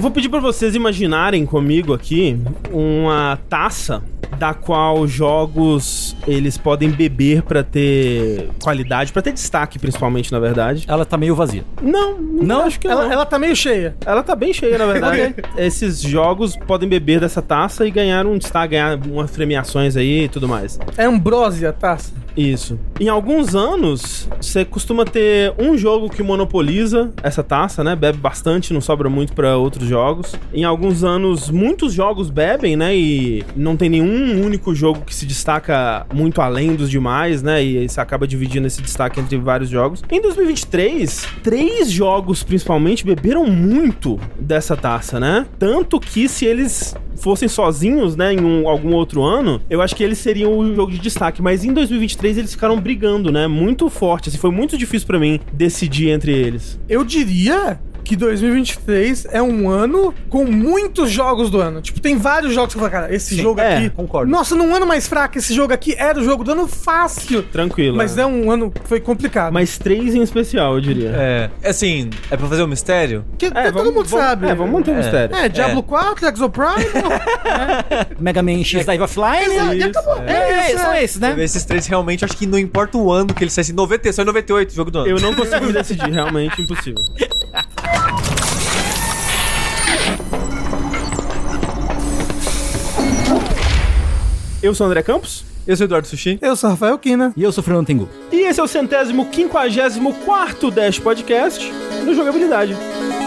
vou pedir pra vocês imaginarem comigo aqui uma taça da qual jogos eles podem beber pra ter qualidade, pra ter destaque principalmente, na verdade. Ela tá meio vazia. Não, acho que não. Ela tá meio cheia. Ela tá bem cheia, na verdade. Esses jogos podem beber dessa taça e ganhar um destaque, ganhar umas premiações aí e tudo mais. É Ambrosia a taça. Isso. Em alguns anos, você costuma ter um jogo que monopoliza essa taça, né? Bebe bastante, não sobra muito pra outros jogos. Em alguns anos, muitos jogos bebem, né? E não tem nenhum único jogo que se destaca muito além dos demais, né? E você acaba dividindo esse destaque entre vários jogos. Em 2023, 3 jogos, principalmente, beberam muito dessa taça, né? Tanto que se eles fossem sozinhos, né, em algum outro ano, eu acho que eles seriam o jogo de destaque. Mas em 2023 eles ficaram brigando, né, muito forte. Assim, foi muito difícil pra mim decidir entre eles. Eu diria que 2023 é um ano com muitos jogos do ano. Tipo, tem vários jogos que você fala, cara, esse jogo aqui... concordo. Nossa, num ano mais fraco, esse jogo aqui era o jogo do ano fácil. Tranquilo. Mas é um ano que foi complicado. Mas 3 em especial, eu diria. Assim, é pra fazer um mistério? Que todo mundo sabe. Vamos manter um mistério. Diablo 4, Exoprime... Mega Man X Live Offline. E acabou. São esses, né? Esses 3 realmente, acho que não importa o ano que eles saem, 90, só em 98 o jogo do ano. Eu não consigo decidir, realmente impossível. Eu sou o André Campos. Eu sou o Eduardo Sushi. Eu sou o Rafael Kina. E eu sou o Fernando Tengu. E esse é o 154º Dash Podcast no Jogabilidade.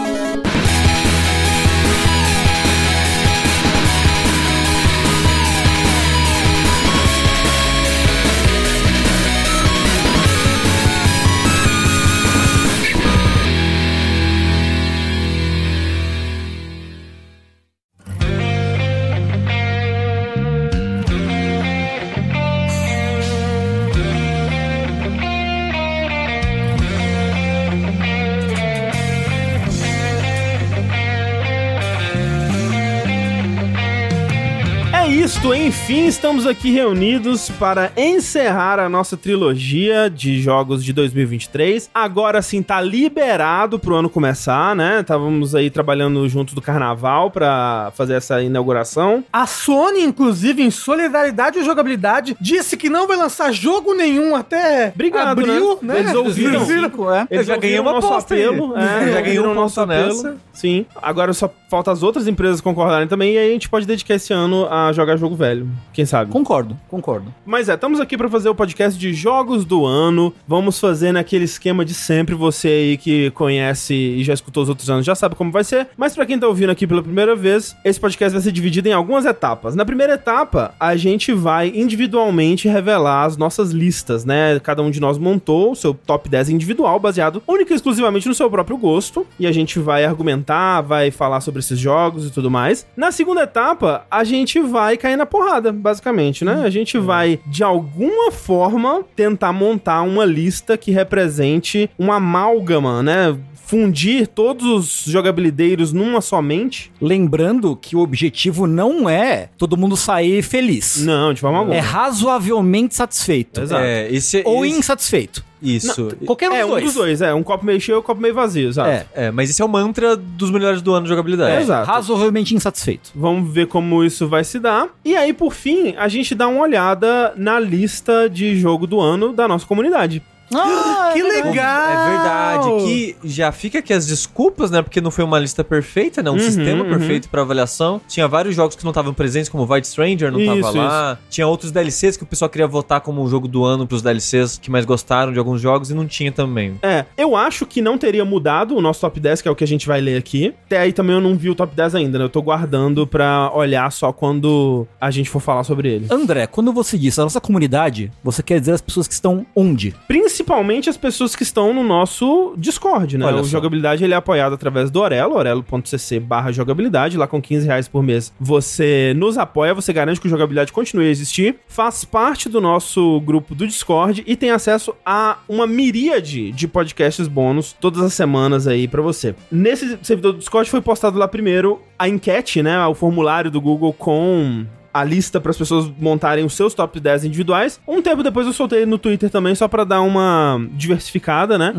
Enfim, estamos aqui reunidos para encerrar a nossa trilogia de jogos de 2023. Agora sim, tá liberado pro ano começar, né? Estávamos aí trabalhando junto do Carnaval para fazer essa inauguração. A Sony, inclusive, em solidariedade e jogabilidade, disse que não vai lançar jogo nenhum até abril, né? Eles ouviram. Eu já ganhei uma aposta apelo. Já ganhei um nosso apelo. Sim. Agora só falta as outras empresas concordarem também e aí a gente pode dedicar esse ano a jogar jogo velho. Quem sabe? Concordo. Mas estamos aqui pra fazer o podcast de jogos do ano. Vamos fazer naquele esquema de sempre. Você aí que conhece e já escutou os outros anos já sabe como vai ser. Mas pra quem tá ouvindo aqui pela primeira vez, esse podcast vai ser dividido em algumas etapas. Na primeira etapa, a gente vai individualmente revelar as nossas listas, né? Cada um de nós montou o seu top 10 individual, baseado única e exclusivamente no seu próprio gosto. E a gente vai argumentar, vai falar sobre esses jogos e tudo mais. Na segunda etapa, a gente vai cair na porrada, basicamente, né? A gente vai, de alguma forma, tentar montar uma lista que represente uma amálgama, né? Fundir todos os jogabilideiros numa só mente. Lembrando que o objetivo não é todo mundo sair feliz. Não, de forma alguma. É razoavelmente satisfeito. Exato. Ou insatisfeito. Isso. Qualquer um dos dois. Um copo meio cheio e um copo meio vazio, exato. Mas esse é o mantra dos melhores do ano de jogabilidade. Exato. Razoavelmente insatisfeito. Vamos ver como isso vai se dar. E aí, por fim, a gente dá uma olhada na lista de jogo do ano da nossa comunidade. Que legal! É verdade. Que já fica aqui as desculpas, né? Porque não foi uma lista perfeita, né? Um sistema perfeito pra avaliação. Tinha vários jogos que não estavam presentes, como Void Stranger não tava lá. Tinha outros DLCs que o pessoal queria votar como o jogo do ano pros DLCs que mais gostaram de alguns jogos e não tinha também. Eu acho que não teria mudado o nosso top 10, que é o que a gente vai ler aqui. Até aí também eu não vi o top 10 ainda, né? Eu tô guardando pra olhar só quando a gente for falar sobre ele. André, quando você diz a nossa comunidade, você quer dizer as pessoas que estão onde? Principalmente as pessoas que estão no nosso Discord, né? Olha o só. Jogabilidade, ele é apoiado através do Orelo, orelo.cc/jogabilidade, lá com R$15 por mês. Você nos apoia, você garante que o Jogabilidade continue a existir, faz parte do nosso grupo do Discord e tem acesso a uma miríade de podcasts bônus todas as semanas aí pra você. Nesse servidor do Discord foi postado lá primeiro a enquete, né? O formulário do Google com a lista para as pessoas montarem os seus top 10 individuais. Um tempo depois eu soltei no Twitter também, só para dar uma diversificada, né?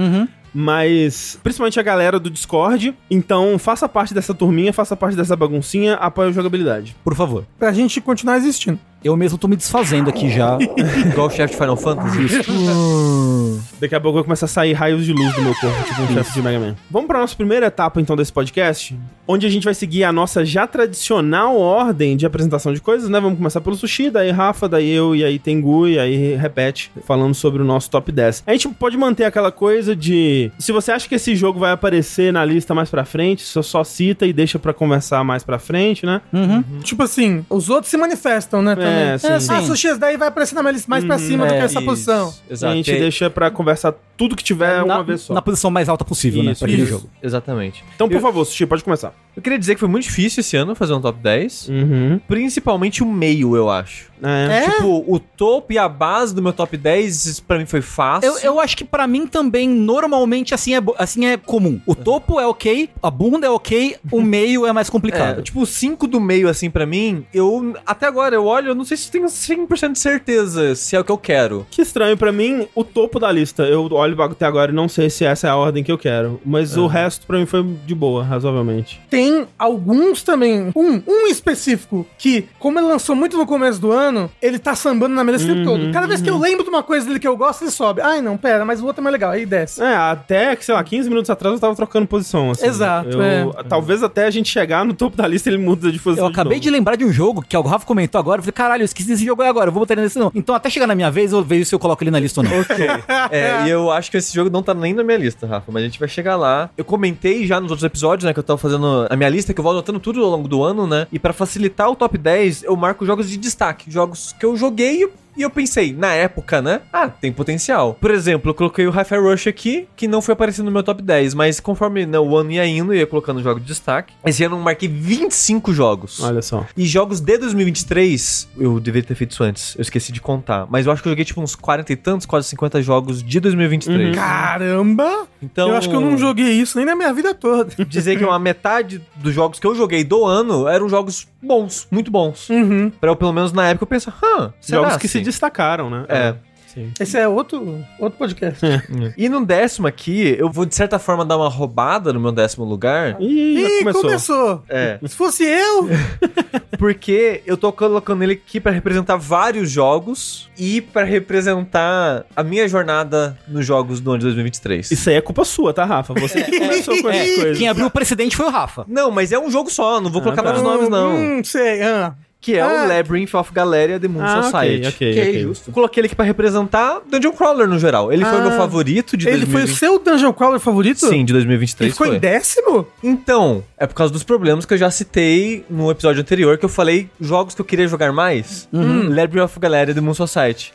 mas principalmente a galera do Discord. Então, faça parte dessa turminha, faça parte dessa baguncinha, apoie a jogabilidade. Por favor. Pra gente continuar existindo. Eu mesmo tô me desfazendo aqui já. Igual o chefe de Final Fantasy. Daqui a pouco vai começar a sair raios de luz do meu corpo, tipo um chefe de Mega Man. Vamos pra nossa primeira etapa, então, desse podcast, onde a gente vai seguir a nossa já tradicional ordem de apresentação de coisas, né? Vamos começar pelo Sushi, daí Rafa, daí eu, e aí Tengu, e aí repete, falando sobre o nosso top 10. A gente pode manter aquela coisa de... Se você acha que esse jogo vai aparecer na lista mais pra frente, você só cita e deixa pra conversar mais pra frente, né? Tipo assim, os outros se manifestam, né? Também. Sim. Ah, Sushi, daí vai aparecer na minha lista mais pra cima do que essa posição. Exato. A gente deixa pra conversar tudo que tiver uma vez só. Na posição mais alta possível, né? Pra aquele jogo. Exatamente. Então, por favor, Sushi, pode começar. Eu queria dizer que foi muito difícil esse ano fazer um top 10. Principalmente o meio, eu acho. Tipo, o topo e a base do meu top 10, isso pra mim foi fácil. Eu acho que pra mim também, normalmente, assim é comum. O topo é ok, a bunda é ok, o meio é mais complicado. Tipo, o 5 do meio, assim, pra mim, até agora, eu olho, eu não sei se tenho 100% de certeza se é o que eu quero. Que estranho, pra mim, o topo da lista. Eu olho até agora e não sei se essa é a ordem que eu quero. Mas o resto, pra mim, foi de boa, razoavelmente. Tem alguns também, um específico, que, como ele lançou muito no começo do ano, ele tá sambando na minha lista o tempo todo. Cada vez que eu lembro de uma coisa dele que eu gosto, ele sobe. Ai, não, pera, mas o outro é mais legal. Aí desce. Até que, sei lá, 15 minutos atrás eu tava trocando posição, assim. Exato, Talvez até a gente chegar no topo da lista ele muda de posição. Eu acabei de lembrar de um jogo que o Rafa comentou agora. Eu falei, caralho, eu esqueci desse jogo agora. Eu vou botar ele nesse não. Então, até chegar na minha vez, eu vejo se eu coloco ele na lista ou não. Ok. E eu acho que esse jogo não tá nem na minha lista, Rafa, mas a gente vai chegar lá. Eu comentei já nos outros episódios, né, que eu tava fazendo a minha lista, que eu vou anotando tudo ao longo do ano, né, e pra facilitar o top 10, eu marco jogos de destaque, jogos que eu joguei e eu pensei, na época, né? Tem potencial. Por exemplo, eu coloquei o Hi-Fi Rush aqui, que não foi aparecendo no meu top 10, mas conforme o ano ia indo, eu ia colocando jogo de destaque. Esse ano eu marquei 25 jogos. Olha só. E jogos de 2023, eu deveria ter feito isso antes, eu esqueci de contar. Mas eu acho que eu joguei tipo uns 40 e tantos, quase 50 jogos de 2023. Caramba! Então, eu acho que eu não joguei isso nem na minha vida toda. Dizer que uma metade dos jogos que eu joguei do ano eram jogos bons, muito bons. Pra eu, pelo menos na época, eu penso, jogos que se destacaram, né? Sim. Esse é outro podcast. E no 10º aqui, eu vou de certa forma dar uma roubada no meu 10º lugar. Ih, começou. Se fosse eu... Porque eu tô colocando ele aqui pra representar vários jogos e pra representar a minha jornada nos jogos do ano de 2023. Isso aí é culpa sua, tá, Rafa? Você começou com essas coisas. Quem abriu o precedente foi o Rafa. Não, mas é um jogo só, não vou colocar vários nomes, não. Sei, Que é o Labyrinth of Galeria The Moon Society. Ok. Justo. Coloquei ele aqui pra representar Dungeon Crawler no geral. Ele foi o meu favorito de 2020. Ele foi o seu Dungeon Crawler favorito? Sim, de 2023 ele ficou em 10º? Então, é por causa dos problemas que eu já citei no episódio anterior, que eu falei jogos que eu queria jogar mais. Labyrinth of Galeria The Moon Society.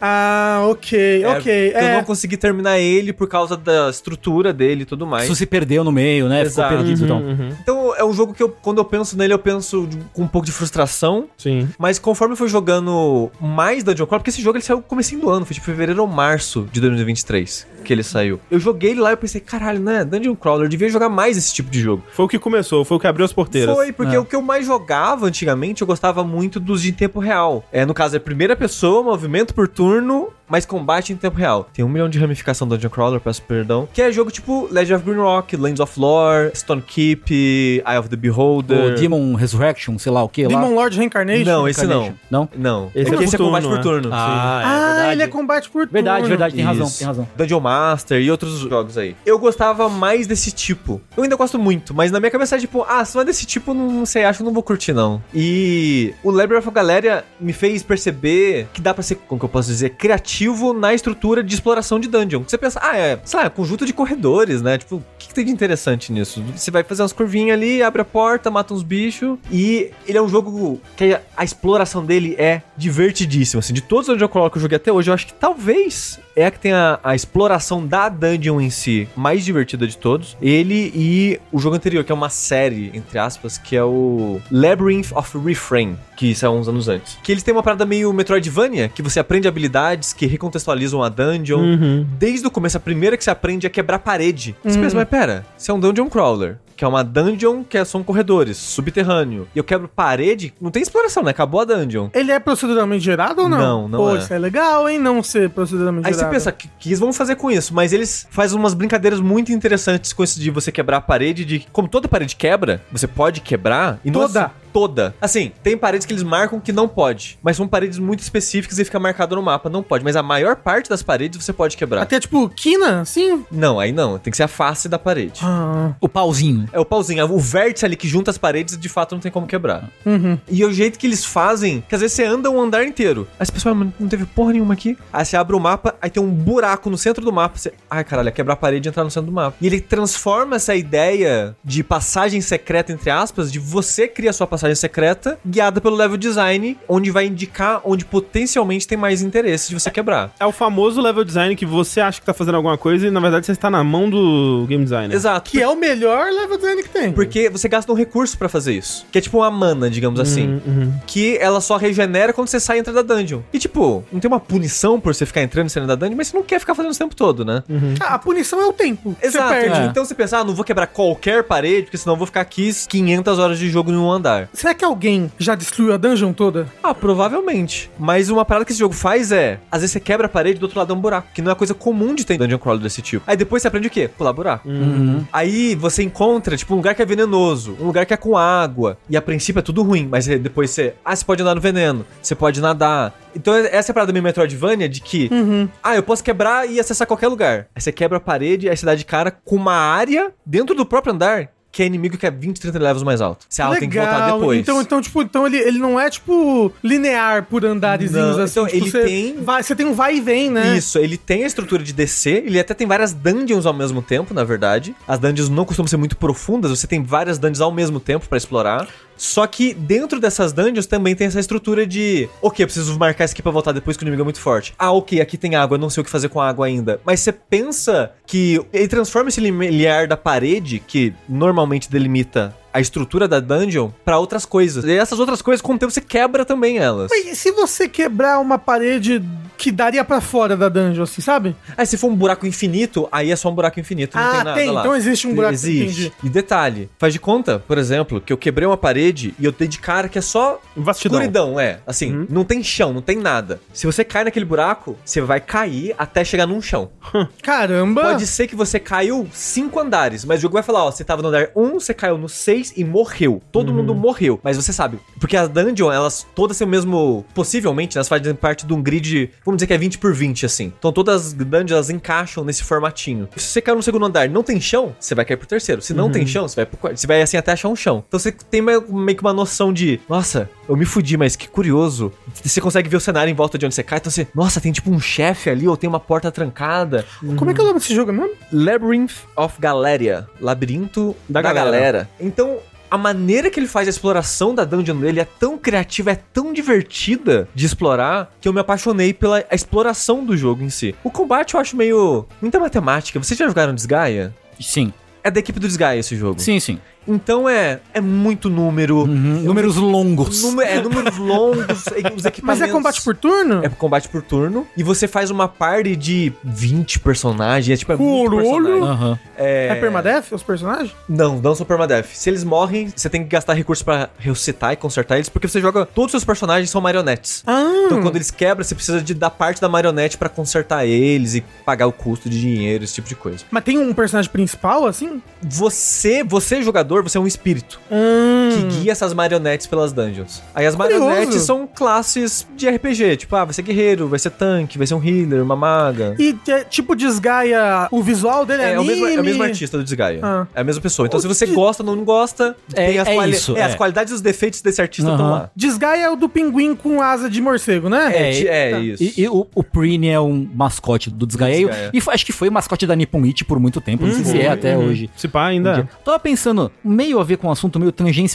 Ok. Eu não consegui terminar ele por causa da estrutura dele e tudo mais. Isso se perdeu no meio, né? Exato. Ficou perdido, então. Então, é um jogo que quando eu penso nele, eu penso com um pouco de frustração. Sim. Mas conforme eu fui jogando mais Dungeon Crawler, porque esse jogo ele saiu no comecinho do ano, foi tipo fevereiro ou março de 2023 que ele saiu. Eu joguei ele lá e eu pensei, caralho, né? Dungeon Crawler, eu devia jogar mais esse tipo de jogo. Foi o que começou, foi o que abriu as porteiras. Foi, porque o que eu mais jogava antigamente, eu gostava muito dos de tempo real. No caso, é primeira pessoa, movimento por turno, mas combate em tempo real. Tem 1 milhão de ramificação do Dungeon Crawler, peço perdão. Que é jogo tipo Legend of Grimrock, Lands of Lore, Stone Keep, Eye of the Beholder. O Demon Resurrection, sei lá o que lá. Demon Lord Reincarnation? Não, esse não. Não? Não. Esse é combate por turno. Verdade. Ele é combate por turno. Verdade, tem razão. Dungeon Master e outros jogos aí. Eu gostava mais desse tipo. Eu ainda gosto muito, mas na minha cabeça é tipo, se não é desse tipo, não sei, acho que não vou curtir não. E o Labyrinth of Galeria me fez perceber que dá pra ser, como que eu posso dizer, criativo na estrutura de exploração de dungeon. Você pensa, sei lá, conjunto de corredores, né? Tipo, o que tem de interessante nisso? Você vai fazer umas curvinhas ali, abre a porta, mata uns bichos, e ele é um jogo que a exploração dele é divertidíssima, assim. De todos os Dungeon Crawler que eu joguei até hoje, eu acho que talvez é a que tem a exploração da dungeon em si mais divertida de todos. Ele e o jogo anterior, que é uma série, entre aspas, que é o Labyrinth of Refrain, que saiu uns anos antes. Que eles têm uma parada meio Metroidvania, que você aprende habilidades que recontextualizam a dungeon. Desde o começo, a primeira que você aprende é quebrar parede. Você pensa, mas pera, você é um Dungeon Crawler. que é uma dungeon são corredores, subterrâneo, e eu quebro parede, não tem exploração, né? Acabou a dungeon. Ele é proceduralmente gerado ou não? Não Pô, é. isso é legal, hein? Não ser proceduralmente Aí gerado. você pensa, o que eles vão fazer com isso? Mas eles fazem umas brincadeiras muito interessantes com isso de você quebrar a parede, de como toda parede quebra, você pode quebrar e Toda? não é toda. Assim, tem paredes que eles marcam que não pode, mas são paredes muito específicas e fica marcado no mapa, não pode. Mas a maior parte das paredes você pode quebrar. Até tipo, quina, assim? Não, aí não. Tem que ser a face da parede. O pauzinho. É o pauzinho. O vértice ali que junta as paredes, de fato, não tem como quebrar. E o jeito que eles fazem, que às vezes você anda um andar inteiro. Aí você pensa, não teve porra nenhuma aqui. Aí você abre o mapa, aí tem um buraco no centro do mapa. Você, ai, caralho, é quebrar a parede e entrar no centro do mapa. E ele transforma essa ideia de passagem secreta, entre aspas, de você criar sua passagem secreta, guiada pelo level design, onde vai indicar onde potencialmente tem mais interesse de você quebrar. É o famoso level design que você acha que tá fazendo alguma coisa e na verdade você está na mão do game designer. Exato. Que é o melhor level design que tem. Porque você gasta um recurso pra fazer isso. Que é tipo uma mana, digamos assim. Que ela só regenera quando você sai e entra da dungeon. E tipo, não tem uma punição por você ficar entrando e saindo da dungeon, mas você não quer ficar fazendo isso o tempo todo, né? A punição é o tempo. Exato. Você perde. Então você pensa, não vou quebrar qualquer parede, porque senão eu vou ficar aqui 500 horas de jogo em um andar. Será que alguém já destruiu a dungeon toda? Provavelmente. Mas uma parada que esse jogo faz é, às vezes você quebra a parede e do outro lado é um buraco, que não é coisa comum de ter em dungeon crawler desse tipo. Aí depois você aprende o quê? Pular buraco. Aí você encontra, tipo, um lugar que é venenoso, um lugar que é com água, e a princípio é tudo ruim, mas depois você pode andar no veneno, você pode nadar. Então essa é a parada meio Metroidvania de que, eu posso quebrar e acessar qualquer lugar. Aí você quebra a parede, aí você dá de cara com uma área dentro do próprio andar, que é inimigo que é 20, 30 levels mais alto. Você tem que voltar depois. Então ele não é, tipo, linear por andarezinhos assim. Então, tipo, você tem um vai e vem, né? Isso, ele tem a estrutura de descer, ele até tem várias dungeons ao mesmo tempo, na verdade. As dungeons não costumam ser muito profundas, você tem várias dungeons ao mesmo tempo pra explorar. Só que dentro dessas dungeons também tem essa estrutura de, ok, eu preciso marcar isso aqui pra voltar depois que o inimigo é muito forte. Ok, aqui tem água, eu não sei o que fazer com a água ainda. Mas você pensa que ele transforma esse limiar da parede, que normalmente delimita a estrutura da dungeon, pra outras coisas. E essas outras coisas, com o tempo, você quebra também elas. Mas e se você quebrar uma parede que daria pra fora da dungeon, assim, sabe? Aí se for um buraco infinito, aí é só um buraco infinito, não tem nada lá. Então existe um buraco. Existe. E detalhe, faz de conta, por exemplo, que eu quebrei uma parede e eu dei de cara que é só vastidão. Escuridão, assim, não tem chão, não tem nada. Se você cai naquele buraco, você vai cair até chegar num chão. Caramba! Pode ser que você caiu 5 andares, mas o jogo vai falar, você tava no andar 1, você caiu no 6 e morreu. Todo mundo morreu. Mas você sabe, porque as dungeons, elas todas têm o mesmo, possivelmente, elas fazem parte de um grid, vamos dizer que é 20 por 20, assim. Então todas as dungeons, elas encaixam nesse formatinho. Se você caiu no segundo andar e não tem chão, você vai cair pro terceiro. Se não tem chão, você vai pro quarto. Você vai assim até achar um chão. Então você tem meio que uma noção de, nossa, eu me fudi, mas que curioso. Você consegue ver o cenário em volta de onde você cai. Então você, nossa, tem tipo um chefe ali, ou tem uma porta trancada. Como é que é o nome desse jogo mesmo? Labyrinth of Galeria. Labirinto da galera. Então, a maneira que ele faz a exploração da dungeon dele é tão criativa, é tão divertida de explorar, que eu me apaixonei pela exploração do jogo em si. O combate eu acho meio... muita matemática. Vocês já jogaram Desgaia? Sim. É da equipe do Desgaia esse jogo. Sim, sim. Então é muito número. Números longos. Números longos, os equipamentos. Mas é combate por turno? É combate por turno. E você faz uma party de 20 personagens. É tipo, é muito personagem. É permadeath os personagens? Não são permadeath. Se eles morrem, você tem que gastar recursos pra ressuscitar e consertar eles, porque você joga... Todos os seus personagens são marionetes. Então quando eles quebram, você precisa de dar parte da marionete pra consertar eles e pagar o custo de dinheiro, esse tipo de coisa. Mas tem um personagem principal, assim? Você jogador, você é um espírito que guia essas marionetes pelas dungeons. Aí as marionetes são classes de RPG. Tipo, vai ser guerreiro, vai ser tanque, vai ser um healer, uma maga. E tipo Desgaia, o visual dele é anime? É o mesmo artista do Desgaia. É a mesma pessoa. Então se você gosta ou não gosta, tem as qualidades e os defeitos desse artista estão lá. Desgaia é o do pinguim com asa de morcego, né? Isso. E o Prini é um mascote do Desgaia. E acho que foi o mascote da Nippon Ichi por muito tempo. Não sei se é até hoje. Se pá, ainda. Tava pensando, meio a ver com um assunto meio tangencialmente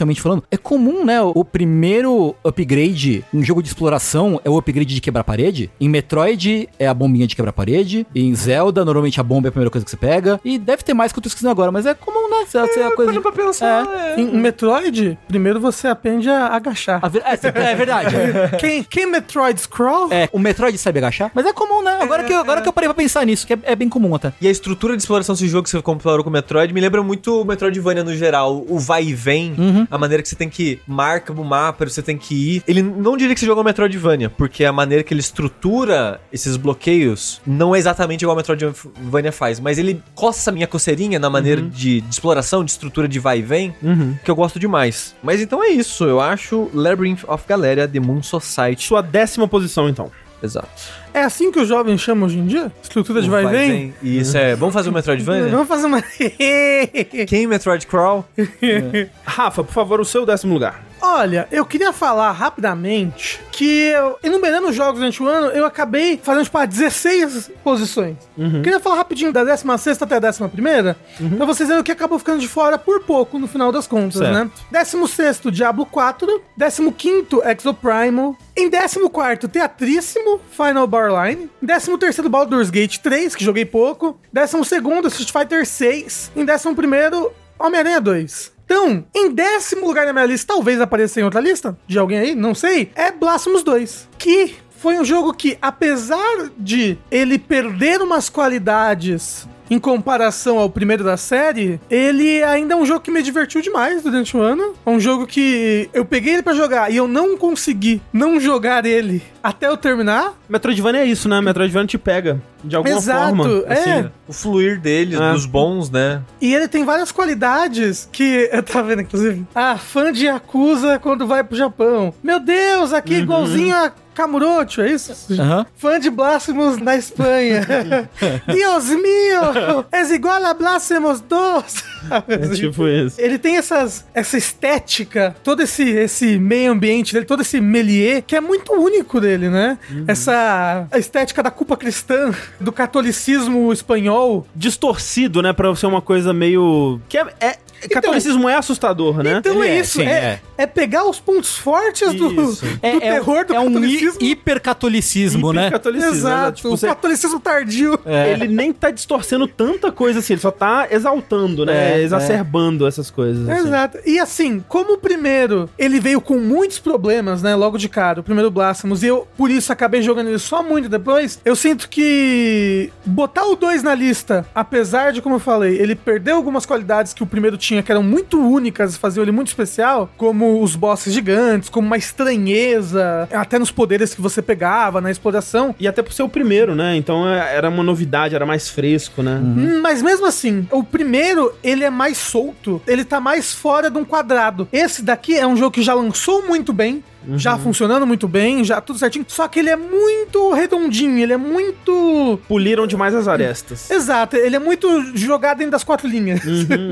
historicamente falando, é comum, né? O primeiro upgrade em jogo de exploração é o upgrade de quebrar parede. Em Metroid é a bombinha de quebrar parede. Em Zelda, normalmente a bomba é a primeira coisa que você pega. E deve ter mais que eu tô esquecendo agora, mas é comum, né? A coisa Pra pensar, Em Metroid, primeiro você aprende a agachar. É verdade. Quem Metroid Scroll? O Metroid sabe agachar, mas é comum, né? Agora que eu parei pra pensar nisso, que é bem comum até. E a estrutura de exploração desse jogo que você comparou com o Metroid me lembra muito o Metroidvania no geral. O vai e vem, a maneira que você tem que marca o mapa, você tem que ir. Ele não diria que você joga o Metroidvania, porque a maneira que ele estrutura esses bloqueios não é exatamente igual o Metroidvania faz, mas ele coça a minha coceirinha na maneira de exploração, de estrutura de vai e vem, que eu gosto demais. Mas então é isso, eu acho Labyrinth of Galeria The Moon Society. Sua 10ª posição, então. Exato. É assim que os jovens chamam hoje em dia? Estrutura de vai e vem? Isso vamos fazer o Metroidvania? Vamos fazer uma... Quem Metroid Crawl? Rafa, por favor, o seu 10º lugar. Olha, eu queria falar rapidamente que enumerando os jogos durante o ano, eu acabei fazendo, tipo, 16 posições. Queria falar rapidinho da 16ª até a 11ª, pra vocês verem o que acabou ficando de fora por pouco no final das contas, né? 16º, Diablo 4. 15º, Exoprimal. Em 14º, Teatríssimo, Final Barline. 13º, Baldur's Gate 3, que joguei pouco. 12º, Street Fighter 6. Em 11º, Homem-Aranha 2. Então, em 10º lugar na minha lista, talvez apareça em outra lista, de alguém aí, não sei, é Blasphemous 2, que foi um jogo que, apesar de ele perder umas qualidades em comparação ao primeiro da série, ele ainda é um jogo que me divertiu demais durante o ano. É um jogo que eu peguei ele pra jogar e eu não consegui não jogar ele até eu terminar. Metroidvania é isso, né? Metroidvania te pega de alguma forma. Exato, O fluir deles, dos bons, né? E ele tem várias qualidades que... Eu tava vendo, inclusive. fã de Yakuza quando vai pro Japão. Meu Deus, aqui igualzinho a Kamurocho, é isso? Fã de Blasphemous na Espanha. Deus mío, é igual a Blasphemous 2. É tipo isso. Ele tem essa estética, todo esse meio ambiente dele, todo esse méliès, que é muito único dele, né? Essa estética da culpa cristã, do catolicismo espanhol. Distorcido, né? Pra ser uma coisa meio... catolicismo é assustador, né? Então é isso, é pegar os pontos fortes do terror do catolicismo. Um hipercatolicismo, né? Exato, tipo, o catolicismo tardio. Ele nem tá distorcendo tanta coisa assim, ele só tá exaltando, né? Exacerbando essas coisas. Assim. Exato. E assim, como o primeiro, ele veio com muitos problemas, né? Logo de cara, o primeiro Blasphemous, e eu, por isso, acabei jogando ele só muito depois, eu sinto que botar o 2 na lista, apesar de, como eu falei, ele perdeu algumas qualidades que o primeiro tinha, que eram muito únicas, faziam ele muito especial, como os bosses gigantes, como uma estranheza, até nos poderes que você pegava, na exploração. E até por ser o primeiro, né? Então era uma novidade, era mais fresco, né? Mas mesmo assim, o primeiro, ele é mais solto, ele tá mais fora de um quadrado. Esse daqui é um jogo que já lançou muito bem, já funcionando muito bem, já tudo certinho, só que ele é muito redondinho, ele é muito... Poliram demais as arestas. Exato, ele é muito jogado dentro das 4 linhas.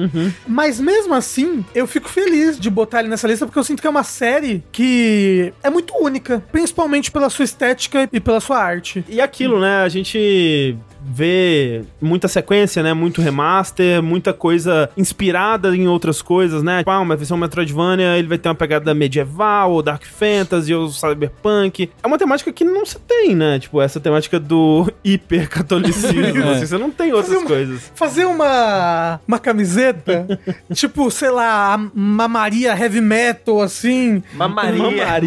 Mas mesmo assim, eu fico feliz de botar ele nessa lista, porque eu sinto que é uma série que é muito única, principalmente pela sua estética e pela sua arte. E aquilo, né, a gente... vê muita sequência, né? Muito remaster, muita coisa inspirada em outras coisas, né? Tipo, uma versão Metroidvania, ele vai ter uma pegada medieval, ou Dark Fantasy, ou Cyberpunk. É uma temática que não se tem, né? Tipo, essa temática do hipercatolicismo. Assim, você não tem outras coisas. Fazer uma camiseta, tipo, sei lá, uma Maria Heavy Metal, assim. Mamaria.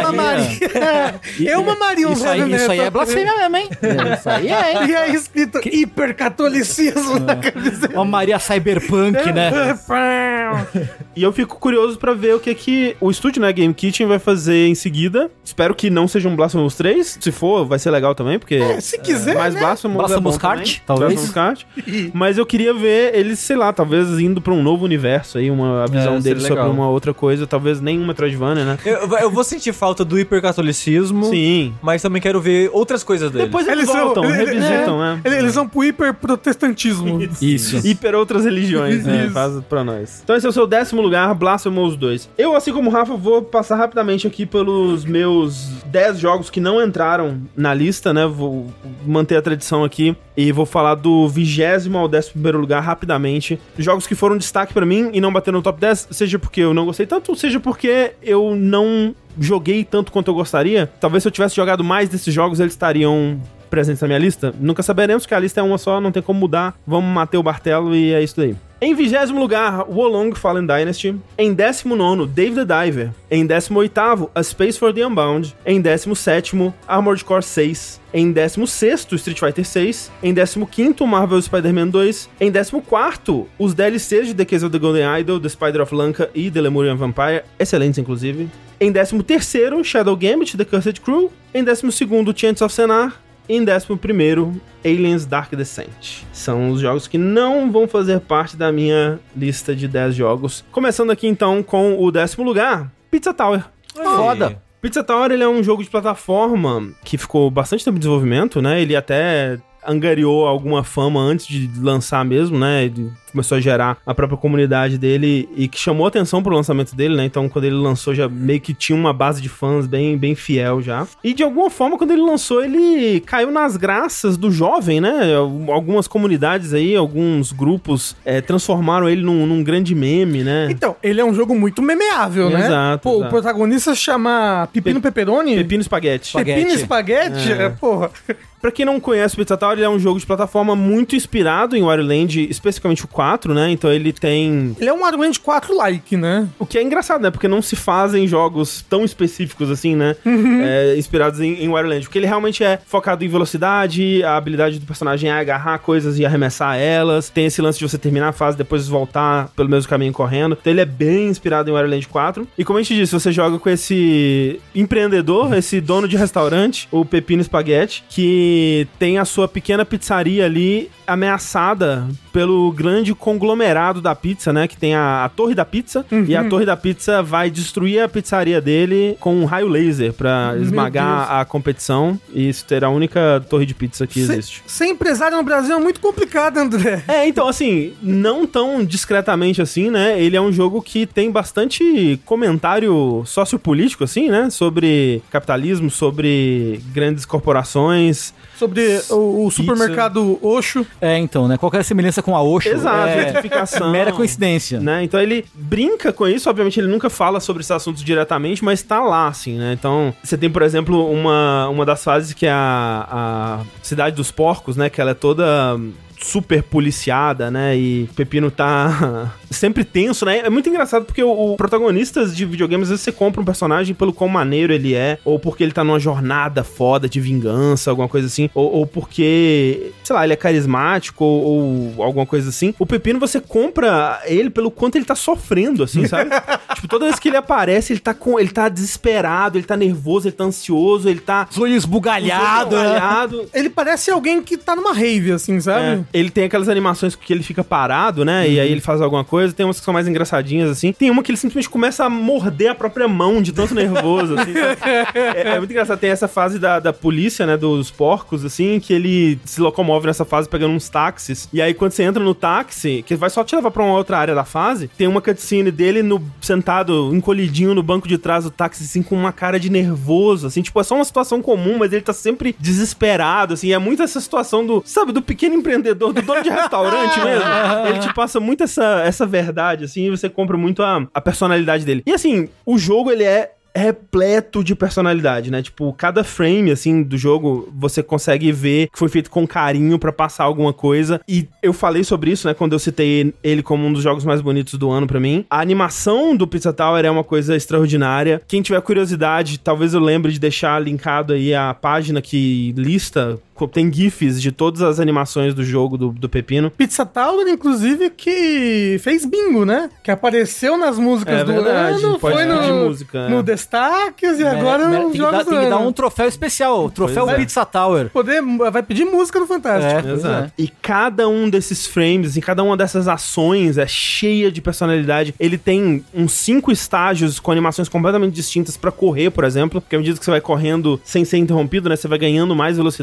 Eu mamaria um Heavy Metal. Isso aí é blasfêmia mesmo, hein? Isso aí é, hein? E aí escrito hipercatolicismo na camiseta. Uma Maria Cyberpunk, né? E eu fico curioso pra ver o que o estúdio, né, Game Kitchen, vai fazer em seguida. Espero que não seja um Blasphemous 3. Se for, vai ser legal também, porque... se quiser, mais né? Blasphemous Kart, talvez. Blasphemous Kart. Mas eu queria ver eles, sei lá, talvez indo pra um novo universo aí, a visão deles sobre uma outra coisa. Talvez nem um Metroidvania, né? Eu vou sentir falta do hipercatolicismo. Sim. Mas também quero ver outras coisas deles. Depois eles voltam, revisitam, né? Eles vão pro hiperprotestantismo. Isso. Hiper outras religiões, né? Faz pra nós. Então esse é o seu 10º lugar, Blasphemous 2. Eu, assim como o Rafa, vou passar rapidamente aqui pelos meus 10 jogos que não entraram na lista, né? Vou manter a tradição aqui e vou falar do 20º ao 11º lugar rapidamente. Jogos que foram destaque pra mim e não bateram no top 10, seja porque eu não gostei tanto, seja porque eu não joguei tanto quanto eu gostaria. Talvez se eu tivesse jogado mais desses jogos, eles estariam presentes na minha lista. Nunca saberemos, porque a lista é uma só, não tem como mudar. Vamos bater o martelo e é isso daí. Em 20º lugar, Wolong Fallen Dynasty. Em 19º, Dave the Diver. Em 18º, A Space for the Unbound. Em 17º, Armored Core 6. Em 16º, Street Fighter 6. Em 15º, Marvel Spider-Man 2. Em 14º, os DLCs de The Case of the Golden Idol, The Spider of Lanka e The Lemurian Vampire. Excelentes, inclusive. Em 13º, Shadow Gambit, The Cursed Crew. Em 12º, Chants of Sennar. Em 11º, Aliens Dark Descent. São os jogos que não vão fazer parte da minha lista de 10 jogos. Começando aqui então com o 10º lugar, Pizza Tower. Foda. Pizza Tower, ele é um jogo de plataforma que ficou bastante tempo em desenvolvimento, né? Ele até angariou alguma fama antes de lançar mesmo, né? Ele começou a gerar a própria comunidade dele e que chamou atenção pro lançamento dele, né? Então, quando ele lançou, já meio que tinha uma base de fãs bem fiel já. E, de alguma forma, quando ele lançou, ele caiu nas graças do jovem, né? Algumas comunidades aí, alguns grupos transformaram ele num grande meme, né? Então, ele é um jogo muito memeável, né? Exato. Pô, o protagonista chama Pepino Pepperoni? Pepino Espaguete. Pepino Espaguete? Porra. Pra quem não conhece o Pizza Tower, ele é um jogo de plataforma muito inspirado em Wario Land, especificamente o 4, né? Então ele tem... Ele é um Wario Land 4-like, né? O que é engraçado, né? Porque não se fazem jogos tão específicos assim, né? Inspirados em Wario Land. Porque ele realmente é focado em velocidade, a habilidade do personagem é agarrar coisas e arremessar elas. Tem esse lance de você terminar a fase e depois voltar pelo mesmo caminho correndo. Então ele é bem inspirado em Wario Land 4. E como a gente disse, você joga com esse empreendedor, esse dono de restaurante, o Pepino Espaguete, que tem a sua pequena pizzaria ali ameaçada pelo grande conglomerado da pizza, né? Que tem a Torre da Pizza, e a Torre da Pizza vai destruir a pizzaria dele com um raio laser pra esmagar a competição, e isso terá a única torre de pizza que existe. Ser empresário no Brasil é muito complicado, André. Então, assim, não tão discretamente assim, né? Ele é um jogo que tem bastante comentário sociopolítico, assim, né? Sobre capitalismo, sobre grandes corporações. Sobre o supermercado Osho. Então, né? Qualquer semelhança com a Osho Gentrificação. Mera coincidência. Né? Então ele brinca com isso, obviamente ele nunca fala sobre esses assuntos diretamente, mas tá lá, assim, né? Então, você tem, por exemplo, uma das fases que é a Cidade dos Porcos, né? Que ela é toda super policiada, né? E o Pepino tá sempre tenso, né? É muito engraçado porque o protagonistas de videogames, às vezes você compra um personagem pelo quão maneiro ele é, ou porque ele tá numa jornada foda de vingança, alguma coisa assim, ou porque, sei lá, ele é carismático, ou alguma coisa assim. O Pepino, você compra ele pelo quanto ele tá sofrendo, assim, sabe? Tipo, toda vez que ele aparece, ele tá desesperado, ele tá nervoso, ele tá ansioso, ele tá... Os olhos bugalhados. Ele parece alguém que tá numa rave, assim, sabe? Ele tem aquelas animações que ele fica parado, né? E aí ele faz alguma coisa. Tem umas que são mais engraçadinhas, assim. Tem uma que ele simplesmente começa a morder a própria mão de tanto nervoso, assim. É muito engraçado. Tem essa fase da polícia, né? Dos porcos, assim, que ele se locomove nessa fase pegando uns táxis. E aí quando você entra no táxi, que vai só te levar pra uma outra área da fase, tem uma cutscene dele sentado, encolhidinho no banco de trás do táxi, assim, com uma cara de nervoso, assim. Tipo, é só uma situação comum, mas ele tá sempre desesperado, assim. É muito essa situação do pequeno empreendedor, do dono de restaurante mesmo. Ele te passa muito essa verdade, assim, e você compra muito a personalidade dele. E assim, o jogo, ele é repleto de personalidade, né? Tipo, cada frame, assim, do jogo, você consegue ver que foi feito com carinho pra passar alguma coisa. E eu falei sobre isso, né? Quando eu citei ele como um dos jogos mais bonitos do ano pra mim. A animação do Pizza Tower é uma coisa extraordinária. Quem tiver curiosidade, talvez eu lembre de deixar linkado aí a página que lista... Tem GIFs de todas as animações do jogo do Pepino. Pizza Tower, inclusive, que fez bingo, né? Que apareceu nas músicas do ano, pode foi música, no Destaques e agora nos jogos do ano. Tem que dar um troféu especial, o troféu Pizza Tower. Vai pedir música no Fantástico. Exato. E cada um desses frames, assim, cada uma dessas ações é cheia de personalidade. Ele tem uns 5 estágios com animações completamente distintas pra correr, por exemplo, porque à medida que você vai correndo sem ser interrompido, né? Você vai ganhando mais velocidade. E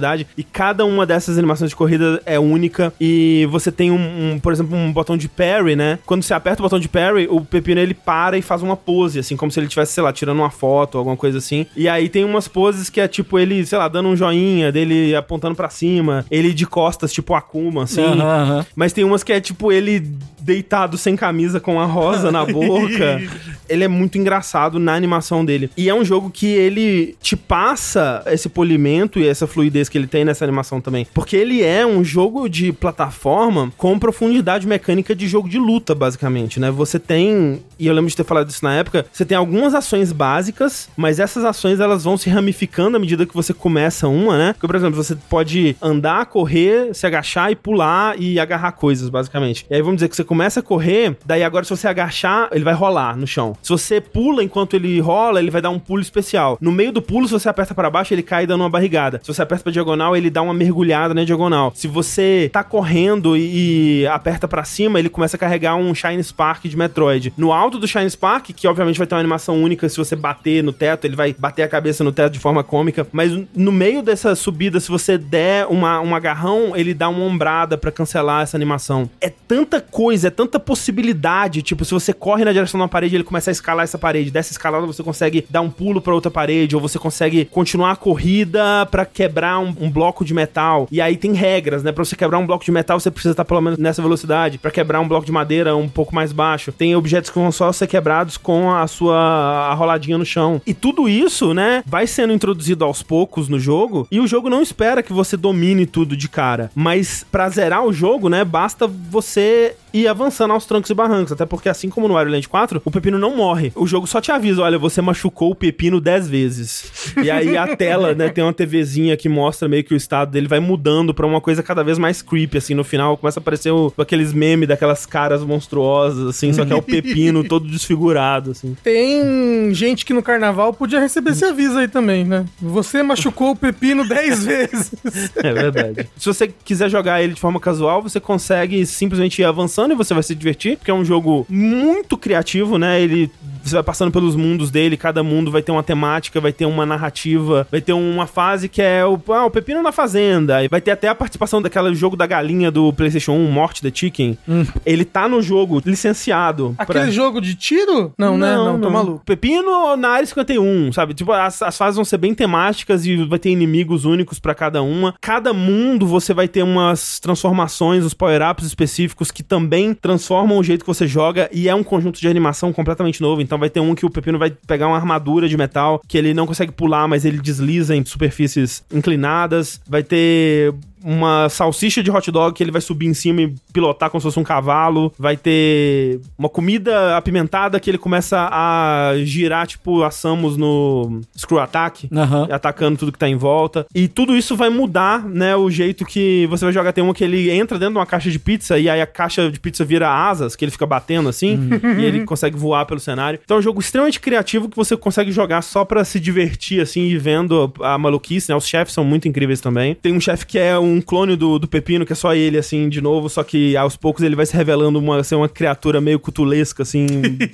e cada uma dessas animações de corrida é única, e você tem por exemplo, um botão de parry, né? Quando você aperta o botão de parry, o Pepino, ele para e faz uma pose, assim, como se ele estivesse, sei lá, tirando uma foto, alguma coisa assim. E aí tem umas poses que é tipo ele, sei lá, dando um joinha, dele apontando pra cima, ele de costas, tipo Akuma, assim. Mas tem umas que é tipo ele deitado sem camisa com a rosa na boca. Ele é muito engraçado na animação dele. E é um jogo que ele te passa esse polimento e essa fluidez que ele tem nessa animação também. Porque ele é um jogo de plataforma com profundidade mecânica de jogo de luta, basicamente, né? Você tem, e eu lembro de ter falado disso na época, você tem algumas ações básicas, mas essas ações elas vão se ramificando à medida que você começa uma, né? Porque, por exemplo, você pode andar, correr, se agachar e pular e agarrar coisas, basicamente. E aí vamos dizer que você começa a correr, daí agora se você agachar, ele vai rolar no chão. Se você pula enquanto ele rola, ele vai dar um pulo especial. No meio do pulo, se você aperta para baixo, ele cai dando uma barrigada. Se você aperta pra diagonal, ele dá uma mergulhada na diagonal. Se você tá correndo e aperta pra cima, ele começa a carregar um Shine Spark de Metroid. No alto do Shine Spark, que obviamente vai ter uma animação única, se você bater no teto, ele vai bater a cabeça no teto de forma cômica, mas no meio dessa subida, se você der um agarrão, ele dá uma ombrada pra cancelar essa animação. É tanta coisa, é tanta possibilidade, tipo, se você corre na direção de uma parede, ele começa a escalar essa parede, dessa escalada você consegue dar um pulo pra outra parede, ou você consegue continuar a corrida pra quebrar um bloco de metal, e aí tem regras, né, pra você quebrar um bloco de metal, você precisa estar pelo menos nessa velocidade, pra quebrar um bloco de madeira um pouco mais baixo, tem objetos que vão só ser quebrados com a sua roladinha no chão, e tudo isso, né, vai sendo introduzido aos poucos no jogo, e o jogo não espera que você domine tudo de cara, mas pra zerar o jogo, né, basta você ir avançando aos trancos e barrancos, até porque assim como no Wario Land 4, o Pepino não morre. O jogo só te avisa, olha, você machucou o Pepino 10 vezes. E aí a tela, né, tem uma TVzinha que mostra meio que o estado dele vai mudando pra uma coisa cada vez mais creepy, assim, no final começa a aparecer aqueles memes daquelas caras monstruosas, assim, só que é o Pepino todo desfigurado, assim. Tem gente que no carnaval podia receber esse aviso aí também, né? Você machucou o Pepino 10 vezes. É verdade. Se você quiser jogar ele de forma casual, você consegue simplesmente ir avançando e você vai se divertir, porque é um jogo muito criativo, né? Você vai passando pelos mundos dele, cada mundo vai ter uma temática, vai ter uma narrativa, vai ter uma fase que é o Pepino na Fazenda, e vai ter até a participação daquele jogo da galinha do PlayStation 1, Morte the Chicken. Ele tá no jogo licenciado. Aquele jogo de tiro? Não, né? Não, tô maluco. Pepino na área 51, sabe? Tipo, as fases vão ser bem temáticas e vai ter inimigos únicos pra cada uma. Cada mundo você vai ter umas transformações, os power-ups específicos que também transformam o jeito que você joga, e é um conjunto de animação completamente novo. Então vai ter um que o Pepino vai pegar uma armadura de metal que ele não consegue pular, mas ele desliza em superfícies inclinadas. Vai ter uma salsicha de hot dog que ele vai subir em cima e pilotar como se fosse um cavalo. Vai ter uma comida apimentada que ele começa a girar, tipo a Samus no Screw Attack, atacando tudo que tá em volta. E tudo isso vai mudar, né, o jeito que você vai jogar. Tem uma que ele entra dentro de uma caixa de pizza e aí a caixa de pizza vira asas, que ele fica batendo assim, e ele consegue voar pelo cenário. Então é um jogo extremamente criativo que você consegue jogar só pra se divertir, assim, e vendo a maluquice, né? Os chefes são muito incríveis também. Tem um chefe que é um clone do Pepino, que é só ele, assim, de novo, só que aos poucos ele vai se revelando ser uma criatura meio cutulesca, assim,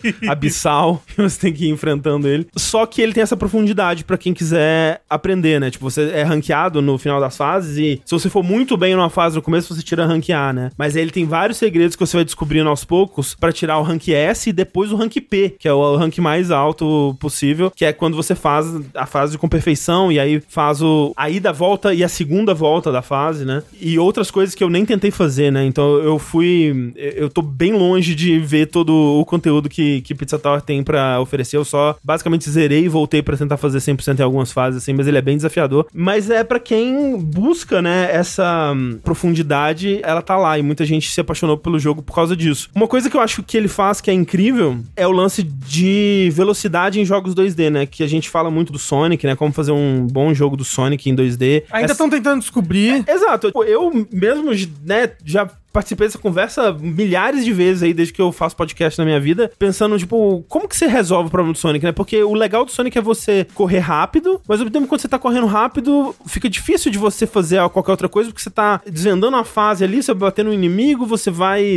abissal, e você tem que ir enfrentando ele. Só que ele tem essa profundidade pra quem quiser aprender, né? Tipo, você é ranqueado no final das fases e se você for muito bem numa fase no começo, você tira rank A, né? Mas aí ele tem vários segredos que você vai descobrindo aos poucos pra tirar o rank S e depois o rank P, que é o rank mais alto possível, que é quando você faz a fase com perfeição e aí faz a ida, volta e a segunda volta da fase, né? E outras coisas que eu nem tentei fazer, né? Então eu tô bem longe de ver todo o conteúdo que Pizza Tower tem pra oferecer. Eu só basicamente zerei e voltei pra tentar fazer 100% em algumas fases, assim, mas ele é bem desafiador. Mas é pra quem busca, né, essa profundidade, ela tá lá, e muita gente se apaixonou pelo jogo por causa disso. Uma coisa que eu acho que ele faz que é incrível é o lance de velocidade em jogos 2D, né? Que a gente fala muito do Sonic, né? Como fazer um bom jogo do Sonic em 2D. Ainda estão tentando descobrir. Exato. Eu mesmo, né, já participei dessa conversa milhares de vezes aí, desde que eu faço podcast na minha vida, pensando, tipo, como que você resolve o problema do Sonic, né? Porque o legal do Sonic é você correr rápido, mas ao mesmo tempo, quando você tá correndo rápido, fica difícil de você fazer qualquer outra coisa, porque você tá desvendando a fase ali, você vai bater no inimigo, você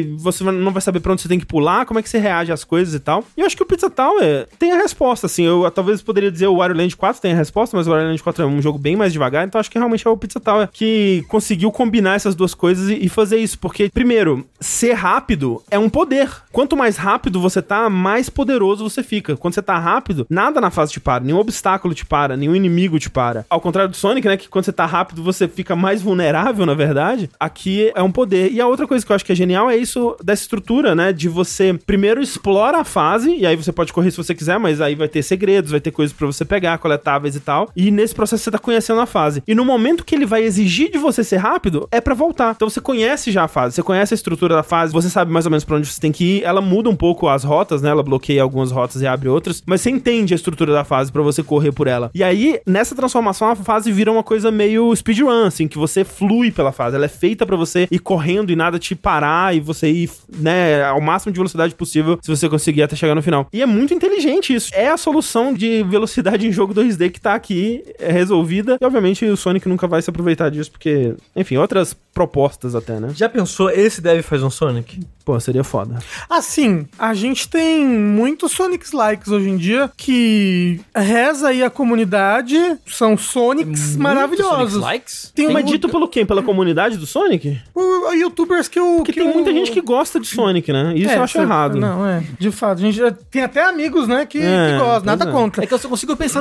não vai saber pra onde você tem que pular, como é que você reage às coisas e tal. E eu acho que o Pizza Tower tem a resposta, assim. Eu talvez poderia dizer o Wario Land 4 tem a resposta, mas o Wario Land 4 é um jogo bem mais devagar, então acho que realmente é o Pizza Tower que conseguiu combinar essas duas coisas e fazer isso. Porque, primeiro, ser rápido é um poder. Quanto mais rápido você tá, mais poderoso você fica. Quando você tá rápido, nada na fase te para, nenhum obstáculo te para, nenhum inimigo te para. Ao contrário do Sonic, né, que quando você tá rápido, você fica mais vulnerável, na verdade. Aqui é um poder. E a outra coisa que eu acho que é genial é isso dessa estrutura, né, de você primeiro explora a fase, e aí você pode correr se você quiser, mas aí vai ter segredos, vai ter coisas pra você pegar, coletáveis e tal. E nesse processo você tá conhecendo a fase. E no momento que ele vai exigir de você ser rápido, é pra voltar. Então você conhece já a fase, você conhece a estrutura da fase, você sabe mais ou menos pra onde você tem que ir. Ela muda um pouco as rotas, né? Ela bloqueia algumas rotas e abre outras, mas você entende a estrutura da fase pra você correr por ela. E aí, nessa transformação, a fase vira uma coisa meio speedrun, assim, que você flui pela fase. Ela é feita pra você ir correndo e nada te parar e você ir, né, ao máximo de velocidade possível, se você conseguir até chegar no final. E é muito inteligente isso. É a solução de velocidade em jogo 2D que tá aqui, é resolvida. E, obviamente, o Sonic nunca vai se aproveitar disso, porque, enfim, outras propostas até, né? Já pensou, esse deve fazer um Sonic? Pô, seria foda. Assim, a gente tem muitos Sonics likes hoje em dia que reza aí a comunidade, são Sonics maravilhosos. Likes? Mas dito pelo quê? Pela comunidade do Sonic? Youtubers que eu... Porque tem muita gente que gosta de Sonic, né? Isso eu acho errado. Não, de fato. A gente tem até amigos, né, que gostam, nada contra. É que eu só consigo pensar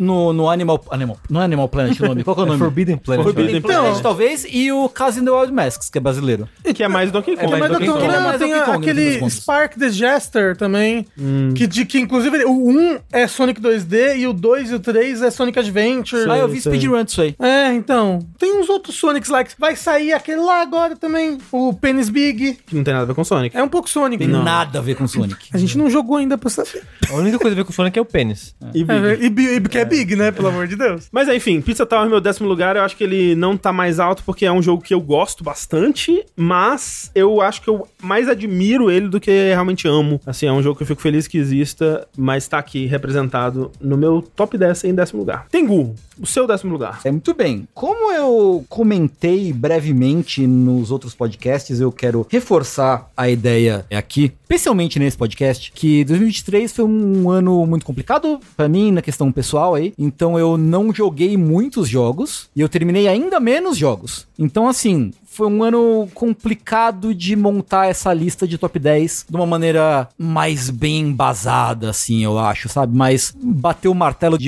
no Animal... Não é Animal Planet o nome? Qual que é o nome? Forbidden Planet. Forbidden Planet, talvez, e o Cars in the Wild Masks, que é brasileiro. Que é mais Donkey Kong. Tem aquele Spark the Jester também, que inclusive o 1 é Sonic 2D e o 2 e o 3 é Sonic Adventure. Eu vi speedrun disso aí. Então. Tem uns outros Sonics lá que vai sair aquele lá agora também, o Penis Big. Que não tem nada a ver com Sonic. É um pouco Sonic. Tem nada a ver com Sonic. A gente não jogou ainda pra saber. A única coisa a ver com o Sonic é o pênis. E Big. Que é Big, né? Pelo amor de Deus. Mas enfim, Pizza Tower, meu 10º lugar, eu acho que ele não tá mais alto porque é um jogo que eu gosto bastante, mas eu acho que eu mais admiro ele do que realmente amo. Assim, é um jogo que eu fico feliz que exista, mas tá aqui representado no meu top 10 em 10º lugar. Tengu, o seu 10º lugar. Muito bem. Como eu comentei brevemente nos outros podcasts, eu quero reforçar a ideia aqui, especialmente nesse podcast, que 2023 foi um ano muito complicado pra mim, na questão pessoal aí. Então eu não joguei muitos jogos e eu terminei ainda menos jogos. Então, assim, foi um ano complicado de montar essa lista de top 10 de uma maneira mais bem embasada, assim, eu acho, sabe? Mas bateu o martelo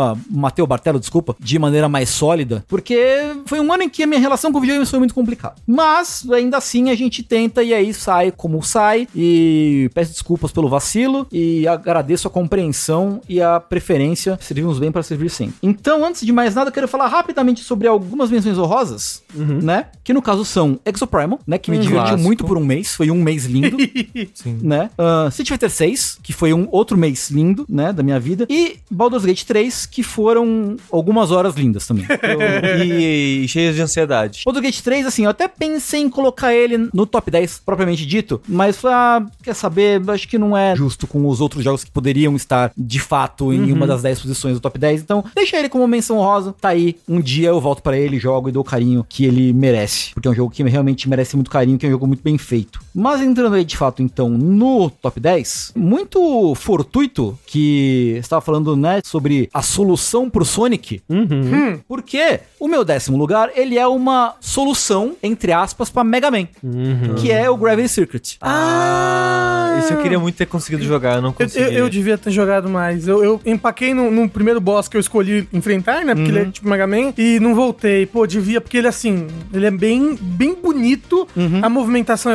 de maneira mais sólida, porque foi um ano em que a minha relação com o videogame foi muito complicada. Mas, ainda assim, a gente tenta e aí sai como sai, e peço desculpas pelo vacilo, e agradeço a compreensão e a preferência. Servimos bem para servir sempre. Então, antes de mais nada, eu quero falar rapidamente sobre algumas menções honrosas, né? Que no caso são Exoprimal, né? Que me divertiu muito por um mês. Foi um mês lindo. Sim. Né? Street Fighter 6, que foi um outro mês lindo, né? Da minha vida. E Baldur's Gate 3, que foram algumas horas lindas também. E cheias de ansiedade. Baldur's Gate 3, assim, eu até pensei em colocar ele no top 10, propriamente dito. Mas falei, quer saber? Acho que não é justo com os outros jogos que poderiam estar, de fato, em uma das 10 posições do top 10. Então, deixa ele como menção honrosa. Tá aí. Um dia eu volto pra ele, jogo e dou o carinho que ele merece. Porque é um jogo que realmente merece muito carinho, que é um jogo muito bem feito. Mas entrando aí, de fato, então, no top 10, muito fortuito que estava falando, né, sobre a solução pro Sonic. Porque o meu 10º lugar, ele é uma solução, entre aspas, pra Mega Man. Que é o Gravity Circuit. Esse eu queria muito ter conseguido jogar, eu não consegui. Eu devia ter jogado mais. Eu empaquei no primeiro boss que eu escolhi enfrentar, né? Porque ele é tipo Mega Man. E não voltei. Pô, devia, porque ele assim, ele é bem bonito. A movimentação é bem gostosa.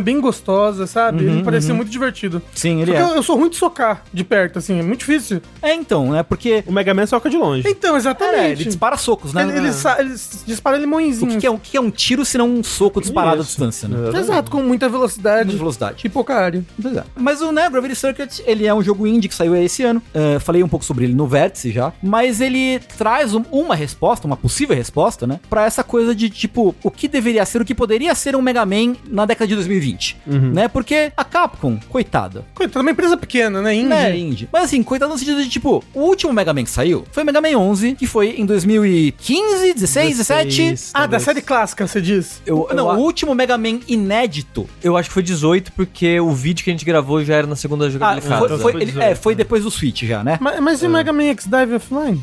gostosa, sabe? Ele parecia muito divertido. Sim, ele Só que eu sou ruim de socar de perto, assim, é muito difícil. Então, né? Porque... O Mega Man soca de longe. Então, exatamente. ele dispara socos, né? Ele dispara limõezinhos. O que é um tiro se não um soco disparado à distância, né? Exato, com muita velocidade. Muita velocidade. E pouca área. Pois é. Mas o Gravity Circuit, ele é um jogo indie que saiu esse ano. Falei um pouco sobre ele no Vértice já. Mas ele traz uma resposta, uma possível resposta, né? Pra essa coisa de, tipo, o que deveria ser, o que poderia ser um Mega Man na década de 2020. Né? Porque a Capcom, coitada. Coitada, uma empresa pequena, né? Indie. É, indie. Mas assim, coitada no sentido de, tipo, o último Mega Man que saiu foi o Mega Man 11, que foi em 2015, 16, 17... Ah, da série clássica, você diz? Não, o último Mega Man inédito. Eu acho que foi 18, porque o vídeo que a gente gravou já era na segunda jogabilidade. Foi depois do Switch já, né? Mas e o Mega Man X-Dive Offline?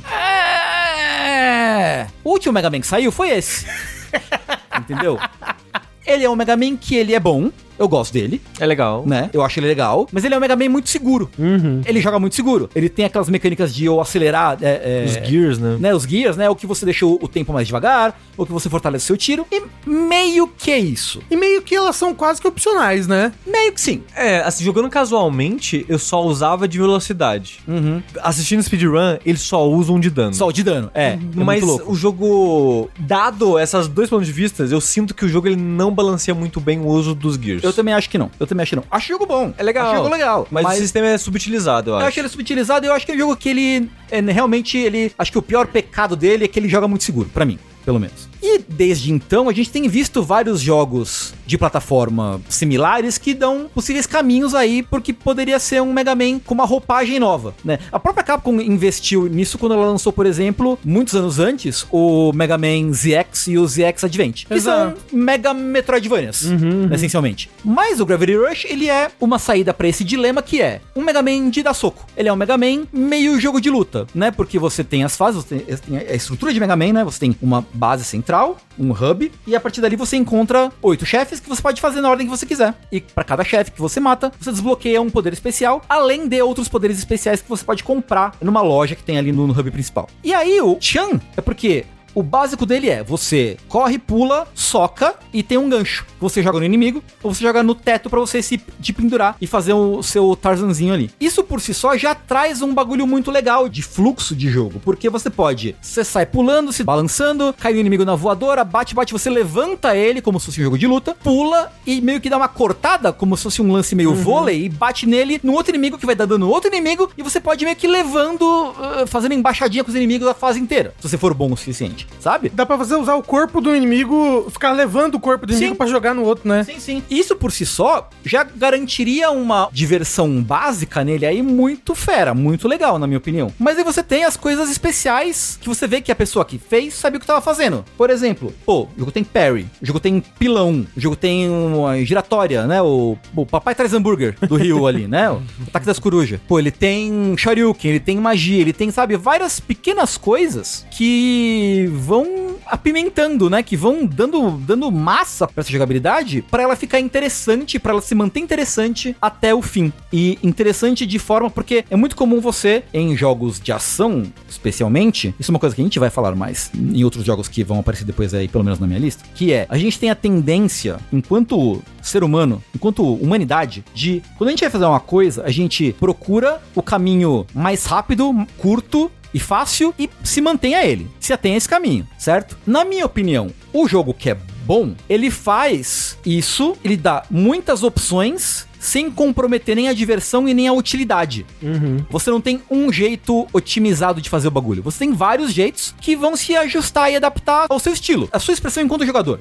O último Mega Man que saiu foi esse. Entendeu? Ele é um Mega Man que ele é bom. Eu gosto dele. É legal. Né? Eu acho ele legal. Mas ele é um Mega Man muito seguro. Ele joga muito seguro. Ele tem aquelas mecânicas de ou acelerar... Os gears, né? Os gears, né? O que você deixa o tempo mais devagar. Ou que você fortalece o seu tiro. E meio que é isso. E meio que elas são quase que opcionais, né? Meio que sim. Assim, jogando casualmente, eu só usava de velocidade. Assistindo speedrun, eles só usam de dano. Só o de dano, Mas o jogo, dado essas dois pontos de vista, eu sinto que o jogo ele não balanceia muito bem o uso dos gears. Eu também acho que não. Acho o jogo bom. É legal. Acho o jogo legal. Mas o sistema é subutilizado, eu acho. Eu acho ele subutilizado e eu acho que é um jogo que ele... realmente, acho que o pior pecado dele é que ele joga muito seguro, pra mim. Pelo menos. E desde então, a gente tem visto vários jogos de plataforma similares que dão possíveis caminhos aí, porque poderia ser um Mega Man com uma roupagem nova, né? A própria Capcom investiu nisso quando ela lançou, por exemplo, muitos anos antes, o Mega Man ZX e o ZX Advent, que são Mega Metroidvanias, essencialmente. Mas o Gravity Rush, ele é uma saída pra esse dilema que é um Mega Man de dar soco. Ele é um Mega Man meio jogo de luta, né? Porque você tem as fases, você tem a estrutura de Mega Man, né? Você tem uma base central, um hub, e a partir dali você encontra 8 chefes que você pode fazer na ordem que você quiser. E pra cada chefe que você mata, você desbloqueia um poder especial, além de outros poderes especiais que você pode comprar numa loja que tem ali no hub principal. E aí o Chan é porque... O básico dele é, você corre, pula, soca e tem um gancho. Você joga no inimigo ou você joga no teto pra você se pendurar e fazer o seu Tarzanzinho ali. Isso por si só já traz um bagulho muito legal de fluxo de jogo, porque você sai pulando, se balançando, cai o inimigo na voadora, bate, você levanta ele como se fosse um jogo de luta, pula e meio que dá uma cortada como se fosse um lance meio vôlei e bate nele no outro inimigo que vai dar dano no outro inimigo e você pode meio que levando, fazendo embaixadinha com os inimigos a fase inteira, se você for bom o suficiente. Sabe? Dá pra você usar o corpo do inimigo, ficar levando o corpo do inimigo pra jogar no outro, né? Sim. Isso por si só já garantiria uma diversão básica nele aí muito fera, muito legal, na minha opinião. Mas aí você tem as coisas especiais que você vê que a pessoa que fez sabia o que tava fazendo. Por exemplo, o jogo tem parry, o jogo tem pilão, o jogo tem uma giratória, né? O papai traz hambúrguer do Ryu ali, né? O ataque das corujas. Ele tem shoryuken, ele tem magia, ele tem, sabe, várias pequenas coisas que vão apimentando, né? Que vão dando massa pra essa jogabilidade pra ela ficar interessante, pra ela se manter interessante até o fim. E interessante de forma, porque é muito comum você, em jogos de ação, especialmente, isso é uma coisa que a gente vai falar mais em outros jogos que vão aparecer depois aí, pelo menos na minha lista, que é, a gente tem a tendência, enquanto ser humano, enquanto humanidade, de, quando a gente vai fazer uma coisa, a gente procura o caminho mais rápido, curto, e fácil e se mantém a ele, se atém a esse caminho, certo? Na minha opinião, o jogo que é bom, ele faz isso, ele dá muitas opções sem comprometer nem a diversão e nem a utilidade. Você não tem um jeito otimizado de fazer o bagulho. Você tem vários jeitos que vão se ajustar e adaptar ao seu estilo, a sua expressão enquanto jogador.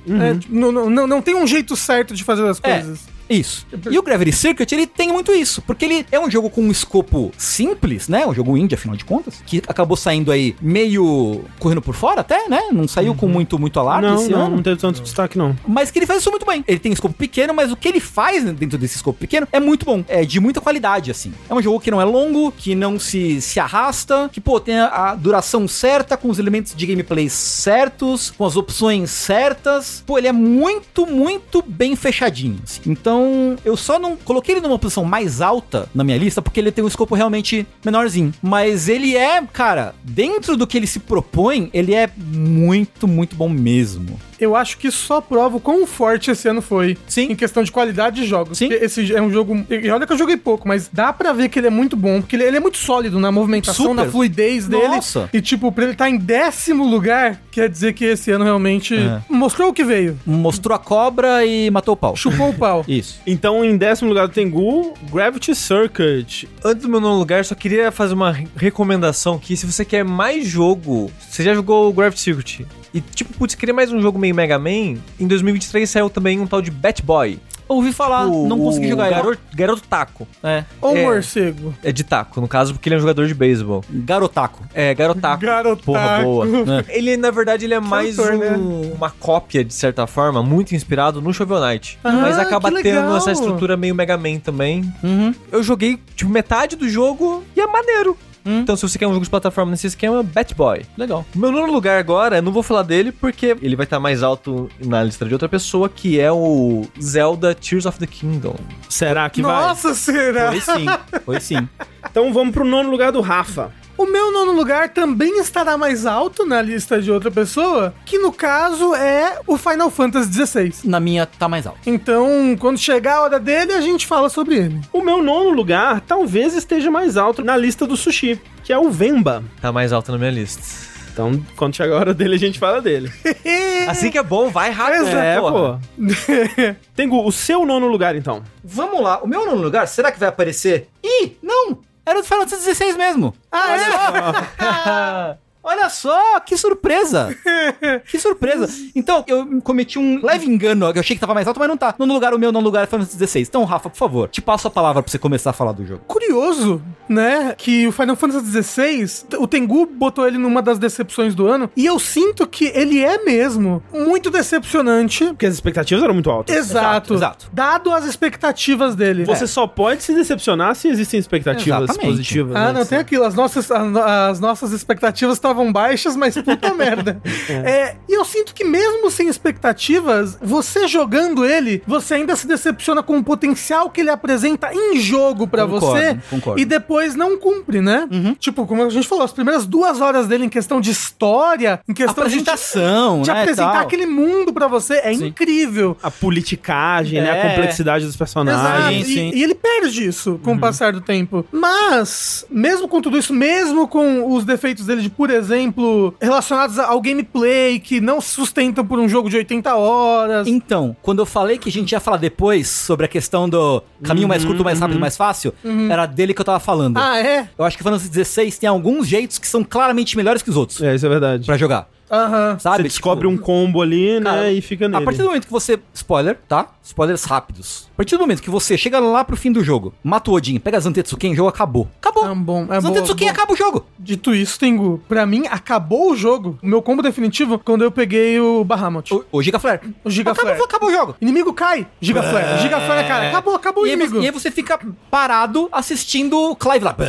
Não tem um jeito certo de fazer as coisas. Isso. E o Gravity Circuit, ele tem muito isso, porque ele é um jogo com um escopo simples, né? Um jogo indie, afinal de contas, que acabou saindo aí meio correndo por fora até, né? Não saiu com muito alarde esse ano. Não teve tanto destaque, não. Mas que ele faz isso muito bem. Ele tem um escopo pequeno, mas o que ele faz dentro desse escopo pequeno é muito bom. É de muita qualidade, assim. É um jogo que não é longo, que não se arrasta, que, tem a duração certa, com os elementos de gameplay certos, com as opções certas. Ele é muito, muito bem fechadinho, assim. Então, eu só não coloquei ele numa posição mais alta na minha lista, porque ele tem um escopo realmente menorzinho. Mas ele é, cara, dentro do que ele se propõe, ele é muito, muito bom mesmo. eu acho que isso só prova o quão forte esse ano foi. Sim. Em questão de qualidade de jogos. Sim. Porque esse é um jogo... E olha que eu joguei pouco, mas dá pra ver que ele é muito bom, porque ele é muito sólido na movimentação, Super. na fluidez dele. Nossa. E tipo, pra ele estar em 10º lugar, quer dizer que esse ano realmente mostrou o que veio. Mostrou a cobra e matou o pau. Chupou o pau. Isso. Então, em 10º lugar do Tengu, Gravity Circuit. Antes do meu nono lugar, só queria fazer uma recomendação que se você quer mais jogo, você já jogou o Gravity Circuit e tipo, putz, queria mais um jogo meio Mega Man, em 2023 saiu também um tal de Bat Boy. Ouvi falar, não consegui jogar ele. Garoto taco. Ou É. morcego. É de taco, no caso, porque ele é um jogador de beisebol. Garotaco. É, garotaco. Garotaco. Porra, boa. Ele, na verdade, ele é mais Cantor, né? uma cópia, de certa forma, muito inspirado no Shovel Knight. Ah, mas acaba que tendo legal. essa estrutura meio Mega Man também. Uhum. Eu joguei, tipo, metade do jogo e é maneiro. Então, se você quer um jogo de plataforma nesse esquema, Bat Boy. Legal. Meu nono lugar agora, eu não vou falar dele porque ele vai estar mais alto na lista de outra pessoa, que é o Zelda Tears of the Kingdom. Será que vai? Nossa, será? Foi sim. Foi sim. Então vamos pro 9º lugar do Rafa. O meu nono lugar também estará mais alto na lista de outra pessoa, que no caso é o Final Fantasy XVI. Na minha tá mais alto. Então, quando chegar a hora dele, a gente fala sobre ele. O meu 9º lugar talvez esteja mais alto na lista do Sushi, que é o Vemba. Tá mais alto na minha lista. Então, quando chegar a hora dele, a gente fala dele. Assim que é bom, vai rápido. Pô. Tengu, o seu 9º lugar, então. Vamos lá. O meu nono lugar, será que vai aparecer? Ih, não! Era do Final Fantasy XVI mesmo. Olha só, que surpresa! Que surpresa! Então, eu cometi um leve engano, eu achei que tava mais alto, mas não tá. Nono lugar, o meu nono lugar é Final Fantasy XVI. Então, Rafa, por favor, te passo a palavra pra você começar a falar do jogo. Curioso, né, que o Final Fantasy XVI, o Tengu botou ele numa das decepções do ano, e eu sinto que ele é mesmo muito decepcionante. Porque as expectativas eram muito altas. Exato. Exato. Dado as expectativas dele. Você só pode se decepcionar se existem expectativas Exatamente. positivas. Ah, né? não, tem aquilo. As nossas expectativas estavam baixas, mas puta merda. E eu sinto que mesmo sem expectativas, você jogando ele, você ainda se decepciona com o potencial que ele apresenta em jogo pra você. Concordo. E depois não cumpre, né? Tipo, como a gente falou, as primeiras 2 horas dele em questão de história, em questão apresentação, de né, apresentar tal. aquele mundo pra você, é Sim. incrível. A politicagem, né? A É. complexidade dos personagens. Exato. E ele perde isso com o passar do tempo. Mas, mesmo com tudo isso, mesmo com os defeitos dele de, por exemplo, relacionados ao gameplay, que não se sustentam por um jogo de 80 horas. Então, quando eu falei que a gente ia falar depois sobre a questão do caminho mais curto, mais rápido, mais fácil, era dele que eu tava falando. Ah, é? Eu acho que o Final Fantasy XVI tem alguns jeitos que são claramente melhores que os outros É, isso é verdade. pra jogar. Aham. Sabe? Você descobre um combo ali, né? Cara, E fica nele. A partir do momento que você... Spoiler, tá? Spoilers rápidos. A partir do momento que você chega lá pro fim do jogo, mata o Odin, pega Zantetsuken, o jogo acabou. Acabou. É bom, é Zantetsuken bom. acaba o jogo. Dito isso, Tengu, pra mim, acabou o jogo. O meu combo definitivo, quando eu peguei o Bahamut. O Giga Flare. O Giga Flare. Acabou o jogo. Inimigo cai, Giga Flare. Giga Flare, cara. Acabou o E inimigo. aí você fica parado assistindo o Clive lá.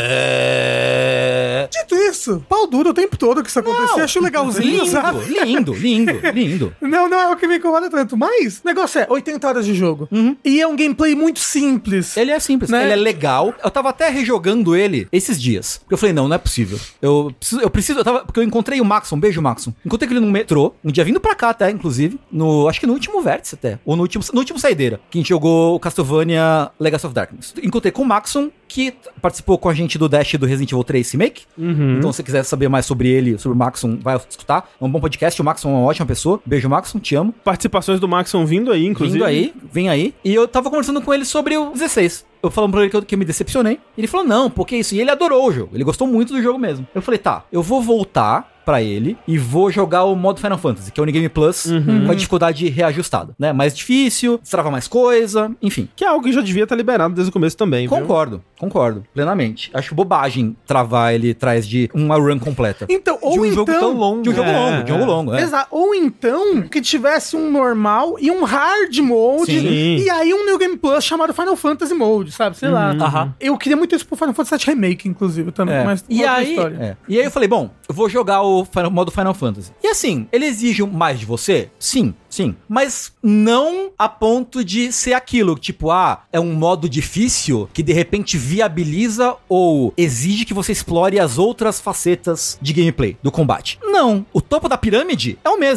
Dito isso, pau duro o tempo todo que isso acontecia. Acho legalzinho, sabe? Lindo. Não é o que me incomoda tanto. Mas o negócio é 80 horas de jogo. E é um gameplay muito simples. Ele é simples, Né? ele é legal. Eu tava até rejogando ele esses dias. Porque eu falei, não é possível. Porque eu encontrei o Maxon, beijo Maxon. Encontrei ele no metrô, um dia vindo pra cá até, inclusive. Acho que no último vértice até. Ou no último saideira. Que a gente jogou o Castlevania Legacy of Darkness. Encontrei com o Maxon, que participou com a gente do Dash do Resident Evil 3 Remake. Então, se você quiser saber mais sobre ele, sobre o Maxon, vai escutar. É um bom podcast. O Maxon é uma ótima pessoa. Beijo, Maxon. Te amo. Participações do Maxon vindo aí, inclusive. Vem aí. E eu tava conversando com ele sobre o 16. Eu falando pra ele que eu me decepcionei. Ele falou, não, porque isso. E ele adorou o jogo. Ele gostou muito do jogo mesmo. Eu falei, tá, eu vou voltar pra ele e vou jogar o modo Final Fantasy, que é o New Game Plus, com a dificuldade reajustada, né? Mais difícil, destrava mais coisa, enfim. Que é algo que já devia estar liberado desde o começo também, viu? Concordo, plenamente. Acho bobagem travar ele atrás de uma run completa. Então, ou De um então... jogo tão longo. De um jogo longo, é. Exato. Ou então, que tivesse um normal e um hard mode. Sim. E aí um New Game Plus chamado Final Fantasy Mode, sabe? Sei lá. Aham. Eu queria muito isso pro Final Fantasy VII Remake, inclusive, também. Mas E outra aí, história. e aí eu falei, bom, eu vou jogar o modo Final Fantasy. E assim, ele exige mais de você? Sim. Mas não a ponto de ser aquilo, tipo, é um modo difícil que de repente viabiliza ou exige que você explore as outras facetas de gameplay, do combate. Não. O topo da pirâmide é o mesmo.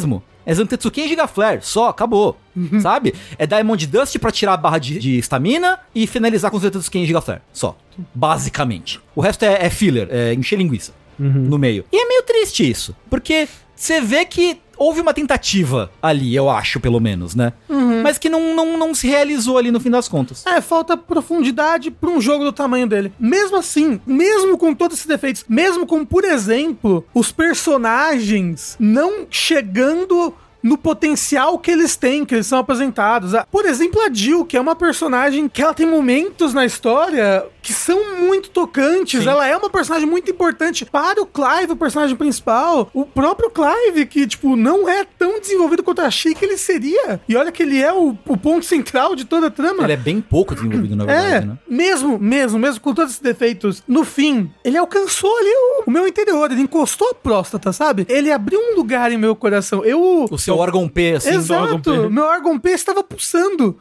É Zantetsuken e Giga Flare, só, acabou. Sabe? É Diamond Dust pra tirar a barra de estamina e finalizar com Zantetsuken e Giga Flare, só. Basicamente. O resto é filler, é encher linguiça no meio. E é meio triste isso, porque você vê que houve uma tentativa ali, eu acho, pelo menos, né? Mas que não se realizou ali no fim das contas. Falta profundidade pra um jogo do tamanho dele. Mesmo assim, mesmo com todos esses defeitos, mesmo com, por exemplo, os personagens não chegando no potencial que eles têm, que eles são apresentados. Por exemplo, a Jill, que é uma personagem que ela tem momentos na história que são muito tocantes. Sim. Ela é uma personagem muito importante para o Clive, o personagem principal. O próprio Clive, que, tipo, não é tão desenvolvido quanto eu achei que ele seria. E olha que ele é o ponto central de toda a trama. Ele é bem pouco desenvolvido, na verdade, né? Mesmo com todos esses defeitos, no fim, ele alcançou ali o meu interior. Ele encostou a próstata, sabe? Ele abriu um lugar em meu coração. O seu órgão P, assim. Exato. Meu órgão P estava pulsando.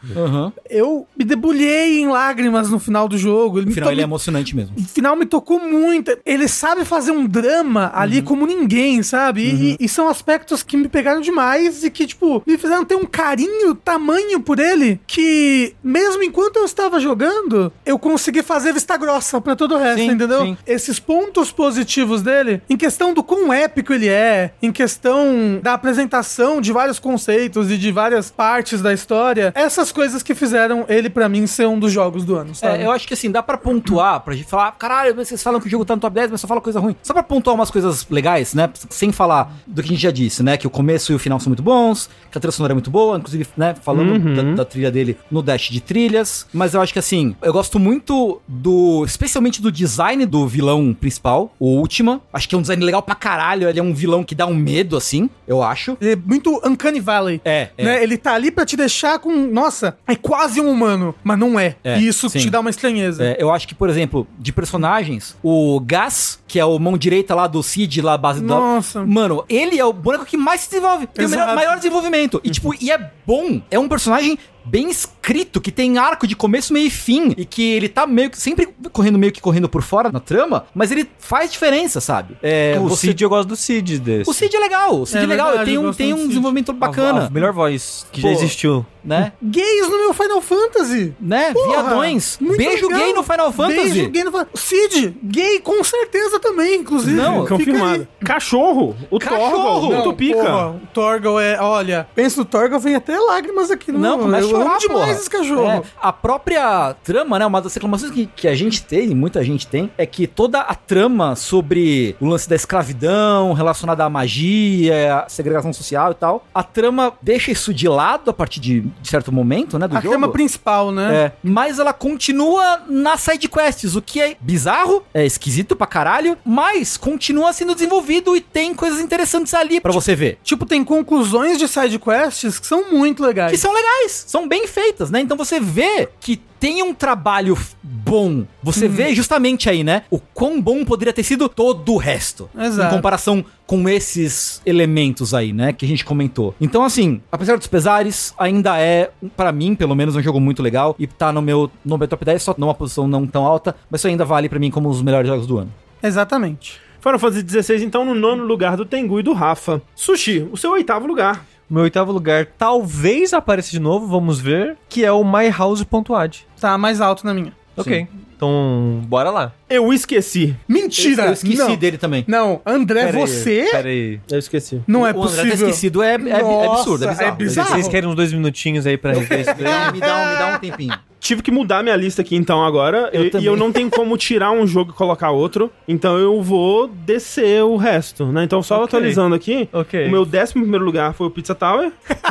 Eu me debulhei em lágrimas no final do jogo. No final ele é emocionante mesmo. O final me tocou muito. Ele sabe fazer um drama ali como ninguém, sabe? E são aspectos que me pegaram demais e que, tipo, me fizeram ter um carinho tamanho por ele que, mesmo enquanto eu estava jogando, eu consegui fazer vista grossa pra todo o resto, entendeu? Sim. Esses pontos positivos dele, em questão do quão épico ele é, em questão da apresentação de vários conceitos e de várias partes da história, essas coisas que fizeram ele, pra mim, ser um dos jogos do ano, sabe? Eu acho que, assim, dá pra pontuar, pra gente falar, caralho, vocês falam que o jogo tá no top 10, mas só fala coisa ruim. Só pra pontuar umas coisas legais, né? Sem falar do que a gente já disse, né? Que o começo e o final são muito bons, que a trilha sonora é muito boa, inclusive, né? Falando da trilha dele no Dash de trilhas. Mas eu acho que, assim, eu gosto muito especialmente do design do vilão principal, o Ultima. Acho que é um design legal pra caralho. Ele é um vilão que dá um medo, assim, eu acho. Ele é muito Uncanny Valley. Né? Ele tá ali pra te deixar com... Nossa, é quase um humano, mas não é. E isso te dá uma estranheza. Eu acho que, por exemplo, de personagens, o Gas, que é o mão direita lá do Cid, lá a base do... Nossa. Mano, ele é o boneco que mais se desenvolve. Tem o maior desenvolvimento. E, tipo, e é bom. É um personagem bem escrito, que tem arco de começo, meio e fim, e que ele tá meio que sempre correndo por fora na trama, mas ele faz diferença, sabe? Cid, eu gosto do Cid desse. O Cid é legal, o Cid é legal, verdade, tem um desenvolvimento bacana. A melhor voz que já existiu. Né? Gays no meu Final Fantasy. Né? Porra, viadões. Beijo legal. Gay no Final Fantasy. Beijo gay no Final Fantasy. Cid, gay com certeza também, inclusive. Não, confirmado. Cachorro. O Torgal. Muito pica. Porra, o Torgal olha, pensa no Torgal, vem até lágrimas aqui. Não, começa a chorar demais esse cachorro. A própria trama, né? Uma das reclamações que a gente tem, muita gente tem, é que toda a trama sobre o lance da escravidão relacionada à magia, à segregação social e tal, a trama deixa isso de lado a partir de certo momento, né, do jogo. A trama principal, né? Mas ela continua nas sidequests, o que é bizarro, é esquisito pra caralho, mas continua sendo desenvolvido e tem coisas interessantes ali pra você ver. Tipo, tem conclusões de sidequests que são muito legais. Que são legais, são bem feitas, né? Então você vê que tem um trabalho bom. Você vê justamente aí, né? O quão bom poderia ter sido todo o resto. Exato. Em comparação com esses elementos aí, né? Que a gente comentou. Então, assim, apesar dos pesares, ainda é, pra mim, pelo menos, um jogo muito legal. E tá no meu top 10, só numa posição não tão alta. Mas isso ainda vale pra mim como um dos melhores jogos do ano. Exatamente. Final Fantasy XVI, então, no 9º lugar do Tengu e do Rafa. Sushi, o seu 8º lugar. Meu 8º lugar talvez apareça de novo, vamos ver, que é o My House.ad. Tá mais alto na minha. Ok, então bora lá. Eu esqueci. Mentira! Eu esqueci dele também. Não, André, você... Peraí. Eu esqueci. Não é o possível. André tá esquecido, é absurdo, é bizarro. bizarro. Vocês querem uns 2 minutinhos aí pra rever isso daí? Me dá um tempinho. Tive que mudar minha lista aqui, então, agora. E eu não tenho como tirar um jogo e colocar outro. Então eu vou descer o resto, né? Então, só atualizando aqui. O meu 11º lugar foi o Pizza Tower.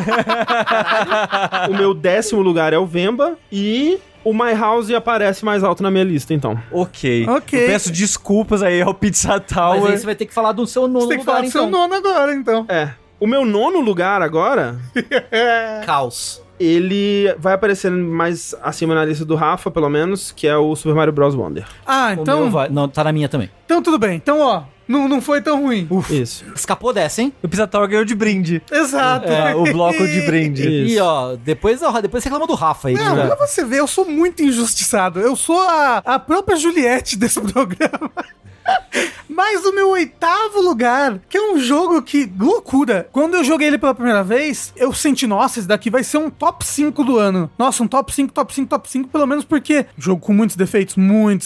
O meu 10º lugar é o Vemba. E... o My House aparece mais alto na minha lista, então. Ok. Eu peço desculpas aí ao Pizza Tower. Mas aí você vai ter que falar do seu nono lugar, Você tem que falar do seu nono agora, então. O meu 9º lugar agora... Caos. Ele vai aparecer mais acima na lista do Rafa, pelo menos, que é o Super Mario Bros. Wonder. Então... Não, tá na minha também. Então tudo bem. Então, ó, não foi tão ruim. Isso. Escapou dessa, hein? O Pizza Tower ganhou de brinde. Exato. O bloco de brinde. Isso. E, ó, depois você reclama do Rafa aí. Não, pra você ver, eu sou muito injustiçado. Eu sou a própria Juliette desse programa. Mas o meu 8º lugar, que é um jogo que, loucura, quando eu joguei ele pela primeira vez, eu senti, nossa, esse daqui vai ser um top 5 do ano. Nossa, um top 5, pelo menos porque jogo com muitos defeitos,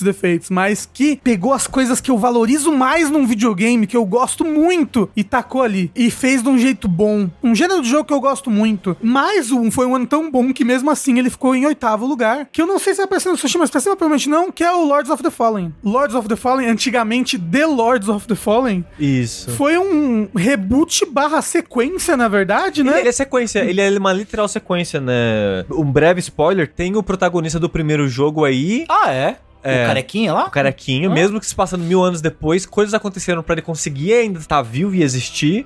mas que pegou as coisas que eu valorizo mais num videogame, que eu gosto muito, e tacou ali. E fez de um jeito bom. Um gênero de jogo que eu gosto muito. Mas foi um ano tão bom que mesmo assim ele ficou em 8º lugar, que eu não sei se vai aparecer no Sushi, mas pra cima provavelmente não, que é o Lords of the Fallen. Lords of the Fallen, antigamente The Lords of the Fallen. Isso. Foi um reboot / sequência, na verdade, né? Ele é sequência, ele é uma literal sequência, né? Um breve spoiler, tem o protagonista do primeiro jogo aí. Ah, é? É. O carequinha lá? O carequinho, mesmo que se passando 1000 anos depois, coisas aconteceram pra ele conseguir ainda estar vivo e existir.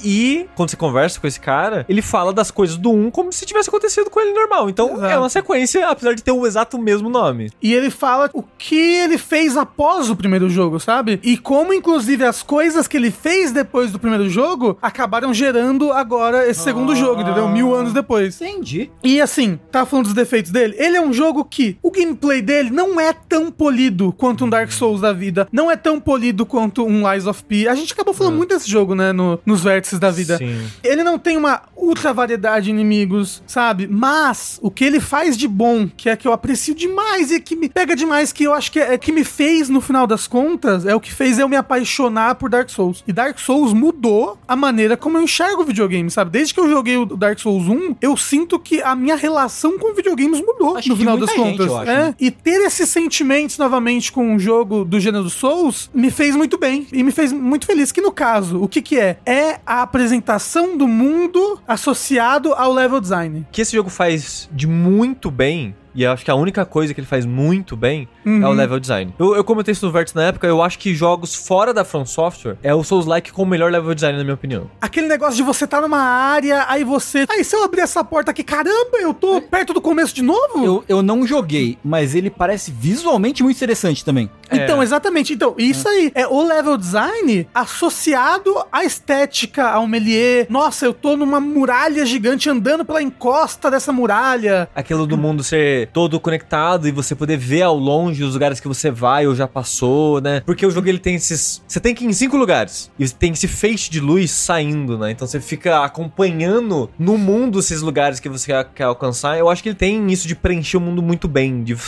E quando você conversa com esse cara, ele fala das coisas do 1 como se tivesse acontecido com ele normal. Então Exato. é uma sequência, apesar de ter o exato mesmo nome. E ele fala o que ele fez após o primeiro jogo, sabe? E como, inclusive, as coisas que ele fez depois do primeiro jogo acabaram gerando agora esse segundo jogo, entendeu? 1000 anos depois. Entendi. E assim, tá falando dos defeitos dele? Ele é um jogo que o gameplay dele não é tão polido quanto um Dark Souls da vida. Não é tão polido quanto um Lies of P. A gente acabou falando muito desse jogo, né? Nos vértices da vida. Sim. Ele não tem uma ultra variedade de inimigos, sabe? Mas o que ele faz de bom, que é que eu aprecio demais e que me pega demais, que eu acho que é que me fez, no final das contas, é o que fez eu me apaixonar por Dark Souls. E Dark Souls mudou a maneira como eu enxergo o videogame, sabe? Desde que eu joguei o Dark Souls 1, eu sinto que a minha relação com videogames mudou, Acho no que final de das muita gente, contas. eu acho, né? E ter esses sentimentos novamente com um jogo do gênero Souls me fez muito bem e me fez muito feliz. Que no caso, o que é? É a apresentação do mundo associado ao level design. Que esse jogo faz de muito bem, e eu acho que a única coisa que ele faz muito bem é o level design. Eu comentei isso no Vértice na época, eu acho que jogos fora da From Software é o Souls-like com o melhor level design, na minha opinião. Aquele negócio de você tá numa área, aí você... Aí, se eu abrir essa porta aqui, caramba, eu tô perto do começo de novo? Eu não joguei, mas ele parece visualmente muito interessante também. Então, exatamente. Então, isso aí é o level design associado à estética, ao melee. Nossa, eu tô numa muralha gigante andando pela encosta dessa muralha. Aquilo do mundo ser todo conectado e você poder ver ao longe os lugares que você vai ou já passou, né? Porque o jogo, ele tem esses... Você tem que ir em 5 lugares e tem esse feixe de luz saindo, né? Então você fica acompanhando no mundo esses lugares que você quer alcançar. Eu acho que ele tem isso de preencher o mundo muito bem, de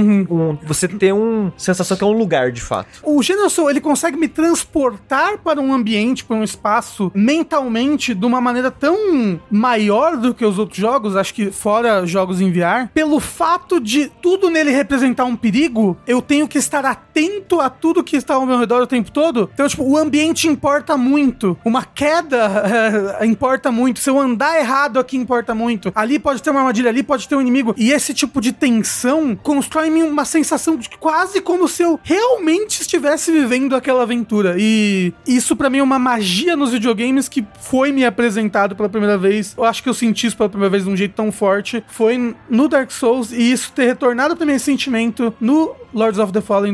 você ter uma sensação que é um lugar, de fato. O Gênero Soul, ele consegue me transportar para um ambiente, para um espaço, mentalmente, de uma maneira tão maior do que os outros jogos, acho que fora jogos em VR, pelo fato de tudo nele representar um perigo, eu tenho que estar atento a tudo que está ao meu redor o tempo todo. Então, tipo, o ambiente importa muito. Uma queda importa muito. Se eu andar errado aqui, importa muito. Ali pode ter uma armadilha, ali pode ter um inimigo. E esse tipo de tensão constrói em mim uma sensação de quase como se eu realmente estivesse vivendo aquela aventura. E isso pra mim é uma magia nos videogames que foi me apresentado pela primeira vez. Eu acho que eu senti isso pela primeira vez de um jeito tão forte. Foi no Dark Souls, e isso ter retornado pra mim esse sentimento no Lords of the Fallen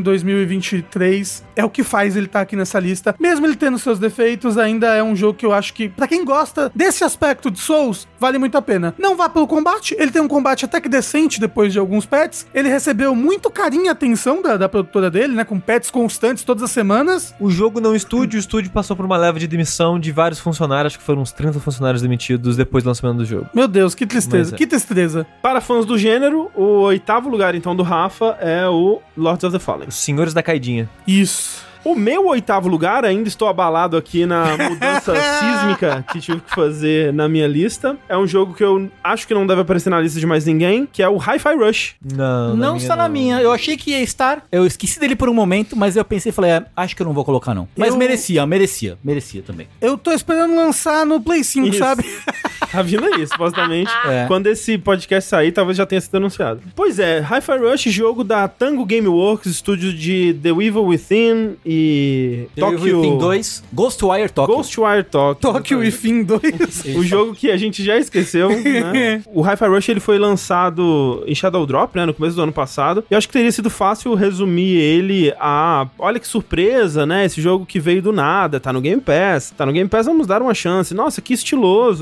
2023 é o que faz ele estar aqui nessa lista. Mesmo ele tendo seus defeitos, ainda é um jogo que eu acho que, pra quem gosta desse aspecto de Souls, vale muito a pena. Não vá pelo combate, ele tem um combate até que decente depois de alguns patches. Ele recebeu muito carinho e atenção da produtora dele, né, com patches constantes todas as semanas. O jogo não estúdio, o estúdio passou por uma leva de demissão de vários funcionários, acho que foram uns 30 funcionários demitidos depois do lançamento do jogo. Meu Deus, que tristeza, que tristeza. Para fãs do gênero, o 8º lugar, então, do Rafa é o Lords of the Fallen. Os Senhores da Caidinha. Isso. O meu 8º lugar, ainda estou abalado aqui na mudança sísmica que tive que fazer na minha lista. É um jogo que eu acho que não deve aparecer na lista de mais ninguém, que é o Hi-Fi Rush. Não está na minha. Eu achei que ia estar. Eu esqueci dele por um momento, mas eu pensei e falei, acho que eu não vou colocar não. Mas merecia também. Eu tô esperando lançar no Play 5, Isso. sabe? Tá vindo aí, supostamente. Quando esse podcast sair, talvez já tenha sido anunciado. Pois é, Hi-Fi Rush, jogo da Tango Gameworks, estúdio de The Evil Within e Tokyo Within 2, Ghostwire Tokyo. Ghostwire Tokyo. Tokyo Within 2. O jogo que a gente já esqueceu, né? O Hi-Fi Rush, ele foi lançado em Shadow Drop, né, no começo do ano passado. E eu acho que teria sido fácil resumir ele a... Olha que surpresa, né? Esse jogo que veio do nada, tá no Game Pass. Tá no Game Pass, vamos dar uma chance. Nossa, que estiloso, né? Ele é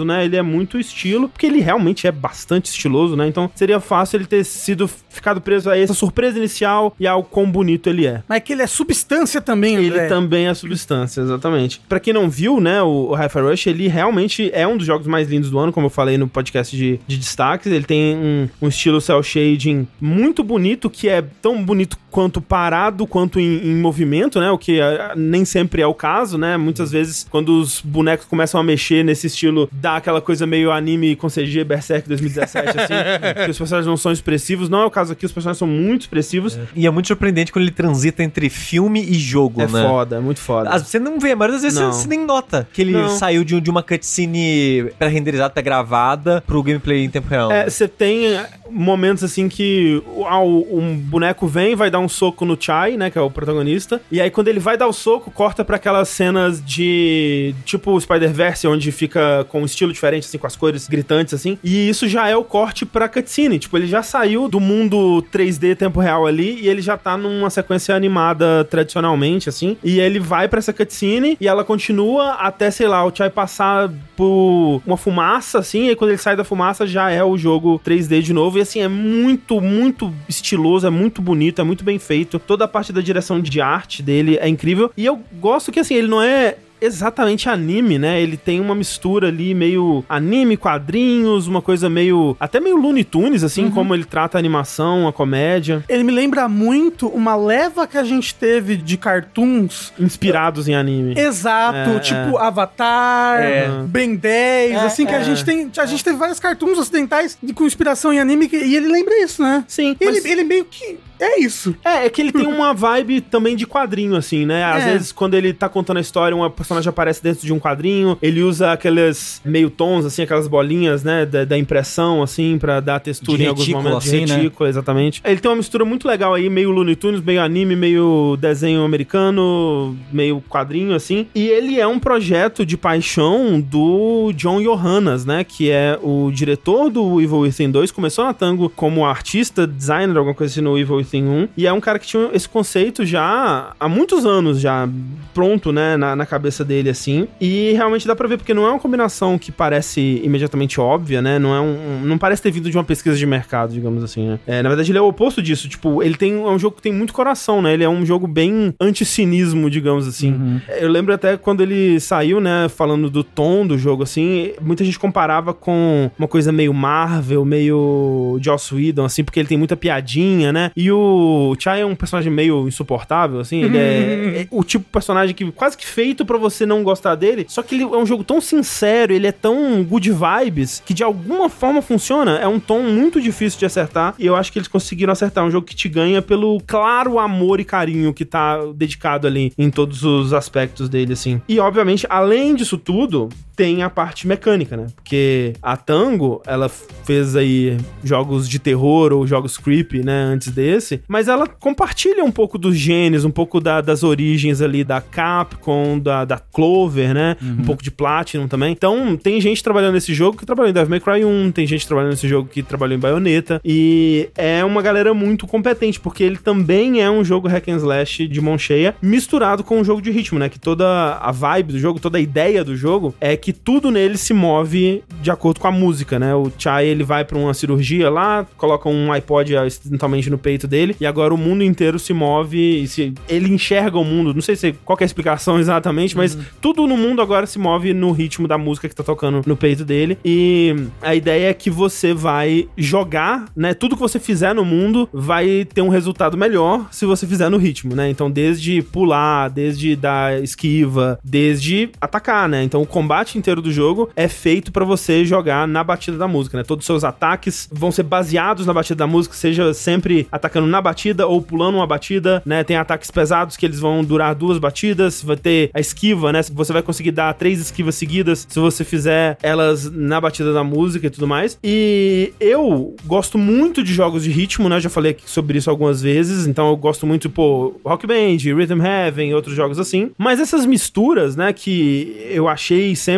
muito estilo, porque ele realmente é bastante estiloso, né? Então seria fácil ele ter ficado preso a essa surpresa inicial e ao quão bonito ele é. Mas que ele é substância também, André. Ele também é substância, exatamente. Pra quem não viu, né, o Hi-Fi Rush, ele realmente é um dos jogos mais lindos do ano, como eu falei no podcast de destaques. Ele tem um estilo cel shading muito bonito, que é tão bonito quanto parado, quanto em movimento, né, o que nem sempre é o caso, né, muitas vezes quando os bonecos começam a mexer nesse estilo, dá aquela coisa meio anime com CG Berserk 2017, assim, que os personagens não são expressivos. Não é o caso aqui, os personagens são muito expressivos. E é muito surpreendente quando ele transita entre filme e jogo, né? É foda, é muito foda. Você não vê, a maioria das vezes você nem nota que ele saiu de uma cutscene pré-renderizada, pré-gravada, pro gameplay em tempo real. Você tem momentos assim que um boneco vai dar um soco no Chai, né, que é o protagonista, e aí quando ele vai dar o soco, corta pra aquelas cenas de tipo Spider-Verse, onde fica com um estilo diferente, assim, com as cores gritantes, assim, e isso já é o corte pra cutscene, tipo, ele já saiu do mundo 3D tempo real ali, e ele já tá numa sequência animada tradicionalmente, assim, e ele vai pra essa cutscene, e ela continua até, sei lá, o Chai passar por uma fumaça, assim, e aí quando ele sai da fumaça, já é o jogo 3D de novo, e assim, é muito, muito estiloso, é muito bonito, é muito bem feito, toda a parte da direção de arte dele é incrível, e eu gosto que, assim, ele não é exatamente anime, né? Ele tem uma mistura ali meio anime, quadrinhos, uma coisa meio... até meio Looney Tunes, assim, como ele trata a animação, a comédia. Ele me lembra muito uma leva que a gente teve de cartoons inspirados em anime. Exato, tipo Avatar, Ben 10, assim, que a gente teve vários cartoons ocidentais com inspiração em anime, e ele lembra isso, né? Sim. Ele meio que... é isso. É que ele tem uma vibe também de quadrinho, assim, né? Às vezes, quando ele tá contando a história, uma personagem aparece dentro de um quadrinho, ele usa aqueles meio tons, assim, aquelas bolinhas, né, da impressão, assim, pra dar textura de em alguns retículo, momentos. assim, de retículo, exatamente. Ele tem uma mistura muito legal aí, meio Looney Tunes, meio anime, meio desenho americano, meio quadrinho, assim. E ele é um projeto de paixão do John Johannes, né, que é o diretor do Evil Within 2, começou na Tango como artista, designer, alguma coisa assim, no Evil Within 1, e é um cara que tinha esse conceito já há muitos anos, já pronto, né, na cabeça dele, assim, e realmente dá pra ver, porque não é uma combinação que parece imediatamente óbvia, né, não parece ter vindo de uma pesquisa de mercado, digamos assim, né. Na verdade, ele é o oposto disso, tipo, é um jogo que tem muito coração, né, ele é um jogo bem anti-cinismo, digamos assim. Eu lembro até quando ele saiu, né, falando do tom do jogo, assim, muita gente comparava com uma coisa meio Marvel, meio Joss Whedon, assim, porque ele tem muita piadinha, né, e o Chai é um personagem meio insuportável, assim, ele é o tipo de personagem que quase que feito pra você não gostar dele, só que ele é um jogo tão sincero, ele é tão good vibes, que de alguma forma funciona. É um tom muito difícil de acertar, e eu acho que eles conseguiram acertar. É um jogo que te ganha pelo claro amor e carinho que tá dedicado ali em todos os aspectos dele, assim. E, obviamente, além disso tudo, tem a parte mecânica, né? Porque a Tango, ela fez aí jogos de terror ou jogos creepy, né, antes desse, mas ela compartilha um pouco dos genes, um pouco das origens ali da Capcom, da Clover, né? Um pouco de Platinum também. Então, tem gente trabalhando nesse jogo que trabalhou em Devil May Cry 1, tem gente trabalhando nesse jogo que trabalhou em Bayonetta, e é uma galera muito competente, porque ele também é um jogo hack and slash de mão cheia, misturado com um jogo de ritmo, né? Que toda a vibe do jogo, toda a ideia do jogo é que tudo nele se move de acordo com a música, né? O Chai, ele vai pra uma cirurgia lá, coloca um iPod acidentalmente no peito dele, e agora o mundo inteiro se move, ele enxerga o mundo, não sei qual que é a explicação exatamente, mas tudo no mundo agora se move no ritmo da música que tá tocando no peito dele, e a ideia é que você vai jogar, né? Tudo que você fizer no mundo vai ter um resultado melhor se você fizer no ritmo, né? Então, desde pular, desde dar esquiva, desde atacar, né? Então, o combate inteiro do jogo é feito pra você jogar na batida da música, né? Todos os seus ataques vão ser baseados na batida da música, seja sempre atacando na batida ou pulando uma batida, né? Tem ataques pesados que eles vão durar 2 batidas, vai ter a esquiva, né? Você vai conseguir dar 3 esquivas seguidas se você fizer elas na batida da música e tudo mais. E eu gosto muito de jogos de ritmo, né? Eu já falei aqui sobre isso algumas vezes, então eu gosto muito, Rock Band, Rhythm Heaven e outros jogos assim. Mas essas misturas, né, que eu achei sempre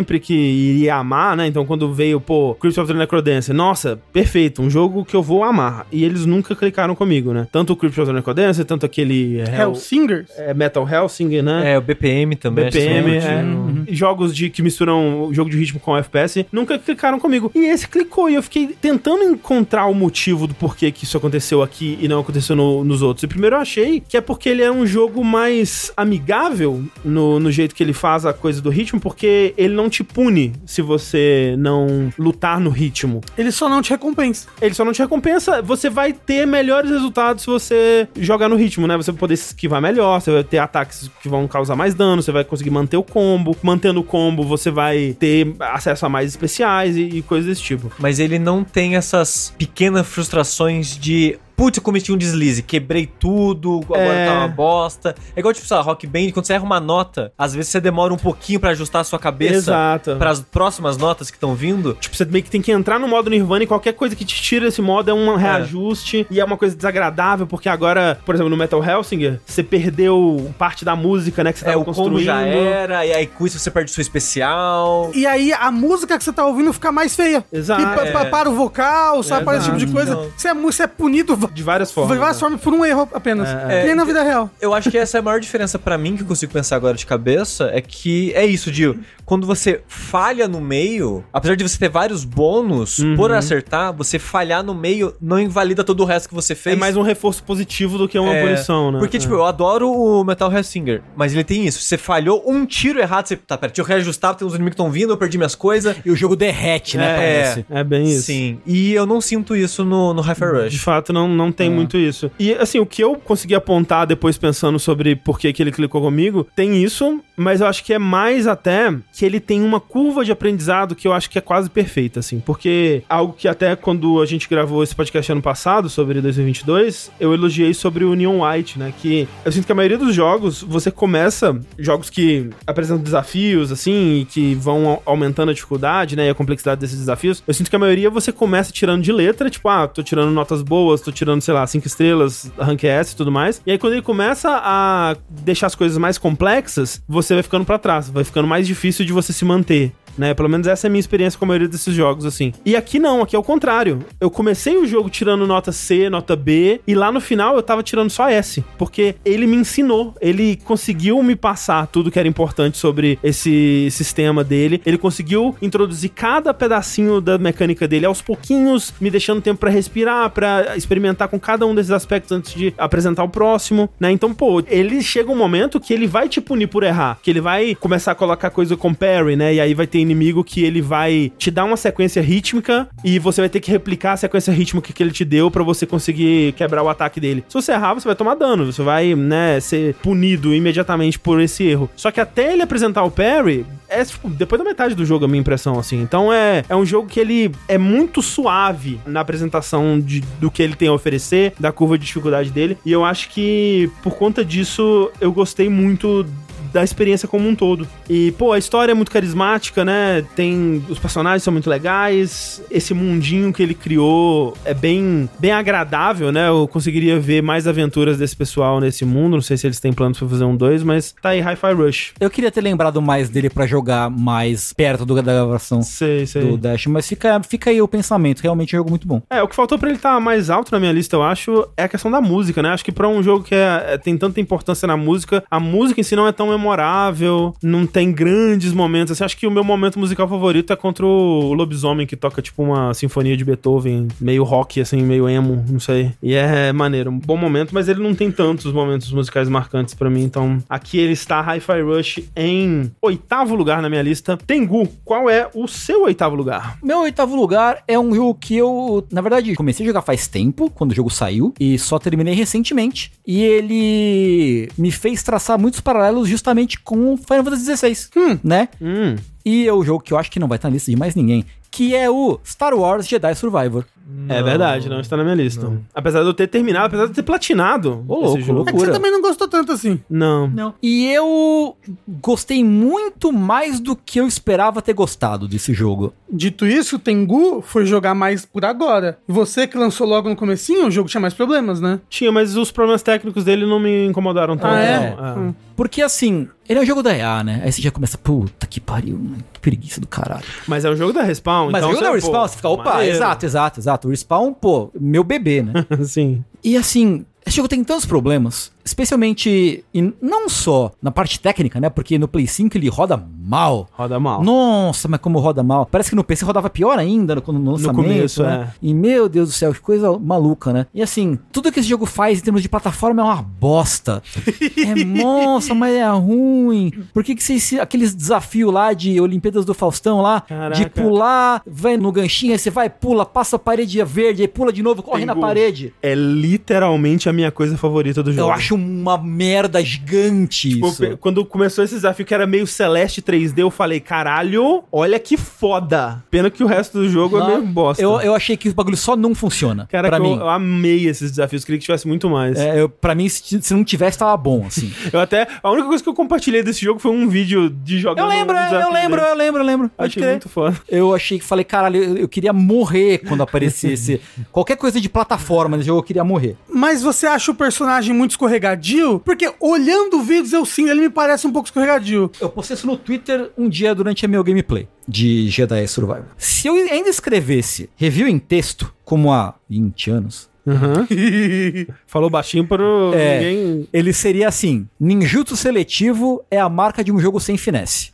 sempre que iria amar, né? Então quando veio, Crypt of the Necrodancer, nossa, perfeito, um jogo que eu vou amar. E eles nunca clicaram comigo, né? Tanto o Crypt of the Necrodancer, tanto aquele... Hellsingers? Metal Hellsinger, né? O BPM também. BPM, jogos que misturam jogo de ritmo com FPS, nunca clicaram comigo. E esse clicou, e eu fiquei tentando encontrar o motivo do porquê que isso aconteceu aqui e não aconteceu nos outros. E primeiro eu achei que é porque ele é um jogo mais amigável no jeito que ele faz a coisa do ritmo, porque ele não te pune se você não lutar no ritmo. Ele só não te recompensa. Você vai ter melhores resultados se você jogar no ritmo, né? Você vai poder esquivar melhor, você vai ter ataques que vão causar mais dano, você vai conseguir manter o combo. Mantendo o combo, você vai ter acesso a mais especiais e coisas desse tipo. Mas ele não tem essas pequenas frustrações de... Putz, eu cometi um deslize, quebrei tudo, agora tá uma bosta. É igual, tipo, Rock Band, quando você erra uma nota, às vezes você demora um pouquinho pra ajustar a sua cabeça pras próximas notas que estão vindo. Tipo, você meio que tem que entrar no modo Nirvana e qualquer coisa que te tira esse modo é um reajuste e é uma coisa desagradável, porque agora, por exemplo, no Metal Hellsinger, você perdeu parte da música, né, que você tava construindo. O combo já era, e aí com isso você perde sua especial. E aí a música que você tá ouvindo fica mais feia. Exato. E para o vocal, sabe, para esse tipo de coisa. Você é punido de várias formas. De várias formas por um erro apenas. Que nem na vida real. Eu acho que essa é a maior diferença pra mim, que eu consigo pensar agora de cabeça, é que é isso, Dio. Quando você falha no meio, apesar de você ter vários bônus por acertar, você falhar no meio não invalida todo o resto que você fez. É mais um reforço positivo do que uma punição, né? Porque, tipo, eu adoro o Metal Hellsinger, mas ele tem isso. Você falhou um tiro errado, você... Tá, pera, deixa eu reajustar, porque tem uns inimigos que estão vindo, eu perdi minhas coisas. E o jogo derrete, né, parece. É bem isso. Sim. E eu não sinto isso no Hi-Fi Rush. De fato, não tem muito isso. E, assim, o que eu consegui apontar depois pensando sobre por que ele clicou comigo, tem isso, mas eu acho que é mais até que ele tem uma curva de aprendizado que eu acho que é quase perfeita, assim. Porque algo que até quando a gente gravou esse podcast ano passado, sobre 2022, eu elogiei sobre o Neon White, né? Que eu sinto que a maioria dos jogos, você começa jogos que apresentam desafios, assim, e que vão aumentando a dificuldade, né? E a complexidade desses desafios. Eu sinto que a maioria você começa tirando de letra, tipo, tô tirando notas boas, tô tirando, sei lá, 5 estrelas, rank S e tudo mais. E aí quando ele começa a deixar as coisas mais complexas, você vai ficando pra trás, vai ficando mais difícil de você se manter, né? Pelo menos essa é a minha experiência com a maioria desses jogos, assim. E aqui não, aqui é o contrário. Eu comecei o jogo tirando nota C, nota B, e lá no final eu tava tirando só S, porque ele me ensinou, ele conseguiu me passar tudo que era importante sobre esse sistema dele, ele conseguiu introduzir cada pedacinho da mecânica dele aos pouquinhos, me deixando tempo pra respirar, pra experimentar com cada um desses aspectos antes de apresentar o próximo, né? Então, ele chega um momento que ele vai te punir por errar, que ele vai começar a colocar coisa com parry, né? E aí vai ter inimigo que ele vai te dar uma sequência rítmica e você vai ter que replicar a sequência rítmica que ele te deu pra você conseguir quebrar o ataque dele. Se você errar, você vai tomar dano, você vai, né, ser punido imediatamente por esse erro. Só que até ele apresentar o parry, tipo, depois da metade do jogo, a minha impressão, assim. Então é um jogo que ele é muito suave na apresentação do que ele tem a oferecer, da curva de dificuldade dele, e eu acho que por conta disso eu gostei muito da experiência como um todo. E, a história é muito carismática, né? Os personagens são muito legais. Esse mundinho que ele criou é bem agradável, né? Eu conseguiria ver mais aventuras desse pessoal nesse mundo. Não sei se eles têm planos pra fazer um 2, mas tá aí, Hi-Fi Rush. Eu queria ter lembrado mais dele pra jogar mais perto da gravação do Dash, mas fica aí o pensamento. Realmente é um jogo muito bom. O que faltou pra ele estar mais alto na minha lista, eu acho, é a questão da música, né? Acho que pra um jogo que tem tanta importância na música, a música em si não é tão memorável, não tem grandes momentos, assim, acho que o meu momento musical favorito é contra o lobisomem, que toca tipo uma sinfonia de Beethoven, meio rock, assim, meio emo, não sei, e é maneiro, um bom momento, mas ele não tem tantos momentos musicais marcantes pra mim, então aqui ele está, Hi-Fi Rush, em 8º lugar na minha lista. Tengu, qual é o seu 8º lugar? Meu 8º lugar é um jogo que eu, na verdade, comecei a jogar faz tempo, quando o jogo saiu, e só terminei recentemente, e ele me fez traçar muitos paralelos justamente com Final Fantasy XVI, né? E é o jogo que eu acho que não vai estar na lista de mais ninguém, que é o Star Wars Jedi Survivor. É verdade, não está na minha lista. Não. Apesar de eu ter terminado, apesar de eu ter platinado esse jogo. É que você também não gostou tanto assim. Não. E eu gostei muito mais do que eu esperava ter gostado desse jogo. Dito isso, o Tengu foi jogar mais por agora. E você que lançou logo no comecinho, o jogo tinha mais problemas, né? Tinha, mas os problemas técnicos dele não me incomodaram tanto. Porque assim, Ele é um jogo da EA, né? Aí você já começa, puta que pariu, que preguiça do caralho. Mas é o jogo da Respawn, Mas então... o jogo da Respawn, você fica, opa, maneiro. exato. O Respawn, pô, meu bebê, né? Sim. E assim, esse jogo tem tantos problemas, especialmente, e não só na parte técnica, né? Porque no Play 5 ele roda mal. Roda mal. Nossa, mas como roda mal. Parece que no PC rodava pior ainda no lançamento, começo, né? E meu Deus do céu, que coisa maluca, né? E assim, tudo que esse jogo faz em termos de plataforma é uma bosta. Nossa, mas é ruim. Por que vocês, aqueles desafios lá de Olimpíadas do Faustão lá, Caraca. de pular, vai no ganchinho, aí você vai, pula, passa a parede verde, aí pula de novo, corre na parede. É literalmente a minha coisa favorita do jogo. Eu acho uma merda gigante Tipo, isso. quando começou esse desafio que era meio Celeste 3D, eu falei, caralho, olha que foda. Pena que o resto do jogo é meio bosta. Eu achei que o bagulho só não funciona. Cara, pra mim. eu amei esses desafios, queria que tivesse muito mais. Pra mim, se não tivesse, tava bom, assim. A única coisa que eu compartilhei desse jogo foi um vídeo de jogando. Eu lembro. Pode Achei crer. muito foda. Eu achei que falei, caralho, eu queria morrer quando aparecesse qualquer coisa de plataforma nesse jogo, eu queria morrer. Mas você acha o personagem muito escorregadio? Porque olhando vídeos eu sim, ele me parece um pouco escorregadio. Eu postei isso no Twitter um dia durante a meu gameplay de Jedi Survival. Se eu ainda escrevesse review em texto, como há 20 anos, Falou baixinho para ninguém... ele seria assim: ninjutsu seletivo é a marca de um jogo sem finesse.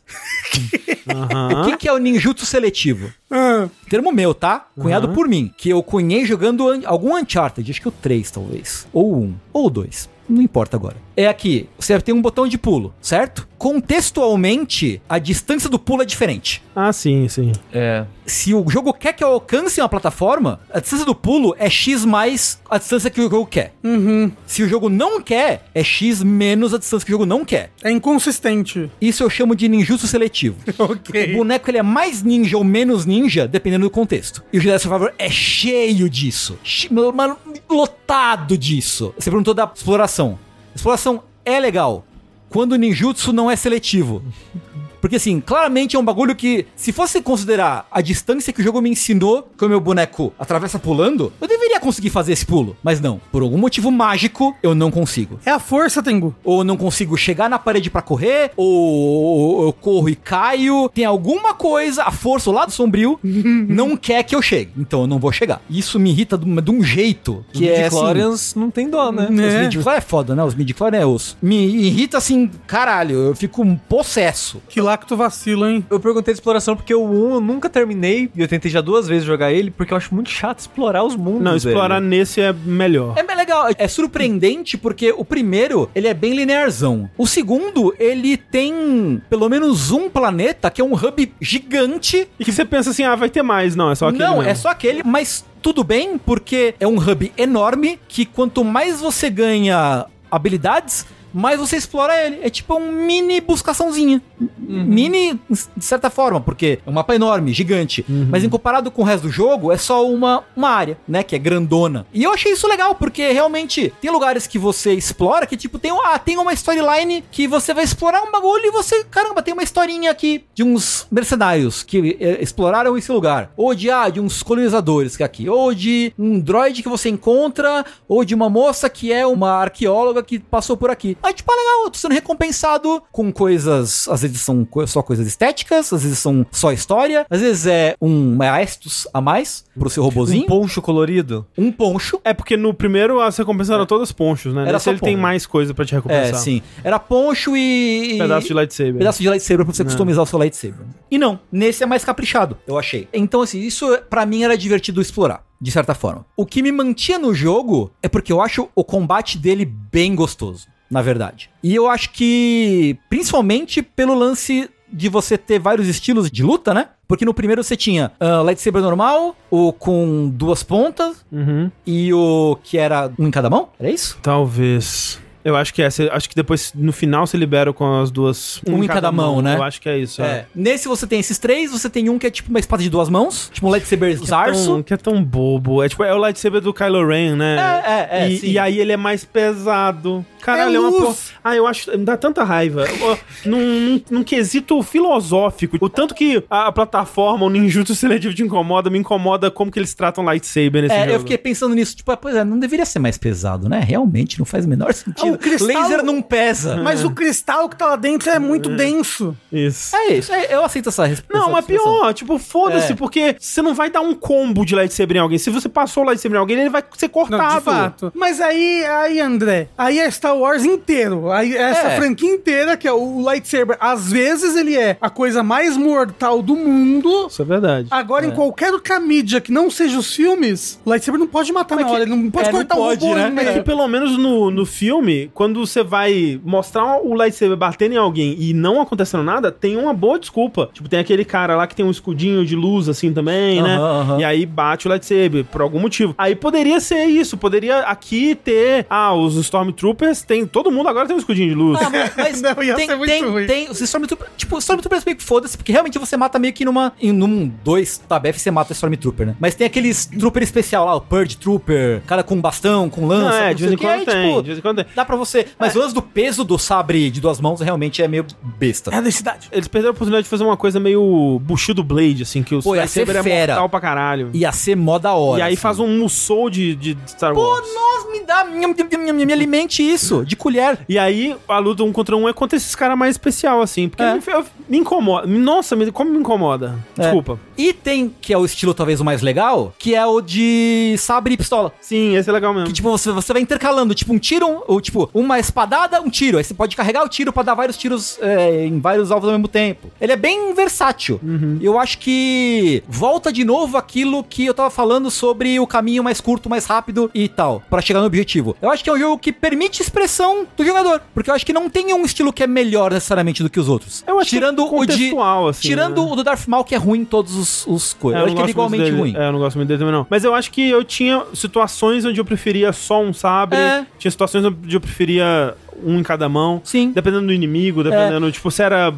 O que é o ninjutsu seletivo? Termo meu, tá? Cunhado por mim. Que eu cunhei jogando algum Uncharted. Acho que o 3, talvez. Ou 1. Ou 2. Não importa agora. É aqui. Você tem um botão de pulo, certo? Contextualmente, a distância do pulo é diferente. Ah, sim. É. Se o jogo quer que eu alcance uma plataforma, a distância do pulo é X mais a distância que o jogo quer. Se o jogo não quer, é X menos a distância que o jogo não quer. É inconsistente. Isso eu chamo de ninjutsu seletivo. Ok. O boneco ele é mais ninja ou menos ninja, dependendo do contexto. E o Jedi Survivor é cheio disso. Mano, lotado disso. Você perguntou da exploração. Exploração é legal quando o ninjutsu não é seletivo. Porque, assim, claramente é um bagulho que, se fosse considerar a distância que o jogo me ensinou que o meu boneco atravessa pulando, eu deveria conseguir fazer esse pulo. Mas não. Por algum motivo mágico, eu não consigo. É a força, Tengu. Ou eu não consigo chegar na parede pra correr, ou eu corro e caio. Tem alguma coisa, a força, o lado sombrio, não quer que eu chegue. Então eu não vou chegar. Isso me irrita de um jeito que é assim... Midi-chlorians não tem dó, né? Os midi-chlorians é foda, né? Os midi-chlorians é osso. Me irrita assim, caralho. Eu fico um possesso. Que lacto vacilo, hein? Eu perguntei de exploração porque o 1 eu nunca terminei e eu tentei já 2 vezes jogar ele porque eu acho muito chato explorar os mundos. Não, explorar velho. nesse é melhor. É bem legal. É surpreendente porque o primeiro, ele é bem linearzão. O segundo, ele tem pelo menos um planeta que é um hub gigante. E que você pensa assim, vai ter mais. Não, é só aquele Não, mesmo. é só aquele, mas tudo bem porque é um hub enorme que quanto mais você ganha habilidades, mais você explora ele. É tipo um mini buscaçãozinha. Mini, de certa forma, porque é um mapa enorme, gigante. Mas em comparado com o resto do jogo, é só uma área, né? Que é grandona. E eu achei isso legal, porque realmente tem lugares que você explora que, tipo, tem uma storyline que você vai explorar um bagulho e você, caramba, tem uma historinha aqui de uns mercenários que exploraram esse lugar. Ou de uns colonizadores que é aqui. Ou de um droid que você encontra. Ou de uma moça que é uma arqueóloga que passou por aqui. Aí, tipo, legal, eu tô sendo recompensado com coisas, às vezes são só coisas estéticas, às vezes são só história, às vezes é um maestos a mais pro seu robozinho. Um poncho colorido. Um poncho. É porque no primeiro as recompensas eram todas ponchos, né? Era Nesse só ele tem poncho. mais coisa pra te recompensar. Sim. Era poncho e... Pedaço de lightsaber. Pedaço de lightsaber pra você customizar o seu lightsaber. E não, nesse é mais caprichado, eu achei. Então, assim, isso pra mim era divertido explorar, de certa forma. O que me mantinha no jogo é porque eu acho o combate dele bem gostoso, na verdade. E eu acho que, principalmente pelo lance de você ter vários estilos de luta, né? Porque no primeiro você tinha lightsaber normal, o com 2 pontas, e o que era um em cada mão, era isso? Talvez... Eu acho que é. Acho que depois, no final, você libera com as duas... Um em cada mão, né? Eu acho que é isso. Nesse você tem esses 3, você tem um que é tipo uma espada de 2 mãos, tipo um lightsaber Zarso. Que é tão bobo. É tipo, é o lightsaber do Kylo Ren, né? Sim. E aí ele é mais pesado. Caralho, é uma porra. Eu acho. Me dá tanta raiva. Num quesito filosófico. O tanto que a plataforma, o ninjutsu seletivo me incomoda como que eles tratam lightsaber nesse jogo. Eu fiquei pensando nisso, tipo, pois é, não deveria ser mais pesado, né? Realmente, não faz o menor sentido. O cristal... Laser não pesa. Mas o cristal que tá lá dentro é muito denso. Isso. É isso, eu aceito essa resposta. Não, mas pior, tipo, foda-se, porque você não vai dar um combo de lightsaber em alguém. Se você passou o lightsaber em alguém, ele vai ser cortado. Não, de fato. Mas aí, André, aí é Star Wars inteiro. Aí essa franquia inteira, que é o lightsaber, às vezes ele é a coisa mais mortal do mundo. Isso é verdade. Agora, em qualquer outra mídia que não seja os filmes, o lightsaber não pode matar na hora, ele não pode cortar o robô, né? É que pelo menos no filme, quando você vai mostrar o lightsaber batendo em alguém e não acontecendo nada, tem uma boa desculpa. Tipo, tem aquele cara lá que tem um escudinho de luz assim também, né? E aí bate o lightsaber por algum motivo. Aí poderia ser isso, poderia aqui ter, os Stormtroopers tem, todo mundo agora tem um escudinho de luz. Mas não, ia ser muito ruim. Tem os Stormtroopers, tipo, os Stormtroopers meio que foda-se, porque realmente você mata meio que num 2 tabef você mata o Stormtrooper, né? Mas tem aqueles Trooper especial lá, o Purge Trooper, cara com bastão, com lança, de vez em quando tem, de vez em quando tem. Dá pra você, mas o lance do peso do sabre de 2 mãos realmente é meio besta. É a densidade. Eles perderam a oportunidade de fazer uma coisa meio Bushido Blade, assim, que o lightsaber é mortal pra caralho. Ia ser mó da hora. E aí faz um Musou de Star Wars. Me alimente isso, de colher. E aí, a luta 1 contra 1 é contra esses caras mais especial, assim. Porque me incomoda. Nossa, como me incomoda. Desculpa. E tem, que é o estilo talvez o mais legal, que é o de sabre e pistola. Sim, esse é legal mesmo. Que tipo, você vai intercalando, tipo, um tiro, ou tipo, uma espadada, um tiro. Aí você pode carregar o tiro pra dar vários tiros em vários alvos ao mesmo tempo. Ele é bem versátil. Eu acho que volta de novo aquilo que eu tava falando sobre o caminho mais curto, mais rápido e tal, pra chegar no objetivo. Eu acho que é um jogo que permite expressão do jogador, porque eu acho que não tem um estilo que é melhor necessariamente do que os outros. Eu acho tirando que é contextual, assim, tirando o do Darth Maul, que é ruim em todos os coisas. Eu acho que ele é igualmente ruim. Eu não gosto muito dele também, não. Mas eu acho que eu tinha situações onde eu preferia só um sabre, tinha situações onde eu preferia um em cada mão. Sim. Dependendo do inimigo, dependendo, tipo, se era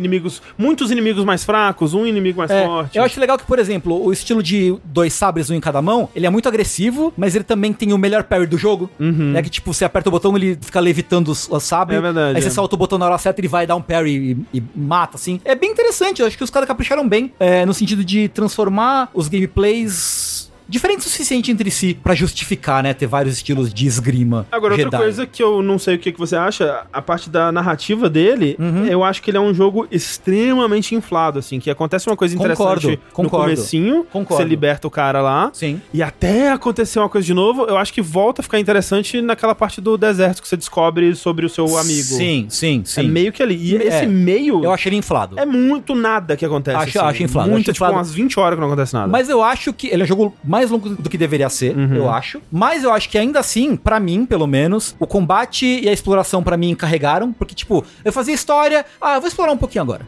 muitos inimigos mais fracos, um inimigo mais forte. Eu acho legal que, por exemplo, o estilo de 2 sabres, um em cada mão, ele é muito agressivo, mas ele também tem o melhor parry do jogo. É que, tipo, você aperta o botão, ele fica levitando o sabre. É verdade. Aí você solta o botão na hora certa, ele vai dar um parry e mata, assim. É bem interessante, eu acho que os caras capricharam bem, no sentido de transformar os gameplays diferentes o suficiente entre si pra justificar, né? Ter vários estilos de esgrima. Agora, Jedi. outra coisa que eu não sei o que você acha, a parte da narrativa dele, eu acho que ele é um jogo extremamente inflado, assim, que acontece uma coisa interessante no comecinho, você liberta o cara lá, e até acontecer uma coisa de novo, eu acho que volta a ficar interessante naquela parte do deserto que você descobre sobre o seu amigo. Sim. É meio que ali. E esse meio... Eu achei ele inflado. É muito nada que acontece. Acho inflado. Muito, tipo, umas 20 horas que não acontece nada. Mas eu acho que ele é um jogo mais longo do que deveria ser, eu acho. Mas eu acho que ainda assim, pra mim, pelo menos, o combate e a exploração pra mim carregaram, porque, tipo, eu fazia história, eu vou explorar um pouquinho agora.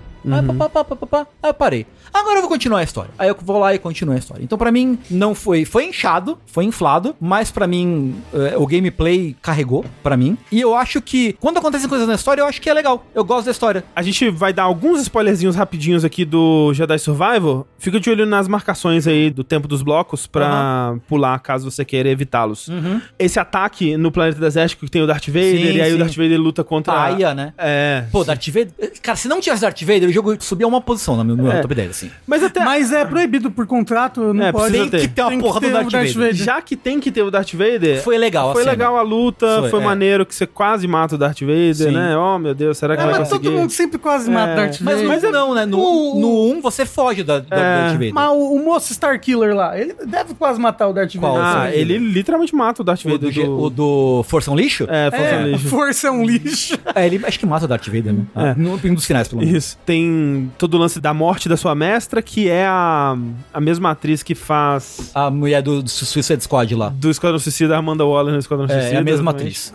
Aí eu parei. Agora eu vou continuar a história. Aí eu vou lá e continuo a história. Então pra mim não foi inchado, foi inflado, mas pra mim o gameplay carregou pra mim. E eu acho que quando acontecem coisas na história, eu acho que é legal. Eu gosto da história. A gente vai dar alguns spoilerzinhos rapidinhos aqui do Jedi Survival. Fica de olho nas marcações aí do tempo dos blocos pra pular, caso você queira evitá-los. Esse ataque no planeta desértico que tem o Darth Vader, e aí o Darth Vader luta contra a Aya, né? Pô, Darth Vader... Cara, se não tivesse Darth Vader, o jogo subia uma posição no meu top 10, assim. Mas é proibido por contrato, não pode. Tem que ter uma porra do Darth Vader. Já que tem que ter o Darth Vader... Foi legal, Foi legal a luta, foi maneiro que você quase mata o Darth Vader, né? Oh, meu Deus, será que vai conseguir? Todo mundo sempre quase mata o Darth Vader. Mas não, né? No 1 você foge do Darth Vader. Mas o moço Starkiller lá, ele deve quase matar o Darth Vader. Ele literalmente mata o Darth Vader. O do Força é um Lixo? Força é um lixo. Força é um lixo. Ele acho que mata o Darth Vader, né? No dos finais, pelo menos. Isso. Tem todo o lance da morte da sua mestra, que é a mesma atriz que faz... A mulher do Suicide Squad lá. Do Esquadrão Suicida, Amanda Waller no Esquadrão Suicida. É a mesma atriz.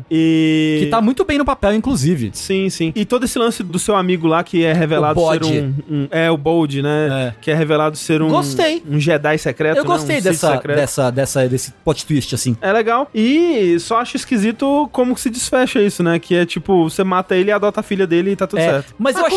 E... Que tá muito bem no papel, inclusive. Sim. E todo esse lance do seu amigo lá, que é revelado ser o Bold, né? Que é revelado ser um Jedi secreto. Eu gostei desse plot twist, assim. É legal. E só acho esquisito como que se desfecha isso, né? Que é tipo, você mata ele e adota a filha dele e tá tudo certo. Mas eu achei...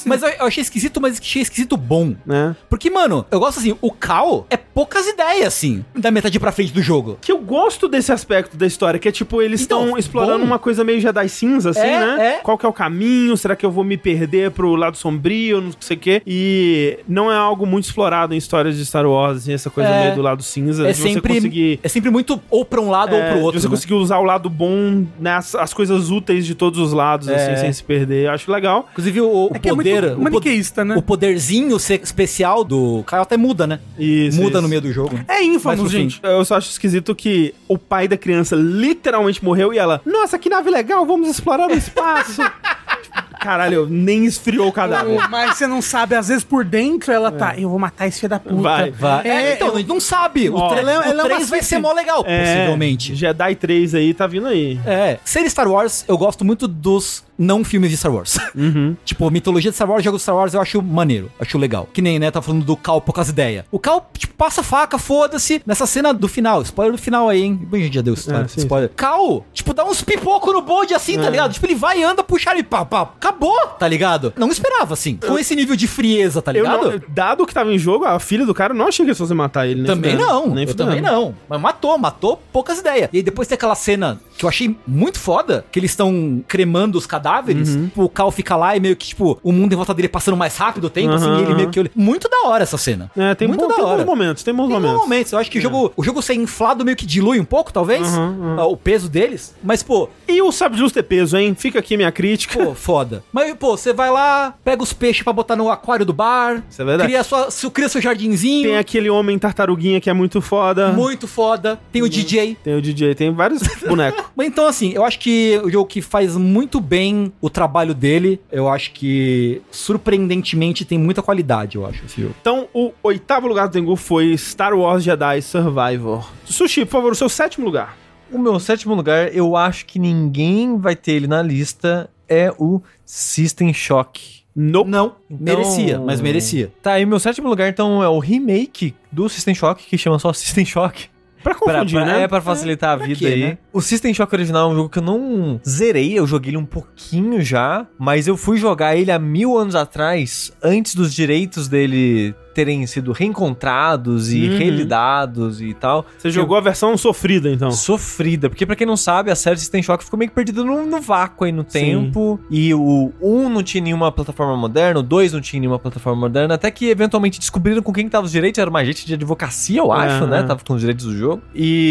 Mas eu achei esquisito, mas achei esquisito bom. Né? Porque, mano, eu gosto assim, o Cal é poucas ideias, assim, da metade pra frente do jogo. Que eu gosto desse aspecto da história, que é tipo, eles estão Então, explorando bom. uma coisa meio Jedi cinza, assim, É, né? é. Qual que é o caminho? Será que eu vou me perder pro lado sombrio? Não sei o quê. E não é algo muito explorado em histórias de Star Wars, assim, essa coisa meio do lado cinza. É de você sempre, conseguir... é sempre muito ou pra um lado ou pro outro. De você né? conseguir usar o lado bom, né? As coisas úteis de todos os lados, assim, sem se perder. Eu acho legal. Inclusive, o que é muito poder. maniqueísta, né? O poderzinho especial do Kyle até muda, né? Isso, Muda isso. no meio do jogo. É Mas Infamous, pro fim. gente. Eu só acho esquisito que o pai da criança literalmente morreu e ela, nossa, que nave legal, vamos explorar o espaço. Caralho, nem esfriou o cadáver. Mas você não sabe, às vezes por dentro ela tá, eu vou matar esse filho da puta. Vai. Então, a gente não sabe. Ó, O 3 ela é uma vai ser mó legal, possivelmente. Jedi 3 aí tá vindo aí. Ser Star Wars, eu gosto muito dos não filmes de Star Wars. Tipo, mitologia de Star Wars, jogo de Star Wars, eu acho maneiro, acho legal. Que nem, né, tá falando do Cal poucas ideias. O Cal, tipo, passa faca, foda-se, nessa cena do final. Spoiler do final aí, hein? Bem, a gente já deu spoiler. Cal, tipo, dá uns pipocos no bode assim, tá ligado? Tipo, ele vai, anda, puxa e pá, acabou, tá ligado? Não esperava, assim, com esse nível de frieza, tá ligado? Dado o que tava em jogo, a filha do cara, eu não achei que eles fossem matar ele. Também fudendo. não, Nem eu fudendo. também não. Mas matou poucas ideias. E aí depois tem aquela cena que eu achei muito foda, que eles estão cremando os cadáveres, o Cal fica lá e meio que, tipo, o mundo em volta dele passando mais rápido o tempo, assim, e ele meio que... Muito da hora essa cena. Tem muito bons momentos, tem bons momentos. Eu acho que o jogo ser inflado meio que dilui um pouco, talvez, o peso deles. Mas, pô, E o sabre de luz ter peso, hein? Fica aqui minha crítica. pô, foda. Mas, pô, você vai lá, pega os peixes pra botar no aquário do bar. Isso é verdade. Cria seu jardinzinho. Tem aquele homem tartaruguinha que é muito foda. Muito foda. Tem o DJ. Tem o DJ, tem vários bonecos. Mas então, assim, eu acho que o jogo que faz muito bem o trabalho dele, eu acho que, surpreendentemente, tem muita qualidade, eu acho, esse jogo. Então, o 8º lugar do Tengu foi Star Wars Jedi Survivor. Sushi, por favor, o seu 7º lugar. O meu 7º lugar, eu acho que ninguém vai ter ele na lista, é o System Shock. Nope. Não, Então- merecia, mas merecia. Tá, e o meu 7º lugar, então, é o remake do System Shock, que chama só System Shock. Pra confundir, né? Pra facilitar a vida quê, aí. né? O System Shock original é um jogo que eu não zerei, eu joguei ele um pouquinho já, mas eu fui jogar ele há 1000 anos atrás, antes dos direitos dele terem sido reencontrados e relidados e tal. Você jogou a versão sofrida, então. Sofrida, porque pra quem não sabe, a série System Shock ficou meio que perdida no vácuo aí no tempo, e o 1 não tinha nenhuma plataforma moderna, o 2 não tinha nenhuma plataforma moderna, até que eventualmente descobriram com quem que tava os direitos, era uma agente de advocacia, eu acho, né, tava com os direitos do jogo,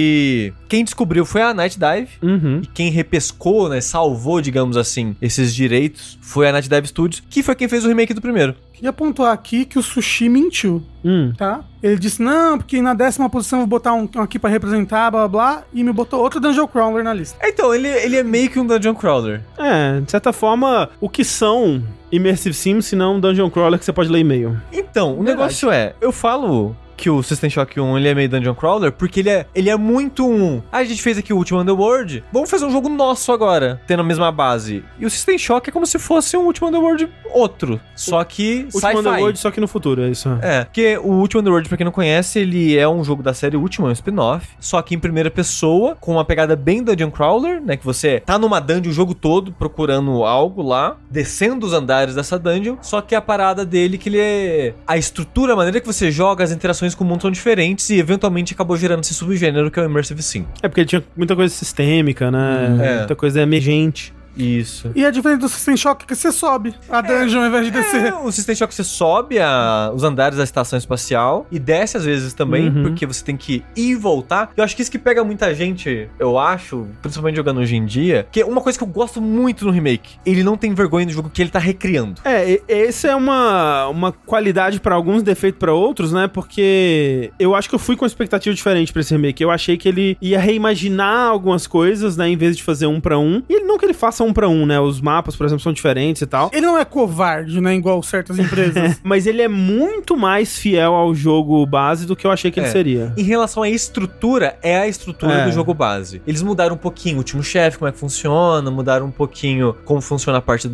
e quem descobriu foi a Night Dive, e quem repescou, né, salvou, digamos assim, esses direitos foi a Night Dive Studios, que foi quem fez o remake do primeiro. Queria pontuar aqui que o Sushi mentiu, tá? Ele disse, não, porque na 10ª posição eu vou botar um aqui pra representar, blá, blá, blá, e me botou outro Dungeon Crawler na lista. Então, ele é meio que um Dungeon Crawler. É, de certa forma, o que são Immersive Sims, se não um Dungeon Crawler que você pode ler e-mail? Então, o negócio é, eu falo que o System Shock 1 ele é meio Dungeon Crawler, porque ele é muito a gente fez aqui o Ultima Underworld, vamos fazer um jogo nosso agora, tendo a mesma base. E o System Shock é como se fosse um Ultima Underworld outro, só que Ultima sci-fi. Underworld, só que no futuro, é isso. É, porque o Ultima Underworld, pra quem não conhece, ele é um jogo da série Ultima, é um spin-off, só que em primeira pessoa, com uma pegada bem Dungeon Crawler, né, que você tá numa dungeon o jogo todo, procurando algo lá, descendo os andares dessa dungeon, só que a parada dele que ele é... A estrutura, a maneira que você joga, as interações com o mundo são diferentes e eventualmente acabou gerando esse subgênero que é o Immersive Sim. É porque ele tinha muita coisa sistêmica, né? Muita coisa emergente. Isso. E a diferença do System Shock é que você sobe a dungeon ao invés de descer. O System Shock você sobe os andares da estação espacial e desce às vezes também, porque você tem que ir e voltar. Eu acho que isso que pega muita gente, eu acho, principalmente jogando hoje em dia, que é uma coisa que eu gosto muito no remake. Ele não tem vergonha do jogo que ele tá recriando. Esse é uma qualidade pra alguns, defeito pra outros, né? Porque eu acho que eu fui com uma expectativa diferente pra esse remake. Eu achei que ele ia reimaginar algumas coisas, né? Em vez de fazer 1 pra 1. E ele não que ele faça 1 pra 1, né? Os mapas, por exemplo, são diferentes e tal. Ele não é covarde, né? Igual certas empresas. Mas ele é muito mais fiel ao jogo base do que eu achei que ele seria. Em relação à estrutura, é a estrutura do jogo base. Eles mudaram um pouquinho o último chefe, como é que funciona, mudaram um pouquinho como funciona a parte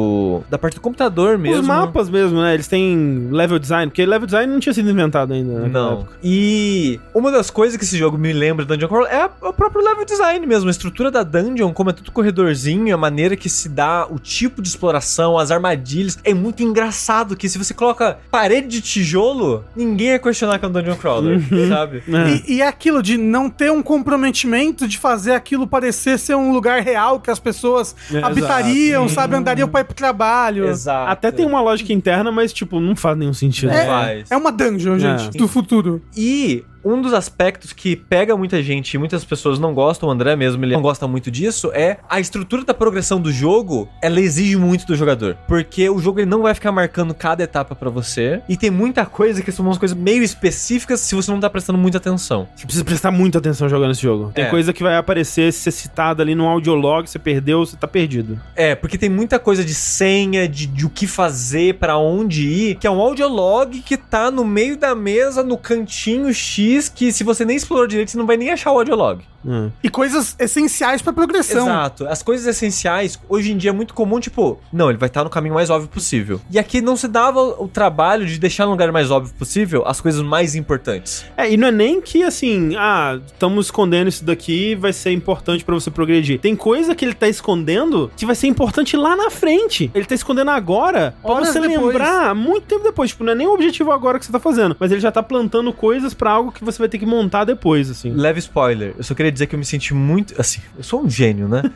da parte do computador mesmo. Os mapas mesmo, né? Eles têm level design, porque level design não tinha sido inventado ainda naquela Não. época. E uma das coisas que esse jogo me lembra do Dungeon Crawler é o próprio level design mesmo. A estrutura da dungeon, como é tudo corredorzinho, a maneira que se dá o tipo de exploração, as armadilhas. É muito engraçado que se você coloca parede de tijolo, ninguém ia questionar que é um dungeon crawler, sabe? E é aquilo de não ter um comprometimento de fazer aquilo parecer ser um lugar real que as pessoas habitariam, sabe? Andariam pra ir pro trabalho. Exato. Até tem uma lógica interna, mas, tipo, não faz nenhum sentido. É uma dungeon, gente, do futuro. E um dos aspectos que pega muita gente e muitas pessoas não gostam, o André mesmo, ele não gosta muito disso, é a estrutura da progressão do jogo, ela exige muito do jogador. Porque o jogo ele não vai ficar marcando cada etapa pra você, e tem muita coisa que são umas coisas meio específicas se você não tá prestando muita atenção. Você precisa prestar muita atenção jogando esse jogo. Tem coisa que vai aparecer, ser citada ali no audiolog, você perdeu, você tá perdido. Porque tem muita coisa de senha, de o que fazer, pra onde ir, que é um audiolog que tá no meio da mesa, no cantinho X, que se você nem explorou direito, você não vai nem achar o audiolog. E coisas essenciais pra progressão. Exato. As coisas essenciais, hoje em dia é muito comum, tipo, não, ele vai estar no caminho mais óbvio possível. E aqui não se dava o trabalho de deixar no lugar mais óbvio possível as coisas mais importantes. E não é nem que, assim, estamos escondendo isso daqui, vai ser importante pra você progredir. Tem coisa que ele tá escondendo que vai ser importante lá na frente. Ele tá escondendo agora pra Horas você depois. lembrar muito tempo depois. Tipo, não é nem o objetivo agora que você tá fazendo, mas ele já tá plantando coisas pra algo que você vai ter que montar depois, assim. Leve spoiler. Eu só queria dizer que eu me senti muito... Assim, eu sou um gênio, né?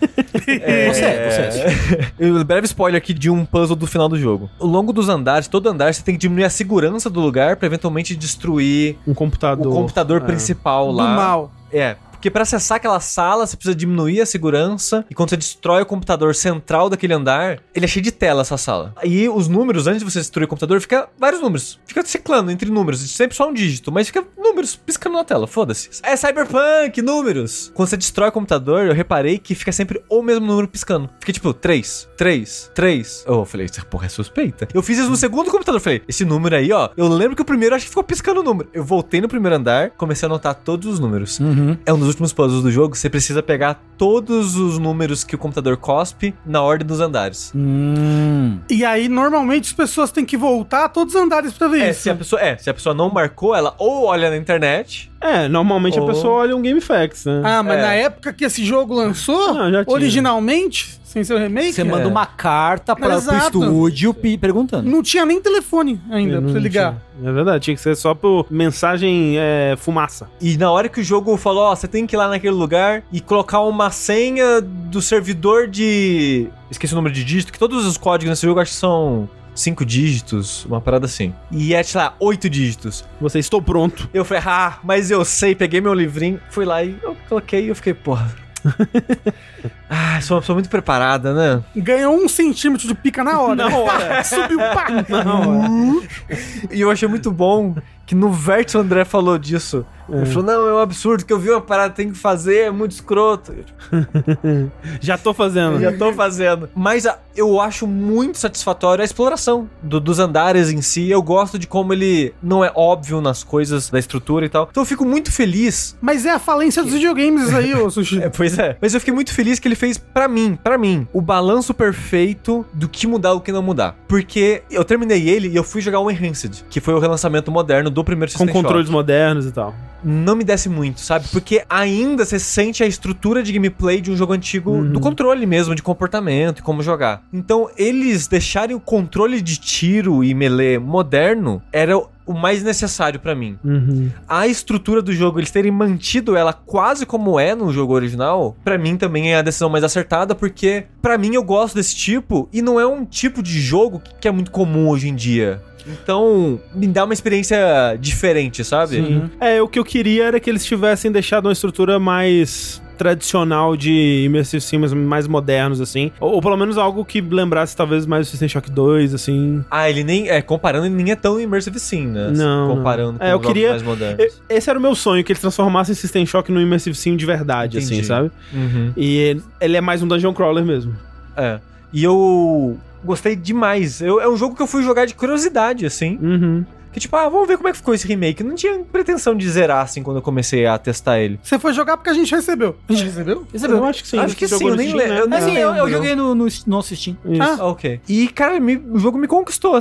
Você. Breve spoiler aqui de um puzzle do final do jogo. Ao longo dos andares, todo andar, você tem que diminuir a segurança do lugar pra eventualmente destruir Um computador. o computador principal Do lá. mal. Porque pra acessar aquela sala, você precisa diminuir a segurança. E quando você destrói o computador central daquele andar, ele é cheio de tela, essa sala. Aí os números, antes de você destruir o computador, fica vários números. Fica ciclando entre números. Sempre só um dígito, mas fica números piscando na tela. Foda-se. É Cyberpunk, números. Quando você destrói o computador, eu reparei que fica sempre o mesmo número piscando. Fica tipo 3, 3, 3. Eu falei, essa porra é suspeita. Eu fiz isso no segundo computador. Falei, esse número aí, ó. Eu lembro que o primeiro acho que ficou piscando o número. Eu voltei no primeiro andar, comecei a anotar todos os números. É um dos últimos puzzles do jogo, você precisa pegar todos os números que o computador cospe na ordem dos andares. E aí, normalmente, as pessoas têm que voltar a todos os andares pra ver isso. Se a pessoa não marcou, ela ou olha na internet... Normalmente a pessoa olha um GameFAQs, né? Mas na época que esse jogo lançou, Não, já tinha. originalmente, sem ser o remake, Você manda uma carta pro Exato. estúdio perguntando. não tinha nem telefone ainda pra você ligar. É verdade, tinha que ser só por mensagem fumaça. E na hora que o jogo falou, ó, você tem que ir lá naquele lugar e colocar uma senha do servidor de... Esqueci o número de dígito, que todos os códigos nesse jogo acho que são 5 dígitos, uma parada assim. E é, sei lá, 8 dígitos. Você estou pronto. Eu falei, mas eu sei, peguei meu livrinho, fui lá e eu coloquei e eu fiquei, porra... sou uma pessoa muito preparada, né? Ganhou 1 centímetro de pica na hora. Na hora. Subiu, pá! Na hora. E eu achei muito bom que no Vértice o André falou disso. Ele falou, não, é um absurdo, que eu vi uma parada, tem que fazer, é muito escroto. Eu, tipo, Já tô fazendo. já tô fazendo. Mas eu acho muito satisfatório a exploração dos andares em si. Eu gosto de como ele não é óbvio nas coisas, da estrutura e tal. Então eu fico muito feliz. Mas é a falência dos videogames isso aí, ô Sushi. Pois é. Mas eu fiquei muito feliz que ele fez, pra mim, o balanço perfeito do que mudar e o que não mudar. Porque eu terminei ele e eu fui jogar o Enhanced, que foi o relançamento moderno do primeiro System Com Shock. controles modernos e tal. Não me desce muito, sabe? Porque ainda você sente a estrutura de gameplay de um jogo antigo, do controle mesmo, de comportamento e como jogar. Então, eles deixarem o controle de tiro e melee moderno era o mais necessário pra mim. A estrutura do jogo, eles terem mantido ela quase como é no jogo original, pra mim também é a decisão mais acertada, porque pra mim eu gosto desse tipo, e não é um tipo de jogo que é muito comum hoje em dia. Então, me dá uma experiência diferente, sabe? Sim. O que eu queria era que eles tivessem deixado uma estrutura mais tradicional de Immersive Sims, mais modernos, assim. Ou pelo menos algo que lembrasse talvez mais o System Shock 2, assim. Ele nem... comparando, ele nem é tão Immersive Sim, né? Não. Comparando com eu jogos queria... mais modernos. Esse era o meu sonho, que eles transformassem System Shock no Immersive Sim de verdade, Entendi. assim, sabe? E ele é mais um Dungeon Crawler mesmo. E eu gostei demais. É um jogo que eu fui jogar de curiosidade, assim. Que tipo, vamos ver como é que ficou esse remake. Não tinha pretensão de zerar, assim, quando eu comecei a testar ele. Você foi jogar porque a gente recebeu. A gente recebeu? Eu acho que sim. Acho que Você sim, jogou eu no nem Steam, lembro. né? Eu joguei no nosso Steam. Isso. Ok. E, cara, o jogo me conquistou, assim.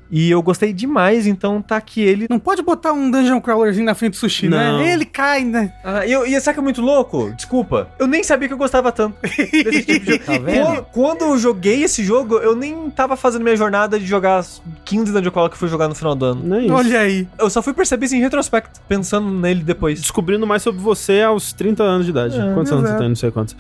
E eu gostei demais, então tá aqui ele. Não pode botar um Dungeon Crawlerzinho na frente do sushi, Não. né? Ele cai, né? E sabe que é muito louco? Desculpa. Eu nem sabia que eu gostava tanto desse tipo de jogo. Tá vendo? Quando eu joguei esse jogo, eu nem tava fazendo minha jornada de jogar 15 Dungeon Crawler que fui jogar no final do ano. Não é isso. Olha aí. Eu só fui perceber isso em retrospecto, pensando nele depois. Descobrindo mais sobre você aos 30 anos de idade. Quantos anos você tem? Não sei quantos.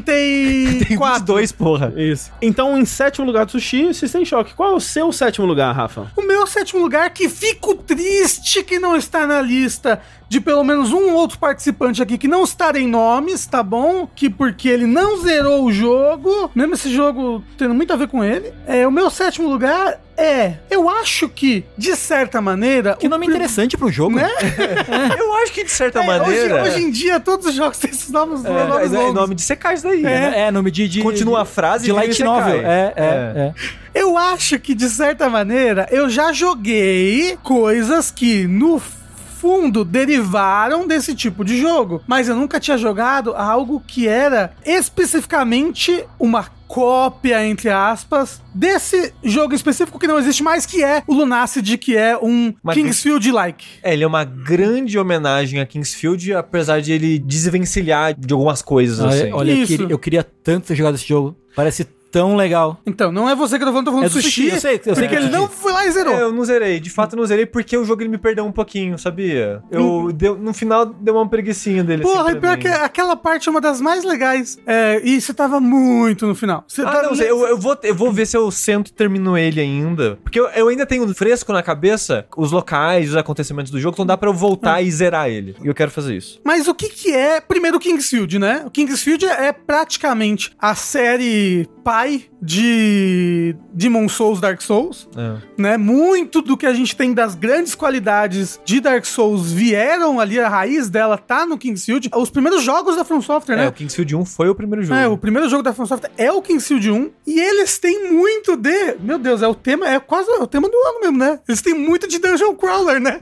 34. 22, porra. Isso. Então, em sétimo lugar do sushi, System Shock. Qual é o seu sétimo lugar, Rafa? O meu sétimo lugar, que fico triste que não está na lista de pelo menos um outro participante aqui que não estará em nomes, tá bom? Que porque ele não zerou o jogo, mesmo esse jogo tendo muito a ver com ele. O meu sétimo lugar eu acho que, de certa maneira... Que nome interessante pro jogo. Né? Eu acho que de certa maneira... Hoje em dia, todos os jogos têm esses nomes É longos. nome de secais daí. Nome de Continua a frase de light vira novel. Isekai. Eu acho que, de certa maneira, eu já joguei coisas que, no fundo, derivaram desse tipo de jogo. Mas eu nunca tinha jogado algo que era especificamente uma cópia, entre aspas, desse jogo específico que não existe mais, que é o Lunacid, que é um Kingsfield-like. Ele é uma grande homenagem a Kingsfield, apesar de ele desvencilhar de algumas coisas, assim. Olha, eu queria tanto ter jogado esse jogo. Parece tão legal. Então, não é você que eu tô falando do sushi. Eu sei porque ele não foi lá e zerou. Eu não zerei. De fato, eu não zerei porque o jogo ele me perdeu um pouquinho, sabia? No final, deu uma preguicinha dele. Porra, assim, e pior que aquela parte é uma das mais legais. E você tava muito no final. Eu vou ver se eu sento e termino ele ainda. Porque eu ainda tenho fresco na cabeça os locais, os acontecimentos do jogo, então dá pra eu voltar e zerar ele. E eu quero fazer isso. Mas o que é, primeiro, o Kingsfield, né? O Kingsfield é praticamente a série pai de Demon Souls, Dark Souls, né? Muito do que a gente tem das grandes qualidades de Dark Souls vieram ali, a raiz dela tá no Kingsfield. Os primeiros jogos da From Software, né? O Kingsfield 1 foi o primeiro jogo. O primeiro jogo da From Software é o Kingsfield 1, e eles têm muito de... Meu Deus, é quase o tema do ano mesmo, né? Eles têm muito de Dungeon Crawler, né?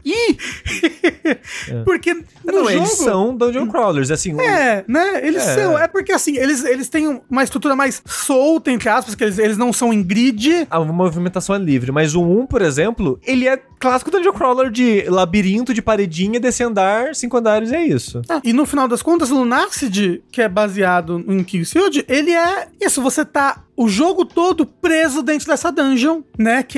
Porque no jogo... Eles são Dungeon Crawlers, assim... né? Eles são... É porque, assim, eles têm uma estrutura mais solta, entre aspas, que eles não são em grid. A movimentação é livre, mas o 1, por exemplo, ele é clássico Dungeon Crawler de labirinto, de paredinha, descer andar, 5 andares, é isso. E no final das contas, o Lunacid, que é baseado em Kingsfield, ele é isso, você tá o jogo todo preso dentro dessa dungeon, né? Que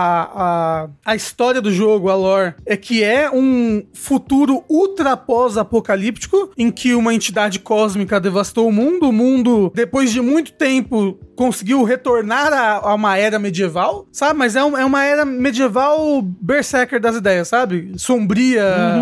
a história do jogo, a lore, é que é um futuro ultra pós-apocalíptico, em que uma entidade cósmica devastou o mundo, depois de muito tempo, conseguiu retornar a uma era medieval, sabe? Mas é uma era medieval berserker das ideias, sabe? Sombria,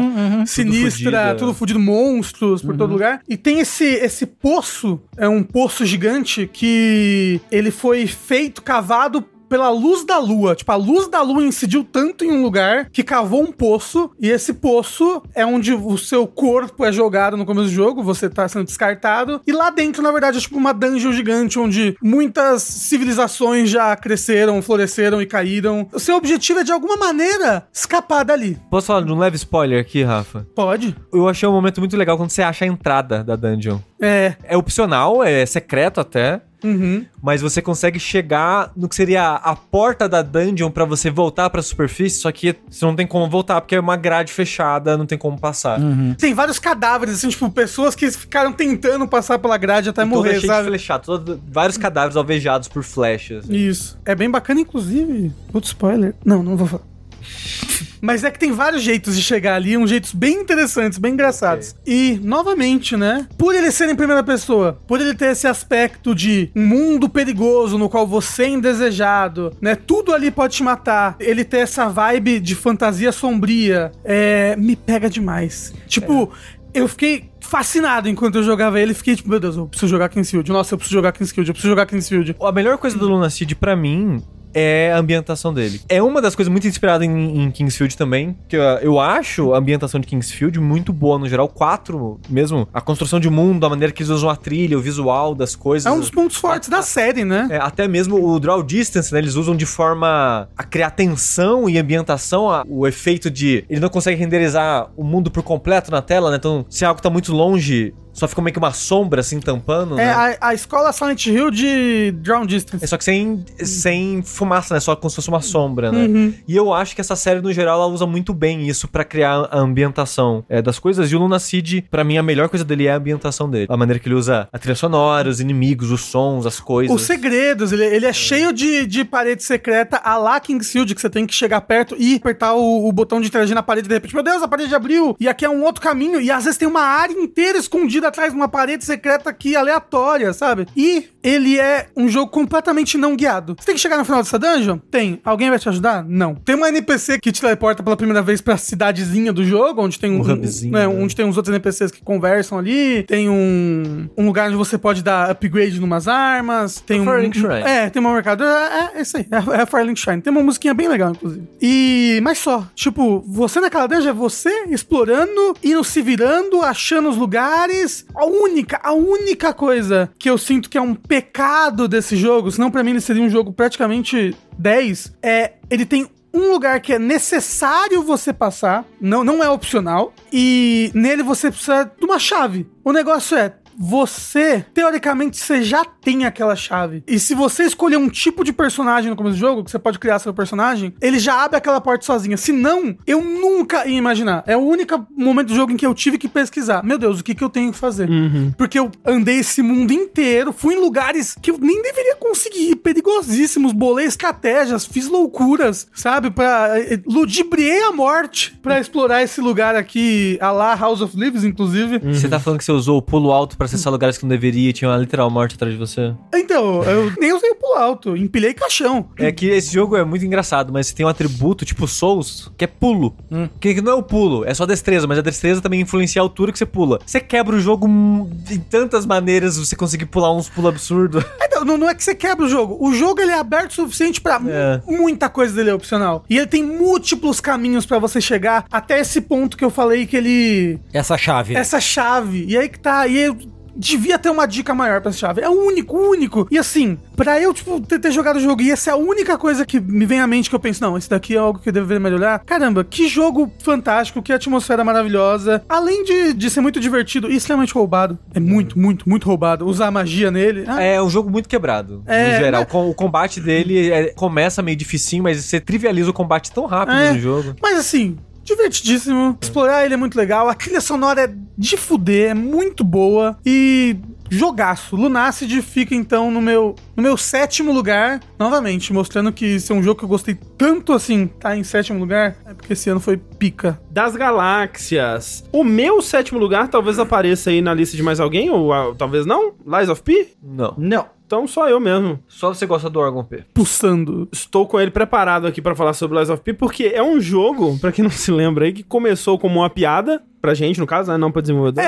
sinistra, tudo fudido, monstros por todo lugar. E tem esse poço, é um poço gigante que ele foi cavado pela luz da lua. Tipo, a luz da lua incidiu tanto em um lugar que cavou um poço, e esse poço é onde o seu corpo é jogado no começo do jogo, você tá sendo descartado, e lá dentro, na verdade, é tipo uma dungeon gigante, onde muitas civilizações já cresceram, floresceram e caíram. O seu objetivo é, de alguma maneira, escapar dali. Posso falar de um leve spoiler aqui, Rafa? Pode. Eu achei um momento muito legal quando você acha a entrada da dungeon. É opcional, é secreto até. Mas você consegue chegar no que seria a porta da dungeon pra você voltar pra superfície, só que você não tem como voltar, porque é uma grade fechada, não tem como passar. Tem vários cadáveres, assim, tipo, pessoas que ficaram tentando passar pela grade até morrer, cheio sabe? de flechado, vários cadáveres alvejados por flechas. Isso. É bem bacana, inclusive. Outro spoiler. Não vou falar. Mas é que tem vários jeitos de chegar ali, uns jeitos bem interessantes, bem engraçados. E, novamente, né? Por ele ser em primeira pessoa, por ele ter esse aspecto de um mundo perigoso no qual você é indesejado, né? Tudo ali pode te matar. Ele ter essa vibe de fantasia sombria, me pega demais. Tipo... Eu fiquei fascinado enquanto eu jogava ele. Fiquei tipo, meu Deus, eu preciso jogar Kingsfield. Nossa, eu preciso jogar Kingsfield. A melhor coisa do Lunacid, pra mim, é a ambientação dele. É uma das coisas muito inspiradas em Kingsfield também, que eu acho a ambientação de Kingsfield muito boa no geral. 4 mesmo, a construção de mundo, a maneira que eles usam a trilha, o visual das coisas. É um dos pontos fortes da série, né? Até mesmo o draw distance, né? Eles usam de forma a criar tensão e ambientação, o efeito de... Ele não consegue renderizar o mundo por completo na tela, né? Então, se algo tá muito longe... só fica meio que uma sombra, assim, tampando, né? A escola Silent Hill de Drown Distance. É só que sem fumaça, né? Só como se fosse uma sombra, né? E eu acho que essa série, no geral, ela usa muito bem isso pra criar a ambientação das coisas. E o Lunacid, pra mim, a melhor coisa dele é a ambientação dele. A maneira que ele usa a trilha sonora, os inimigos, os sons, as coisas. Os segredos, ele é cheio de parede secreta a lá Kingsfield, que você tem que chegar perto e apertar o botão de interagir na parede, de repente, meu Deus, a parede abriu, e aqui é um outro caminho, e às vezes tem uma área inteira escondida atrás de uma parede secreta aqui, aleatória, sabe? E ele é um jogo completamente não guiado. Você tem que chegar no final dessa dungeon? Tem. Alguém vai te ajudar? Não. Tem uma NPC que te teleporta pela primeira vez pra cidadezinha do jogo, onde tem hubzinho, onde tem uns outros NPCs que conversam ali, tem um lugar onde você pode dar upgrade numas armas, tem Firelink Shrine. Tem uma mercado. É isso aí, é a Firelink Shrine. Tem uma musiquinha bem legal, inclusive. Mas só, tipo, você naquela dungeon é você explorando, indo se virando, achando os lugares. A única coisa que eu sinto que é um pecado desse jogo, senão pra mim ele seria um jogo praticamente 10, ele tem um lugar que é necessário você passar, não é opcional, e nele você precisa de uma chave. O negócio teoricamente, você já tem aquela chave. E se você escolher um tipo de personagem no começo do jogo, que você pode criar seu personagem, ele já abre aquela porta sozinha. Se não, eu nunca ia imaginar. É o único momento do jogo em que eu tive que pesquisar. Meu Deus, o que eu tenho que fazer? Porque eu andei esse mundo inteiro, fui em lugares que eu nem deveria conseguir, perigosíssimos, bolei estratégias, fiz loucuras, sabe? Ludibriei a morte pra explorar esse lugar aqui, a lá House of Leaves, inclusive. Você tá falando que você usou o pulo alto pra acessar lugares que não deveria e tinha uma literal morte atrás de você? Então, eu nem usei o pulo alto, empilhei caixão. É que esse jogo é muito engraçado, mas você tem um atributo tipo Souls, que é pulo. Que não é o pulo, é só destreza, mas a destreza também influencia a altura que você pula. Você quebra o jogo de tantas maneiras, você conseguir pular uns pulos absurdos. Então, não é que você quebra o jogo ele é aberto o suficiente pra muita coisa dele é opcional. E ele tem múltiplos caminhos pra você chegar até esse ponto que eu falei que ele... Essa chave. E aí que tá, devia ter uma dica maior pra essa chave. É o único. E assim, pra eu, tipo, ter jogado o jogo e essa é a única coisa que me vem à mente que eu penso, não, esse daqui é algo que eu deveria melhorar. Caramba, que jogo fantástico, que atmosfera maravilhosa. Além de ser muito divertido e extremamente roubado. É muito roubado. Usar magia nele. É um jogo muito quebrado, no geral. O combate dele começa meio dificinho, mas você trivializa o combate tão rápido no jogo. Mas assim... divertidíssimo. Explorar ele é muito legal. A trilha sonora é de fuder, é muito boa. E jogaço. Lunacid fica então no meu 7º lugar. Novamente, mostrando que esse é um jogo que eu gostei tanto assim, tá em 7º lugar. É porque esse ano foi pica. Das galáxias. O meu 7º lugar talvez apareça aí na lista de mais alguém, ou talvez não? Lies of P? Não. Então só eu mesmo. Só você gosta do Orgon P. Pulsando. Estou com ele preparado aqui pra falar sobre Lies of P, porque é um jogo, pra quem não se lembra aí, que começou como uma piada, pra gente, no caso, né? Não pra desenvolvedor.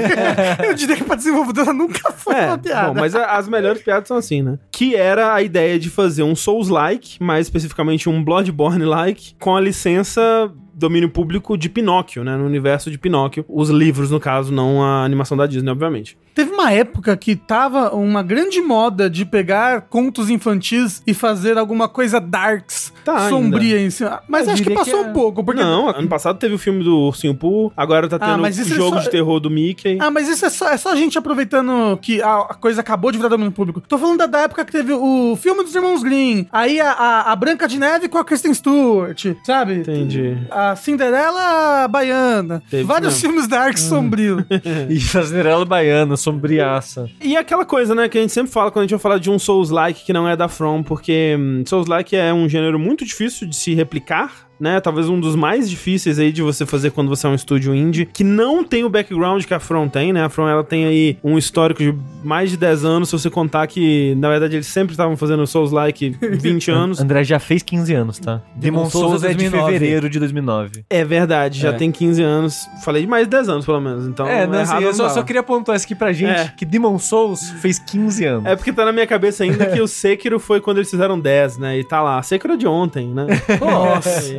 Eu diria que pra desenvolvedora nunca foi uma piada. Bom, mas as melhores piadas são assim, né? Que era a ideia de fazer um Souls-like, mais especificamente um Bloodborne-like, com a licença... domínio público de Pinóquio, né? No universo de Pinóquio. Os livros, no caso, não a animação da Disney, obviamente. Teve uma época que tava uma grande moda de pegar contos infantis e fazer alguma coisa darks, sombria em cima. Mas acho que passou um pouco. Porque... Não, ano passado teve o filme do Ursinho Pooh, agora tá tendo o jogo de terror do Mickey. Mas isso é só a gente aproveitando que a coisa acabou de virar domínio público. Tô falando da época que teve o filme dos Irmãos Grimm, aí a Branca de Neve com a Kristen Stewart, sabe? Entendi. A Cinderela Baiana. Teve vários filmes darks sombrios. E a Cinderela Baiana, sombriaça. E aquela coisa, né, que a gente sempre fala quando a gente vai falar de um Souls-like que não é da From, porque Souls-like é um gênero muito difícil de se replicar, né? Talvez um dos mais difíceis aí de você fazer quando você é um estúdio indie, que não tem o background que a From tem, né? A From, ela tem aí um histórico de mais de 10 anos, se você contar que, na verdade, eles sempre estavam fazendo Souls-like 20 anos. André já fez 15 anos, tá? Demon Souls é de fevereiro de 2009. É verdade, já tem 15 anos. Falei de mais de 10 anos, pelo menos. Então, eu só queria apontar isso aqui pra gente, que Demon Souls fez 15 anos. É porque tá na minha cabeça ainda que o Sekiro foi quando eles fizeram 10, né? E tá lá, Sekiro é de ontem, né? Nossa.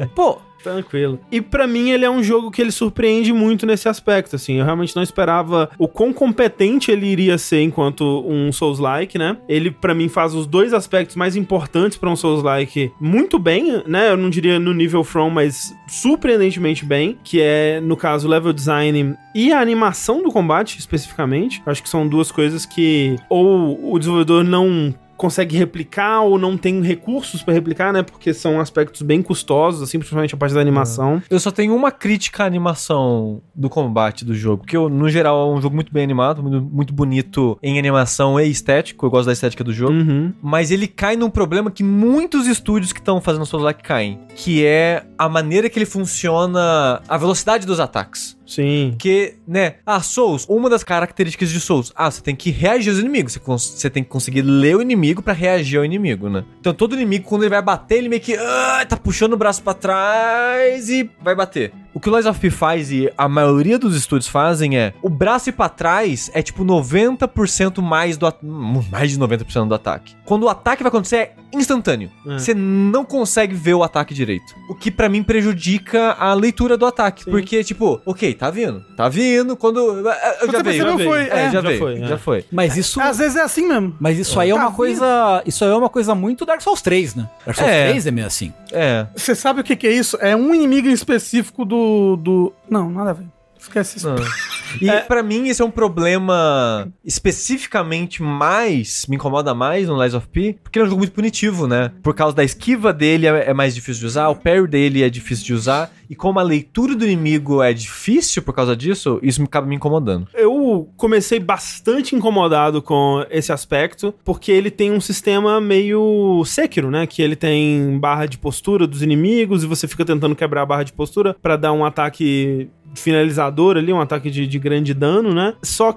Pô, tranquilo. E pra mim ele é um jogo que ele surpreende muito nesse aspecto, assim. Eu realmente não esperava o quão competente ele iria ser enquanto um Souls-like, né? Ele, pra mim, faz os dois aspectos mais importantes pra um Souls-like muito bem, né? Eu não diria no nível From, mas surpreendentemente bem, que é, no caso, o level design e a animação do combate, especificamente. Acho que são duas coisas que ou o desenvolvedor não consegue replicar ou não tem recursos pra replicar, né? Porque são aspectos bem custosos, assim, principalmente a parte da animação. Eu só tenho uma crítica à animação do combate do jogo, porque no geral é um jogo muito bem animado, muito bonito em animação e estético, eu gosto da estética do jogo, mas ele cai num problema que muitos estúdios que estão fazendo Souls-like caem, que é a maneira que ele funciona, a velocidade dos ataques. Sim. Porque, né, Souls, uma das características de Souls, você tem que reagir aos inimigos, você tem que conseguir ler o inimigo pra reagir ao inimigo, né? Então todo inimigo, quando ele vai bater, ele meio que tá puxando o braço pra trás e vai bater. O que o Lies of P faz, e a maioria dos estúdios fazem, é o braço ir pra trás é tipo 90% mais de 90% do ataque. Quando o ataque vai acontecer, é instantâneo. Você não consegue ver o ataque direito. O que pra mim prejudica a leitura do ataque. Sim. Porque, tipo, ok, tá vindo, quando... Já foi. Mas isso... Às vezes é assim mesmo. Mas isso aí é uma coisa... Isso aí é uma coisa muito Dark Souls 3, né? Dark Souls 3 é meio assim. Você sabe o que é isso? É um inimigo em específico do... Não, nada a ver. Esquece isso. E pra mim esse é um problema especificamente me incomoda mais no Lies of P, porque ele é um jogo muito punitivo, né? Por causa da esquiva dele é mais difícil de usar, o parry dele é difícil de usar, e como a leitura do inimigo é difícil por causa disso, isso acaba me incomodando. Eu comecei bastante incomodado com esse aspecto, porque ele tem um sistema meio Sekiro, né? Que ele tem barra de postura dos inimigos, e você fica tentando quebrar a barra de postura pra dar um ataque finalizador ali, um ataque de grande dano, né? Só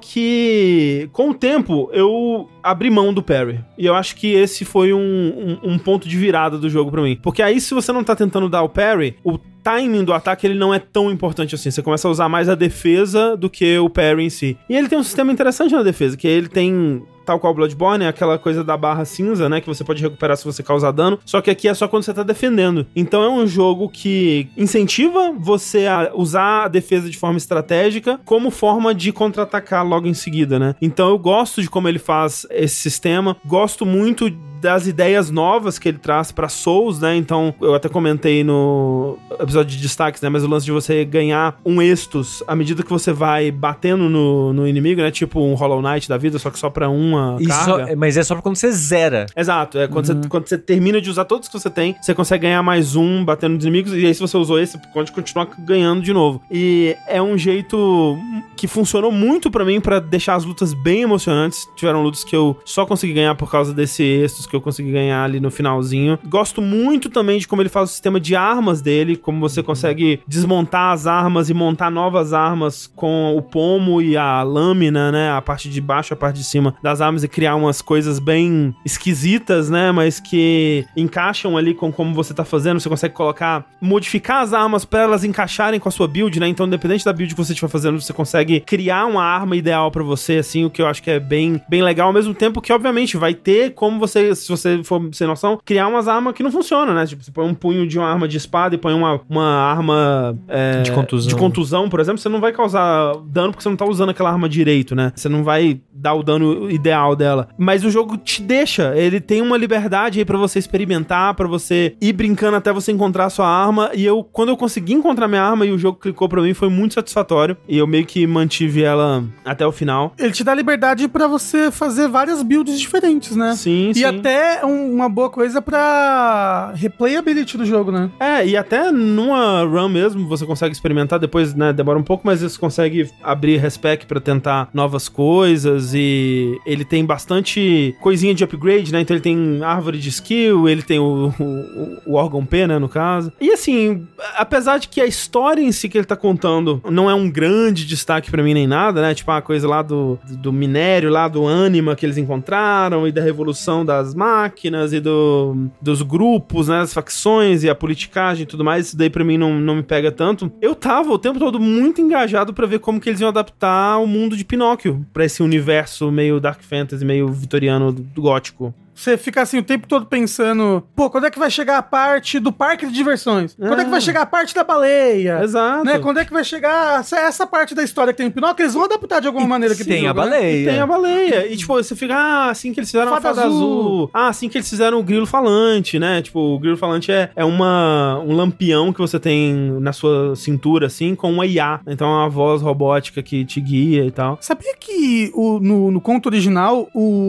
que com o tempo eu abri mão do parry. E eu acho que esse foi um ponto de virada do jogo pra mim. Porque aí, se você não tá tentando dar o parry, o timing do ataque ele não é tão importante assim. Você começa a usar mais a defesa do que o parry em si. E ele tem um sistema interessante na defesa, que ele tem, tal qual o Bloodborne, é aquela coisa da barra cinza, né, que você pode recuperar se você causar dano, só que aqui é só quando você tá defendendo. Então é um jogo que incentiva você a usar a defesa de forma estratégica como forma de contra-atacar logo em seguida, né. Então eu gosto de como ele faz esse sistema, gosto muito das ideias novas que ele traz pra Souls, né, então eu até comentei no episódio de destaques, né, mas o lance de você ganhar um estus à medida que você vai batendo no inimigo, né, tipo um Hollow Knight da vida, só que só pra uma carga. Mas é só pra quando você zera. Exato, quando você termina de usar todos que você tem, você consegue ganhar mais um batendo nos inimigos, e aí se você usou esse, você pode continuar ganhando de novo. E é um jeito que funcionou muito pra mim pra deixar as lutas bem emocionantes. Tiveram lutas que eu só consegui ganhar por causa desse estus que eu consegui ganhar ali no finalzinho. Gosto muito também de como ele faz o sistema de armas dele, como você consegue desmontar as armas e montar novas armas com o pomo e a lâmina, né, a parte de baixo, a parte de cima das armas, e criar umas coisas bem esquisitas, né, mas que encaixam ali com como você tá fazendo. Você consegue modificar as armas pra elas encaixarem com a sua build, né, então independente da build que você estiver fazendo, você consegue criar uma arma ideal pra você, assim, o que eu acho que é bem legal, ao mesmo tempo que obviamente vai ter como você, se você for sem noção, criar umas armas que não funcionam, né, tipo, você põe um punho de uma arma de espada e põe uma arma de contusão, por exemplo, você não vai causar dano porque você não tá usando aquela arma direito, né, você não vai dar o dano ideal dela, mas o jogo te deixa, ele tem uma liberdade aí pra você experimentar, pra você ir brincando até você encontrar a sua arma, e quando eu consegui encontrar minha arma e o jogo clicou pra mim, foi muito satisfatório, e eu meio que mantive ela até o final. Ele te dá liberdade pra você fazer várias builds diferentes, né? Sim, e até uma boa coisa pra replayability do jogo, né? E até numa run mesmo, você consegue experimentar, depois, né, demora um pouco, mas você consegue abrir respec pra tentar novas coisas, e ele tem bastante coisinha de upgrade, né, então ele tem árvore de skill, ele tem o órgão P, né, no caso. E assim, apesar de que a história em si que ele tá contando não é um grande destaque pra mim nem nada, né, tipo a coisa lá do minério, lá do ânima que eles encontraram, e da revolução das máquinas, e dos grupos, né, as facções, e a politicagem e tudo mais, isso daí pra mim não me pega tanto. Eu tava o tempo todo muito engajado pra ver como que eles iam adaptar o mundo de Pinóquio pra esse universo meio Dark Fantasy, meio vitoriano do gótico. Você fica assim o tempo todo pensando, pô, quando é que vai chegar a parte do parque de diversões? Quando é que vai chegar a parte da baleia? Exato. Né? Quando é que vai chegar essa parte da história que tem no Pinóquio? Eles vão adaptar de alguma maneira aqui pro Tem a jogo, né? baleia. E tem a baleia. E, tipo, você fica, assim que eles fizeram a Fada fada azul. Assim que eles fizeram o grilo falante, né? Tipo, o grilo falante é um lampião que você tem na sua cintura, assim, com uma IA. Então é uma voz robótica que te guia e tal. Sabia que no conto original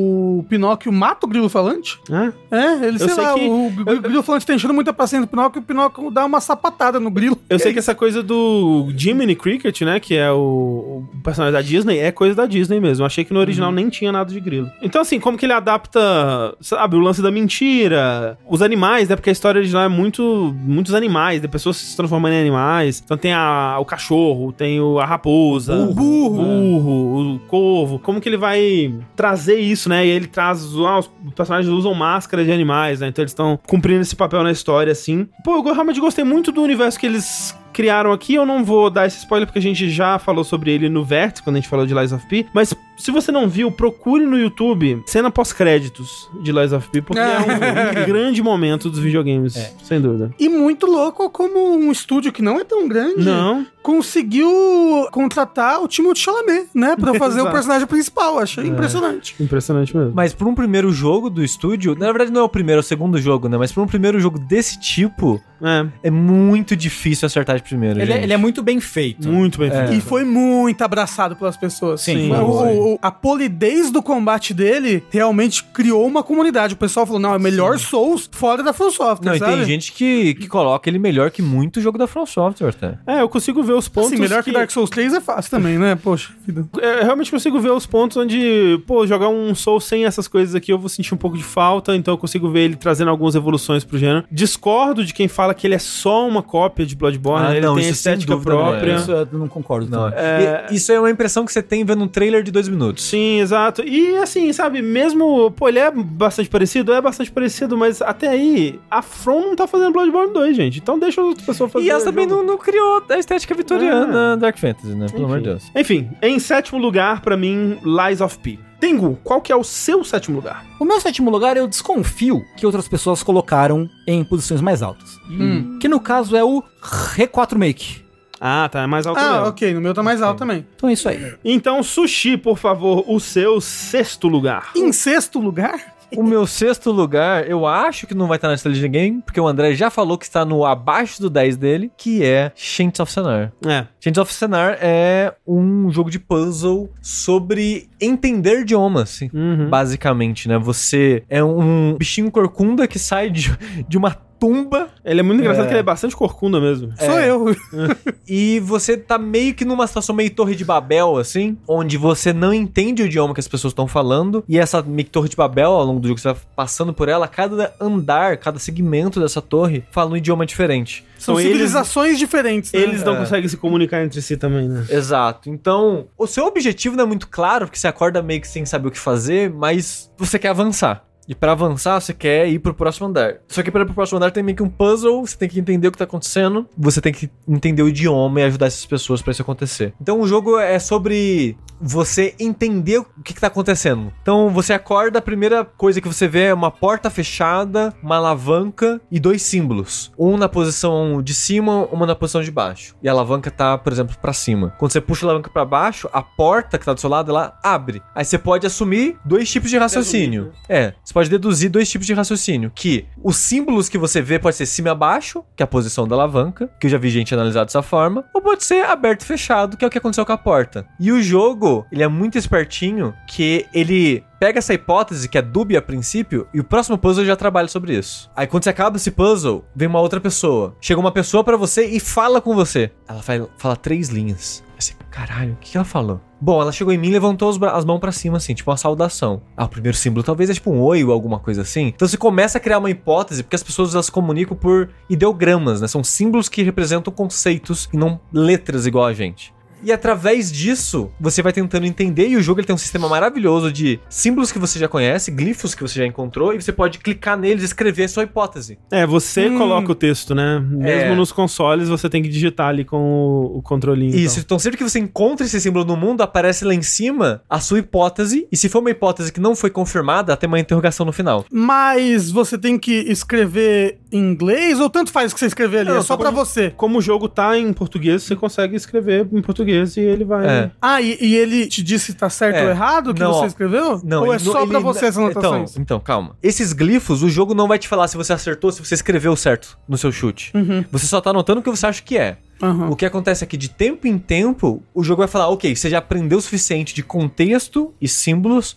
o Pinóquio mata o grilo falante? Ele, sei sei lá, que- o grilo falante tá enchendo muita paciência do Pinóquio e o Pinóquio dá uma sapatada no grilo. Eu sei que essa coisa do Jiminy Cricket, né, que é o personagem da Disney, é coisa da Disney mesmo. Eu achei que no original nem tinha nada de grilo. Então, assim, como que ele adapta, sabe, o lance da mentira, os animais, né, porque a história original é muitos animais, de pessoas se transformando em animais. Então tem o cachorro, tem a raposa, o burro, o corvo. Como que ele vai trazer isso, né? E ele traz, os personagens usam máscaras de animais, né? Então eles estão cumprindo esse papel na história, assim. Pô, eu realmente gostei muito do universo que eles criaram aqui. Eu não vou dar esse spoiler porque a gente já falou sobre ele no Vértice, quando a gente falou de Lies of P, mas se você não viu, procure no YouTube cena pós-créditos de Lies of P, porque é um grande momento dos videogames, sem dúvida. E muito louco como um estúdio que não é tão grande Não. conseguiu contratar o Timothée Chalamet, né? Pra fazer o Exato. personagem principal. Achei impressionante. Impressionante mesmo. Mas pra um primeiro jogo do estúdio, na verdade não é o primeiro, é o segundo jogo, né? Mas pra um primeiro jogo desse tipo, é muito difícil acertar de primeiro, gente. Ele é muito bem feito. Muito bem feito. E foi muito abraçado pelas pessoas. Sim, Foi. A polidez do combate dele realmente criou uma comunidade. O pessoal falou, não, é o melhor Souls fora da From Software, Não, e sabe? tem gente que coloca ele melhor que muito jogo da From Software, até. Eu consigo ver os pontos Assim, melhor que Dark Souls 3 é fácil também, né? Poxa, vida. Eu realmente consigo ver os pontos onde, pô, jogar um Soul sem essas coisas aqui eu vou sentir um pouco de falta, então eu consigo ver ele trazendo algumas evoluções pro gênero. Discordo de quem fala que ele é só uma cópia de Bloodborne, ele não, tem a isso sem estética dúvida própria. Isso eu não concordo. Não, Não. Isso é uma impressão que você tem vendo um trailer de 2 minutos. Sim, exato. E assim, sabe, mesmo, pô, ele é bastante parecido, mas até aí, a From não tá fazendo Bloodborne 2, gente. Então deixa as outras pessoas fazerem. E ela também não criou a estética vitoriana Dark Fantasy, né? Pelo amor de Deus. Enfim, em sétimo lugar, pra mim, Lies of P. Tengu, qual que é o seu sétimo lugar? O meu sétimo lugar eu desconfio que outras pessoas colocaram em posições mais altas. Que no caso é o R4 Make. Ah, tá, é mais alto mesmo. Ok, no meu tá mais alto também. Então é isso aí. Então, Sushi, por favor, o seu sexto lugar. Em sexto lugar, O meu sexto lugar, eu acho que não vai estar na lista de ninguém, porque o André já falou que está no abaixo do 10 dele, que é Saints of Senar. Saints of Senar é um jogo de puzzle sobre entender idiomas, basicamente, né? Você é um bichinho corcunda que sai de uma tumba. Ele é muito engraçado que ele é bastante corcunda mesmo. sou eu. E você tá meio que numa situação meio Torre de Babel, assim, onde você não entende o idioma que as pessoas estão falando. E essa meio que Torre de Babel, ao longo do jogo, você vai passando por ela, cada andar, cada segmento dessa torre fala um idioma diferente. São Então, civilizações diferentes, né? Eles não conseguem se comunicar entre si também, né? Exato. Então, o seu objetivo não é muito claro, porque você acorda meio que sem saber o que fazer, mas você quer avançar. E pra avançar, você quer ir pro próximo andar. Só que pra ir pro próximo andar tem meio que um puzzle, você tem que entender o que tá acontecendo, você tem que entender o idioma e ajudar essas pessoas pra isso acontecer. Então o jogo é sobre você entender o que tá acontecendo. Então você acorda, a primeira coisa que você vê é uma porta fechada, uma alavanca e 2 símbolos. Um na posição de cima, uma na posição de baixo. E a alavanca tá, por exemplo, pra cima. Quando você puxa a alavanca pra baixo, a porta que tá do seu lado, ela abre. Aí você pode assumir 2 tipos de raciocínio. Você pode deduzir 2 tipos de raciocínio. Que os símbolos que você vê pode ser cima e abaixo, que é a posição da alavanca, que eu já vi gente analisar dessa forma. Ou pode ser aberto e fechado, que é o que aconteceu com a porta. E o jogo, ele é muito espertinho, que ele pega essa hipótese, que é dúbia a princípio, e o próximo puzzle já trabalha sobre isso. Aí quando você acaba esse puzzle, vem uma outra pessoa. Chega uma pessoa pra você e fala com você. Ela fala 3 linhas. Aí você, caralho, o que ela falou? Bom, ela chegou em mim e levantou as mãos pra cima, assim, tipo uma saudação. O primeiro símbolo talvez é tipo um oi ou alguma coisa assim. Então você começa a criar uma hipótese, porque as pessoas elas se comunicam por ideogramas, né? São símbolos que representam conceitos e não letras igual a gente. E através disso, você vai tentando entender, e o jogo ele tem um sistema maravilhoso de símbolos que você já conhece, glifos que você já encontrou, e você pode clicar neles e escrever sua hipótese. Você coloca o texto, né? Mesmo nos consoles, você tem que digitar ali com o controlinho. Isso, então sempre que você encontra esse símbolo no mundo, aparece lá em cima a sua hipótese, e se for uma hipótese que não foi confirmada, tem uma interrogação no final. Mas você tem que escrever em inglês ou tanto faz o que você escrever ali? Não, É só pra você? Como o jogo tá em português, você consegue escrever em português e ele vai... E ele te disse se tá certo ou errado o que você escreveu? Não, ou é só pra você as anotações? Então, calma. Esses glifos, o jogo não vai te falar se você acertou, se você escreveu certo no seu chute. Você só tá anotando o que você acha que é. O que acontece é que de tempo em tempo, o jogo vai falar, ok, você já aprendeu o suficiente de contexto e símbolos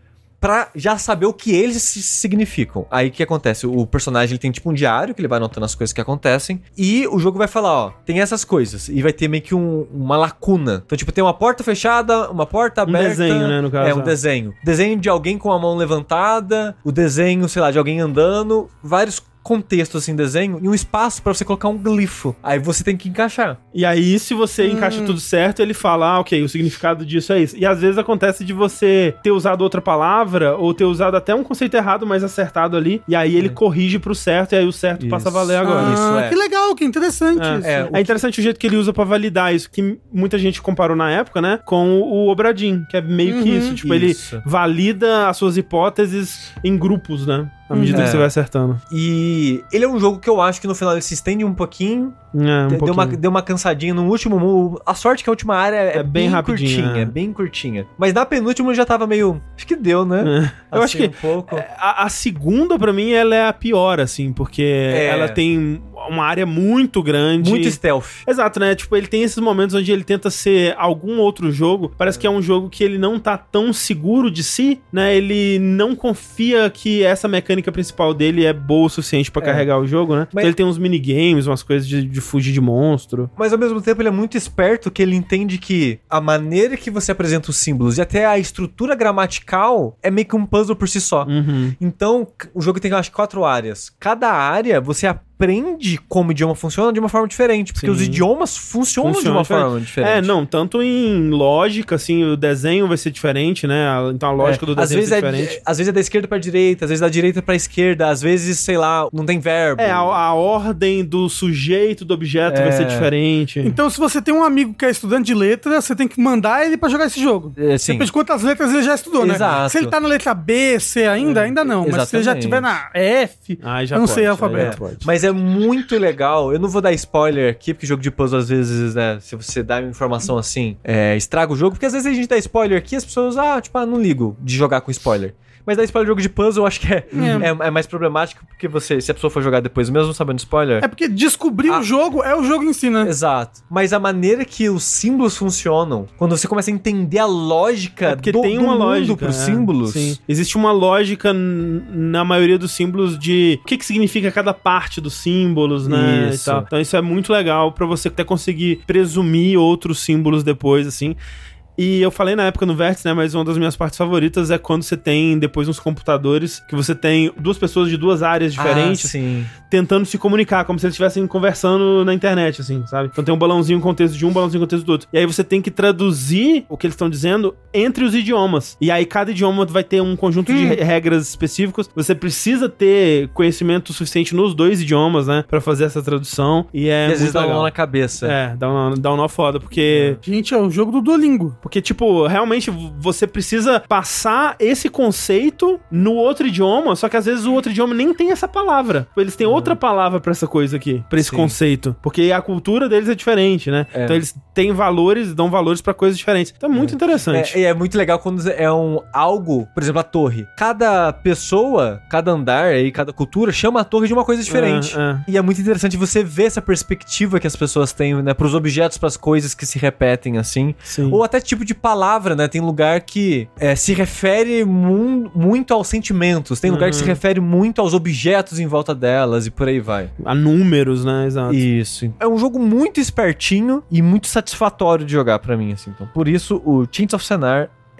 pra já saber o que eles significam. Aí o que acontece? O personagem ele tem tipo um diário que ele vai anotando as coisas que acontecem, e o jogo vai falar, ó, tem essas coisas, e vai ter meio que uma lacuna. Então, tipo, tem uma porta fechada, uma porta aberta. Um desenho, né, no caso. Um desenho. Desenho de alguém com a mão levantada, o desenho, sei lá, de alguém andando, vários contextos assim, desenho, e um espaço pra você colocar um glifo. Aí você tem que encaixar. E aí, se você encaixa tudo certo, ele fala, ok, o significado disso é isso. E às vezes acontece de você ter usado outra palavra, ou ter usado até um conceito errado, mas acertado ali, e aí ele corrige pro certo, e aí o certo passa a valer agora. Isso, que legal, que interessante isso. É interessante o jeito que ele usa pra validar isso, que muita gente comparou na época, né, com o Obradin, que é meio que isso. Tipo, ele valida as suas hipóteses em grupos, né? À medida que você vai acertando. E ele é um jogo que eu acho que no final ele se estende um pouquinho. Deu uma cansadinha no último. A sorte é que a última área é bem rapidinha. É bem curtinha. Mas na penúltima já tava meio. Acho que deu, né? Eu acho que a segunda, pra mim, ela é a pior, assim, porque ela tem uma área muito grande. Muito stealth. Exato, né? Tipo, ele tem esses momentos onde ele tenta ser algum outro jogo. Parece que é um jogo que ele não tá tão seguro de si, né? Ele não confia que essa mecânica principal dele é boa o suficiente pra carregar o jogo, né? Então ele tem uns minigames, umas coisas de fugir de monstro. Mas ao mesmo tempo ele é muito esperto, que ele entende que a maneira que você apresenta os símbolos e até a estrutura gramatical é meio que um puzzle por si só. Então, o jogo tem, acho que 4 áreas. Cada área você aprende como o idioma funciona de uma forma diferente, porque os idiomas funcionam de uma forma diferente. Tanto em lógica, assim, o desenho vai ser diferente, né? Então a lógica do desenho vai ser diferente. Às vezes é da esquerda pra direita, às vezes da direita pra esquerda, às vezes, sei lá, não tem verbo. A ordem do sujeito do objeto vai ser diferente. Então, se você tem um amigo que é estudante de letra, você tem que mandar ele pra jogar esse jogo. Depende de quantas letras ele já estudou, né? Se ele tá na letra B, C ainda não. Mas se ele já tiver na F, já eu não sei o alfabeto. Mas é muito legal. Eu não vou dar spoiler aqui, porque jogo de puzzle, às vezes, né, se você dá informação assim, estraga o jogo, porque às vezes a gente dá spoiler aqui e as pessoas, não ligo de jogar com spoiler. Mas dar spoiler de jogo de puzzle, eu acho que é mais problemático, porque se a pessoa for jogar depois, mesmo sabendo spoiler... É porque descobrir o jogo é o jogo em si, né? Exato. Mas a maneira que os símbolos funcionam, quando você começa a entender a lógica do mundo pros símbolos... Sim. Existe uma lógica na maioria dos símbolos de o que significa cada parte dos símbolos, né? Isso. E tal. Então isso é muito legal pra você até conseguir presumir outros símbolos depois, assim... E eu falei na época no Vértice, né, mas uma das minhas partes favoritas é quando você tem depois uns computadores que você tem duas pessoas de duas áreas diferentes tentando se comunicar, como se eles estivessem conversando na internet, assim, sabe? Então tem um balãozinho com contexto de um, balãozinho com contexto do outro. E aí você tem que traduzir o que eles estão dizendo entre os idiomas. E aí cada idioma vai ter um conjunto de regras específicos. Você precisa ter conhecimento suficiente nos dois idiomas, né, pra fazer essa tradução. E às vezes dá um nó na cabeça. Dá um nó foda, porque... Gente, é o jogo do Duolingo. Porque, tipo, realmente você precisa passar esse conceito no outro idioma, só que às vezes o outro idioma nem tem essa palavra. Eles têm outra palavra pra essa coisa aqui, pra esse conceito. Porque a cultura deles é diferente, né? Então eles têm valores, dão valores pra coisas diferentes. Então é muito interessante. É muito legal quando é algo, por exemplo, a torre. Cada pessoa, cada andar aí, cada cultura chama a torre de uma coisa diferente. E é muito interessante você ver essa perspectiva que as pessoas têm, né? Pros objetos, pras coisas que se repetem, assim. Sim. Ou até tipo de palavra, né? Tem lugar que se refere muito aos sentimentos. Tem lugar que se refere muito aos objetos em volta delas e por aí vai. A números, né? Exato. Isso. É um jogo muito espertinho e muito satisfatório de jogar pra mim, assim. Então, por isso, o Chains of Sennaar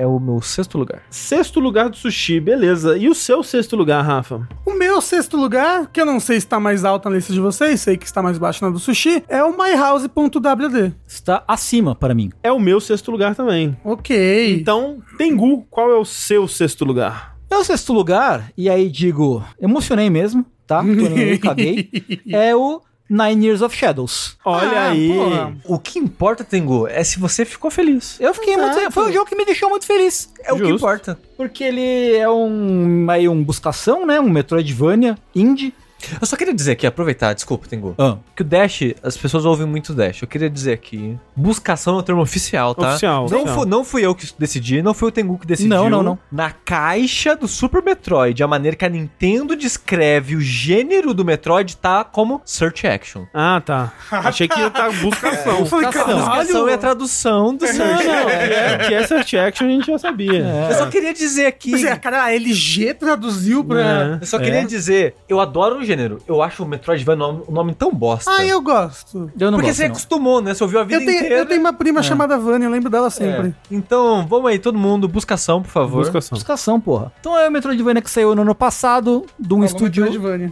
é o meu 6º lugar. 6º lugar do sushi, beleza. E o seu 6º lugar, Rafa? O meu 6º lugar, que eu não sei se tá mais alto na lista de vocês, sei que está mais baixo na do sushi, é o myhouse.wd. Está acima para mim. É o meu 6º lugar também. Ok. Então, Tengu, qual é o seu 6º lugar? Meu 6º lugar, e aí digo, emocionei mesmo, tá? Tô nem aí, caguei. É o 9 Years of Shadows. Olha aí. porra. O que importa, Tengu, é se você ficou feliz. Eu fiquei muito... Foi um jogo que me deixou muito feliz. É o que Justo. importa. Porque ele é um buscação, né? Um Metroidvania indie. Eu só queria dizer aqui, aproveitar, desculpa, Tengu, Ah. que o Dash, as pessoas ouvem muito Dash. Eu queria dizer aqui, buscação é o termo oficial, tá? Oficial. Não fui eu que decidi, não foi o Tengu que decidiu. Não. Na caixa do Super Metroid, a maneira que a Nintendo descreve o gênero do Metroid tá como Search Action. Ah, tá. Achei que ia estar buscação. Eu falei, A caralho. buscação é a tradução do Search Action. Que é Search Action a gente já sabia. Eu só queria dizer aqui... Pois é, cara, a LG traduziu pra... Eu só queria dizer, eu adoro o gênero. Eu acho o Metroidvania um nome tão bosta. Ah, eu gosto. Eu não Porque gosto, você não. acostumou, né? Você ouviu a vida inteira. Eu tenho uma prima chamada Vânia, eu lembro dela sempre. É. Então, vamos aí, todo mundo, buscação, por favor. Buscação. Buscação, porra. Então é o Metroidvania que saiu no ano passado, de um estúdio... Vânia.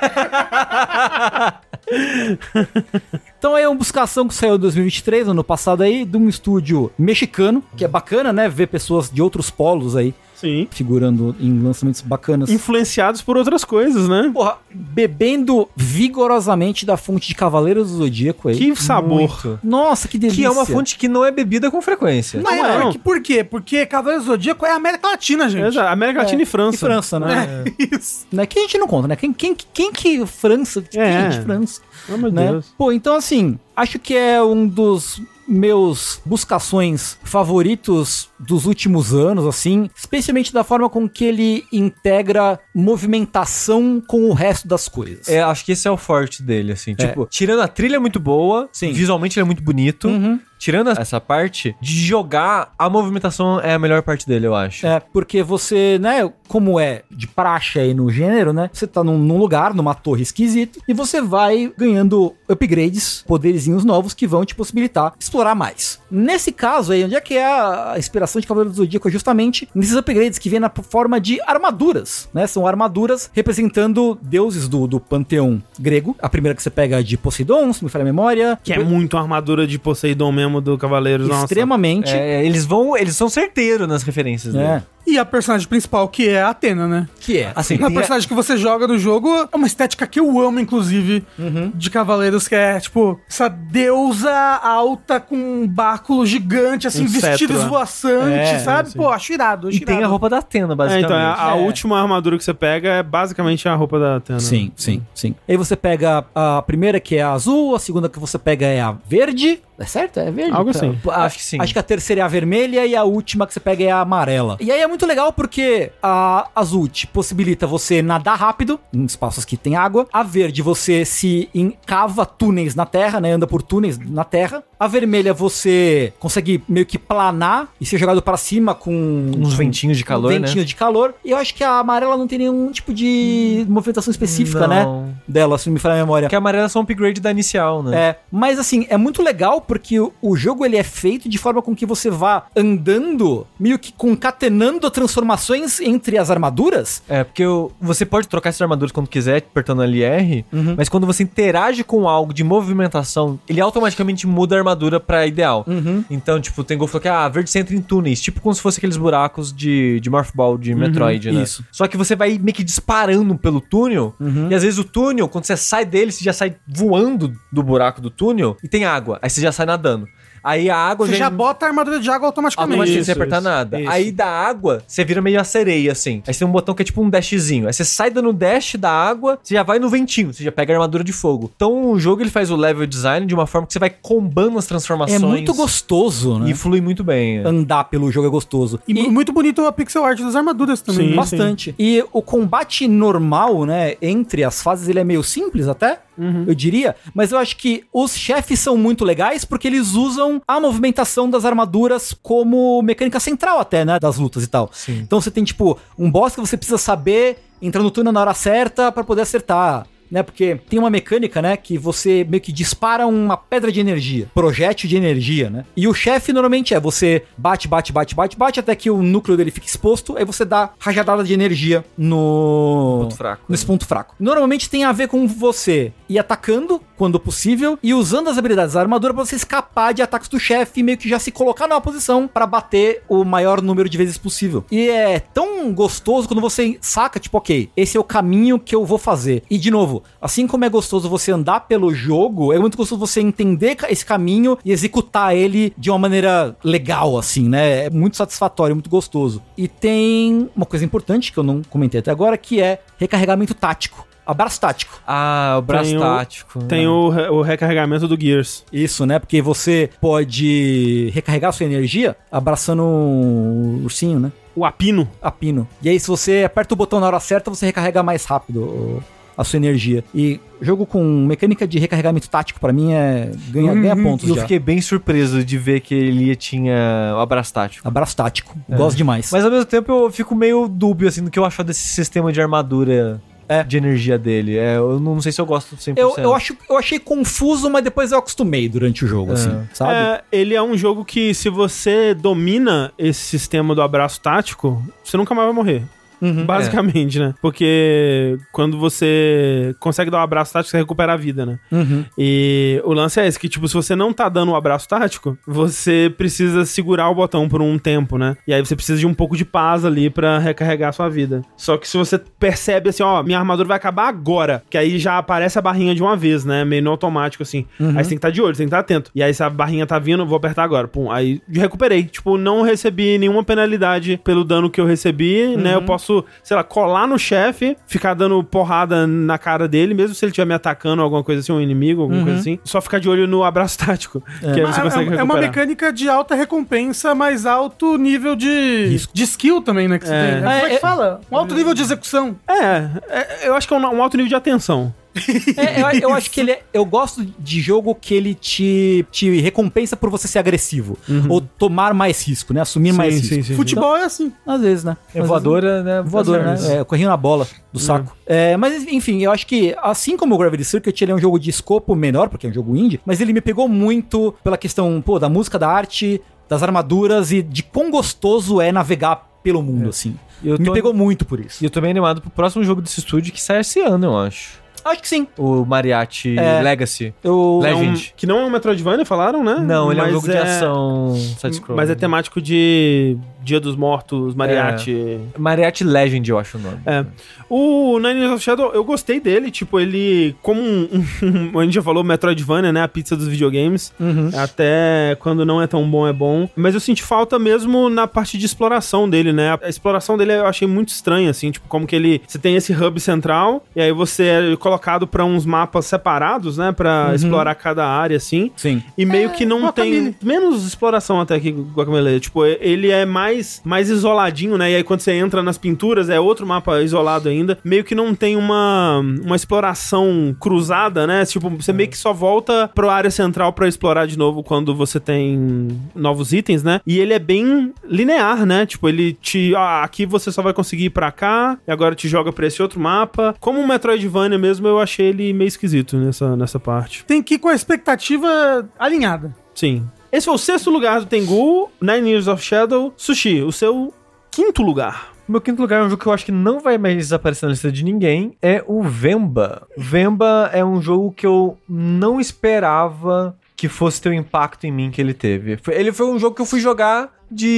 Então é uma buscação que saiu em 2023, ano passado aí, de um estúdio mexicano, que é bacana, né? Ver pessoas de outros polos aí Sim. figurando em lançamentos bacanas. Influenciados por outras coisas, né? Porra, bebendo vigorosamente da fonte de Cavaleiros do Zodíaco aí. Que sabor. Muito. Nossa, que delícia. Que é uma fonte que não é bebida com frequência. Não, é, não. Por quê? Porque Cavaleiros do Zodíaco é América Latina, gente. Exato. América Latina e França. E França, né? Isso. Né? Que a gente não conta, né? Quem que França? Quem é de França? Oh, meu Né? Deus. Pô, então assim, acho que é um dos meus buscações favoritos dos últimos anos, assim, especialmente da forma com que ele integra movimentação com o resto das coisas. É, acho que esse é o forte dele, assim. Tipo, tirando a trilha muito boa, Sim. visualmente ele é muito bonito. Tirando essa parte, de jogar, a movimentação é a melhor parte dele, eu acho. É, porque você, né, como é de praxe aí no gênero, né, você tá num lugar, numa torre esquisita, e você vai ganhando upgrades, poderizinhos novos que vão te possibilitar explorar mais. Nesse caso aí, onde é que é a inspiração de Cavaleiro do Zodíaco? É justamente nesses upgrades que vêm na forma de armaduras, né, são armaduras representando deuses do panteão grego. A primeira que você pega é de Poseidon, se me falha a memória. Que é muito a armadura de Poseidon mesmo do Cavaleiros. Nossa. Extremamente. É, eles são certeiros nas referências dele. É. E a personagem principal, que é a Athena, né? Que é. Assim, A tem personagem que você joga no jogo é uma estética que eu amo, inclusive, de Cavaleiros, que é, tipo, essa deusa alta com um báculo gigante, assim, Um vestido cetro, né? esvoaçante, sabe? sim. Pô, acho irado, E tem a roupa da Athena, basicamente. Então, a última armadura que você pega é basicamente a roupa da Athena. Sim. Aí você pega a primeira, que é a azul, a segunda que você pega é a verde. É certo? É verde? Algo assim. Acho que sim. Acho que a terceira é a vermelha e a última que você pega é a amarela. E aí é muito legal porque a azul te possibilita você nadar rápido em espaços que tem água. A verde você se cava túneis na terra, né? Anda por túneis na terra. A vermelha você consegue meio que planar e ser jogado para cima com Uns ventinhos de calor, ventinho de calor. E eu acho que a amarela não tem nenhum tipo de movimentação específica, Não. né? Dela, se não me falha a memória. Porque a amarela é só um upgrade da inicial, né? É, mas assim, é muito legal porque o jogo ele é feito de forma com que você vá andando, meio que concatenando transformações entre as armaduras. É, porque você pode trocar essas armaduras quando quiser, apertando LR, mas quando você interage com algo de movimentação, ele automaticamente muda a armadura pra ideal. Então, tipo, o Tengu falou que a verde você entra em túneis, tipo como se fosse aqueles buracos de Morph Ball de Metroid, né? isso. Só que você vai meio que disparando pelo túnel, e às vezes o túnel, quando você sai dele, você já sai voando do buraco do túnel e tem água, aí você já sai nadando. Aí a água Você já bota a armadura de água automaticamente. automaticamente sem Isso, apertar isso, nada. isso. Aí da água, você vira meio a sereia, assim. Aí você tem um botão que é tipo um dashzinho. Aí você sai dando dash da água, você já vai no ventinho, você já pega a armadura de fogo. Então o jogo ele faz o level design de uma forma que você vai combando as transformações. É muito gostoso, né? E flui muito bem. Andar pelo jogo é gostoso. E muito bonito a pixel art das armaduras também. Sim. né? Bastante. E o combate normal, né, entre as fases, ele é meio simples até, eu diria, mas eu acho que os chefes são muito legais porque eles usam a movimentação das armaduras como mecânica central até, né, das lutas e tal. Sim. Então você tem, tipo, um boss que você precisa saber entrar no túnel na hora certa pra poder acertar. né? Porque tem uma mecânica, né, que você meio que dispara uma pedra de energia, projétil de energia, né? E o chefe normalmente você bate até que o núcleo dele fique exposto, aí você dá rajadada de energia nesse ponto fraco. Normalmente tem a ver com você ir atacando quando possível e usando as habilidades da armadura pra você escapar de ataques do chefe e meio que já se colocar numa posição pra bater o maior número de vezes possível. E é tão gostoso quando você saca, tipo, ok, esse é o caminho que eu vou fazer. E de novo, assim como é gostoso você andar pelo jogo, é muito gostoso você entender esse caminho e executar ele de uma maneira legal, assim, né? É muito satisfatório, muito gostoso. E tem uma coisa importante que eu não comentei até agora, que é recarregamento tático. Abraço tático. Ah, o braço tático. Tem o recarregamento do Gears. Isso, né? Porque você pode recarregar sua energia abraçando o ursinho, né? O apino. E aí, se você aperta o botão na hora certa, você recarrega mais rápido a sua energia. E jogo com mecânica de recarregamento tático, pra mim, ganha pontos já. Eu fiquei bem surpreso de ver que ele tinha o abraço tático. Abraço tático. Gosto demais. Mas, ao mesmo tempo, eu fico meio dúbio, assim, do que eu acho desse sistema de armadura... de energia dele. Eu não sei se eu gosto 100%. Eu achei confuso, mas depois eu acostumei durante o jogo, assim, sabe? Ele é um jogo que, se você domina esse sistema do abraço tático, você nunca mais vai morrer. Basicamente, né? Porque quando você consegue dar um abraço tático, você recupera a vida, né? E o lance é esse, que tipo, se você não tá dando um abraço tático, você precisa segurar o botão por um tempo, né? E aí você precisa de um pouco de paz ali pra recarregar a sua vida. Só que se você percebe assim, ó, minha armadura vai acabar agora, que aí já aparece a barrinha de uma vez, né? Meio no automático, assim. Aí você tem que estar de olho, você tem que estar atento. E aí se a barrinha tá vindo, eu vou apertar agora. Pum, aí recuperei. Tipo, não recebi nenhuma penalidade pelo dano que eu recebi, né? Eu posso, sei lá, colar no chefe, ficar dando porrada na cara dele, mesmo se ele estiver me atacando, alguma coisa assim, um inimigo, alguma coisa assim. Só ficar de olho no abraço tático, que aí você consegue recuperar. É uma mecânica de alta recompensa, mas alto nível de skill também, né, que você tem. Como é que fala? Um alto nível de execução. Eu acho que é um alto nível de atenção. Eu acho que eu gosto de jogo que ele te recompensa por você ser agressivo. Ou tomar mais risco, né? Assumir mais risco. Sim. Futebol é assim. Às vezes, né? Voadora, né? Voadora, né? Corrinho na bola do saco. Mas, enfim, eu acho que, assim como o Gravity Circuit, ele é um jogo de escopo menor, porque é um jogo indie, mas ele me pegou muito pela questão, da música, da arte, das armaduras e de quão gostoso é navegar pelo mundo, assim. Me pegou muito por isso. E eu tô bem animado pro próximo jogo desse estúdio que sai esse ano, eu acho. Acho que sim. O Mariachi Legacy. Legend. Que não é um Metroidvania, falaram, né? Não, ele é um jogo de ação side-scroll. Mas é temático de Dia dos Mortos, Mariachi. Mariachi Legend, eu acho o nome. O Nine Years of Shadow, eu gostei dele. Tipo, ele, como a gente já falou, Metroidvania, né? A pizza dos videogames. Até quando não é tão bom, é bom. Mas eu senti falta mesmo na parte de exploração dele, né? A exploração dele eu achei muito estranha, assim. Tipo, como que você tem esse hub central, e aí você é colocado pra uns mapas separados, né? Pra explorar cada área, assim. Sim. E meio que não tem... Menos exploração até que Guacamelee. Tipo, ele é mais isoladinho, né? E aí quando você entra nas pinturas, é outro mapa isolado ainda. Meio que não tem uma exploração cruzada, né? Tipo, você meio que só volta pra área central pra explorar de novo quando você tem novos itens, né? E ele é bem linear, né? Tipo, ele aqui você só vai conseguir ir pra cá, e agora te joga pra esse outro mapa. Como um Metroidvania mesmo, eu achei ele meio esquisito nessa parte. Tem que ir com a expectativa alinhada. Sim. Esse foi o 6º lugar do Tengu, Nine Years of Shadow. Sushi, o seu 5º lugar. O meu 5º lugar é um jogo que eu acho que não vai mais aparecer na lista de ninguém, é o Vemba. Vemba é um jogo que eu não esperava que fosse ter o impacto em mim que ele teve. Ele foi um jogo que eu fui jogar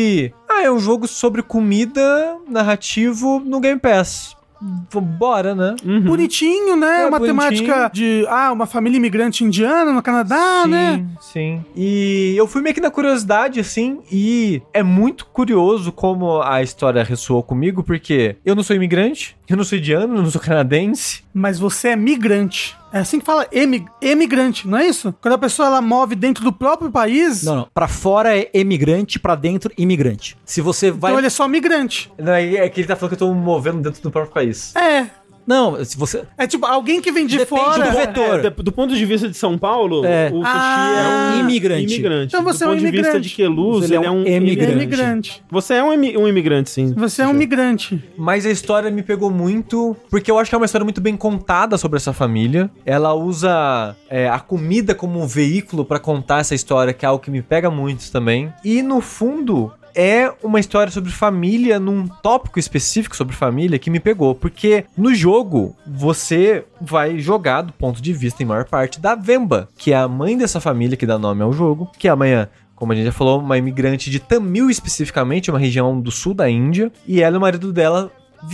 é um jogo sobre comida narrativo no Game Pass. Bora, né? Bonitinho, né? Uma temática de uma família imigrante indiana no Canadá, né? Sim. E eu fui meio que na curiosidade, assim, e é muito curioso como a história ressoou comigo, porque eu não sou imigrante, eu não sou indiano, eu não sou canadense. Mas você é migrante. É assim que fala emigrante, não é isso? Quando a pessoa ela move dentro do próprio país... Não. Pra fora é emigrante, pra dentro imigrante. Se você vai... Então ele é só migrante. Não, é que ele tá falando que eu tô movendo dentro do próprio país. Não, se você... É tipo, alguém que vem de Depende fora... do vetor. Do ponto de vista de São Paulo, É. o Sushi Ah. é um Imigrante. Então você do é um ponto de vista imigrante. de Queluz, Ele é ele é um um emigrante. Imigrante. Você é um imigrante, sim. Você é um migrante. Mas a história me pegou muito, porque eu acho que é uma história muito bem contada sobre essa família. Ela usa a comida como um veículo pra contar essa história, que é algo que me pega muito também. E no fundo... é uma história sobre família num tópico específico sobre família que me pegou. Porque no jogo, você vai jogar do ponto de vista, em maior parte, da Vemba, que é a mãe dessa família que dá nome ao jogo, que é amanhã, como a gente já falou, uma imigrante de Tamil especificamente, uma região do sul da Índia. E ela e o marido dela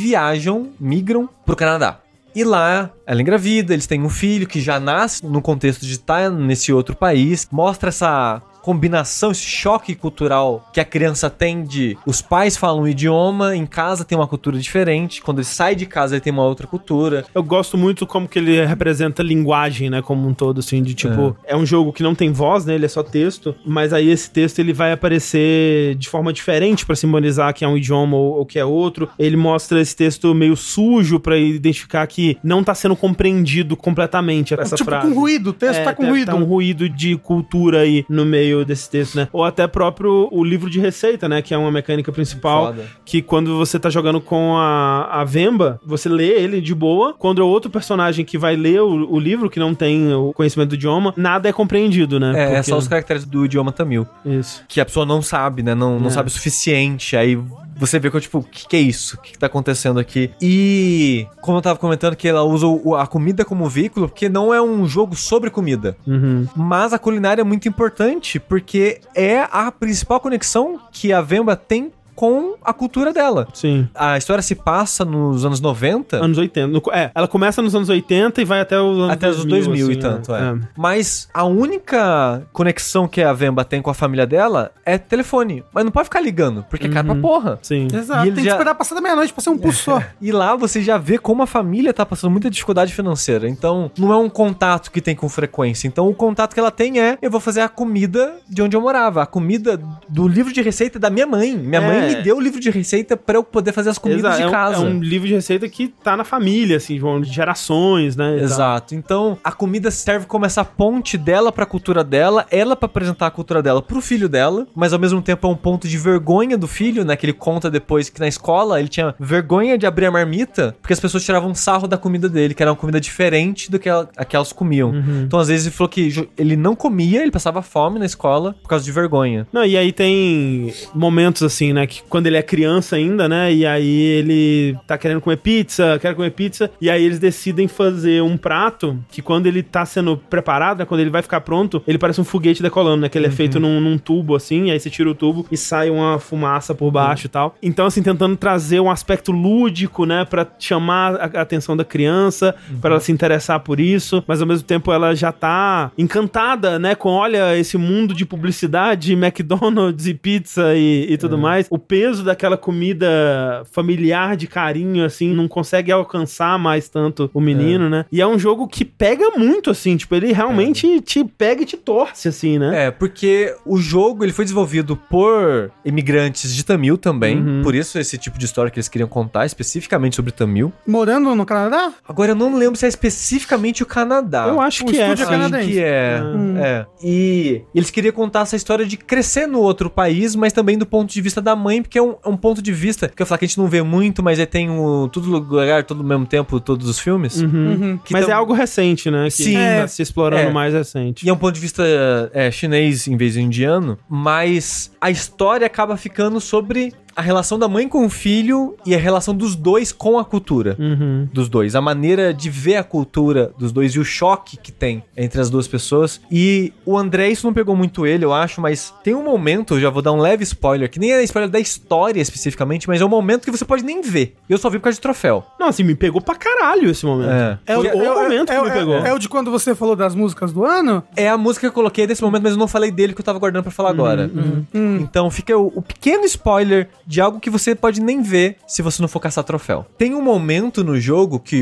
migram pro Canadá. E lá, ela engravida, eles têm um filho que já nasce no contexto de estar nesse outro país. Mostra essa combinação, esse choque cultural que a criança tem de... Os pais falam um idioma, em casa tem uma cultura diferente. Quando ele sai de casa, ele tem uma outra cultura. Eu gosto muito como que ele representa a linguagem, né, como um todo, assim, de tipo... É um jogo que não tem voz, né, ele é só texto, mas aí esse texto, ele vai aparecer de forma diferente pra simbolizar que é um idioma ou que é outro. Ele mostra esse texto meio sujo pra identificar que não tá sendo compreendido completamente essa tipo, frase. com ruído. O texto tá com ruído. Tá um ruído de cultura aí no meio desse texto, né? Ou até próprio o livro de receita, né? Que é uma mecânica principal. Foda. Que quando você tá jogando com a Vemba, você lê ele de boa. Quando é outro personagem que vai ler o livro, que não tem o conhecimento do idioma, nada é compreendido, né? É Porque... só os caracteres do idioma tamil. Isso. Que a pessoa não sabe, né? Não sabe o suficiente. Aí você vê que, tipo, o que é isso? O que tá acontecendo aqui? E, como eu tava comentando, que ela usa a comida como veículo, porque não é um jogo sobre comida. Mas a culinária é muito importante, porque é a principal conexão que a Vemba tem com a cultura dela. Sim. A história se passa nos anos 90. Anos 80. Ela começa nos anos 80 e vai até os anos Até os 2000 assim, e tanto, Mas a única conexão que a Vemba tem com a família dela é telefone. Mas não pode ficar ligando, porque é caro pra porra. Sim. Exato. E ele Tem que já- esperar passar da meia-noite pra ser um pulso só. E lá você já vê como a família tá passando muita dificuldade financeira. Então, não é um contato que tem com frequência. Então, o contato que ela tem é: eu vou fazer a comida de onde eu morava. A comida do livro de receita da minha mãe. Minha mãe me deu o livro de receita pra eu poder fazer as comidas Exato. de casa. É um livro de receita que tá na família, assim, de gerações, né? e tal. Exato. Então, a comida serve como essa ponte dela pra cultura dela, ela pra apresentar a cultura dela pro filho dela, mas ao mesmo tempo é um ponto de vergonha do filho, né? Que ele conta depois que na escola ele tinha vergonha de abrir a marmita, porque as pessoas tiravam sarro da comida dele, que era uma comida diferente do que aquelas comiam. Então, às vezes, ele falou que ele não comia, ele passava fome na escola por causa de vergonha. Não, e aí tem momentos assim, né, que quando ele é criança ainda, né, e aí ele tá quer comer pizza, e aí eles decidem fazer um prato que quando ele tá sendo preparado, né, quando ele vai ficar pronto, ele parece um foguete decolando, né, que ele é feito num tubo assim, e aí você tira o tubo e sai uma fumaça por baixo e tal. Então, assim, tentando trazer um aspecto lúdico, né, pra chamar a atenção da criança, pra ela se interessar por isso, mas ao mesmo tempo ela já tá encantada, né, com, olha, esse mundo de publicidade, McDonald's e pizza e tudo mais. O peso daquela comida familiar de carinho, assim, não consegue alcançar mais tanto o menino, né? E é um jogo que pega muito, assim, tipo, ele realmente te pega e te torce, assim, né? É, porque o jogo ele foi desenvolvido por imigrantes de Tamil também, por isso esse tipo de história que eles queriam contar, especificamente sobre Tamil. Morando no Canadá? Agora, eu não lembro se é especificamente o Canadá. Eu acho O que é, estúdio é sim. canadense. Que é. E eles queriam contar essa história de crescer no outro país, mas também do ponto de vista da mãe, porque é um ponto de vista que eu falo que a gente não vê muito, mas aí tem Tudo Lugar, todo ao mesmo tempo, todos os filmes. Que Mas tam- é algo recente, né? Que Sim. tá se explorando É. mais recente. E é um ponto de vista chinês em vez de indiano, mas a história acaba ficando sobre a relação da mãe com o filho e a relação dos dois com a cultura dos dois. A maneira de ver a cultura dos dois e o choque que tem entre as duas pessoas. E o André, isso não pegou muito ele, eu acho, mas tem um momento, eu já vou dar um leve spoiler, que nem é spoiler da história especificamente, mas é um momento que você pode nem ver. Eu só vi por causa de troféu. Não, assim, me pegou pra caralho esse momento. Foi o momento que me pegou. É o de quando você falou das músicas do ano? É a música que eu coloquei desse momento, mas eu não falei dele que eu tava guardando pra falar agora. Então fica o pequeno spoiler de algo que você pode nem ver se você não for caçar troféu. Tem um momento no jogo que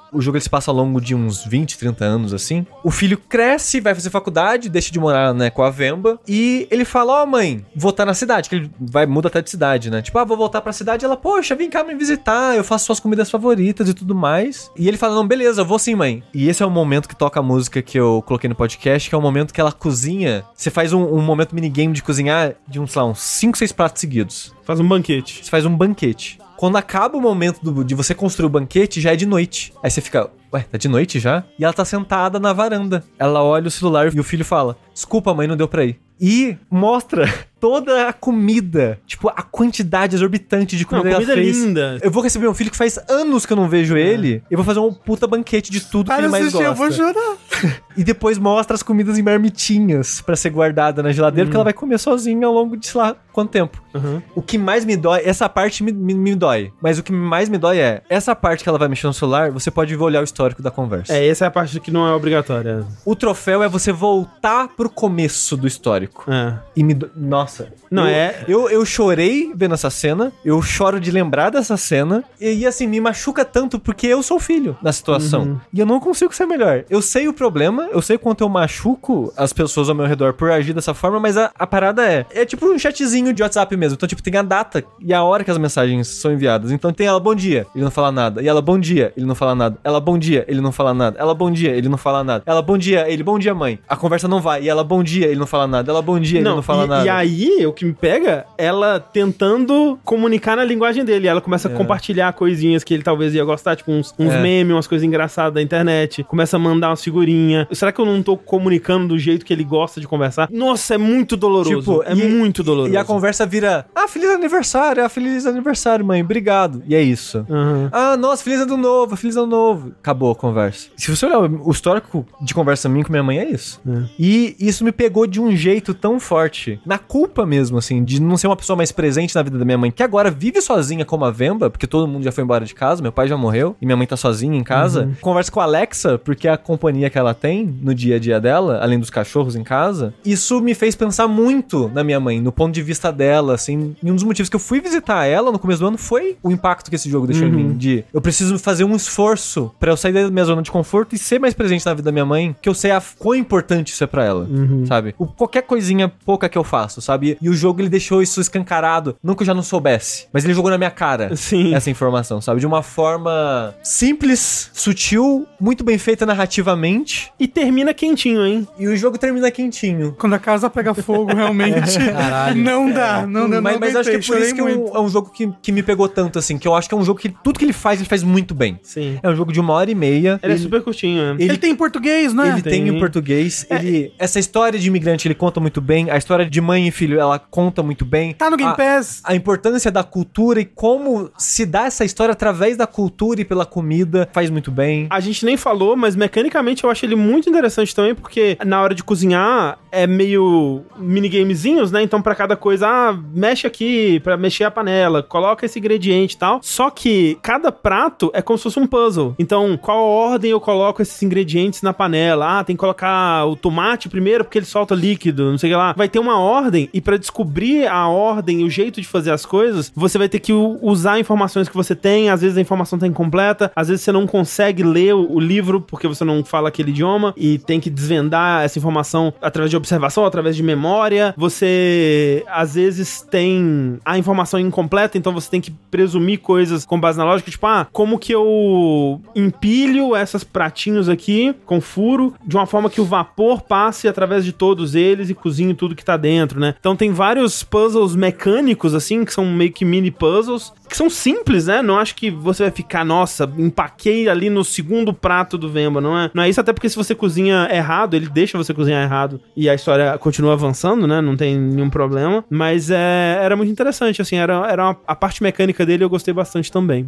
O jogo ele se passa ao longo de uns 20, 30 anos, assim. O filho cresce, vai fazer faculdade, deixa de morar, né, com a Vemba. E ele fala, mãe, vou estar na cidade, que ele muda até de cidade, né? Tipo, vou voltar pra cidade. Ela, poxa, vem cá me visitar, eu faço suas comidas favoritas e tudo mais. E ele fala, não, beleza, eu vou sim, mãe. E esse é o momento que toca a música que eu coloquei no podcast, que é o momento que ela cozinha. Você faz um momento minigame de cozinhar de uns 5, 6 pratos seguidos. Faz um banquete. Você faz um banquete. Quando acaba o momento de você construir o banquete, já é de noite. Aí você fica, ué, tá de noite já? E ela tá sentada na varanda. Ela olha o celular e o filho fala, desculpa, mãe, não deu pra ir. E mostra toda a comida, tipo, a quantidade exorbitante de comida que ela fez. Linda. Eu vou receber um filho que faz anos que eu não vejo ele, e vou fazer um puta banquete de tudo que ele mais gosta. Eu vou chorar. E depois mostra as comidas em marmitinhas pra ser guardada na geladeira, porque ela vai comer sozinha ao longo de, sei lá, quanto tempo. O que mais me dói, essa parte me dói, mas o que mais me dói é, essa parte que ela vai mexer no celular, você pode olhar o histórico da conversa. Essa é a parte que não é obrigatória. O troféu é você voltar pro começo do histórico. E nossa. Não, eu chorei vendo essa cena. Eu choro de lembrar dessa cena. E assim, me machuca tanto porque eu sou filho na situação. E eu não consigo ser melhor. Eu sei o problema. Eu sei quanto eu machuco as pessoas ao meu redor por agir dessa forma. Mas a parada é tipo um chatzinho de WhatsApp mesmo. Então, tipo, tem a data e a hora que as mensagens são enviadas. Então tem ela, bom dia, ele não fala nada. E ela, bom dia, ele não fala nada. Ela, bom dia, ele não fala nada. Ela, bom dia, ele não fala nada. Ela, bom dia, ele, bom dia, mãe. A conversa não vai. E ela, bom dia, ele não fala nada. Ela, bom dia, ele não fala nada. E aí, o que me pega, ela tentando comunicar na linguagem dele. Ela começa a compartilhar coisinhas que ele talvez ia gostar, tipo uns memes, umas coisas engraçadas da internet. Começa a mandar umas figurinhas. Será que eu não tô comunicando do jeito que ele gosta de conversar? Nossa, é muito doloroso. Tipo, muito doloroso. E a conversa vira, feliz aniversário, mãe, obrigado. E é isso. Nossa, feliz ano novo. Acabou a conversa. Se você olhar o histórico de conversa minha com minha mãe, é isso. E isso me pegou de um jeito tão forte, na culpa mesmo, assim, de não ser uma pessoa mais presente na vida da minha mãe, que agora vive sozinha como a Vemba, porque todo mundo já foi embora de casa, meu pai já morreu, e minha mãe tá sozinha em casa. Conversa com a Alexa, porque é a companhia que ela tem no dia a dia dela, além dos cachorros em casa. Isso me fez pensar muito na minha mãe, no ponto de vista dela, assim, e um dos motivos que eu fui visitar ela no começo do ano foi o impacto que esse jogo deixou em mim, de eu preciso fazer um esforço pra eu sair da minha zona de conforto e ser mais presente na vida da minha mãe, que eu sei quão importante isso é pra ela, sabe? Qualquer coisinha pouca que eu faço, sabe? E o jogo, ele deixou isso escancarado, não que eu já não soubesse, mas ele jogou na minha cara essa informação, sabe? De uma forma simples, sutil, muito bem feita narrativamente. E termina quentinho, hein? E o jogo termina quentinho. Quando a casa pega fogo, realmente, não dá. Mas acho que é por isso que é um jogo que me pegou tanto, assim, que eu acho que é um jogo que tudo que ele faz muito bem. Sim. É um jogo de 1h30. Ele é super curtinho, né? Ele tem em português, né? Ele tem em português. Essa história de imigrante, ele conta muito bem. A história de mãe e filho, ela conta muito bem. Tá no Game Pass. A importância da cultura e como se dá essa história através da cultura e pela comida, faz muito bem. A gente nem falou, mas mecanicamente eu acho ele muito interessante também, porque na hora de cozinhar é meio minigamezinhos, né? Então pra cada coisa, mexe aqui pra mexer a panela, coloca esse ingrediente e tal. Só que cada prato é como se fosse um puzzle. Então, qual ordem eu coloco esses ingredientes na panela? Tem que colocar o tomate primeiro porque ele solta líquido, não sei o que lá. Vai ter uma ordem, e pra descobrir a ordem e o jeito de fazer as coisas, você vai ter que usar informações que você tem. Às vezes a informação tá incompleta, às vezes você não consegue ler o livro porque você não fala aquele idioma e tem que desvendar essa informação através de observação, através de memória. Você, às vezes, tem a informação incompleta, então você tem que presumir coisas com base na lógica, tipo, como que eu empilho esses pratinhos aqui com furo de uma forma que o vapor passe através de todos eles e cozinhe tudo que tá dentro, né? Então tem vários puzzles mecânicos, assim, que são meio que mini puzzles, que são simples, né? Não acho que você vai ficar, nossa, empaquei ali no segundo prato do Vemba, não é isso, até porque se você cozinha errado, ele deixa você cozinhar errado e a história continua avançando, né? Não tem nenhum problema, mas era muito interessante, assim, a parte mecânica dele eu gostei bastante também.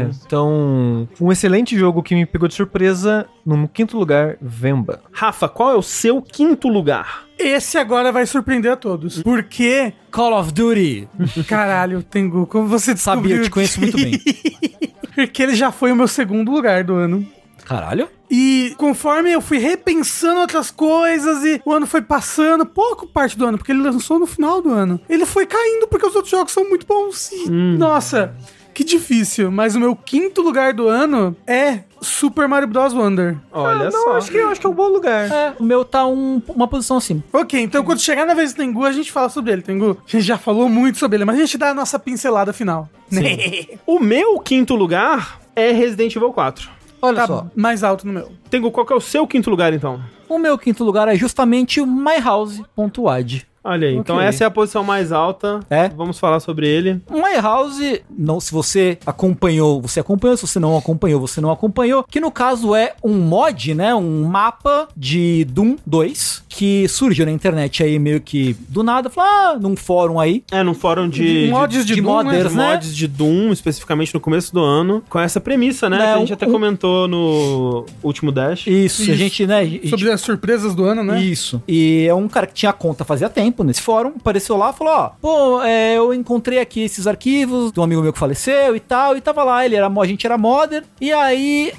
Então, um excelente jogo que me pegou de surpresa, no 5º lugar, Vemba. Rafa, qual é o seu 5º lugar? Esse agora vai surpreender a todos. Porque... Call of Duty. Caralho, Tengu, como você descobriu? Sabia, eu te conheço muito bem. Porque ele já foi o meu 2º lugar do ano. Caralho. E conforme eu fui repensando outras coisas e o ano foi passando, pouco parte do ano, porque ele lançou no final do ano, ele foi caindo porque os outros jogos são muito bons. E, nossa... Que difícil, mas o meu 5º lugar do ano é Super Mario Bros. Wonder. Olha Não, só. acho que é um bom lugar. O meu tá uma posição assim. Ok, então quando chegar na vez do Tengu, a gente fala sobre ele, Tengu. A gente já falou muito sobre ele, mas a gente dá a nossa pincelada final. O meu quinto lugar é Resident Evil 4. Olha Tá só. mais alto no meu. Tengu, qual que é o seu quinto lugar, então? O meu quinto lugar é justamente o myhouse.wad. Olha aí, então essa é a posição mais alta. É. Vamos falar sobre ele. O myhouse, não, se você acompanhou, você acompanhou. Se você não acompanhou, você não acompanhou. Que no caso é um mod, né? Um mapa de Doom 2 que surgiu na internet aí meio que do nada. Falou, num fórum aí. Num fórum de mods de Doom, modders, né? mods de Doom, especificamente no começo do ano, com essa premissa, né? Né, Que a gente até comentou no último Dash. Isso, a gente, né? Sobre as surpresas do ano, né? Isso. E é um cara que tinha conta fazia tempo nesse fórum, apareceu lá e falou, eu encontrei aqui esses arquivos de um amigo meu que faleceu e tal, e tava lá, a gente era modder, e aí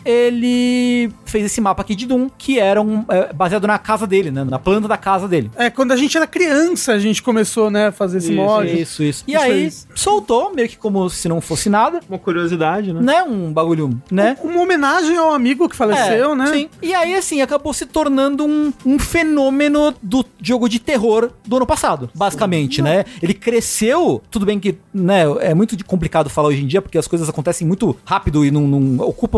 ele fez esse mapa aqui de Doom, que era baseado na casa dele, né, na planta da casa dele. Quando a gente era criança, a gente começou, né, a fazer esse mod. Isso. E aí, soltou, meio que como se não fosse nada. Uma curiosidade, né? Um bagulho, né? Uma homenagem ao amigo que faleceu, né? Sim. E aí, assim, acabou se tornando um fenômeno do jogo de terror do ano passado, basicamente, né? Ele cresceu, tudo bem que, né, é muito complicado falar hoje em dia, porque as coisas acontecem muito rápido e não ocupam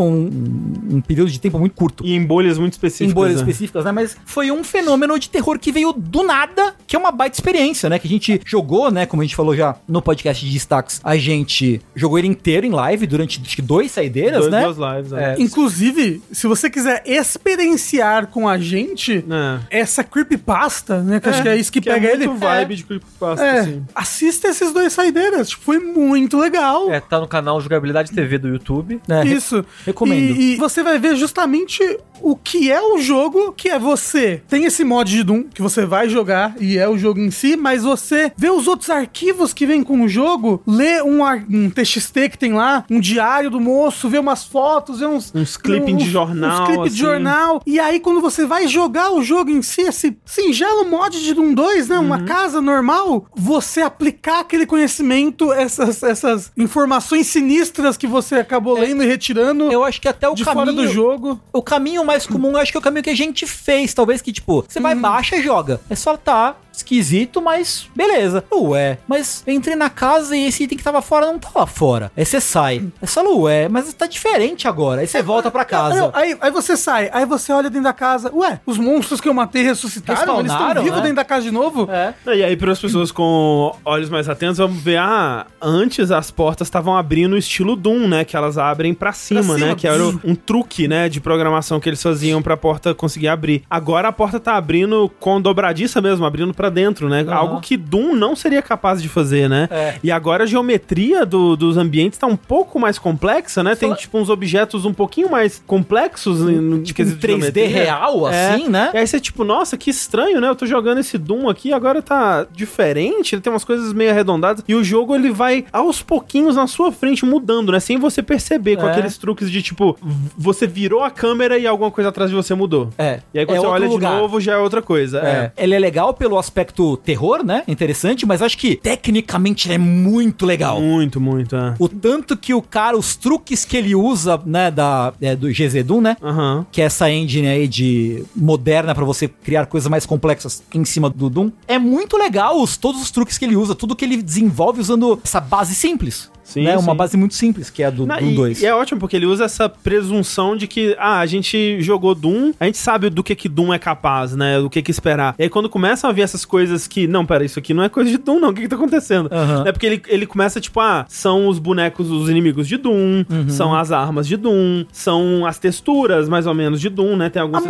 um período de tempo muito curto. E em bolhas muito específicas. Em bolhas específicas, né? Mas foi um fenômeno de terror que veio do nada, que é uma baita experiência, né? Que a gente jogou, né? Como a gente falou já no podcast de destaques, a gente jogou ele inteiro em live durante, acho que 2 saideiras, né? 2 lives, Inclusive, se você quiser experienciar com a gente essa creepypasta, né? Que acho que é isso que pega ele. Vibe de creepypasta, assim. Assista esses 2 saideiras. Tipo, foi muito legal. Tá no canal Jogabilidade TV do YouTube. Isso. Recomendo. E você vai ver justamente o que é o jogo, que é você. Tem esse mod de Doom que você vai jogar e é o jogo em si, mas você vê os outros arquivos que vem com o jogo, lê um TXT que tem lá, um diário do moço, vê umas fotos, vê uns clipping de jornal. Uns clippes de jornal. E aí, quando você vai jogar o jogo em si, esse singelo mod de Doom 2, né? Uma casa normal, você aplicar aquele conhecimento, essas informações sinistras que você acabou lendo e retirando. Eu acho que até o de caminho, fora do jogo. O caminho mais comum, eu acho que é o caminho que a gente fez. Talvez que, tipo, você vai, baixa e joga. É só esquisito, mas beleza. Mas eu entrei na casa e esse item que tava fora não tá lá fora. Aí você sai. É só, mas tá diferente agora. Aí você volta pra casa. Não, aí você sai, aí você olha dentro da casa. Os monstros que eu matei ressuscitaram? Eles estão vivos dentro da casa de novo? E aí, para as pessoas com olhos mais atentos, vamos ver, antes as portas estavam abrindo estilo Doom, né? Que elas abrem pra cima, né? Que era um truque, né? De programação que eles faziam pra porta conseguir abrir. Agora a porta tá abrindo com dobradiça mesmo, abrindo pra dentro, né? Algo que Doom não seria capaz de fazer, né? E agora a geometria dos ambientes tá um pouco mais complexa, né? Tem, tipo, uns objetos um pouquinho mais complexos no tipo, em 3D real, assim, né? E aí você, tipo, nossa, que estranho, né? Eu tô jogando esse Doom aqui, agora tá diferente, ele tem umas coisas meio arredondadas, e o jogo, ele vai aos pouquinhos na sua frente, mudando, né? Sem você perceber, com aqueles truques de, tipo, você virou a câmera e alguma coisa atrás de você mudou. E aí quando você olha de novo, já é outra coisa. Ele é legal pelo aspecto terror, né? Interessante, mas acho que tecnicamente ele é muito legal. Muito. O tanto que o cara, os truques que ele usa, né, do GZ Doom, né? Que é essa engine aí moderna pra você criar coisas mais complexas em cima do Doom. É muito legal todos os truques que ele usa, tudo que ele desenvolve usando essa base simples. Sim, né? sim. Uma base muito simples, que é a do Doom 2. E é ótimo, porque ele usa essa presunção de que, a gente jogou Doom, a gente sabe do que Doom é capaz, né? Do que esperar. E aí quando começam a ver essas coisas que, não, pera, isso aqui não é coisa de Doom, não, o que tá acontecendo? É porque ele começa, tipo, são os bonecos, os inimigos de Doom, são as armas de Doom, são as texturas, mais ou menos, de Doom, né? Tem algumas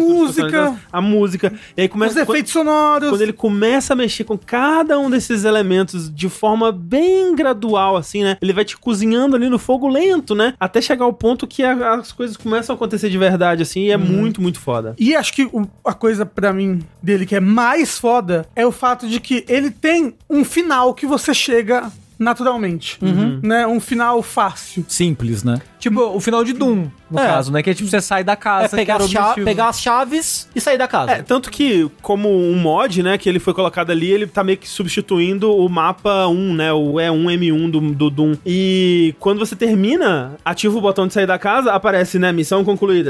a música. E aí começa... Os efeitos sonoros. Quando ele começa a mexer com cada um desses elementos de forma bem gradual, assim, né? Ele vai te cozinhando ali no fogo lento, né? Até chegar ao ponto que as coisas começam a acontecer de verdade, assim, e é muito, muito foda. E acho que a coisa, pra mim, dele que é mais foda é o fato de que ele tem um final que você chega naturalmente, né? Um final fácil. Simples, né? Tipo, o final de Doom, no caso, né? Que é tipo, você sai da casa. Pegar as chaves e sair da casa. Tanto que, como um mod, né, que ele foi colocado ali, ele tá meio que substituindo o mapa 1, né, o E1M1 do Doom. E quando você termina, ativa o botão de sair da casa, aparece, né, missão concluída.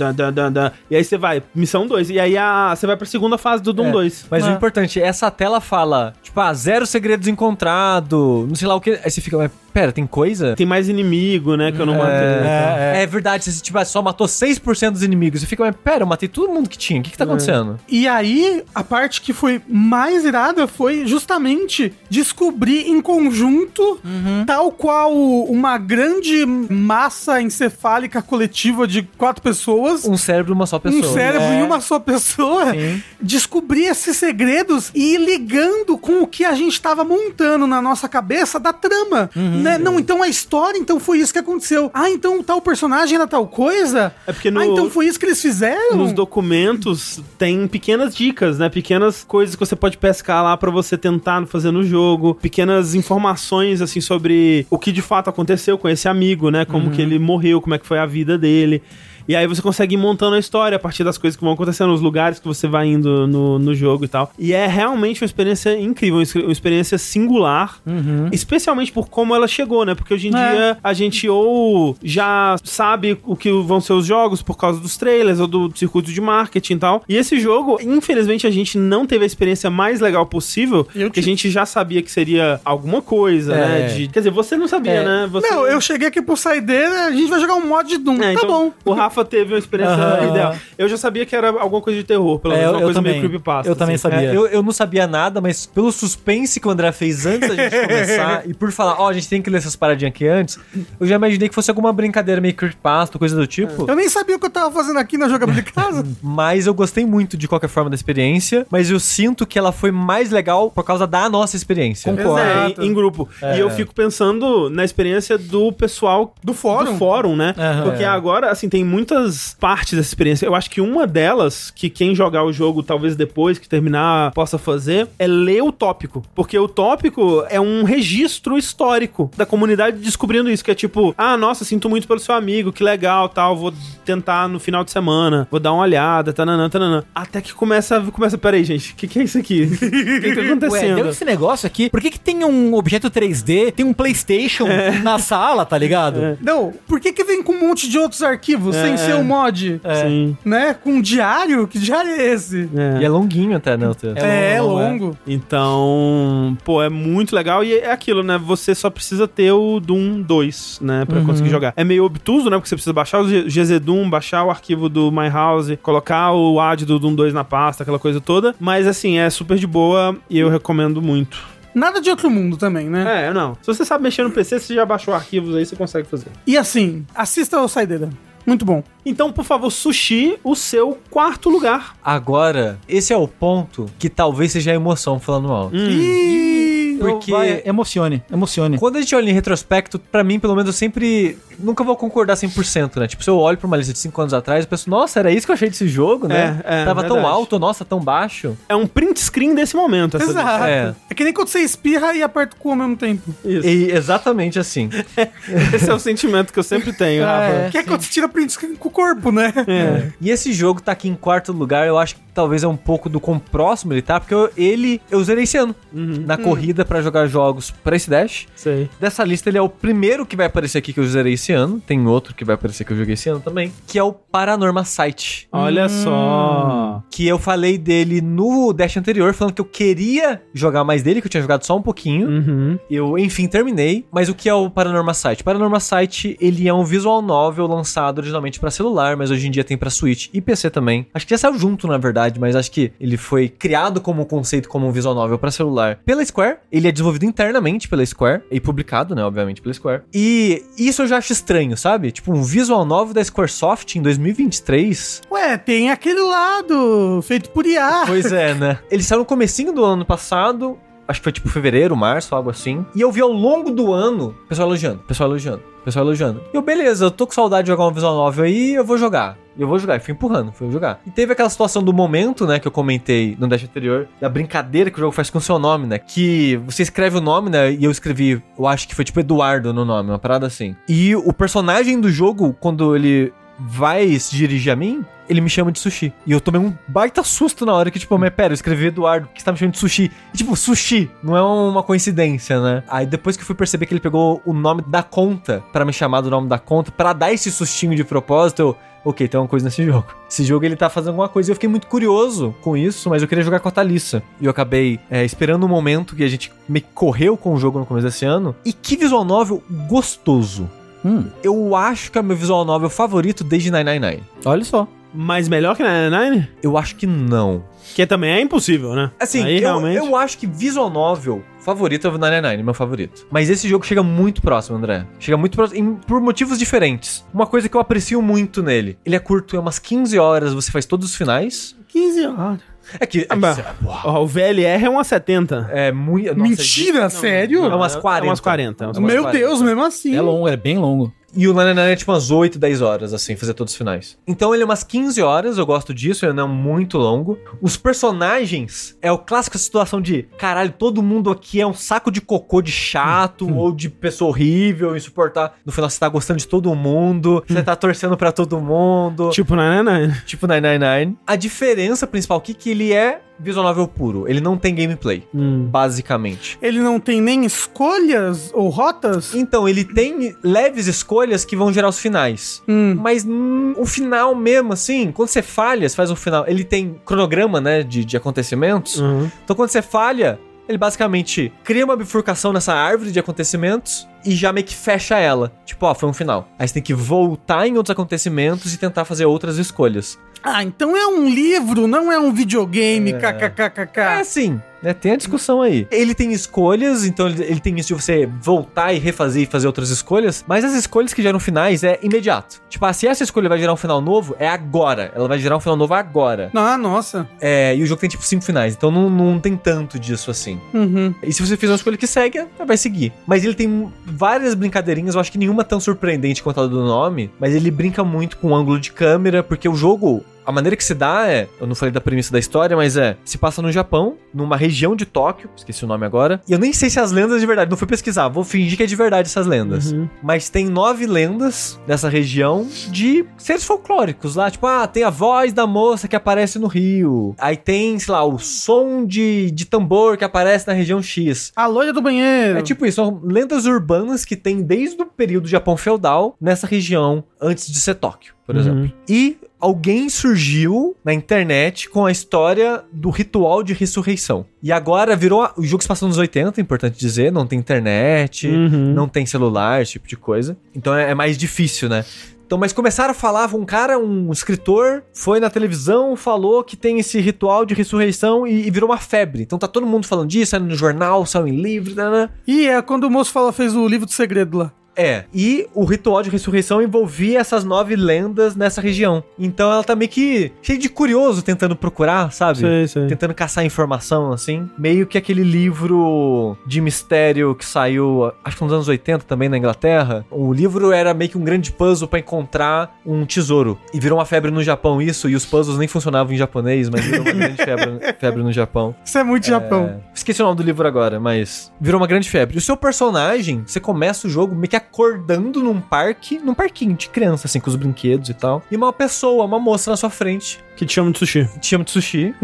E aí você vai, missão 2. E aí você vai pra segunda fase do Doom 2. Mas o importante, essa tela fala, tipo, 0 segredos encontrados, não sei lá o que. Aí você fica, mas pera, tem coisa? Tem mais inimigo, né, que eu não matei. É verdade, você tipo, só matou 6% dos inimigos. Você fica, mas pera, eu matei todo mundo que tinha. O que tá acontecendo? E aí, a parte que foi mais irada foi justamente descobrir em conjunto, tal qual uma grande massa encefálica coletiva de 4 pessoas. Um cérebro, uma só pessoa. Um cérebro em uma só pessoa. Sim. Descobrir esses segredos e ir ligando com o que a gente tava montando na nossa cabeça da trama. Né? Não, então a história, então foi isso que aconteceu. Então tal personagem era tal coisa? É porque então foi isso que eles fizeram? Nos documentos tem pequenas dicas, né? Pequenas coisas que você pode pescar lá pra você tentar fazer no jogo. Pequenas informações, assim, sobre o que de fato aconteceu com esse amigo, né? Como que ele morreu, como é que foi a vida dele. E aí você consegue ir montando a história a partir das coisas que vão acontecendo, nos lugares que você vai indo no jogo e tal. E é realmente uma experiência incrível, uma experiência singular, especialmente por como ela chegou, né? Porque hoje em dia a gente ou já sabe o que vão ser os jogos por causa dos trailers ou do circuito de marketing e tal. E esse jogo, infelizmente, a gente não teve a experiência mais legal possível, porque a gente já sabia que seria alguma coisa, né? Quer dizer, você não sabia, né? Não, eu cheguei aqui pro Saideira, a gente vai jogar um mod de Doom. Tá então, bom. O Rafa teve uma experiência ideal. Eu já sabia que era alguma coisa de terror, pelo menos uma coisa meio creepypasta. Eu também sabia. Eu não sabia nada, mas pelo suspense que o André fez antes da gente começar, e por falar, a gente tem que ler essas paradinhas aqui antes, eu já imaginei que fosse alguma brincadeira meio creepypasta, coisa do tipo. Eu nem sabia o que eu tava fazendo aqui na jogabilidade de casa. Mas eu gostei muito, de qualquer forma, da experiência, mas eu sinto que ela foi mais legal por causa da nossa experiência. Concordo. Em grupo. E eu fico pensando na experiência do pessoal do fórum, né? Porque agora, assim, tem muitas partes dessa experiência. Eu acho que uma delas, que quem jogar o jogo, talvez depois que terminar, possa fazer, é ler o tópico. Porque o tópico é um registro histórico da comunidade descobrindo isso, que é tipo, nossa, sinto muito pelo seu amigo, que legal, tal, vou tentar no final de semana, vou dar uma olhada, tananã. Até que começa, peraí, gente, o que é isso aqui? O que tá acontecendo? Deu esse negócio aqui, por que tem um objeto 3D, tem um PlayStation na sala, tá ligado? Não, por que vem com um monte de outros arquivos, sem ser um mod? Sim. Né? Com um diário? Que diário é esse? E é longuinho até, né? É longo. Então, é muito legal. E é aquilo, né? Você só precisa ter o Doom 2, né? Pra conseguir jogar. É meio obtuso, né? Porque você precisa baixar o GZ Doom, baixar o arquivo do My House, colocar o AD do Doom 2 na pasta, aquela coisa toda. Mas, assim, é super de boa e eu recomendo muito. Nada de outro mundo também, né? Não. Se você sabe mexer no PC, você já baixou arquivos aí, você consegue fazer. E assim, assista ao Saideira. Muito bom. Então, por favor, Sushi, o seu 4º lugar. Agora, esse é o ponto que talvez seja a emoção falando alto. Porque emocione. Quando a gente olha em retrospecto, pra mim, pelo menos, eu sempre nunca vou concordar 100%, né? Tipo, se eu olho pra uma lista de 5 anos atrás, eu penso, nossa, era isso que eu achei desse jogo, né? Tava verdade. tão alto, nossa, tão baixo. É um print screen desse momento. Essa Exato. É que nem quando você espirra e aperta o cu ao mesmo tempo. Isso. E exatamente assim. Esse é o sentimento que eu sempre tenho, Rafa. Que é quando você tira print screen com o corpo, né? E esse jogo tá aqui em 4º lugar, eu acho que talvez é um pouco do quão próximo ele tá, porque eu zerei esse ano. Na corrida pra jogar jogos pra esse Dash. Sei. Dessa lista, ele é o primeiro que vai aparecer aqui que eu zerei esse ano. Tem outro que vai aparecer que eu joguei esse ano também, que é o Paranormal Sight. Olha só. Que eu falei dele no Dash anterior, falando que eu queria jogar mais dele, que eu tinha jogado só um pouquinho. Eu, enfim, terminei. Mas o que é o Paranormal Sight? Paranormal Sight, ele é um visual novel lançado originalmente pra celular, mas hoje em dia tem pra Switch e PC também. Acho que já saiu junto, na verdade, mas acho que ele foi criado como conceito, como um visual novel pra celular pela Square. Ele é desenvolvido internamente pela Square e publicado, né, obviamente, pela Square. E isso eu já acho estranho, sabe? Tipo, um visual novel da Squaresoft em 2023. Ué, tem aquele lado feito por IA. Pois é, né? Ele saiu no comecinho do ano passado, acho que foi tipo fevereiro, março, algo assim. E eu vi ao longo do ano o pessoal elogiando. E eu, beleza, eu tô com saudade de jogar um visual novel aí, eu vou jogar. E eu vou jogar. E fui empurrando, fui jogar. E teve aquela situação do momento, né, que eu comentei no dash anterior, da brincadeira que o jogo faz com o seu nome, né? Que você escreve o nome, né? E eu escrevi, eu acho que foi tipo Eduardo no nome, uma parada assim. E o personagem do jogo, quando ele vai se dirigir a mim, ele me chama de Sushi. E eu tomei um baita susto na hora que, tipo, mas pera, eu escrevi Eduardo, que você tá me chamando de Sushi. E, tipo, Sushi não é uma coincidência, né? Aí depois que eu fui perceber que ele pegou o nome da conta pra me chamar do nome da conta, pra dar esse sustinho de propósito, eu... Ok, tem uma coisa nesse jogo. Esse jogo, ele tá fazendo alguma coisa. E eu fiquei muito curioso com isso, mas eu queria jogar com a Thalissa. E eu acabei esperando um momento que a gente me correu com o jogo no começo desse ano. E que visual novel gostoso. Eu acho que é o meu visual novel favorito desde 999. Olha só. Mas melhor que 999? Eu acho que não. Que também é impossível, né? Assim, aí, eu acho que visual novel favorito é o 999, meu favorito. Mas esse jogo chega muito próximo, André. Chega muito próximo, por motivos diferentes. Uma coisa que eu aprecio muito nele, ele é curto, é umas 15 horas, você faz todos os finais. 15 horas. É que... O VLR é umas 70. É muito... Mentira, sério? É umas 40. É umas 40. Meu Deus, mesmo assim. É longo, é bem longo. E o 999 é tipo umas 8, 10 horas, assim, fazer todos os finais. Então ele é umas 15 horas, eu gosto disso, ele não é muito longo. Os personagens é o clássico situação de, caralho, todo mundo aqui é um saco de cocô de chato, ou de pessoa horrível, insuportável. No final você tá gostando de todo mundo, você tá torcendo pra todo mundo. Tipo 999. Tipo 999. A diferença principal aqui é que ele é visual novel puro. Ele não tem gameplay, basicamente. Ele não tem nem escolhas ou rotas? Então, ele tem leves escolhas que vão gerar os finais. Mas o final mesmo, assim, quando você falha, você faz um final... Ele tem cronograma, né, de acontecimentos. Então, quando você falha, ele basicamente cria uma bifurcação nessa árvore de acontecimentos e já meio que fecha ela. Tipo, ó, foi um final. Aí você tem que voltar em outros acontecimentos e tentar fazer outras escolhas. Ah, então é um livro, não é um videogame, kkkk. É assim, né? Tem a discussão aí. Ele tem escolhas, então ele tem isso de você voltar e refazer e fazer outras escolhas, mas as escolhas que geram finais é imediato. Tipo, se essa escolha vai gerar um final novo, é agora. Ela vai gerar um final novo agora. Ah, nossa. E o jogo tem tipo 5 finais, então não tem tanto disso assim. E se você fizer uma escolha que segue, vai seguir. Mas ele tem várias brincadeirinhas, eu acho que nenhuma tão surpreendente quanto a do nome, mas ele brinca muito com o ângulo de câmera, porque o jogo... A maneira que se dá eu não falei da premissa da história, mas se passa no Japão, numa região de Tóquio, esqueci o nome agora, e eu nem sei se as lendas de verdade, não fui pesquisar, vou fingir que é de verdade essas lendas. Mas tem 9 lendas dessa região de seres folclóricos lá, tipo, tem a voz da moça que aparece no rio, aí tem, sei lá, o som de tambor que aparece na região X. A loira do banheiro. É tipo isso, são lendas urbanas que tem desde o período do Japão feudal nessa região, antes de ser Tóquio, por exemplo. E alguém surgiu na internet com a história do ritual de ressurreição. E agora virou... O jogo se passou nos 80, importante dizer. Não tem internet, não tem celular, esse tipo de coisa. Então é mais difícil, né? Então, mas começaram a falar, um escritor foi na televisão, falou que tem esse ritual de ressurreição e virou uma febre. Então tá todo mundo falando disso, saiu no jornal, saiu em livro, né? E é quando o moço fez o livro do segredo lá. E o ritual de ressurreição envolvia essas 9 lendas nessa região. Então ela tá meio que cheia de curioso tentando procurar, sabe? Sei. Tentando caçar informação, assim. Meio que aquele livro de mistério que saiu, acho que nos anos 80 também na Inglaterra. O livro era meio que um grande puzzle pra encontrar um tesouro. E virou uma febre no Japão isso, e os puzzles nem funcionavam em japonês, mas virou uma grande febre no Japão. Isso é muito Japão. Esqueci o nome do livro agora, mas virou uma grande febre. E o seu personagem, você começa o jogo meio que acordando num parquinho de criança, assim, com os brinquedos e tal. E uma moça na sua frente. Que te chama de sushi.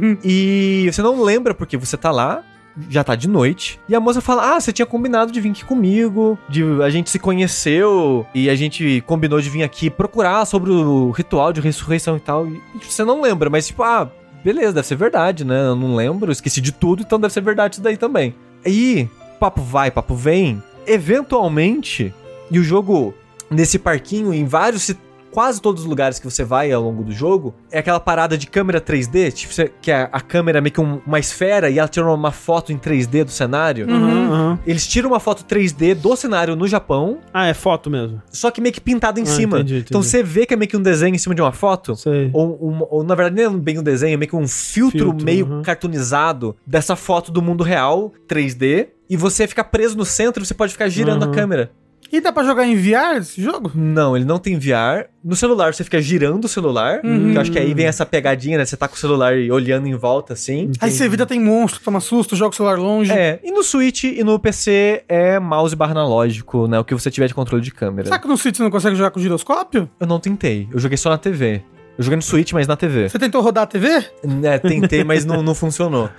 E você não lembra porque você tá lá, já tá de noite. E a moça fala, você tinha combinado de vir aqui comigo, a gente se conheceu e a gente combinou de vir aqui procurar sobre o ritual de ressurreição e tal. E você não lembra, mas tipo, beleza, deve ser verdade, né? Eu não lembro, esqueci de tudo, então deve ser verdade isso daí também. E papo vai, papo vem. Eventualmente, e o jogo, nesse parquinho, em quase todos os lugares que você vai ao longo do jogo, é aquela parada de câmera 3D, tipo, que a câmera é meio que uma esfera e ela tira uma foto em 3D do cenário. Eles tiram uma foto 3D do cenário no Japão. É foto mesmo. Só que meio que pintado em cima. Entendi. Então você vê que é meio que um desenho em cima de uma foto. Sei. Ou na verdade, nem é bem um desenho, é meio que um filtro meio cartoonizado dessa foto do mundo real, 3D. E você fica preso no centro e você pode ficar girando a câmera. E dá pra jogar em VR esse jogo? Não, ele não tem VR. No celular, você fica girando o celular. Que eu acho que aí vem essa pegadinha, né? Você tá com o celular e olhando em volta, assim. Aí você vida tem monstro, toma susto, joga o celular longe. E no Switch e no PC é mouse barra analógico, né? O que você tiver de controle de câmera. Será que no Switch você não consegue jogar com giroscópio? Eu não tentei. Eu joguei só na TV. Eu joguei no Switch, mas na TV. Você tentou rodar a TV? Tentei, mas não funcionou.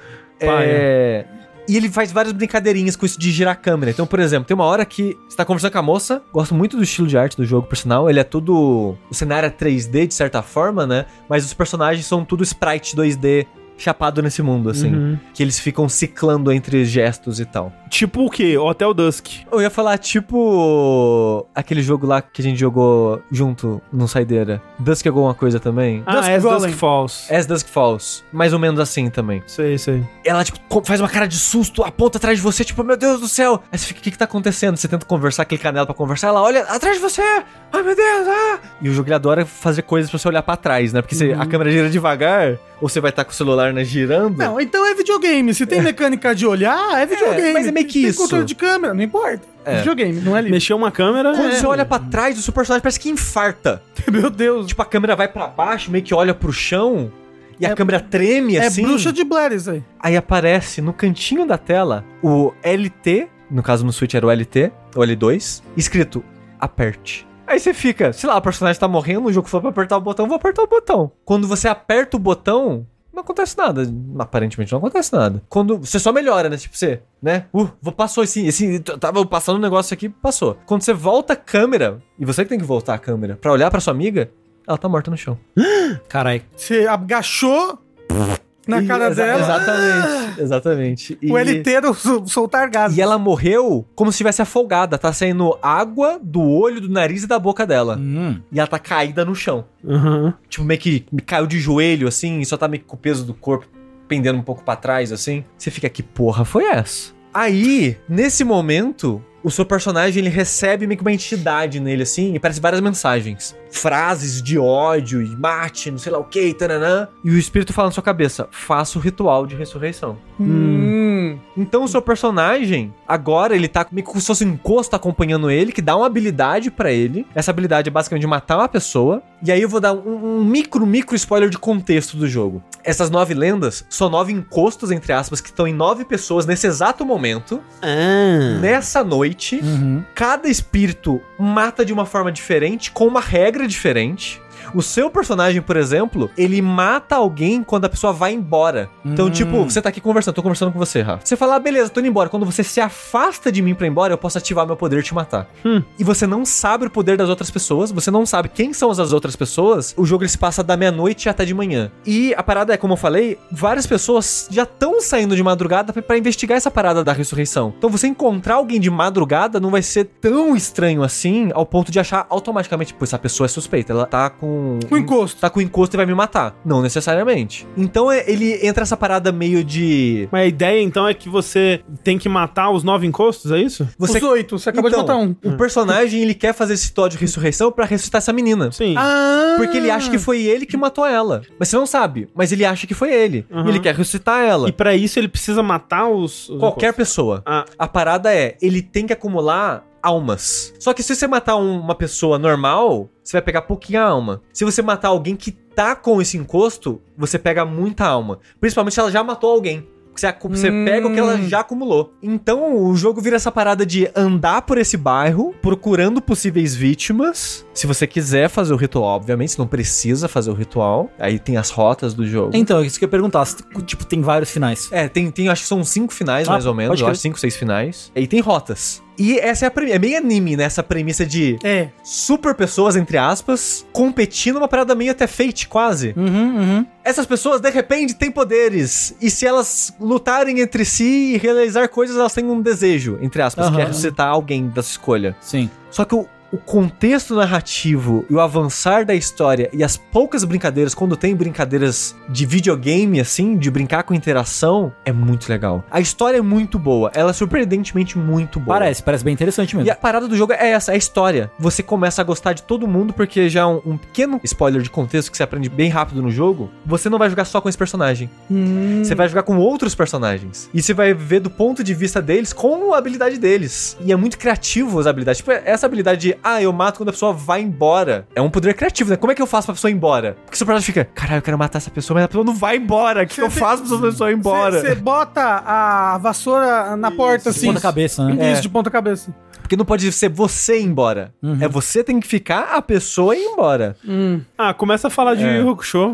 E ele faz várias brincadeirinhas com isso de girar a câmera. Então, por exemplo, tem uma hora que você tá conversando com a moça. Gosto muito do estilo de arte do jogo, por sinal. Ele é tudo... O cenário é 3D, de certa forma, né? Mas os personagens são tudo sprite 2D chapado nesse mundo, assim. Que eles ficam ciclando entre gestos e tal. Tipo o quê? Hotel Dusk. Eu ia falar tipo... aquele jogo lá que a gente jogou junto no Saideira. Dusk alguma coisa também? As Dusk Falls. As Dusk Falls. Mais ou menos assim também. Sei. Ela, tipo, faz uma cara de susto, aponta atrás de você, tipo, meu Deus do céu. Aí você fica, o que tá acontecendo? Você tenta conversar, clicar nela pra conversar, ela olha atrás de você. Ai, meu Deus, E o jogo, ele adora fazer coisas pra você olhar pra trás, né? Porque a câmera gira devagar, ou você vai estar com o celular, né, girando. Não, então é videogame. Se tem mecânica de olhar, é videogame. Mas é meio que tem isso. controle de câmera, não importa. É videogame, não é livre. Mexer uma câmera... Quando você olha pra trás, o seu personagem parece que infarta. Meu Deus. Tipo, a câmera vai pra baixo, meio que olha pro chão, e a câmera treme, assim. É bruxa de Blair isso aí. Aí aparece no cantinho da tela o LT, no caso no Switch era o LT, ou L2, escrito, aperte. Aí você fica, sei lá, o personagem tá morrendo, o jogo falou pra apertar o botão, vou apertar o botão. Quando você aperta o botão, não acontece nada. Aparentemente não acontece nada. Quando você só melhora, né? Tipo, você, né? Passou tava passando um negócio aqui, passou. Quando você volta a câmera, e você que tem que voltar a câmera pra olhar pra sua amiga, ela tá morta no chão. Carai. Você agachou na cara dela. Exatamente. O LT soltar gás. E ela morreu como se estivesse afogada. Tá saindo água do olho, do nariz e da boca dela. E ela tá caída no chão. Tipo, meio que caiu de joelho, assim, e só tá meio que com o peso do corpo pendendo um pouco pra trás, assim. Você fica, que porra foi essa? Aí, nesse momento, o seu personagem, ele recebe meio que uma entidade nele, assim, e parece várias mensagens. Frases de ódio, e mate, não sei lá o que, tananã. E o espírito fala na sua cabeça, faça o ritual de ressurreição. Então o seu personagem, agora ele tá meio como se fosse um encosto acompanhando ele, que dá uma habilidade pra ele. Essa habilidade é basicamente de matar uma pessoa. E aí eu vou dar um micro spoiler de contexto do jogo. Essas 9 lendas são 9 encostos, entre aspas, que estão em 9 pessoas nesse exato momento. Nessa noite, cada espírito mata de uma forma diferente, com uma regra diferente. O seu personagem, por exemplo, ele mata alguém quando a pessoa vai embora. Então, tipo, você tá aqui conversando, tô conversando com você, Rafa. Você fala, beleza, tô indo embora. Quando você se afasta de mim pra ir embora, eu posso ativar meu poder e te matar. E você não sabe o poder das outras pessoas, você não sabe quem são as outras pessoas. O jogo, ele se passa da meia-noite até de manhã. E a parada é, como eu falei, várias pessoas já estão saindo de madrugada pra investigar essa parada da ressurreição. Então, você encontrar alguém de madrugada não vai ser tão estranho assim, ao ponto de achar automaticamente, pô, essa pessoa é suspeita, ela tá com encosto. Tá com encosto e vai me matar. Não necessariamente. Então ele entra essa parada meio de... Mas a ideia então é que você tem que matar os 9 encostos, é isso? Os 8, você acabou de matar um. O personagem, ele quer fazer esse ritual de ressurreição pra ressuscitar essa menina. Sim. Porque ele acha que foi ele que matou ela. Mas você não sabe. Mas ele acha que foi ele. E ele quer ressuscitar ela. E pra isso ele precisa matar os qualquer pessoa. A parada é, ele tem que acumular almas. Só que se você matar uma pessoa normal, você vai pegar pouquinha alma. Se você matar alguém que tá com esse encosto, você pega muita alma. Principalmente se ela já matou alguém. Você pega o que ela já acumulou. Então o jogo vira essa parada de andar por esse bairro, procurando possíveis vítimas. Se você quiser fazer o ritual, obviamente, você não precisa fazer o ritual. Aí tem as rotas do jogo. Então, isso que eu ia perguntar. Tipo, tem vários finais. Tem acho que são 5 finais, mais ou menos. Eu acho 5, 6 finais. E tem rotas. E essa é a premissa. É meio anime, né? Essa premissa de super pessoas, entre aspas, competindo, uma parada meio até Fate, quase. Essas pessoas, de repente, têm poderes. E se elas lutarem entre si e realizar coisas, elas têm um desejo, entre aspas, que é ressuscitar alguém da sua escolha. Sim. Só que o contexto narrativo e o avançar da história e as poucas brincadeiras, quando tem brincadeiras de videogame, assim, de brincar com interação, é muito legal. A história é muito boa, ela é surpreendentemente muito boa. Parece bem interessante mesmo. E a parada do jogo é essa, é a história. Você começa a gostar de todo mundo, porque já um pequeno spoiler de contexto que você aprende bem rápido no jogo, você não vai jogar só com esse personagem. Você vai jogar com outros personagens. E você vai ver do ponto de vista deles com a habilidade deles. E é muito criativo as habilidades. Tipo, essa habilidade de, eu mato quando a pessoa vai embora. É um poder criativo, né? Como é que eu faço pra pessoa ir embora? Porque seu personagem fica, caralho, eu quero matar essa pessoa, mas a pessoa não vai embora. O que eu faço pra essa pessoa ir embora? Você bota a vassoura na porta, assim. De ponta cabeça, né? Isso, de ponta cabeça. Porque não pode ser você ir embora. É você tem que ficar, a pessoa ir embora. Começa a falar de Yu Yu Hakusho.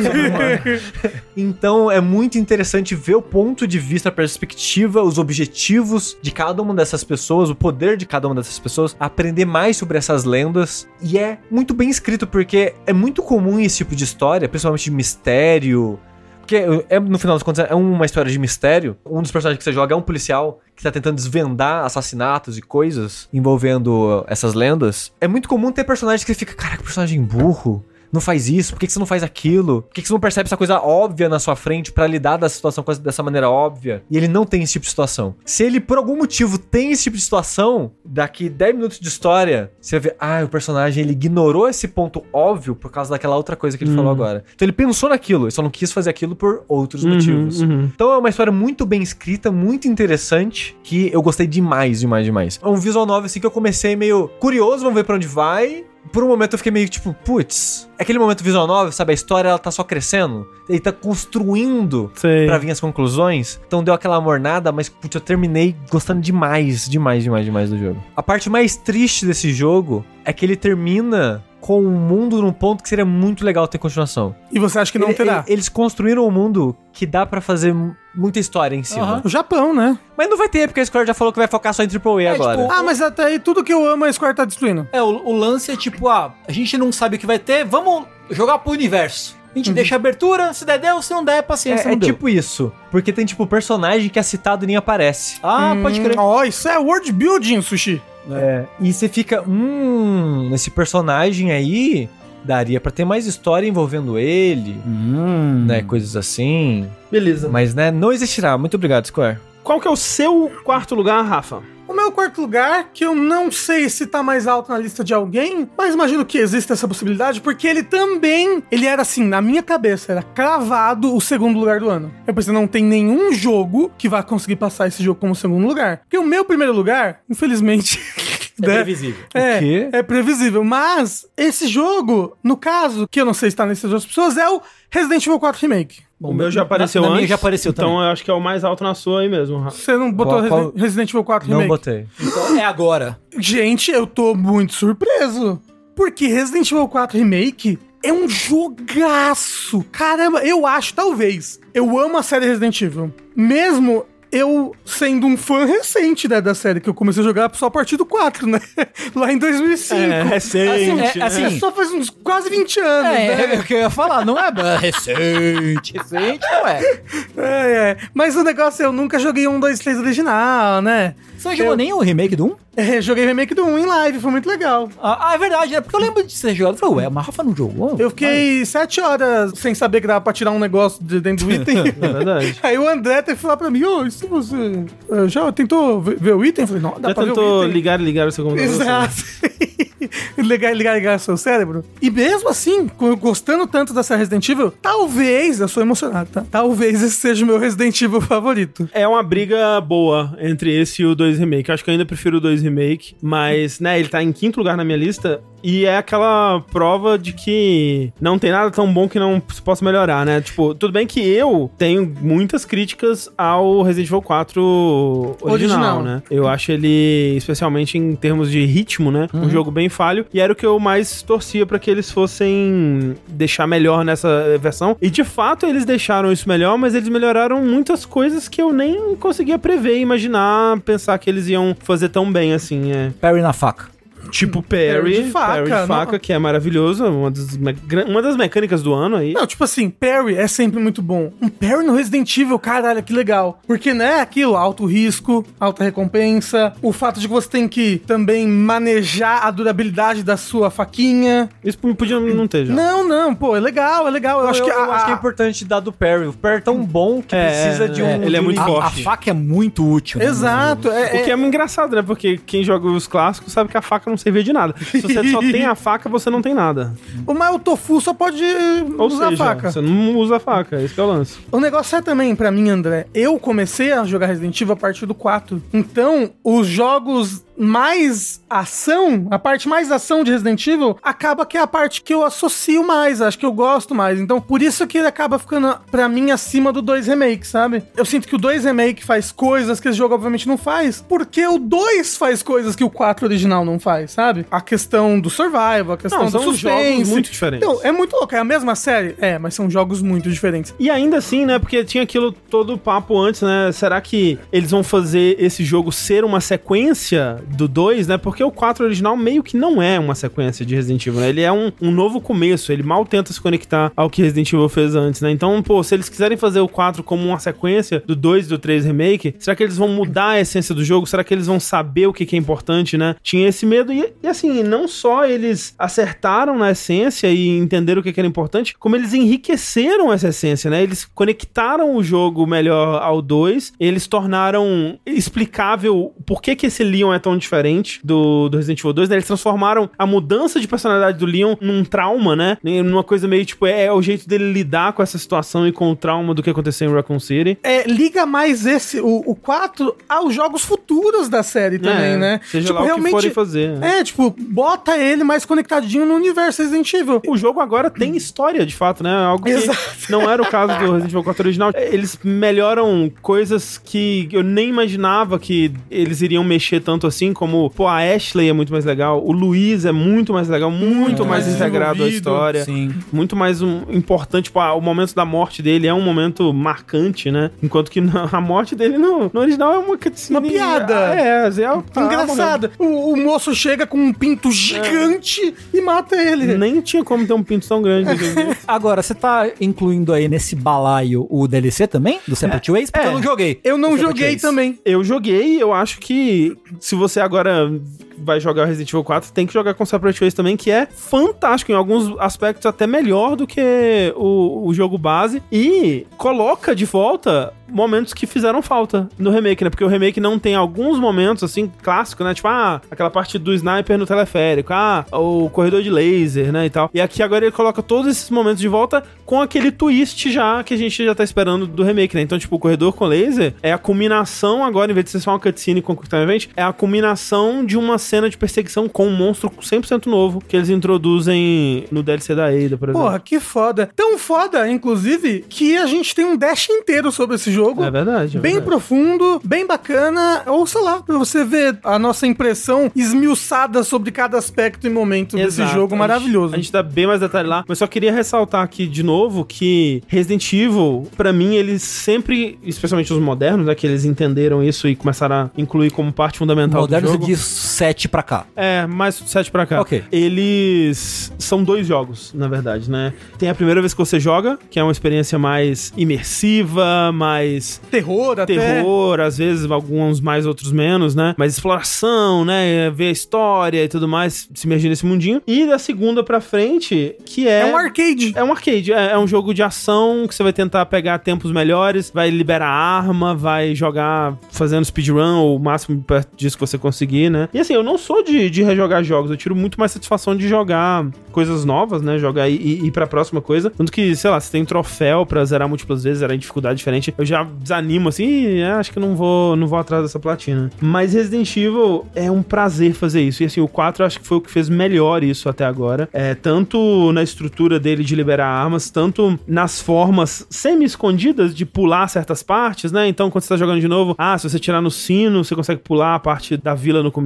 Então é muito interessante ver o ponto de vista, a perspectiva, os objetivos de cada uma dessas pessoas, o poder de cada uma dessas pessoas, aprender mais sobre essas lendas. E é muito bem escrito, porque é muito comum esse tipo de história, principalmente de mistério. Porque, no final das contas, é uma história de mistério. Um dos personagens que você joga é um policial que tá tentando desvendar assassinatos e coisas envolvendo essas lendas. É muito comum ter personagens que você fica, caraca, personagem burro. Não faz isso, por que você não faz aquilo? Por que você não percebe essa coisa óbvia na sua frente pra lidar da situação dessa maneira óbvia? E ele não tem esse tipo de situação. Se ele, por algum motivo, tem esse tipo de situação, daqui 10 minutos de história, você vai ver, o personagem, ele ignorou esse ponto óbvio por causa daquela outra coisa que ele falou agora. Então ele pensou naquilo, ele só não quis fazer aquilo por outros motivos. Então é uma história muito bem escrita, muito interessante, que eu gostei demais. É um visual novel, assim, que eu comecei meio curioso, vamos ver pra onde vai. Por um momento eu fiquei meio tipo, putz, aquele momento visual novel, sabe? A história, ela tá só crescendo. Ele tá construindo pra vir as conclusões. Então deu aquela mornada, mas putz, eu terminei gostando demais do jogo. A parte mais triste desse jogo é que ele termina com o mundo num ponto que seria muito legal ter continuação. E você acha que não terá? Eles construíram um mundo que dá pra fazer muita história em cima. O Japão, né? Mas não vai ter, porque a Square já falou que vai focar só em AAA agora. Tipo, mas até aí tudo que eu amo a Square tá destruindo. O lance é tipo, a gente não sabe o que vai ter, vamos jogar pro universo. A gente deixa a abertura, se der, deu, se não der, paciência, não deu. É tipo isso. Porque tem tipo personagem que é citado e nem aparece. Pode crer. Isso é world building, Sushi. E você fica, esse personagem aí daria pra ter mais história envolvendo ele, né, coisas assim. Beleza. Mas, né, não existirá. Muito obrigado, Square. Qual que é o seu quarto lugar, Rafa? O meu quarto lugar, que eu não sei se tá mais alto na lista de alguém, mas imagino que existe essa possibilidade, porque ele era assim, na minha cabeça, era cravado o segundo lugar do ano. Eu pensei, não tem nenhum jogo que vai conseguir passar esse jogo como segundo lugar. Porque o meu primeiro lugar, infelizmente... previsível. O quê? É previsível. Mas esse jogo, no caso, que eu não sei se tá nessas outras pessoas, é o Resident Evil 4 Remake. Bom, o meu já apareceu antes. Na minha já apareceu então também. Eu acho que é o mais alto na sua aí mesmo, Rafa. Você não botou Resident Evil 4 Remake? Não botei. Então é agora. Gente, eu tô muito surpreso. Porque Resident Evil 4 Remake é um jogaço. Caramba, eu acho, talvez. Eu amo a série Resident Evil. Mesmo eu sendo um fã recente, né, da série, que eu comecei a jogar só a partir do 4, né? Lá em 2005. Recente. Assim, só faz uns quase 20 anos, né? É o que eu ia falar, não é recente. Recente não é. Mas o negócio é, eu nunca joguei 1, 2, 3 original, né? Você não jogou nem o remake do 1? Joguei o remake do 1 em live, foi muito legal. É verdade, né? Porque eu lembro de você jogado. Eu falei, mas Rafa não jogou? Eu fiquei 7 horas sem saber que dava pra tirar um negócio de dentro do item. É verdade. Aí o André teve que falar pra mim, se você já tentou ver o item? Eu falei, não, dá pra ver o item. Já tentou ligar o seu computador? Exato. ligar o seu cérebro. E mesmo assim, gostando tanto dessa Resident Evil, talvez, eu sou emocionado, tá? Talvez esse seja o meu Resident Evil favorito. É uma briga boa entre esse e o 2 Remake. Eu acho que eu ainda prefiro o 2 Remake, mas, né, ele tá em 5º lugar na minha lista e é aquela prova de que não tem nada tão bom que não se possa melhorar, né? Tipo, tudo bem que eu tenho muitas críticas ao Resident Evil 4 original, né? Eu acho ele, especialmente em termos de ritmo, né? Um jogo bem falho, e era o que eu mais torcia pra que eles fossem deixar melhor nessa versão. E de fato eles deixaram isso melhor, mas eles melhoraram muitas coisas que eu nem conseguia prever, imaginar, pensar que eles iam fazer tão bem assim. Parry na faca. Tipo parry de faca, não. que é maravilhoso, uma das mecânicas do ano aí. Não, tipo assim, parry é sempre muito bom. Um parry no Resident Evil, caralho, que legal. Porque, né, aquilo, alto risco, alta recompensa, o fato de que você tem que também manejar a durabilidade da sua faquinha. Isso podia não ter já. Não, pô, é legal. Eu acho que é importante dar do parry. O parry é tão bom que precisa de um... Ele é muito forte. A faca é muito útil. Exato. O que é engraçado, né? Porque quem joga os clássicos sabe que a faca não servia de nada. Se você só tem a faca, você não tem nada. Mas o Tofu só pode usar a faca. Você não usa a faca, esse que é o lance. O negócio é também, pra mim, André, eu comecei a jogar Resident Evil a partir do 4. Então, os jogos mais ação, a parte mais ação de Resident Evil, acaba que é a parte que eu associo mais, acho que eu gosto mais. Então, por isso que ele acaba ficando, pra mim, acima do 2 Remake, sabe? Eu sinto que o 2 Remake faz coisas que esse jogo, obviamente, não faz, porque o 2 faz coisas que o 4 original não faz, sabe? A questão do survival, a questão do suspense. São jogos muito diferentes. Então, é muito louco, é a mesma série? É, mas são jogos muito diferentes. E ainda assim, né, porque tinha aquilo todo o papo antes, né, será que eles vão fazer esse jogo ser uma sequência do 2, né, porque o 4 original meio que não é uma sequência de Resident Evil, né, ele é um novo começo, ele mal tenta se conectar ao que Resident Evil fez antes, né, então, pô, se eles quiserem fazer o 4 como uma sequência do 2 e do 3 Remake, será que eles vão mudar a essência do jogo? Será que eles vão saber o que é importante, né? Tinha esse medo e assim, não só eles acertaram na essência e entenderam o que era importante, como eles enriqueceram essa essência, né? Eles conectaram o jogo melhor ao 2, eles tornaram explicável por que esse Leon é tão diferente do Resident Evil 2, né? Eles transformaram a mudança de personalidade do Leon num trauma, né? Numa coisa meio, tipo, é o jeito dele lidar com essa situação e com o trauma do que aconteceu em Raccoon City. Liga mais o 4 aos jogos futuros da série também, né? Seja tipo, lá o que forem fazer. Tipo, bota ele mais conectadinho no universo Resident Evil. O jogo agora tem história, de fato, né? Algo que não era o caso do Resident Evil 4 original. Eles melhoram coisas que eu nem imaginava que eles iriam mexer tanto assim, como, pô, a Ashley é muito mais legal, o Luiz é muito mais legal, muito mais integrado à história. Sim. Muito mais importante, tipo, o momento da morte dele é um momento marcante, né? Enquanto que a morte dele no original é uma cutscene. Uma piada. Engraçado. O moço chega com um pinto gigante e mata ele. Nem tinha como ter um pinto tão grande. Agora, você tá incluindo aí nesse balaio o DLC também? Do Separate Ways? Porque eu não joguei. Eu não joguei também. Eu joguei, eu acho que se você agora vai jogar Resident Evil 4, tem que jogar com Separate Ways também, que é fantástico, em alguns aspectos até melhor do que o jogo base, e coloca de volta momentos que fizeram falta no remake, né? Porque o remake não tem alguns momentos, assim, clássicos, né? Tipo, aquela parte do sniper no teleférico, o corredor de laser, né, e tal. E aqui agora ele coloca todos esses momentos de volta com aquele twist já, que a gente já tá esperando do remake, né? Então, tipo, o corredor com laser é a culminação agora, em vez de ser só uma cutscene com Quick Time Event, é a culminação de uma cena de perseguição com um monstro 100% novo que eles introduzem no DLC da Ada, por exemplo. Porra, que foda. Tão foda, inclusive, que a gente tem um dash inteiro sobre esse jogo. É verdade. Bem profundo, bem bacana. Ou sei lá, pra você ver a nossa impressão esmiuçada sobre cada aspecto e momento desse jogo maravilhoso. A gente dá bem mais detalhe lá, mas só queria ressaltar aqui de novo que Resident Evil, pra mim, eles sempre, especialmente os modernos, né, que eles entenderam isso e começaram a incluir como parte fundamental modernos do jogo. Modernos de 7 pra cá. Mais 7 pra cá. Ok. Eles são 2 jogos, na verdade, né? Tem a primeira vez que você joga, que é uma experiência mais imersiva, mais... Terror, às vezes alguns mais, outros menos, né? Mais exploração, né? Ver a história e tudo mais, se imergir nesse mundinho. E da segunda pra frente, que é... É um arcade. É um arcade, é um jogo de ação que você vai tentar pegar tempos melhores, vai liberar arma, vai jogar fazendo speedrun, ou o máximo perto disso que você conseguir, né? E assim, eu não sou de rejogar jogos, eu tiro muito mais satisfação de jogar coisas novas, né? Jogar e ir pra próxima coisa. Tanto que, sei lá, se tem troféu pra zerar múltiplas vezes, zerar em dificuldade diferente, eu já desanimo assim, acho que não vou atrás dessa platina. Mas Resident Evil é um prazer fazer isso. E assim, o 4 acho que foi o que fez melhor isso até agora. Tanto na estrutura dele de liberar armas, tanto nas formas semi-escondidas de pular certas partes, né? Então, quando você tá jogando de novo, se você tirar no sino, você consegue pular a parte da vila no começo.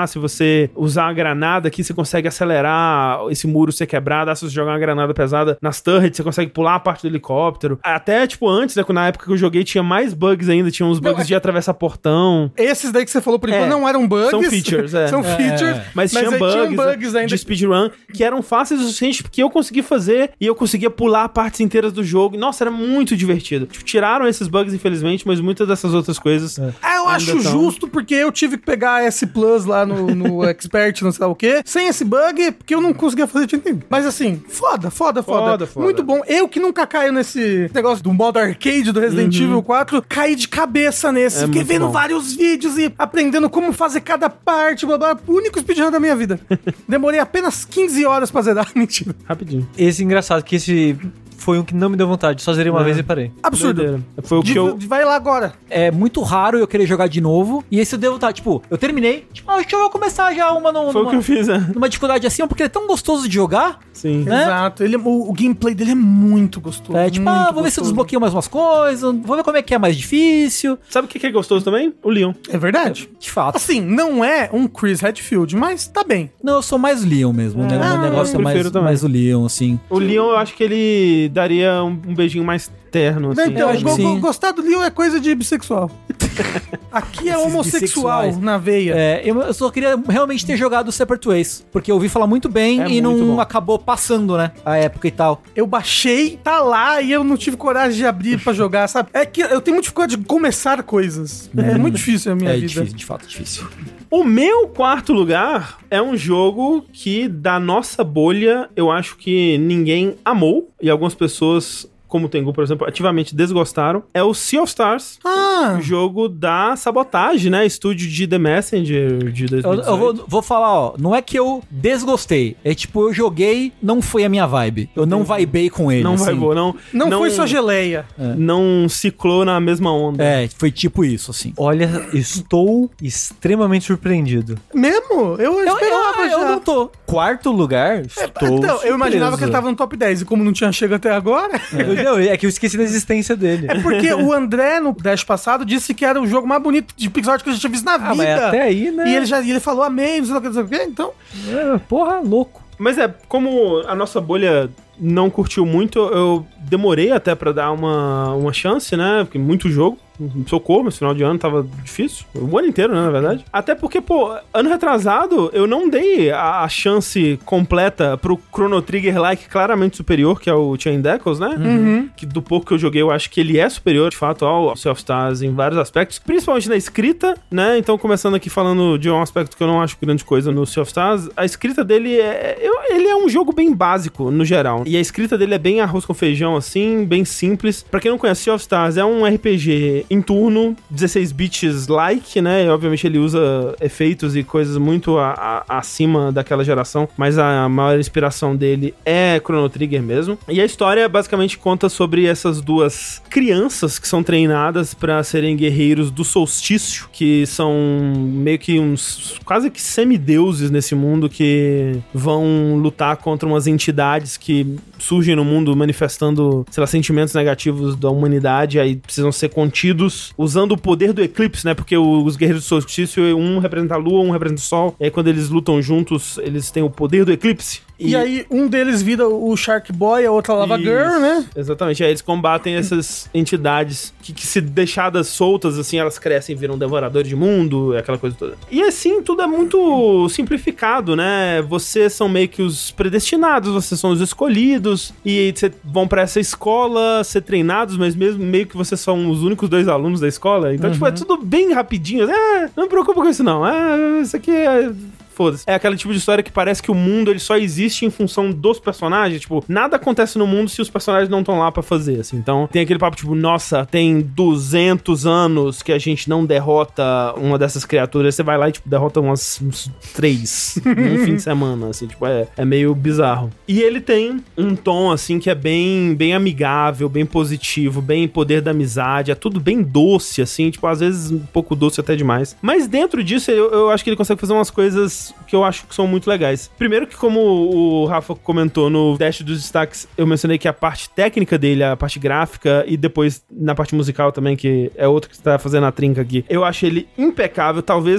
se você usar uma granada aqui, você consegue acelerar esse muro ser quebrado. Se você jogar uma granada pesada nas turrets, você consegue pular a parte do helicóptero. Até, tipo, antes, né, na época que eu joguei, tinha mais bugs ainda. Tinha uns bugs de atravessar portão. Esses daí que você falou por enquanto não eram bugs. São features, São features. Mas tinha bugs ainda de speedrun que eram fáceis o suficiente porque eu conseguia fazer e eu conseguia pular partes inteiras do jogo. Nossa, era muito divertido. Tipo, tiraram esses bugs, infelizmente, mas muitas dessas outras coisas... eu acho justo, porque eu tive que pegar a S Plus lá no Expert, não sei lá o quê, sem esse bug, porque eu não conseguia fazer de ninguém. Mas assim, foda. Muito bom. Eu que nunca caio nesse negócio do modo arcade do Resident Evil 4, caí de cabeça nesse. Fiquei vendo vários vídeos e aprendendo como fazer cada parte, blá blá. O único speedrun da minha vida. Demorei apenas 15 horas pra zerar. Mentira. Rapidinho. Esse engraçado, que esse... foi um que não me deu vontade. Só zerei uma vez e parei. Absurdo. Doideira. Foi o que eu... Vai lá agora. É muito raro eu querer jogar de novo. E esse eu devo estar, tipo, eu terminei. Tipo, acho que eu vou começar já Foi o que eu fiz, né? numa dificuldade assim, porque ele é tão gostoso de jogar. Sim. Né? Exato. O gameplay dele é muito gostoso. Tipo, muito vou ver se eu gostoso. desbloqueio mais umas coisas. Vou ver como é que é mais difícil. Sabe o que é gostoso também? O Leon. É verdade. De fato. Assim, não é um Chris Redfield, mas tá bem. Não, eu sou mais Leon mesmo. Né? O negócio eu é prefiro também. mais o Leon, assim. O Leon, eu acho que ele daria um beijinho mais terno, assim. Então, acho que sim. gostar do Leon é coisa de bissexual. Aqui é homossexual bissexuais. na veia. Eu só queria realmente ter jogado Separate Ways, porque eu ouvi falar muito bem e muito não bom. acabou passando, né? A época e tal. Eu baixei, tá lá e eu não tive coragem de abrir pra jogar, sabe? É que eu tenho muito dificuldade de começar coisas. É muito difícil a minha vida. Difícil, de fato, difícil. O meu quarto lugar é um jogo que, da nossa bolha, eu acho que ninguém amou. E algumas pessoas, como o Tengu, por exemplo, ativamente desgostaram. É o Sea of Stars. Jogo da Sabotage, né? Estúdio de The Messenger de 2018. Eu vou falar, ó, não é que eu desgostei. É tipo, eu joguei, não foi a minha vibe. Eu não vibei com ele. Não assim. vibou, não. Não foi sua geleia. Não ciclou na mesma onda. Foi tipo isso, assim. Olha, estou extremamente surpreendido. Mesmo? Eu esperava já. Eu não tô. Quarto lugar, estou Então, eu imaginava que ele tava no top 10. E como não tinha chego até agora... É que eu esqueci da existência dele. É porque o André, no Dash passado, disse que era o jogo mais bonito de pixel art que a gente tinha visto na vida. Mas até aí, né? E ele falou amém, não sei o que, então... Porra, louco. Mas como a nossa bolha não curtiu muito, eu demorei até pra dar uma chance, né? Porque muito jogo. Socorro, mas final de ano tava difícil. O ano inteiro, né, na verdade. Até porque, pô, ano retrasado, eu não dei a chance completa pro Chrono Trigger-like claramente superior, que é o Chain Deckles, né? Que do pouco que eu joguei, eu acho que ele é superior, de fato, ao Sea of Stars em vários aspectos. Principalmente na escrita, né? Então, começando aqui falando de um aspecto que eu não acho grande coisa no Sea of Stars, a escrita dele ele é um jogo bem básico, no geral. E a escrita dele é bem arroz com feijão, assim, bem simples. Pra quem não conhece, Sea of Stars é um RPG em turno, 16 bits like, né? E, obviamente ele usa efeitos e coisas muito acima daquela geração, mas a maior inspiração dele é Chrono Trigger mesmo. E a história basicamente conta sobre essas duas crianças que são treinadas pra serem guerreiros do solstício, que são meio que uns quase que semideuses nesse mundo que vão lutar contra umas entidades que surgem no mundo manifestando, sei lá, sentimentos negativos da humanidade, aí precisam ser contidos usando o poder do eclipse, né? Porque os guerreiros do solstício, um representa a lua, um representa o sol, e aí quando eles lutam juntos, eles têm o poder do eclipse. E aí um deles vira o Shark Boy, a outra Lava Girl, né? Exatamente, aí eles combatem essas entidades que se deixadas soltas, assim, elas crescem e viram devoradores de mundo, aquela coisa toda. E assim, tudo é muito simplificado, né? Vocês são meio que os predestinados, vocês são os escolhidos, e vocês vão pra essa escola ser treinados, mas mesmo meio que vocês são os únicos 2 alunos da escola. Então, tipo, é tudo bem rapidinho. Não me preocupa com isso, não. Isso aqui é... Foda-se. É aquele tipo de história que parece que o mundo ele só existe em função dos personagens. Tipo, nada acontece no mundo se os personagens não estão lá pra fazer, assim. Então, tem aquele papo, tipo, nossa, tem 200 anos que a gente não derrota uma dessas criaturas. Você vai lá e, tipo, derrota uns 3 num fim de semana, assim. Tipo, é meio bizarro. E ele tem um tom, assim, que é bem amigável, bem positivo, bem poder da amizade. É tudo bem doce, assim. Tipo, às vezes um pouco doce até demais. Mas dentro disso, eu acho que ele consegue fazer umas coisas que eu acho que são muito legais. Primeiro que, como o Rafa comentou no Dash dos destaques, eu mencionei que a parte técnica dele, a parte gráfica e depois na parte musical também, que é outro que está fazendo a trinca aqui, eu acho ele impecável, talvez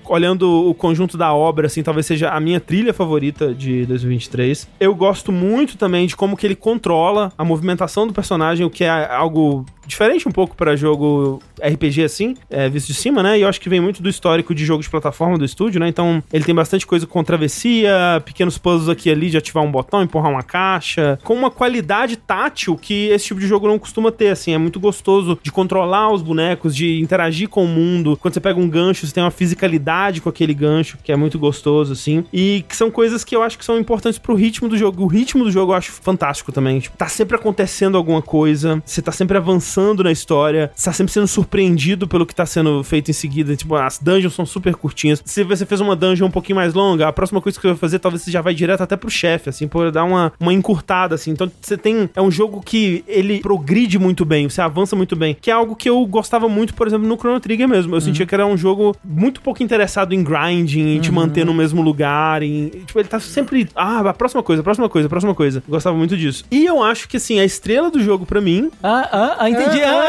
olhando o conjunto da obra, assim, talvez seja a minha trilha favorita de 2023. Eu gosto muito também de como que ele controla a movimentação do personagem, o que é algo diferente um pouco para jogo RPG, assim, visto de cima, né? E eu acho que vem muito do histórico de jogo de plataforma do estúdio, né? Então, ele tem bastante coisa com travessia, pequenos puzzles aqui e ali de ativar um botão, empurrar uma caixa, com uma qualidade tátil que esse tipo de jogo não costuma ter, assim. É muito gostoso de controlar os bonecos, de interagir com o mundo. Quando você pega um gancho, você tem uma fisicalidade com aquele gancho, que é muito gostoso, assim. E que são coisas que eu acho que são importantes pro ritmo do jogo. O ritmo do jogo eu acho fantástico também. Tipo, tá sempre acontecendo alguma coisa, você tá sempre avançando na história, você tá sempre sendo surpreendido pelo que tá sendo feito em seguida. Tipo, as dungeons são super curtinhas. Se você fez uma dungeon um pouquinho mais longa, a próxima coisa que você vai fazer, talvez você já vai direto até pro chefe, assim, por dar uma encurtada, assim. Então, você tem... É um jogo que ele progride muito bem, você avança muito bem, que é algo que eu gostava muito, por exemplo, no Chrono Trigger mesmo. Eu sentia que era um jogo muito pouco interessado em grinding, em te manter no mesmo lugar, tipo, ele tá sempre... a próxima coisa. Gostava muito disso. E eu acho que, assim, a estrela do jogo pra mim... Entendi.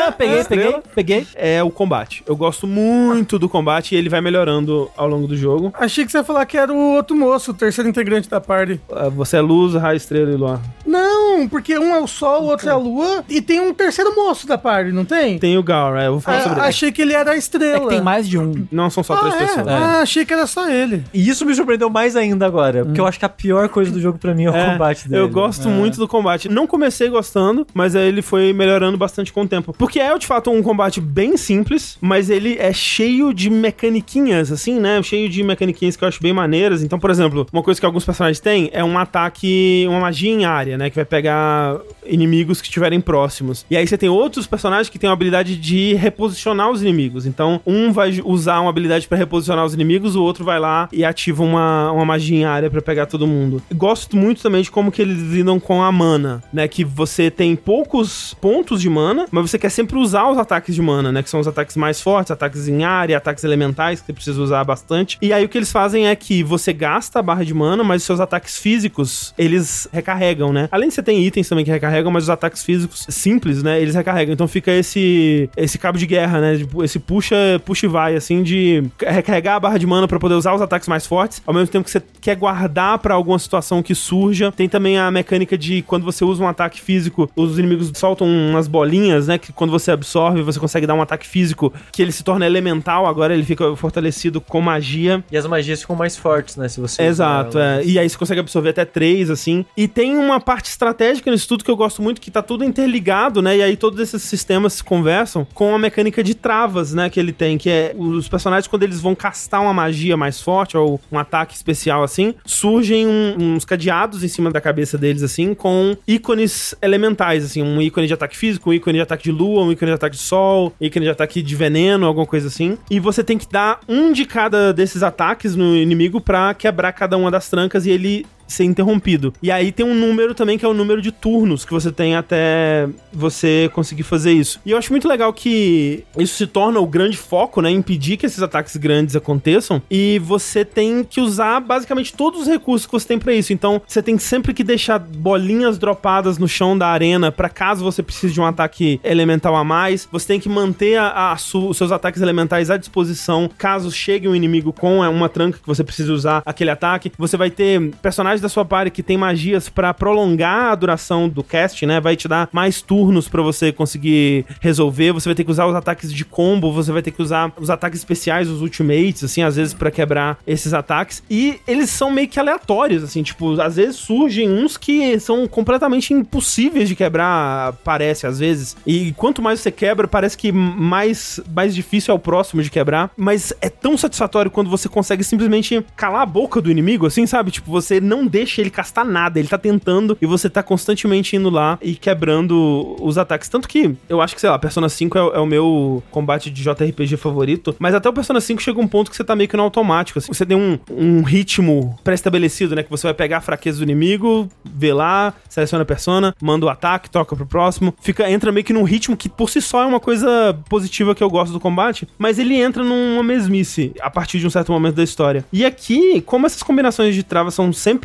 Peguei. É o combate. Eu gosto muito do combate e ele vai melhorando ao longo do jogo. Achei que você ia falar que era o outro moço, o terceiro integrante da party. Você é luz, raio, estrela e luar. Não, porque um é o sol, o outro é a lua, e tem um terceiro moço da party, não tem? Tem o Gaur, eu vou falar sobre ele. Achei que ele era a estrela. É que tem mais de um. Não, são só 3 pessoas. Achei que era só ele. E isso me surpreendeu mais ainda agora, porque eu acho que a pior coisa do jogo pra mim é o combate dele. Eu gosto muito do combate. Não comecei gostando, mas aí ele foi melhorando bastante com o tempo. Porque é, de fato, um combate bem simples, mas ele é cheio de mecaniquinhas, assim, né? Cheio de mecaniquinhas que eu acho bem maneiras. Então, por exemplo, uma coisa que alguns personagens têm é um ataque, uma magia em área, né? Que vai pegar inimigos que estiverem próximos. E aí você tem outros personagens que têm a habilidade de reposicionar os inimigos. Então, um vai usar uma habilidade pra reposicionar os inimigos, o outro vai lá e ativa uma magia em área pra pegar todo mundo. Gosto muito também de como que eles lidam com a mana, né? Que você tem poucos pontos de mana, mas você quer sempre usar os ataques de mana, né? Que são os ataques mais fortes, ataques em área, ataques elementais, que você precisa usar bastante. E aí o que eles fazem é que você gasta a barra de mana, mas os seus ataques físicos, eles recarregam, né? Além de você ter itens também que recarregam, mas os ataques físicos simples, né? Eles recarregam. Então fica esse cabo de guerra, né? Tipo, esse puxa e vai, assim, de recarregar a barra de mana pra poder usar os ataques mais fortes, ao mesmo tempo que você quer guardar pra alguma situação que surja. Tem também a mecânica de quando você usa um ataque físico, os inimigos soltam umas bolinhas, né? Que quando você absorve, você consegue dar um ataque físico que ele se torna elemental, agora ele fica fortalecido com magia. E as magias ficam mais fortes, né? Se você Exato, E aí você consegue absorver até 3, assim. E tem uma parte estratégica nisso tudo que eu gosto muito, que tá tudo interligado, né? E aí todos esses sistemas se conversam com a mecânica de travas, né? Que ele tem, que é os personagens, quando eles vão castar uma magia mais forte, ou um ataque especial, assim, surgem uns cadeados em cima da cabeça deles, assim, com ícones elementais, assim, um ícone de ataque físico, um ícone de ataque de lua, um ícone de ataque de sol, ícone de ataque de veneno, alguma coisa assim. E você tem que dar um de cada desses ataques no inimigo pra quebrar cada uma das trancas e ele ser interrompido. E aí tem um número também, que é o número de turnos que você tem até você conseguir fazer isso. E eu acho muito legal que isso se torna o grande foco, né? Impedir que esses ataques grandes aconteçam. E você tem que usar basicamente todos os recursos que você tem pra isso. Então, você tem sempre que deixar bolinhas dropadas no chão da arena pra caso você precise de um ataque elemental a mais. Você tem que manter os seus ataques elementais à disposição caso chegue um inimigo com uma tranca que você precisa usar aquele ataque. Você vai ter personagens da sua party que tem magias pra prolongar a duração do cast, né? Vai te dar mais turnos pra você conseguir resolver. Você vai ter que usar os ataques de combo, você vai ter que usar os ataques especiais, os ultimates, assim, às vezes pra quebrar esses ataques. E eles são meio que aleatórios, assim, tipo, às vezes surgem uns que são completamente impossíveis de quebrar, parece, às vezes. E quanto mais você quebra, parece que mais difícil é o próximo de quebrar. Mas é tão satisfatório quando você consegue simplesmente calar a boca do inimigo, assim, sabe? Tipo, você não deixa ele castar nada, ele tá tentando e você tá constantemente indo lá e quebrando os ataques. Tanto que eu acho que, sei lá, Persona 5 é o meu combate de JRPG favorito, mas até o Persona 5 chega um ponto que você tá meio que no automático, assim. Você tem um ritmo pré-estabelecido, né, que você vai pegar a fraqueza do inimigo, vê lá, seleciona a persona, manda o ataque, toca pro próximo, entra meio que num ritmo que por si só é uma coisa positiva que eu gosto do combate, mas ele entra numa mesmice a partir de um certo momento da história. E aqui, como essas combinações de travas são sempre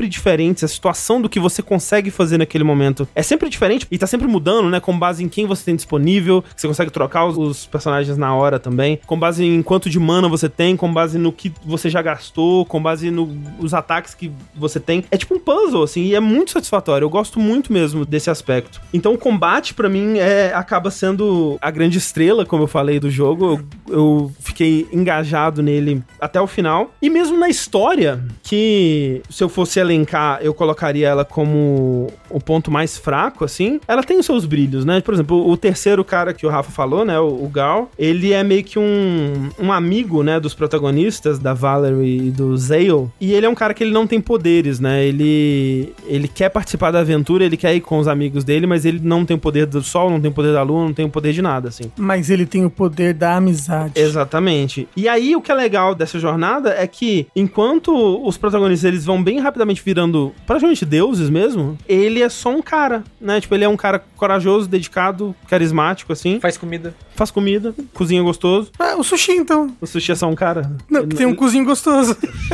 diferentes, a situação do que você consegue fazer naquele momento é sempre diferente e tá sempre mudando, né? Com base em quem você tem disponível, você consegue trocar os personagens na hora também, com base em quanto de mana você tem, com base no que você já gastou, com base nos ataques que você tem. É tipo um puzzle, assim, e é muito satisfatório. Eu gosto muito mesmo desse aspecto. Então o combate, pra mim, acaba sendo a grande estrela, como eu falei, do jogo. Eu fiquei engajado nele até o final. E mesmo na história, que se eu fosse elencar, eu colocaria ela como o ponto mais fraco, assim, ela tem os seus brilhos, né? Por exemplo, o terceiro cara que o Rafa falou, né, o Gal, ele é meio que um amigo, né, dos protagonistas, da Valerie e do Zale, e ele é um cara que ele não tem poderes, né? Ele quer participar da aventura, ele quer ir com os amigos dele, mas ele não tem o poder do sol, não tem o poder da lua, não tem o poder de nada, assim. Mas ele tem o poder da amizade. Exatamente. E aí, o que é legal dessa jornada é que, enquanto os protagonistas, eles vão bem rapidamente virando praticamente deuses mesmo, ele é só um cara, né? Tipo, ele é um cara corajoso, dedicado, carismático, assim. Faz comida. Faz comida, cozinha gostoso. O sushi, então. O sushi é só um cara? Não, tem um cozinho gostoso.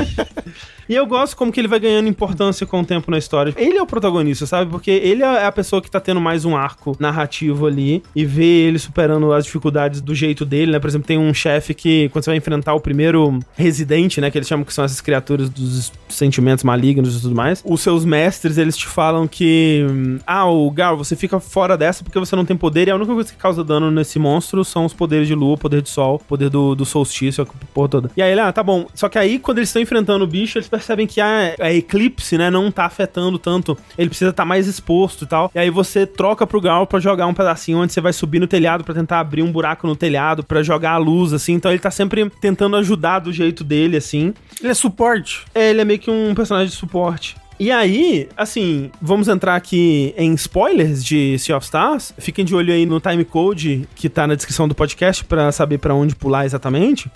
E eu gosto como que ele vai ganhando importância com o tempo na história. Ele é o protagonista, sabe? Porque ele é a pessoa que tá tendo mais um arco narrativo ali e vê ele superando as dificuldades do jeito dele, né? Por exemplo, tem um chefe que, quando você vai enfrentar o primeiro residente, né? Que eles chamam que são essas criaturas dos sentimentos malignos e tudo mais. Os seus mestres, eles te falam que o Gal, você fica fora dessa porque você não tem poder e a única coisa que causa dano nesse monstro são os poderes de lua, o poder de sol, o poder do solstício, a porra toda. E aí ele, tá bom. Só que aí, quando eles estão enfrentando o bicho, eles percebem que a eclipse, né, não tá afetando tanto. Ele precisa estar mais exposto e tal. E aí você troca pro Gal pra jogar um pedacinho onde você vai subir no telhado pra tentar abrir um buraco no telhado, pra jogar a luz, assim. Então ele tá sempre tentando ajudar do jeito dele, assim. Ele é suporte? Ele é meio que um personagem de suporte. E aí, assim, vamos entrar aqui em spoilers de Sea of Stars. Fiquem de olho aí no timecode que tá na descrição do podcast pra saber pra onde pular exatamente.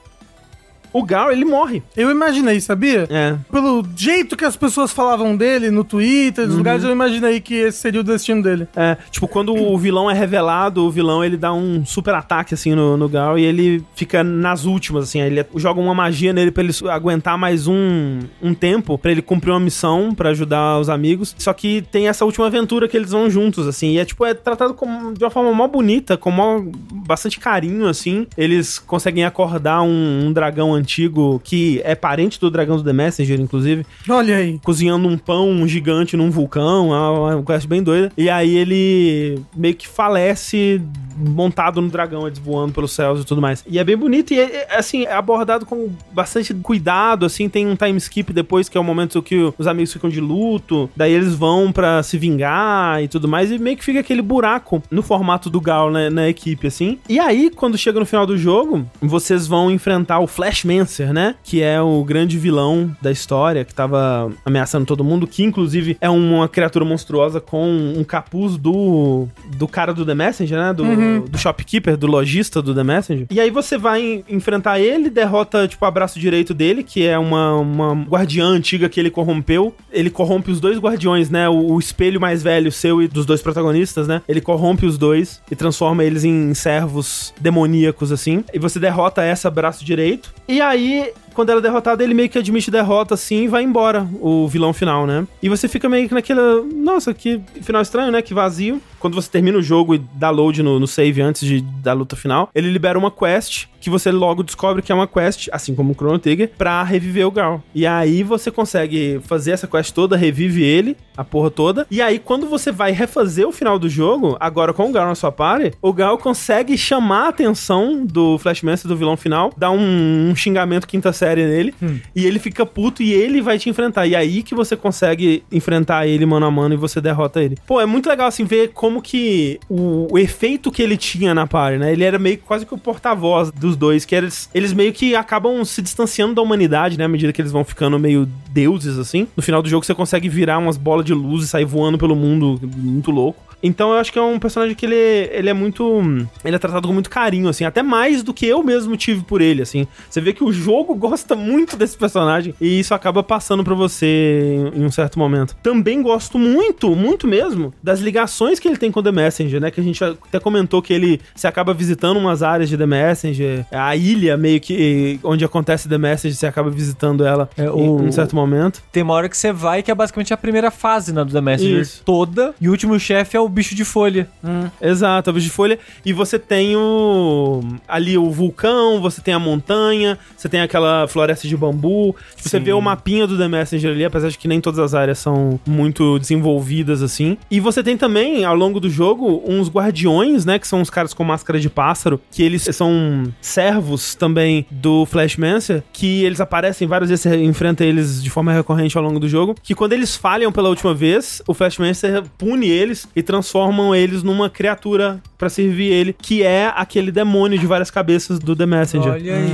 O Gal, ele morre. Eu imaginei, sabia? É. Pelo jeito que as pessoas falavam dele no Twitter, nos lugares, eu imaginei que esse seria o destino dele. É, tipo, quando o vilão é revelado, o vilão, ele dá um super ataque, assim, no Gal, e ele fica nas últimas, assim, ele joga uma magia nele pra ele aguentar mais um tempo, pra ele cumprir uma missão, pra ajudar os amigos, só que tem essa última aventura que eles vão juntos, assim, e é tratado de uma forma mó bonita, com bastante carinho, assim, eles conseguem acordar um dragão antigo, que é parente do dragão do The Messenger, inclusive. Olha aí. Cozinhando um pão gigante num vulcão, uma coisa bem doida. E aí ele meio que falece montado no dragão, eles voando pelos céus e tudo mais. E é bem bonito e, assim, é abordado com bastante cuidado, assim, tem um time skip depois, que é o momento que os amigos ficam de luto, daí eles vão pra se vingar e tudo mais, e meio que fica aquele buraco no formato do Gal, né, na equipe, assim. E aí, quando chega no final do jogo, vocês vão enfrentar o Flashmancer, né, que é o grande vilão da história, que tava ameaçando todo mundo, que inclusive é uma criatura monstruosa com um capuz do cara do The Messenger, né, do shopkeeper, do lojista do The Messenger. E aí você vai enfrentar ele, derrota, tipo, o braço direito dele, que é uma guardiã antiga que ele corrompeu. Ele corrompe os dois guardiões, né, o espelho mais velho seu e dos dois protagonistas, né, ele corrompe os dois e transforma eles em servos demoníacos, assim. E você derrota essa braço direito. E aí, quando ela é derrotada, ele meio que admite derrota, assim, e vai embora, o vilão final, né? E você fica meio que naquela... Nossa, que final estranho, né? Que vazio. Quando você termina o jogo e dá load no save antes da luta final, ele libera uma quest que você logo descobre que é uma quest, assim como o Chrono Trigger, pra reviver o Gal. E aí você consegue fazer essa quest toda, revive ele, a porra toda. E aí, quando você vai refazer o final do jogo, agora com o Gal na sua party, o Gal consegue chamar a atenção do Flashmancer, do vilão final, dá um xingamento quinta série nele, e ele fica puto e ele vai te enfrentar. E aí que você consegue enfrentar ele mano a mano e você derrota ele. Pô, é muito legal, assim, ver como que o efeito que ele tinha na party, né? Ele era meio quase que o porta-voz dos dois, que eles meio que acabam se distanciando da humanidade, né? À medida que eles vão ficando meio deuses, assim. No final do jogo você consegue virar umas bolas de luz e sair voando pelo mundo, muito louco. Então eu acho que é um personagem que ele é muito... Ele é tratado com muito carinho, assim, até mais do que eu mesmo tive por ele, assim. Você vê que o jogo gosta muito desse personagem e isso acaba passando pra você em um certo momento. Também gosto muito, muito mesmo, das ligações que ele tem com o The Messenger, né? Que a gente até comentou que você acaba visitando umas áreas de The Messenger, a ilha meio que onde acontece The Messenger, você acaba visitando ela em um certo momento. Tem uma hora que você vai, que é basicamente a primeira fase, né, do The Messenger toda, e o último chefe é o bicho de folha. Exato, é o bicho de folha. E você tem ali o vulcão, você tem a montanha, você tem aquela floresta de bambu. Você vê o mapinha do The Messenger ali, apesar de que nem todas as áreas são muito desenvolvidas, assim. E você tem também, ao longo do jogo, uns guardiões, né, que são os caras com máscara de pássaro, que eles são servos também do Flashmancer, que eles aparecem várias vezes, você enfrenta eles de forma recorrente ao longo do jogo, que quando eles falham pela última vez, o Flashmancer pune eles e transformam eles numa criatura pra servir ele, que é aquele demônio de várias cabeças do The Messenger. Olha aí.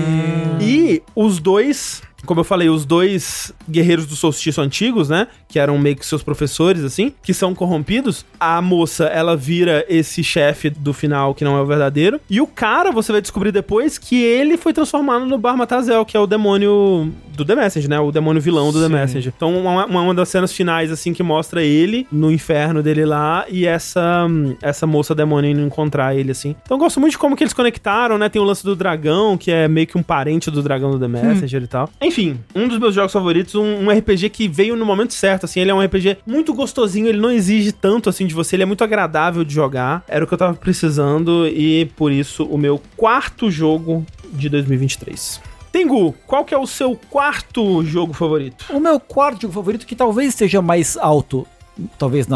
E os dois... Como eu falei, os dois guerreiros do solstício antigos, né? Que eram meio que seus professores, assim, que são corrompidos. A moça, ela vira esse chefe do final, que não é o verdadeiro. E o cara, você vai descobrir depois que ele foi transformado no Barmatazel, que é o demônio do The Messenger, né? O demônio vilão do The Messenger. Então, uma das cenas finais, assim, que mostra ele no inferno dele lá e essa moça demônio indo encontrar ele, assim. Então, eu gosto muito de como que eles conectaram, né? Tem o lance do dragão, que é meio que um parente do dragão do The Messenger e tal. Enfim, um dos meus jogos favoritos, um RPG que veio no momento certo, assim, ele é um RPG muito gostosinho, ele não exige tanto, assim, de você, ele é muito agradável de jogar, era o que eu tava precisando e, por isso, o meu quarto jogo de 2023. Tengu, qual que é o seu quarto jogo favorito? O meu quarto jogo favorito, que talvez esteja mais alto, talvez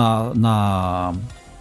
na...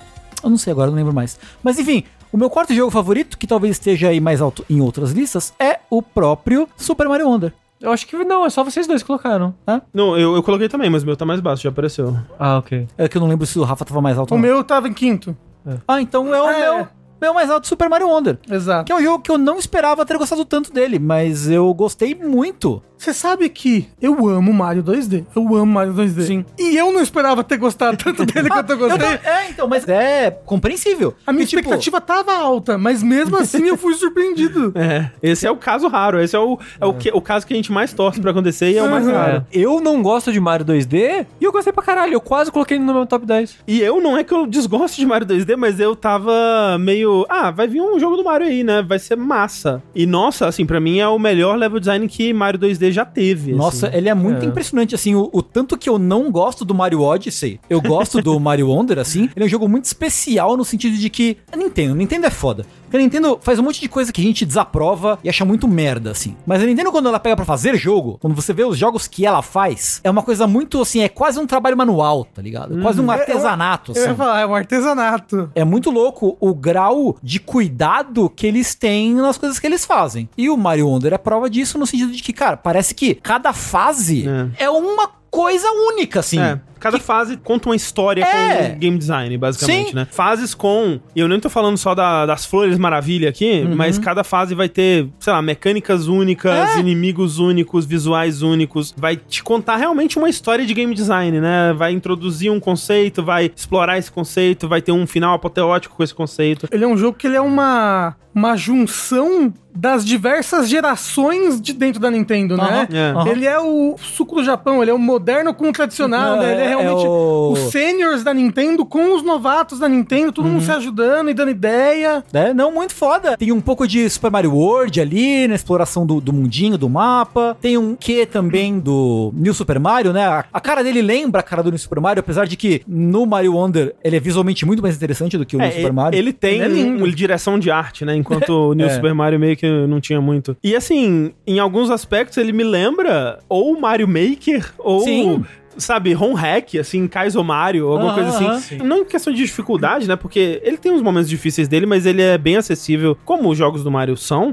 Eu não sei agora, não lembro mais. Mas, enfim... O meu quarto jogo favorito, que talvez esteja aí mais alto em outras listas, é o próprio Super Mario Wonder. Eu acho que não, é só vocês dois que colocaram. Não, eu coloquei também, mas o meu tá mais baixo, já apareceu. Ah, ok. É que eu não lembro se o Rafa tava mais alto O ou não. meu tava em quinto. Ah, então é o meu mais alto, Super Mario Wonder. Exato. Que é um jogo que eu não esperava ter gostado tanto dele, mas eu gostei muito. Você sabe que eu amo Mario 2D. Eu amo Mario 2D. Sim. E eu não esperava ter gostado tanto dele quanto eu gostei. Então, mas é compreensível. A minha E, tipo, expectativa tava alta, mas mesmo assim eu fui surpreendido. Esse é o caso raro, esse é o caso que a gente mais torce pra acontecer e é o mais raro. Eu não gosto de Mario 2D e eu gostei pra caralho. Eu quase coloquei no meu top 10. E eu não é que eu desgosto de Mario 2D, mas eu tava meio... vai vir um jogo do Mario aí, né? Vai ser massa. E, nossa, assim, pra mim é o melhor level design que Mario 2D já teve. Nossa, assim. ele é muito impressionante, assim, o tanto que eu não gosto do Mario Odyssey, eu gosto do Mario Wonder, assim, ele é um jogo muito especial no sentido de que, Nintendo é foda. Porque a Nintendo faz um monte de coisa que a gente desaprova e acha muito merda, assim. Mas a Nintendo, quando ela pega pra fazer jogo, quando você vê os jogos que ela faz, é uma coisa muito, assim, é quase um trabalho manual, tá ligado? É quase um artesanato, Eu ia assim. falar, é um artesanato. É muito louco o grau de cuidado que eles têm nas coisas que eles fazem. E o Mario Wonder é prova disso no sentido de que, cara, parece que cada fase é uma coisa única, assim. Cada fase conta uma história com game design, basicamente, né? Fases com... E eu nem tô falando só das Flores Maravilha aqui, mas cada fase vai ter, sei lá, mecânicas únicas, inimigos únicos, visuais únicos. Vai te contar realmente uma história de game design, né? Vai introduzir um conceito, vai explorar esse conceito, vai ter um final apoteótico com esse conceito. Ele é um jogo que ele é uma junção das diversas gerações de dentro da Nintendo, né? Ele é o suco do Japão, ele é o moderno com o tradicional, né? Ele é realmente os seniors da Nintendo com os novatos da Nintendo, todo mundo se ajudando e dando ideia. Não, muito foda. Tem um pouco de Super Mario World ali, na exploração do mundinho, do mapa. Tem um quê também do New Super Mario, né? A cara dele lembra a cara do New Super Mario, apesar de que no Mario Wonder ele é visualmente muito mais interessante do que o New Super Mario. Ele tem uma direção de arte, né? Enquanto o New Super Mario meio que não tinha muito. E assim, em alguns aspectos ele me lembra ou Mario Maker ou... Sim. Sabe, home hack, assim, Kaizo Mario, alguma coisa assim. Não em questão de dificuldade, né? Porque ele tem uns momentos difíceis dele, mas ele é bem acessível, como os jogos do Mario são.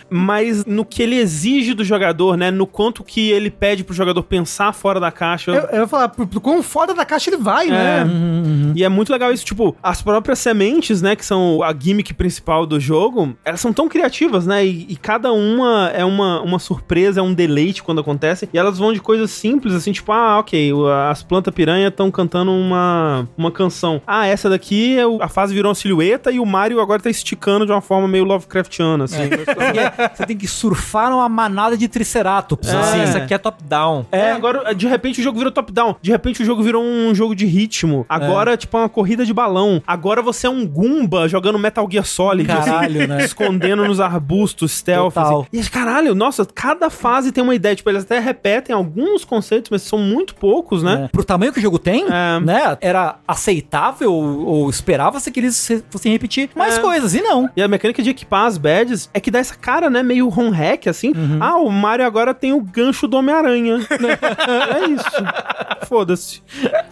Mas no que ele exige do jogador, né? No quanto que ele pede pro jogador pensar fora da caixa. Eu ia falar, pro quão fora da caixa ele vai, né? E é muito legal isso, tipo, as próprias sementes, né? Que são a gimmick principal do jogo, elas são tão criativas, né? E cada uma é uma surpresa, é um deleite quando acontece. E elas vão de coisas simples, assim, tipo, ok, as plantas piranha estão cantando uma canção. Ah, essa daqui, a fase virou uma silhueta e o Mario agora tá esticando de uma forma meio Lovecraftiana, assim. Você tem que surfar numa manada de triceratops, assim. Essa aqui é top-down. Agora, de repente, o jogo virou top-down. De repente, o jogo virou um jogo de ritmo. Agora, tipo, é uma corrida de balão. Agora você é um Goomba jogando Metal Gear Solid. Caralho, assim, né? Escondendo nos arbustos, stealth. Assim. E, caralho, nossa, cada fase tem uma ideia. Tipo, eles até repetem alguns conceitos, mas são muito poucos, né? Pro tamanho que o jogo tem, né? Era aceitável ou esperava-se que eles fossem repetir mais coisas, e não. E a mecânica de equipar as badges é que dá essa cara, né? Meio home hack, assim. Ah, o Mario agora tem o gancho do Homem-Aranha. É isso. Foda-se.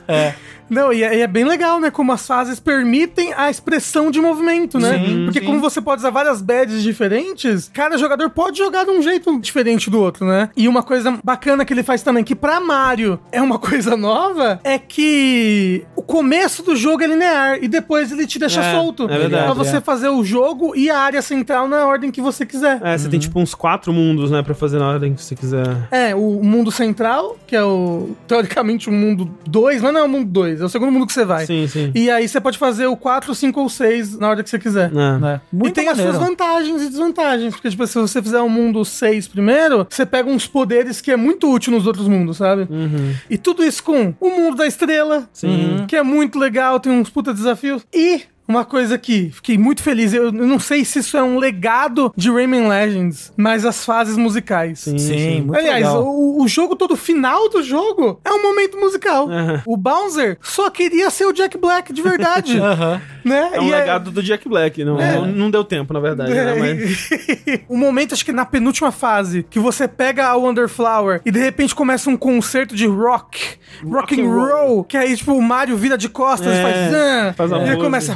Não, e é bem legal, né? Como as fases permitem a expressão de movimento, né? Porque como você pode usar várias badges diferentes, cada jogador pode jogar de um jeito diferente do outro, né? E uma coisa bacana que ele faz também, que pra Mario é uma coisa nova, é que o começo do jogo é linear e depois ele te deixa solto. É verdade. Pra você fazer o jogo e a área central na ordem que você quiser. Você tem tipo uns 4 mundos, né? Pra fazer na ordem que você quiser. O mundo central, que é teoricamente o mundo 2, mas não é o mundo 2. É o segundo mundo que você vai. Sim, sim. E aí você pode fazer o 4, 5 ou 6 na hora que você quiser. Muito e tem as suas vantagens e desvantagens. Porque, tipo, se você fizer o mundo 6 primeiro, você pega uns poderes que é muito útil nos outros mundos, sabe? E tudo isso com o mundo da estrela, que é muito legal, tem uns puta desafios. E uma coisa que fiquei muito feliz, eu não sei se isso é um legado de Rayman Legends, mas as fases musicais. Sim, muito Aliás, legal. o jogo todo, o final do jogo, é um momento musical. O Bowser só queria ser o Jack Black de verdade. Né? É um legado do Jack Black. Não deu tempo, na verdade. Né? Mas... o momento, acho que na penúltima fase, que você pega a Wonder Flower e de repente começa um concerto de rock and roll, que aí, tipo, o Mario vira de costas e faz... e aí começa...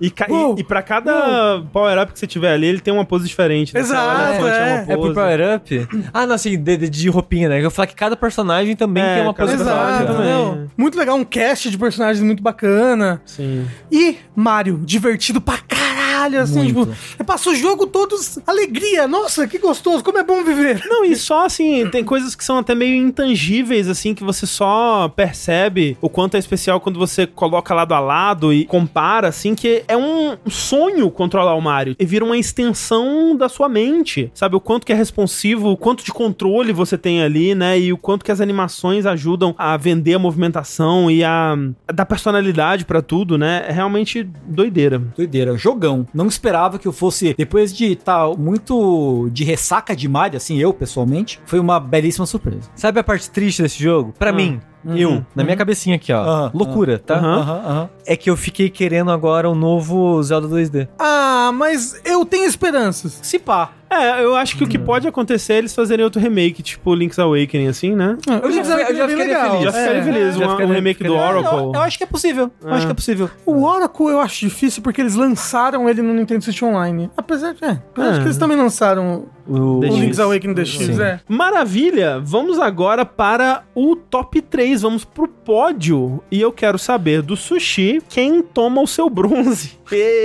E pra cada power-up que você tiver ali, ele tem uma pose diferente. Né? Exato, É por power-up? Ah, não, assim, de roupinha, né? Eu falar que cada personagem também tem uma pose exato, também. Muito legal, um cast de personagens muito bacana. Sim. E Mario, divertido pra caralho, assim, tipo, passa o jogo todos alegria. Nossa, que gostoso, como é bom viver. Não, e só assim, tem coisas que são até meio intangíveis, assim, que você só percebe o quanto é especial quando você coloca lado a lado e compara, assim, que é um sonho controlar o Mario. E vira uma extensão da sua mente, sabe? O quanto que é responsivo, o quanto de controle você tem ali, né? E o quanto que as animações ajudam a vender a movimentação e a dar personalidade pra tudo, né? É realmente doideira. Doideira, jogão. Não esperava que eu fosse, depois de estar muito de ressaca de Mario, assim, eu pessoalmente, foi uma belíssima surpresa. Sabe a parte triste desse jogo? Pra mim, na minha cabecinha aqui, ó. Loucura, tá? É que eu fiquei querendo agora um novo Zelda 2D. Ah, mas eu tenho esperanças. Se pá. Eu acho que o que pode acontecer é eles fazerem outro remake, tipo Link's Awakening, assim, né? Eu já ficaria feliz. Já ficaria feliz. Um remake do Oracle. Eu acho que é possível. Eu acho que é possível. O Oracle eu acho difícil porque eles lançaram ele no Nintendo Switch Online. Apesar de que eles também lançaram o Link's Awakening DX. Maravilha! Vamos agora para o top 3. Vamos pro pódio. E eu quero saber do Sushi quem toma o seu bronze.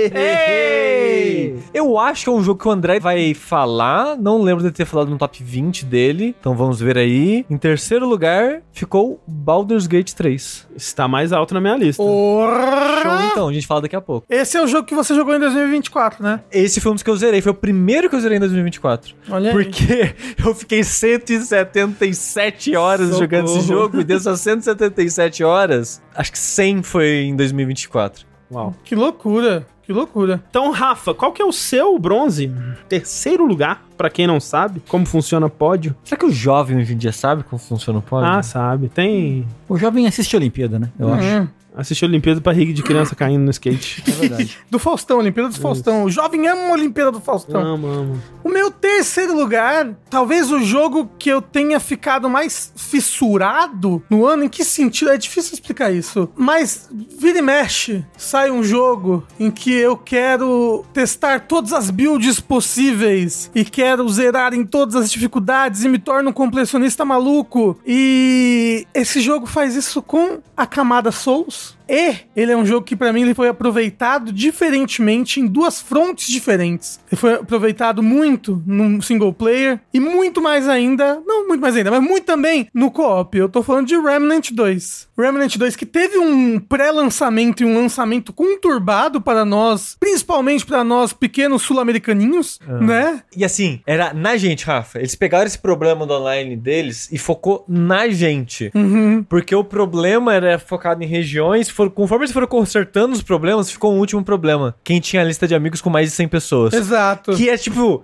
Eu acho que é um jogo que o André vai falar. Não lembro de ter falado no top 20 dele. Então vamos ver aí. Em terceiro lugar ficou Baldur's Gate 3. Está mais alto na minha lista. Show, então. A gente fala daqui a pouco. Esse é o jogo que você jogou em 2024, né? Esse foi um dos que eu zerei. Foi o primeiro que eu zerei em 2024. Olha aí. Porque eu fiquei 177 horas jogando esse jogo. E dessas 177 horas, acho que 100 foi em 2024. Uau. Que loucura. Que loucura. Então, Rafa, qual que é o seu bronze? Terceiro lugar, pra quem não sabe como funciona pódio. Será que o jovem hoje em dia sabe como funciona o pódio? Ah, sabe. Tem... O jovem assiste a Olimpíada, né? Eu acho. Assistiu a Olimpíada pra rir de criança caindo no skate. É verdade. Do Faustão, Olimpíada do Faustão. O jovem ama a Olimpíada do Faustão. Amo. O meu terceiro lugar, talvez o jogo que eu tenha ficado mais fissurado no ano. Em que sentido? É difícil explicar isso. Mas vira e mexe, sai um jogo em que eu quero testar todas as builds possíveis e quero zerar em todas as dificuldades e me torno um completionista maluco. E esse jogo faz isso com a camada Souls. E ele é um jogo que pra mim ele foi aproveitado diferentemente em duas frontes diferentes. Ele foi aproveitado muito no single player e muito mais ainda, não muito mais ainda, mas muito também no co-op. Eu tô falando de Remnant 2. Remnant 2 que teve um pré-lançamento e um lançamento conturbado para nós, principalmente para nós pequenos sul-americaninhos, né? E assim, era na gente, Rafa. Eles pegaram esse problema do online deles e focou na gente. Porque o problema era focado em regiões. Conforme eles foram consertando os problemas, ficou um último problema. Quem tinha a lista de amigos com mais de 100 pessoas. Exato. Que é tipo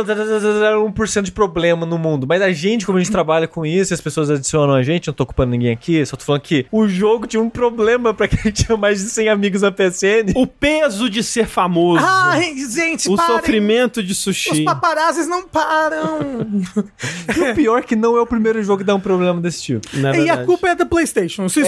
0,001% de problema no mundo. Mas a gente, como a gente trabalha com isso, e as pessoas adicionam a gente, não tô culpando ninguém aqui, só tô falando que o jogo tinha um problema pra quem tinha mais de 100 amigos na PSN. O peso de ser famoso. Ai, gente, o parem. sofrimento de sushi. Os paparazzis não param. E o pior é que não é o primeiro jogo que dá um problema desse tipo. E a culpa é da PlayStation. Isso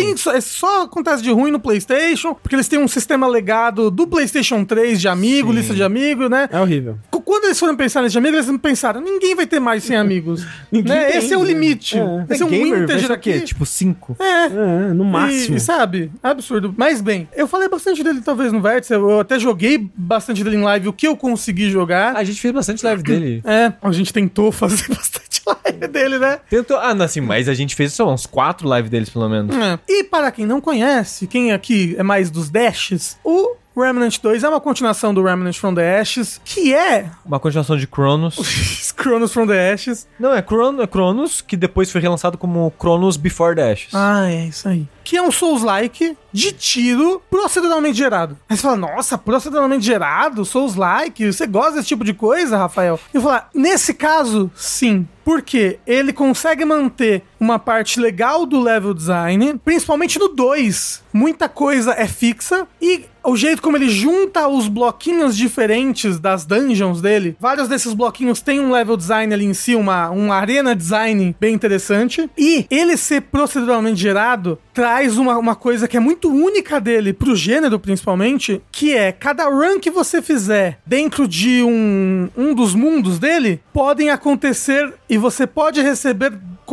só acontece de ruim no PlayStation, porque eles têm um sistema legado do PlayStation 3 de amigo, lista de amigos, né? É horrível. Quando eles foram pensar nesse de amigos, eles não pensaram, ninguém vai ter mais 100 amigos. Né? Esse é o limite. Esse é um integer aqui. Tipo 5. No máximo. E, sabe? Absurdo. Mas bem, eu falei bastante dele talvez no Vértice, eu até joguei bastante dele em live, o que eu consegui jogar. A gente fez bastante live dele. A gente tentou fazer bastante live dele, né? Tentou. Não, assim, mas a gente fez só uns 4 lives deles, pelo menos. E para quem não conhece, quem aqui é mais dos dashes, o Remnant 2 é uma continuação do Remnant from the Ashes, que é... uma continuação de Chronos. Chronos from the Ashes. Não, é Chronos, que depois foi relançado como Chronos Before the Ashes. É isso aí. Que é um Souls-like de tiro proceduralmente gerado. Aí você fala, nossa, proceduralmente gerado? Souls-like? Você gosta desse tipo de coisa, Rafael? Eu falo, nesse caso, sim. Porque ele consegue manter uma parte legal do level design, principalmente no 2. Muita coisa é fixa e o jeito como ele junta os bloquinhos diferentes das dungeons dele, vários desses bloquinhos têm um level design ali em si, uma arena design bem interessante. E ele ser proceduralmente gerado traz uma coisa que é muito única dele, pro gênero principalmente, que é cada run que você fizer dentro de um dos mundos dele, podem acontecer e você pode receber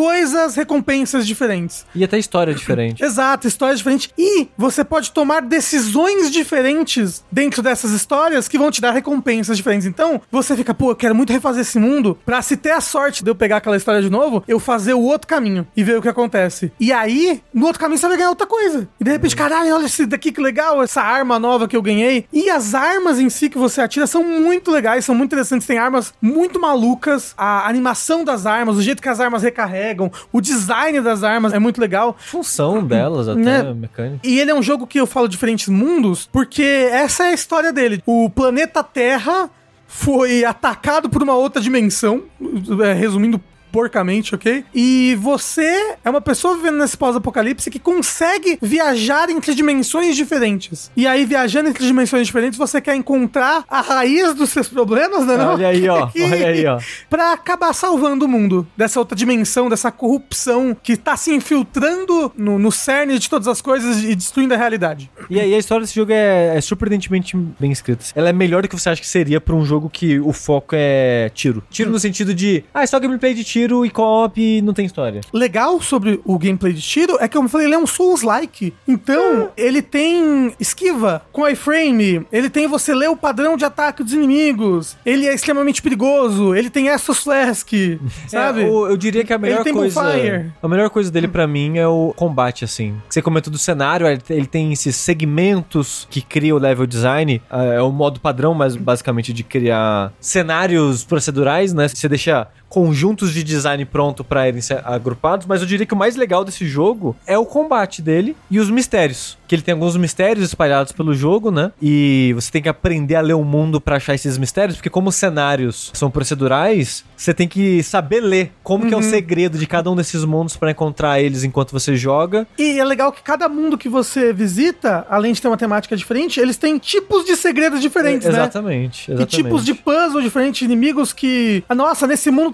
recompensas diferentes. E até história diferente. Exato, história diferente. E você pode tomar decisões diferentes dentro dessas histórias que vão te dar recompensas diferentes. Então, você fica, eu quero muito refazer esse mundo pra se ter a sorte de eu pegar aquela história de novo, eu fazer o outro caminho e ver o que acontece. E aí, no outro caminho você vai ganhar outra coisa. E de repente, caralho, olha esse daqui que legal, essa arma nova que eu ganhei. E as armas em si que você atira são muito legais, são muito interessantes. Tem armas muito malucas, a animação das armas, o jeito que as armas recarregam, o design das armas é muito legal. Função delas até, né? Mecânica. E ele é um jogo que eu falo diferentes mundos, porque essa é a história dele. O planeta Terra foi atacado por uma outra dimensão, resumindo porcamente, ok? E você é uma pessoa vivendo nesse pós-apocalipse que consegue viajar entre dimensões diferentes. E aí, viajando entre dimensões diferentes, você quer encontrar a raiz dos seus problemas, né? Olha aí, ó. Olha aí, ó. Pra acabar salvando o mundo dessa outra dimensão, dessa corrupção que tá se infiltrando no cerne de todas as coisas e destruindo a realidade. E aí, a história desse jogo é surpreendentemente bem escrita. Ela é melhor do que você acha que seria pra um jogo que o foco é tiro. Tiro no sentido de, só gameplay de tiro e co-op e não tem história. Legal sobre o gameplay de tiro é que, como eu falei, ele é um Souls-like. Então, ele tem esquiva com iframe, ele tem você ler o padrão de ataque dos inimigos, ele é extremamente perigoso, ele tem Estus Flask, sabe? Eu diria que a melhor coisa... Bonfire. A melhor coisa dele pra mim é o combate, assim. Você comentou do cenário, ele tem esses segmentos que cria o level design, é o modo padrão, mas basicamente de criar cenários procedurais, né? Você deixa conjuntos de design pronto pra eles ser agrupados, mas eu diria que o mais legal desse jogo é o combate dele e os mistérios. Que ele tem alguns mistérios espalhados pelo jogo, né? E você tem que aprender a ler o mundo pra achar esses mistérios, porque como os cenários são procedurais, você tem que saber ler como que é o segredo de cada um desses mundos pra encontrar eles enquanto você joga. E é legal que cada mundo que você visita, além de ter uma temática diferente, eles têm tipos de segredos diferentes, né? Exatamente. E tipos de puzzle diferentes, inimigos que... Nossa, nesse mundo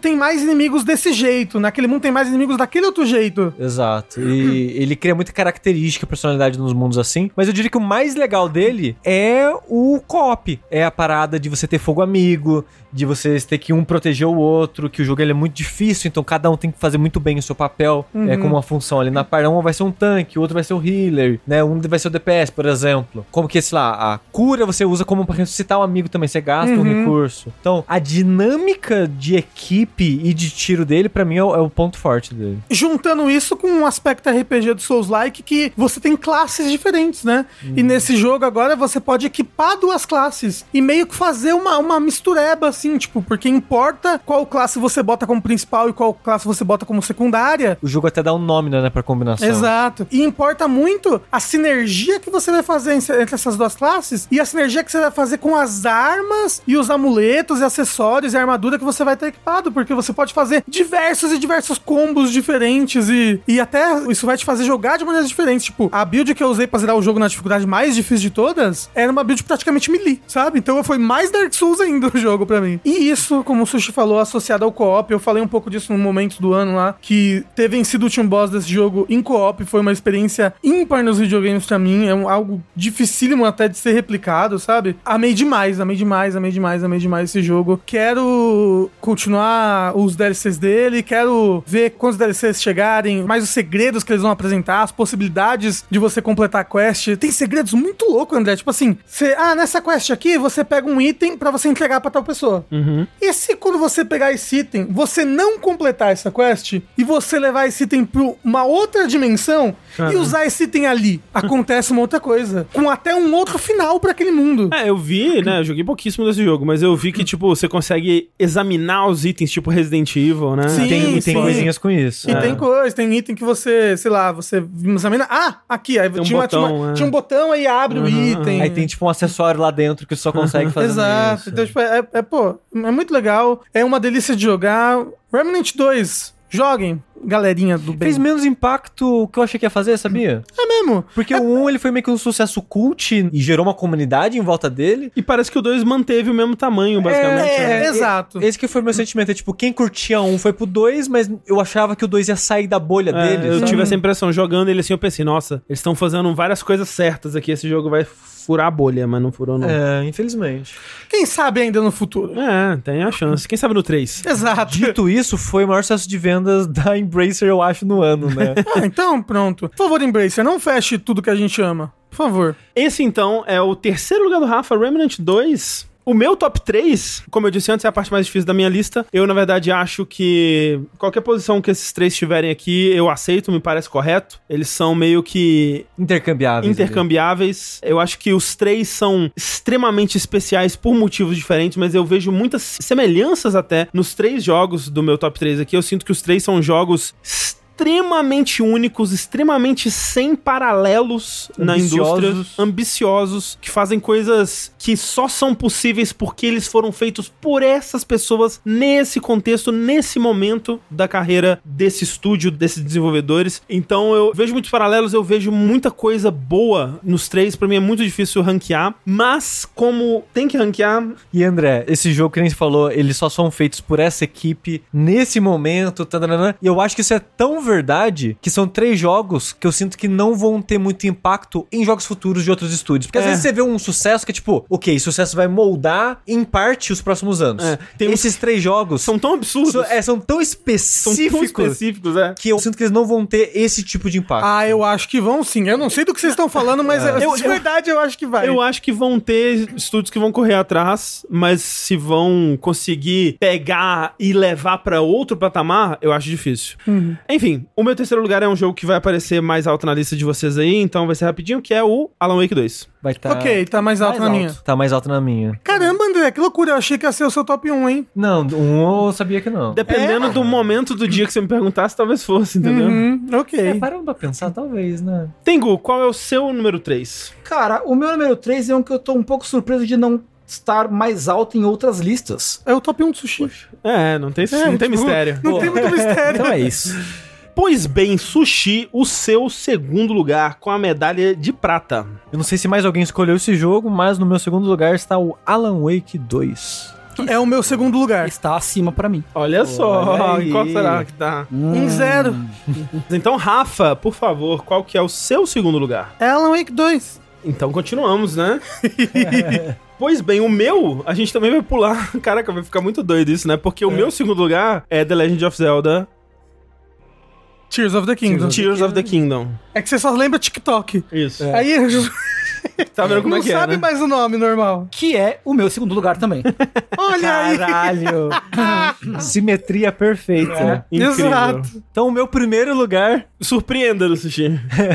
tem mais inimigos desse jeito, naquele mundo tem mais inimigos daquele outro jeito. Exato. E ele cria muita característica, personalidade nos mundos assim. Mas eu diria que o mais legal dele é o co-op. É a parada de você ter fogo amigo, de vocês ter que um proteger o outro, que o jogo ele é muito difícil, então cada um tem que fazer muito bem o seu papel, como uma função ali na parte. Um vai ser um tanque, o outro vai ser o healer, né? Um vai ser o DPS, por exemplo. Como que, sei lá, a cura você usa como pra ressuscitar um amigo também, você gasta um recurso. Então, a dinâmica de equipe e de tiro dele, pra mim, é o ponto forte dele. Juntando isso com um aspecto RPG do Souls-like, que você tem classes diferentes, né? E nesse jogo agora você pode equipar duas classes e meio que fazer uma mistureba, assim, tipo, porque importa qual classe você bota como principal e qual classe você bota como secundária. O jogo até dá um nome, né, pra combinação. Exato. E importa muito a sinergia que você vai fazer entre essas duas classes e a sinergia que você vai fazer com as armas e os amuletos e acessórios e armadura que você vai ter equipado, porque você pode fazer diversos combos diferentes e até isso vai te fazer jogar de maneiras diferentes. Tipo, a build que eu usei pra zerar o jogo na dificuldade mais difícil de todas era uma build praticamente melee, sabe? Então foi mais Dark Souls ainda o jogo pra mim. E isso, como o Sushi falou, associado ao co-op, eu falei um pouco disso no momento do ano lá, que ter vencido o último boss desse jogo em co-op foi uma experiência ímpar nos videogames pra mim, é algo dificílimo até de ser replicado, sabe? Amei demais esse jogo. Quero continuar os DLCs dele, quero ver quantos DLCs chegarem, mais os segredos que eles vão apresentar, as possibilidades de você completar a quest. Tem segredos muito loucos, André, tipo assim, nessa quest aqui, você pega um item pra você entregar pra tal pessoa. E se quando você pegar esse item, você não completar essa quest e você levar esse item pra uma outra dimensão e usar esse item ali, acontece uma outra coisa, com até um outro final pra aquele mundo. Eu vi, né, eu joguei pouquíssimo desse jogo, mas eu vi que, tipo, você consegue examinar os itens, tipo Resident Evil, né? Sim, tem coisinhas com isso. E tem coisa, tem item que você, sei lá, você examina, aqui, aí tem tinha um botão, aí abre o item. Aí tem, tipo, um acessório lá dentro que você só consegue fazer Exato, isso. Então, tipo, é muito legal, é uma delícia de jogar. Remnant 2, joguem, galerinha do bem. Fez menos impacto que eu achei que ia fazer, sabia? É mesmo. Porque o 1, ele foi meio que um sucesso cult e gerou uma comunidade em volta dele. E parece que o 2 manteve o mesmo tamanho, basicamente. Exato. Esse que foi o meu sentimento. É tipo, quem curtia 1 foi pro 2, mas eu achava que o 2 ia sair da bolha dele. Eu sabe? tive essa impressão, jogando ele assim, eu pensei, nossa, eles estão fazendo várias coisas certas aqui, esse jogo vai furar a bolha, mas não furou não. Infelizmente. Quem sabe ainda no futuro. Tem a chance. Quem sabe no 3. Exato. Dito isso, foi o maior sucesso de vendas da Embracer, eu acho, no ano, né? Então pronto. Por favor, Embracer, não feche tudo que a gente ama. Por favor. Esse, então, é o terceiro lugar do Rafa, Remnant 2. O meu top 3, como eu disse antes, é a parte mais difícil da minha lista. Eu, na verdade, acho que qualquer posição que esses três estiverem aqui, eu aceito, me parece correto. Eles são meio que intercambiáveis. Eu acho que os três são extremamente especiais por motivos diferentes, mas eu vejo muitas semelhanças até nos três jogos do meu top 3 aqui. Eu sinto que os três são jogos extremamente únicos, extremamente sem paralelos na indústria, ambiciosos, que fazem coisas que só são possíveis porque eles foram feitos por essas pessoas nesse contexto, nesse momento da carreira desse estúdio, desses desenvolvedores. Então eu vejo muitos paralelos, eu vejo muita coisa boa nos três. Pra mim é muito difícil ranquear, mas como tem que ranquear... E André, esse jogo que nem você falou, eles só são feitos por essa equipe nesse momento, e eu acho que isso é tão verdade que são três jogos que eu sinto que não vão ter muito impacto em jogos futuros de outros estúdios. Porque às vezes você vê um sucesso que é tipo, ok, sucesso vai moldar em parte os próximos anos. Esses três jogos são tão absurdos. São tão específicos, que eu sinto que eles não vão ter esse tipo de impacto. Eu acho que vão sim. Eu não sei do que vocês estão falando, mas de verdade eu acho que vai. Eu acho que vão ter estúdios que vão correr atrás, mas se vão conseguir pegar e levar pra outro patamar, eu acho difícil. Enfim, o meu terceiro lugar é um jogo que vai aparecer mais alto na lista de vocês aí, então vai ser rapidinho, que é o Alan Wake 2. Vai tá... Ok, tá mais alto na minha. Tá mais alto na minha. Caramba, André, que loucura. Eu achei que ia ser o seu top 1, hein? Não, eu sabia que não. Dependendo do momento do dia que você me perguntasse, talvez fosse, entendeu? Ok. Parando pra pensar, talvez, né? Tengu, qual é o seu número 3? Cara, o meu número 3 é um que eu tô um pouco surpreso de não estar mais alto em outras listas. É o top 1 do Sushi. Não tem mistério. Não tem muito mistério. Então é isso. Pois bem, Sushi, o seu segundo lugar com a medalha de prata. Eu não sei se mais alguém escolheu esse jogo, mas no meu segundo lugar está o Alan Wake 2. É o meu segundo lugar. Está acima pra mim. Olha só, Olha aí. qual será que tá? Em 0. Então, Rafa, por favor, qual que é o seu segundo lugar? Alan Wake 2. Então continuamos, né? Pois bem, o meu, a gente também vai pular. Caraca, vai ficar muito doido isso, né? Porque o meu segundo lugar é The Legend of Zelda Tears of the Kingdom. Tears of the Kingdom. É que você só lembra TikTok. Isso. Aí Tá vendo como não é que é, sabe né? mais o nome normal. Que é o meu segundo lugar também. Olha aí. Caralho. Simetria perfeita. Incrível. Exato. Então, o meu primeiro lugar Surpreenda-no, Sushi.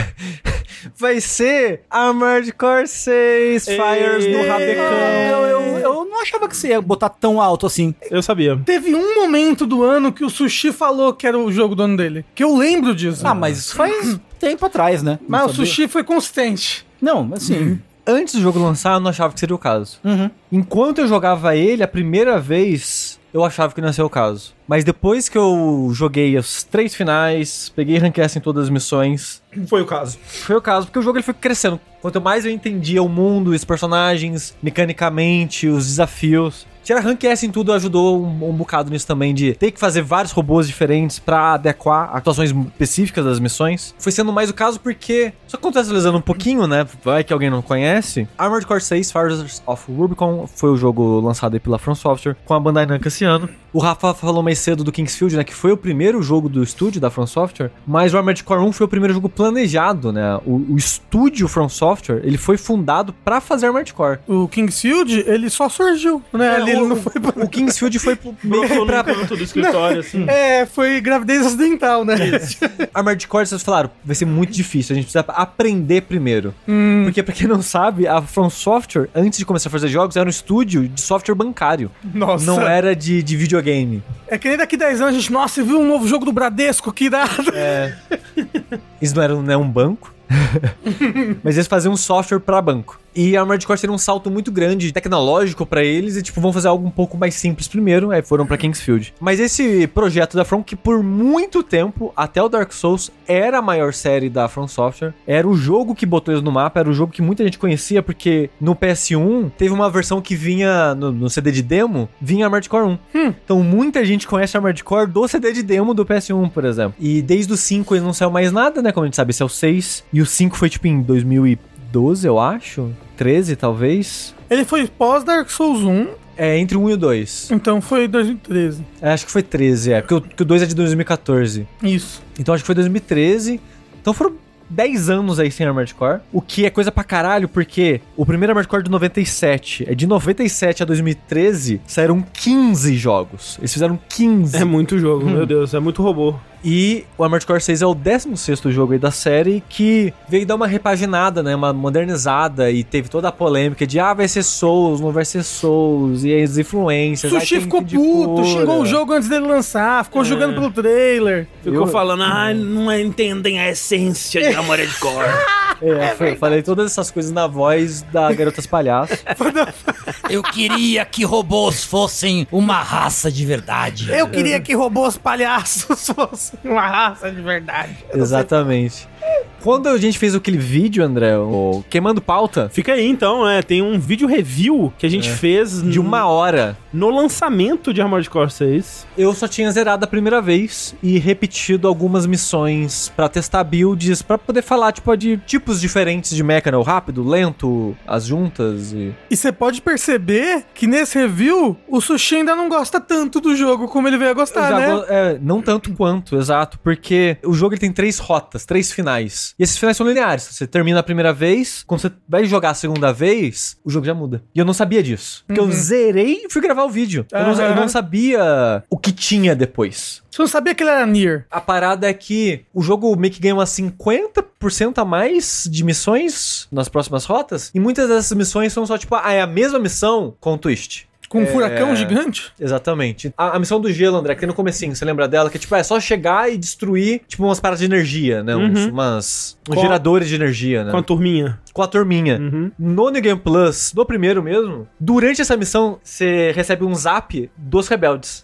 vai ser Armored Core 6 Fires do Rabecão. Eu não achava que você ia botar tão alto assim. Eu sabia. Teve um momento do ano que o Sushi falou que era o jogo do ano dele. Que eu lembro disso. Ah, mas isso faz tempo atrás, né? Mas Não o sabia. Sushi foi consistente. Não, assim... Antes do jogo lançar, eu não achava que seria o caso. Uhum. Enquanto eu jogava ele, a primeira vez, eu achava que não ia ser o caso. Mas depois que eu joguei os 3 finais, peguei rank S em todas as missões, Foi o caso. foi o caso, porque o jogo ele foi crescendo. Quanto mais eu entendia o mundo, os personagens, mecanicamente, os desafios. Tirar rank S em tudo ajudou um bocado nisso também, de ter que fazer vários robôs diferentes pra adequar a atuações específicas das missões. Foi sendo mais o caso porque, só contextualizando um pouquinho, né, vai que alguém não conhece, Armored Core 6 Fires of Rubicon foi o jogo lançado aí pela From Software com a Bandai Namco esse ano. O Rafa falou mais cedo do Kingsfield, né, que foi o primeiro jogo do estúdio da From Software, mas o Armored Core 1 foi o primeiro jogo planejado, né, o estúdio From Software, ele foi fundado pra fazer Armored Core. O Kingsfield, ele só surgiu, né? Ali ele não foi pra... O Kingsfield foi meio que Brotou no pra... canto do escritório, assim. É, foi gravidez acidental, né? Armored Core, vocês falaram, vai ser muito difícil, a gente precisa aprender primeiro. Porque, pra quem não sabe, a From Software, antes de começar a fazer jogos, era um estúdio de software bancário. Nossa. Não era de videogame. É que nem daqui 10 anos a gente, nossa, você viu um novo jogo do Bradesco, que irado. Isso não era um banco. Mas eles faziam um software pra banco. E a Armored Core seria um salto muito grande, tecnológico pra eles, e tipo, vão fazer algo um pouco mais simples primeiro, aí foram pra Kingsfield. Mas esse projeto da From, que por muito tempo, até o Dark Souls, era a maior série da From Software, era o jogo que botou eles no mapa, era o jogo que muita gente conhecia, porque no PS1 teve uma versão que vinha no CD de demo, vinha Armored Core 1. Então muita gente conhece a Armored Core do CD de demo do PS1, por exemplo. E desde o 5 ele não saiu mais nada, né, como a gente sabe, esse é o 6, e o 5 foi tipo em 2012, eu acho, 13 talvez. Ele foi pós Dark Souls 1, É, entre o 1 e o 2. então foi 2013. Acho que foi 13, porque o 2 é de 2014. Isso. Então acho que foi 2013. Então foram 10 anos aí sem Armored Core. O que é coisa pra caralho, porque o primeiro Armored Core de 97. É de 97 a 2013, saíram 15 jogos. Eles fizeram 15. É muito jogo, meu Deus, é muito robô. E o Armored Core 6 é o 16º jogo aí da série, que veio dar uma repaginada, né, uma modernizada, e teve toda a polêmica de, vai ser Souls, não vai ser Souls, e as influências. Sushi ficou puto, xingou o jogo antes dele lançar, ficou jogando pelo trailer. Ficou falando, não entendem a essência de Armored Core. Falei todas essas coisas na voz da Garotas Palhaço. Eu queria que robôs fossem uma raça de verdade. Eu queria que robôs palhaços fossem uma raça de verdade. Exatamente. Quando a gente fez aquele vídeo, André, o Queimando Pauta, Fica aí então, tem um vídeo review que a gente fez de 1 hora, no lançamento de Armored Core 6. eu só tinha zerado a primeira vez e repetido algumas missões pra testar builds, pra poder falar, tipo, de tipos diferentes de mecha, né? O rápido, lento, as juntas e... E você pode perceber que nesse review, o Sushi ainda não gosta tanto do jogo como ele veio a gostar, né? Não tanto quanto, exato, porque o jogo ele tem 3 rotas, 3 finais. E esses finais são lineares. Você termina a primeira vez, quando você vai jogar a segunda vez, o jogo já muda. E eu não sabia disso. Porque eu zerei e fui gravar o vídeo. Eu não sabia o que tinha depois. Você não sabia que ele era Nier. A parada é que o jogo meio que ganha umas 50% a mais de missões nas próximas rotas. E muitas dessas missões são só tipo, é a mesma missão com um twist. Com um furacão gigante? Exatamente. A missão do gelo, André, que tem no comecinho, você lembra dela? Que tipo, é só chegar e destruir, tipo, umas paradas de energia, né? Uns geradores de energia, né? Com a turminha. com a turminha. No New Game Plus, no primeiro mesmo, durante essa missão, você recebe um zap dos rebeldes.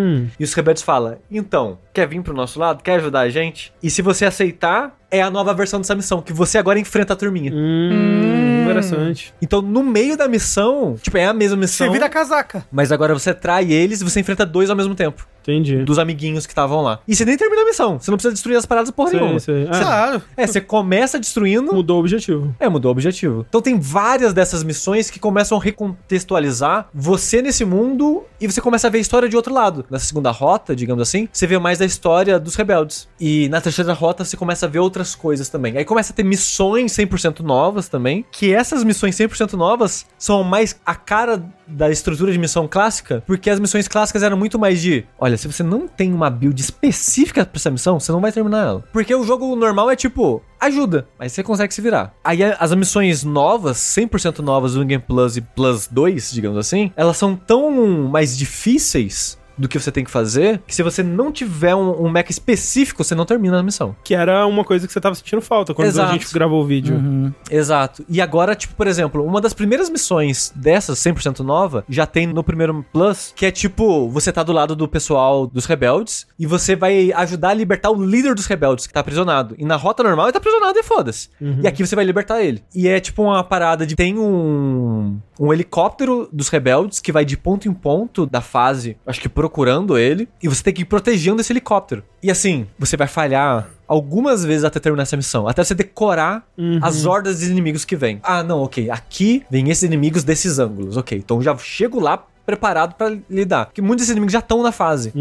E os rebeldes falam, então, quer vir pro nosso lado? Quer ajudar a gente? E se você aceitar, é a nova versão dessa missão, que você agora enfrenta a turminha. Interessante. Então, no meio da missão, tipo, é a mesma missão. Você vira casaca. Mas agora você trai eles e você enfrenta 2 ao mesmo tempo. Entendi. Dos amiguinhos que estavam lá. E você nem termina a missão. Você não precisa destruir as paradas porra nenhuma. Claro. Você começa destruindo... Mudou o objetivo. Mudou o objetivo. Então tem várias dessas missões que começam a recontextualizar você nesse mundo e você começa a ver a história de outro lado. Nessa segunda rota, digamos assim, você vê mais da história dos rebeldes. E na terceira rota você começa a ver outras coisas também. Aí começa a ter missões 100% novas também, que essas missões 100% novas são mais a cara da estrutura de missão clássica, porque as missões clássicas eram muito mais de, olha, se você não tem uma build específica pra essa missão, você não vai terminar ela. Porque o jogo normal é tipo, ajuda, mas você consegue se virar. Aí as missões novas, 100% novas do Game Plus e Plus 2, digamos assim, elas são tão mais difíceis do que você tem que fazer, que se você não tiver um mecha específico, você não termina a missão. Que era uma coisa que você tava sentindo falta quando a gente gravou o vídeo. Exato. E agora, tipo, por exemplo, uma das primeiras missões dessas 100% nova, já tem no primeiro Plus, que é tipo, você tá do lado do pessoal dos rebeldes, e você vai ajudar a libertar o líder dos rebeldes, que tá aprisionado. E na rota normal ele tá aprisionado e foda-se. E aqui você vai libertar ele. E é tipo uma parada de... Tem um helicóptero dos rebeldes, que vai de ponto em ponto da fase, acho que procurando ele, e você tem que ir protegendo esse helicóptero. E assim, você vai falhar algumas vezes até terminar essa missão, até você decorar as hordas de inimigos que vêm. Ah, não, ok, aqui vem esses inimigos desses ângulos, ok, então já chego lá preparado pra lidar. Porque muitos desses inimigos já estão na fase.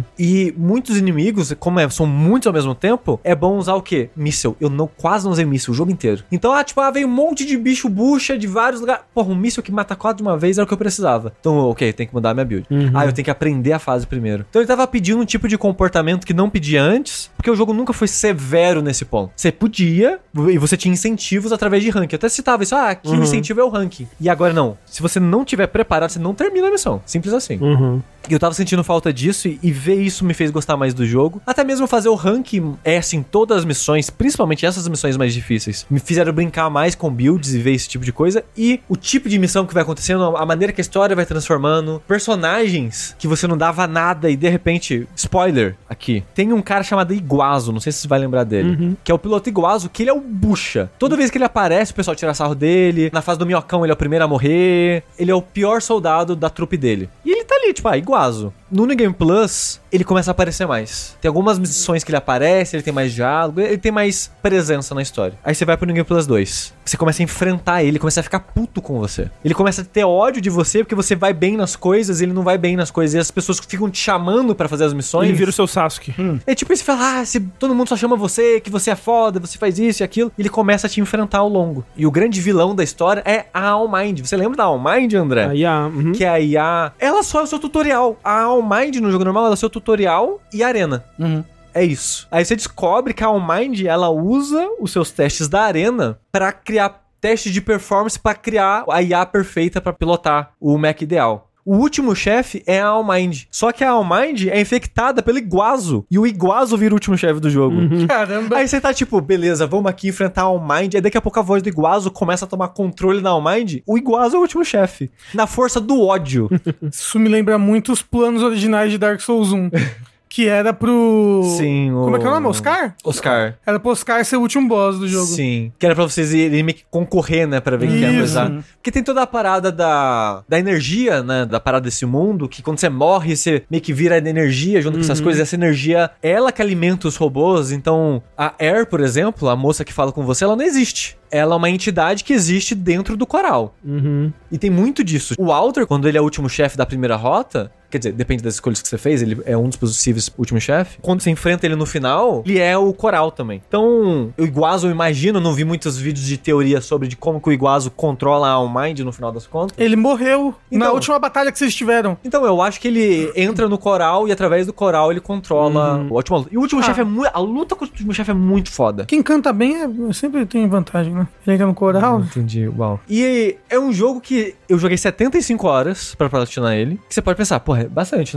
E muitos inimigos, como são muitos ao mesmo tempo, é bom usar o quê? Míssil. Eu quase não usei míssil o jogo inteiro. Então, veio um monte de bicho bucha de vários lugares. Porra, um míssil que mata 4 de uma vez era o que eu precisava. Então, ok, tem que mudar a minha build. Eu tenho que aprender a fase primeiro. Então, ele tava pedindo um tipo de comportamento que não pedia antes, porque o jogo nunca foi severo nesse ponto. Você podia, e você tinha incentivos através de ranking. Eu até citava isso, aqui o incentivo é o ranking. E agora não. Se você não tiver preparado, você não termina a missão. Simples assim. E eu tava sentindo falta disso e ver isso me fez gostar mais do jogo. Até mesmo fazer o ranking em todas as missões, principalmente essas missões mais difíceis, me fizeram brincar mais com builds e ver esse tipo de coisa. E o tipo de missão que vai acontecendo, a maneira que a história vai transformando, personagens que você não dava nada e de repente, spoiler aqui, tem um cara chamado Iguazu, não sei se você vai lembrar dele, que é o piloto Iguazu, que ele é o bucha. Toda vez que ele aparece, o pessoal tira sarro dele. Na fase do minhocão, ele é o primeiro a morrer. Ele é o pior soldado da trupe dele. E ele tá ali, tipo, Iguazu. No New Game Plus, ele começa a aparecer mais. Tem algumas missões que ele aparece, ele tem mais diálogo, ele tem mais presença na história. Aí você vai pro New Game Plus 2. Você começa a enfrentar ele começa a ficar puto com você. Ele começa a ter ódio de você porque você vai bem nas coisas, ele não vai bem nas coisas. E as pessoas ficam te chamando pra fazer as missões. Ele vira o seu Sasuke. É tipo, você fala, se todo mundo só chama você, que você é foda, você faz isso e aquilo. Ele começa a te enfrentar ao longo. E o grande vilão da história é a All-Mind. Você lembra da All-Mind, André? A IA. Que a IA, ela só é o seu tutorial. A All-Mind no jogo normal, ela é o seu tutorial e arena. É isso. Aí você descobre que a All-Mind, ela usa os seus testes da arena pra criar testes de performance pra criar a IA perfeita pra pilotar o mech ideal. O último chefe é a All-Mind. Só que a All-Mind é infectada pelo Iguazu. E o Iguazu vira o último chefe do jogo. Caramba. Aí você tá tipo, beleza, vamos aqui enfrentar a All-Mind. Aí daqui a pouco a voz do Iguazu começa a tomar controle da All-Mind. O Iguazu é o último chefe. Na força do ódio. Isso me lembra muito os planos originais de Dark Souls 1. Que era pro... Sim, Como é que é o nome? Oscar? Oscar. Era pro Oscar ser o último boss do jogo. Sim. Que era pra vocês irem meio que concorrer, né? Pra ver quem é mais. Porque tem toda a parada da energia, né? Da parada desse mundo. Que quando você morre, você meio que vira energia junto com essas coisas. Essa energia, ela que alimenta os robôs. Então, a Air, por exemplo, a moça que fala com você, ela não existe. Ela é uma entidade que existe dentro do coral. E tem muito disso. O Walter, quando ele é o último chefe da primeira rota... Quer dizer, depende das escolhas que você fez, ele é um dos possíveis últimos chefes. Quando você enfrenta ele no final, ele é o coral também. Então, o Iguazu, eu imagino, não vi muitos vídeos de teoria sobre de como que o Iguazu controla a All-Mind no final das contas. Ele morreu na Então- última batalha que vocês tiveram. Então, eu acho que ele entra no coral e através do coral ele controla o último luta. E o último chefe é muito... A luta com o último chefe é muito foda. Quem canta bem sempre tem vantagem, né? Ele entra no coral. Entendi, uau. E é um jogo que eu joguei 75 horas pra platinar ele. Que você pode pensar, porra, é bastante, né?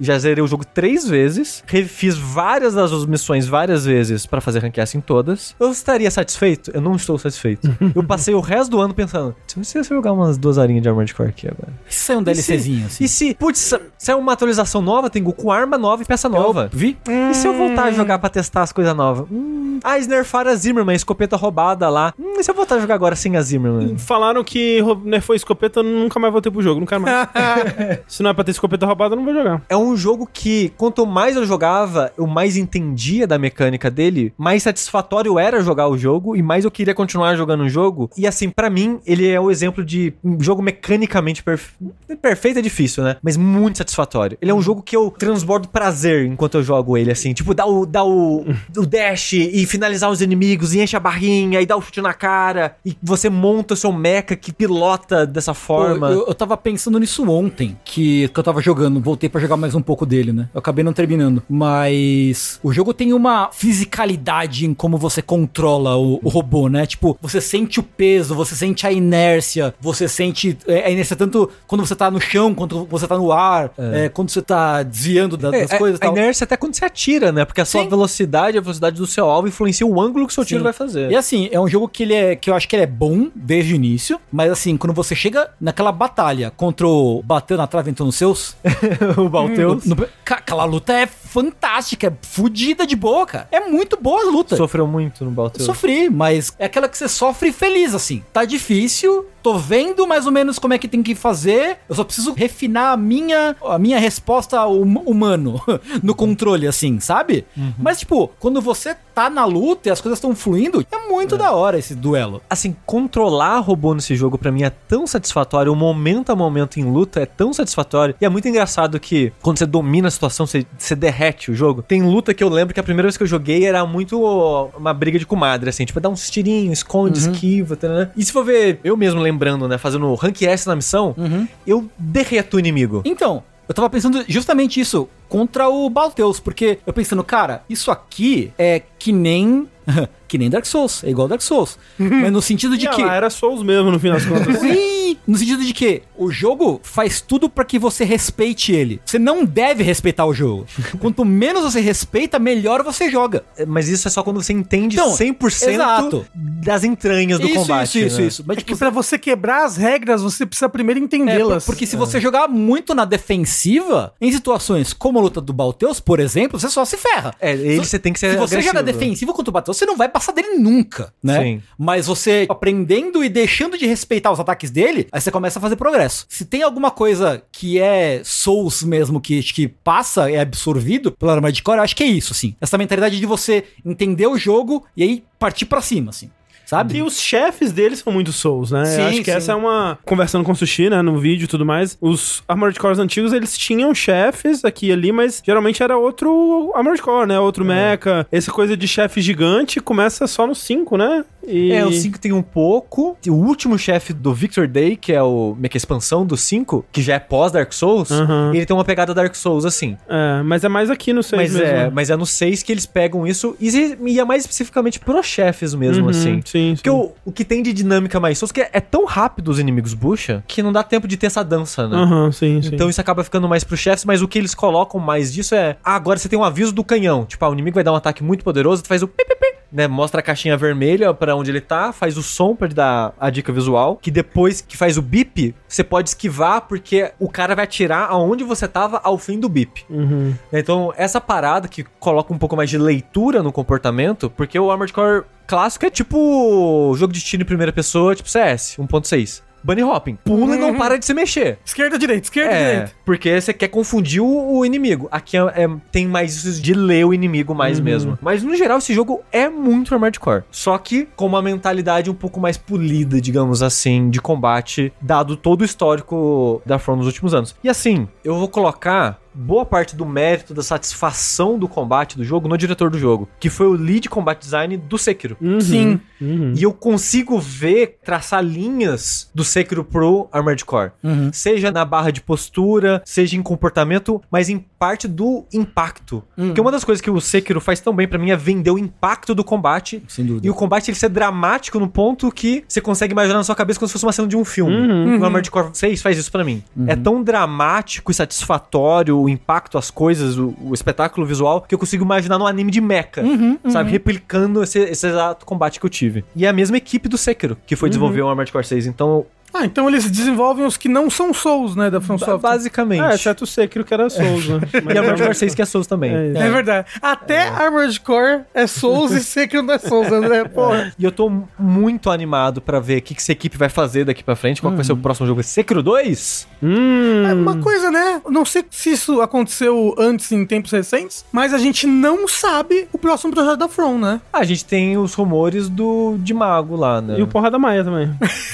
já zerei o jogo 3 vezes, refiz várias das missões várias vezes pra fazer rank S em todas. Eu estaria satisfeito? Eu não estou satisfeito. Eu passei o resto do ano pensando, se eu jogar umas 2 horinhas de Armored Core aqui agora. E se sair um DLCzinho, assim? E se, putz, saiu uma atualização nova, tem com arma nova e peça nova. Vi? E se eu voltar a jogar pra testar as coisas novas? Eles nerfaram a Zimmerman, a escopeta roubada lá. E se eu voltar a jogar agora sem a Zimmerman? Falaram que nerfou a escopeta, eu nunca mais voltei pro jogo, nunca mais. Se não é pra ter escopeta roubada, eu não vou jogar. É um jogo que, quanto mais eu jogava, eu mais entendia da mecânica dele, mais satisfatório era jogar o jogo e mais eu queria continuar jogando o jogo. E assim, pra mim, ele é o exemplo de um jogo mecanicamente perfeito é difícil, né? Mas muito satisfatório. Ele é um jogo que eu transbordo prazer enquanto eu jogo ele, assim. Tipo, dá o dash e finalizar os inimigos e enche a barrinha e dá o chute na cara e você monta o seu mecha que pilota dessa forma. Eu tava pensando nisso ontem, que eu tava jogando, voltei pra jogar mais um pouco dele, né? Eu acabei não terminando. Mas o jogo tem uma fisicalidade em como você controla o robô, né? Tipo, você sente o peso, você sente a inércia, você sente a inércia tanto quando você tá no chão, quando você tá no ar, quando você tá desviando das coisas e tal. A inércia até quando você atira, né? Porque a sua velocidade, a velocidade do seu alvo influencia o ângulo que o seu tiro vai fazer. E assim, é um jogo que eu acho que ele é bom desde o início, mas assim, quando você chega naquela batalha contra o Bateu na trave entrou nos seus, o Balteus. Aquela luta é fantástica, é fodida de boa, cara. É muito boa a luta. Sofreu muito no Balteus. Sofri, mas é aquela que você sofre feliz, assim. Tá difícil, tô vendo mais ou menos como é que tem que fazer, eu só preciso refinar a minha resposta humano no controle, assim, sabe? Mas, tipo, quando você tá na luta e as coisas estão fluindo, é muito da hora esse duelo. Assim, controlar robô nesse jogo pra mim é tão satisfatório, o momento a momento em luta é tão satisfatório, e é muito engraçado que quando você domina a situação, você derrete o jogo. Tem luta que eu lembro que a primeira vez que eu joguei era muito uma briga de comadre, assim, tipo, dá uns tirinhos, esconde, esquiva, né? E se for ver, eu mesmo lembrando, né, fazendo rank S na missão, eu derreto o inimigo. Então, eu tava pensando justamente isso contra o Balteus, porque eu pensando, cara, isso aqui é que nem Dark Souls, é igual Dark Souls. Mas no sentido de que... era Souls mesmo, no fim das contas. Sim, no sentido de que o jogo faz tudo pra que você respeite ele. Você não deve respeitar o jogo. Quanto menos você respeita, melhor você joga. Mas isso é só quando você entende 100% exato. das entranhas do combate. Isso. Mas, É que pra você quebrar as regras, você precisa primeiro entendê-las. Porque se você jogar muito na defensiva, em situações como a luta do Balteus, por exemplo, você só se ferra. Você tem que ser agressivo. Se você jogar defensivo contra o Balteus, você não vai passar dele nunca, né? Sim. Mas você aprendendo e deixando de respeitar os ataques dele, aí você começa a fazer progresso. Se tem alguma coisa que é Souls mesmo, que passa, é absorvido pelo Armored Core, eu acho que é isso, assim. Essa mentalidade de você entender o jogo e aí partir pra cima, assim. Sabe? E os chefes deles são muito Souls, né? Sim, eu acho que essa é uma... Conversando com o Sushi, né, no vídeo e tudo mais, os Armored Cores antigos, eles tinham chefes aqui e ali, mas geralmente era outro Armored Core, né? Outro mecha. Essa coisa de chefe gigante começa só no 5, né? O 5 tem um pouco. O último chefe do Victor Day, que é meio que a expansão do 5, que já é pós-Dark Souls, ele tem uma pegada Dark Souls, assim. Mas é mais aqui no 6 mesmo. Mas é no 6 que eles pegam isso e é mais especificamente pros chefes mesmo, assim. Sim. Porque o que tem de dinâmica mais Souls, que é tão rápido os inimigos bucha, que não dá tempo de ter essa dança, né? Sim. Então isso acaba ficando mais pros chefes, mas o que eles colocam mais disso é... agora você tem um aviso do canhão. Tipo, o inimigo vai dar um ataque muito poderoso, tu faz o pipipi, né? Mostra a caixinha vermelha pra onde ele tá, faz o som pra te dar a dica visual, que depois que faz o bip, você pode esquivar, porque o cara vai atirar aonde você tava ao fim do bip. Então, essa parada que coloca um pouco mais de leitura no comportamento, porque o Armored Core clássico é tipo jogo de tiro em primeira pessoa, tipo CS 1.6. Bunny hopping. Pula e não para de se mexer. Esquerda, direita, direita. Porque você quer confundir o inimigo. Aqui tem mais isso de ler o inimigo mais mesmo. Mas, no geral, esse jogo é muito Armored Core. Só que com uma mentalidade um pouco mais polida, digamos assim, de combate, dado todo o histórico da From nos últimos anos. E assim, eu vou colocar boa parte do mérito, da satisfação do combate do jogo no diretor do jogo, que foi o lead combat design do Sekiro. Sim. E eu consigo ver, traçar linhas do Sekiro pro Armored Core. Seja na barra de postura, seja em comportamento, mas em parte do impacto. Porque uma das coisas que o Sekiro faz tão bem pra mim é vender o impacto do combate. Sem dúvida. E o combate ele ser dramático no ponto que você consegue imaginar na sua cabeça como se fosse uma cena de um filme. O Armored Core 6 faz isso pra mim. É tão dramático e satisfatório o impacto, as coisas, o espetáculo visual que eu consigo imaginar num anime de mecha, sabe? Replicando esse exato combate que eu tive. E é a mesma equipe do Sekiro que foi desenvolver o Armored Core 6, então... então eles desenvolvem os que não são Souls, né, da From Software. Basicamente. Exceto o Sekiro que era Souls, né? E Armored Core 6 que é Souls também. É verdade. Até Armored Core é Souls e Sekiro não é Souls, André, porra. E eu tô muito animado pra ver o que essa equipe vai fazer daqui pra frente, qual vai ser o próximo jogo. Sekiro 2? É uma coisa, né? Não sei se isso aconteceu antes, em tempos recentes, mas a gente não sabe o próximo projeto da From, né? A gente tem os rumores de Mago lá, né? E o Porrada Maia também.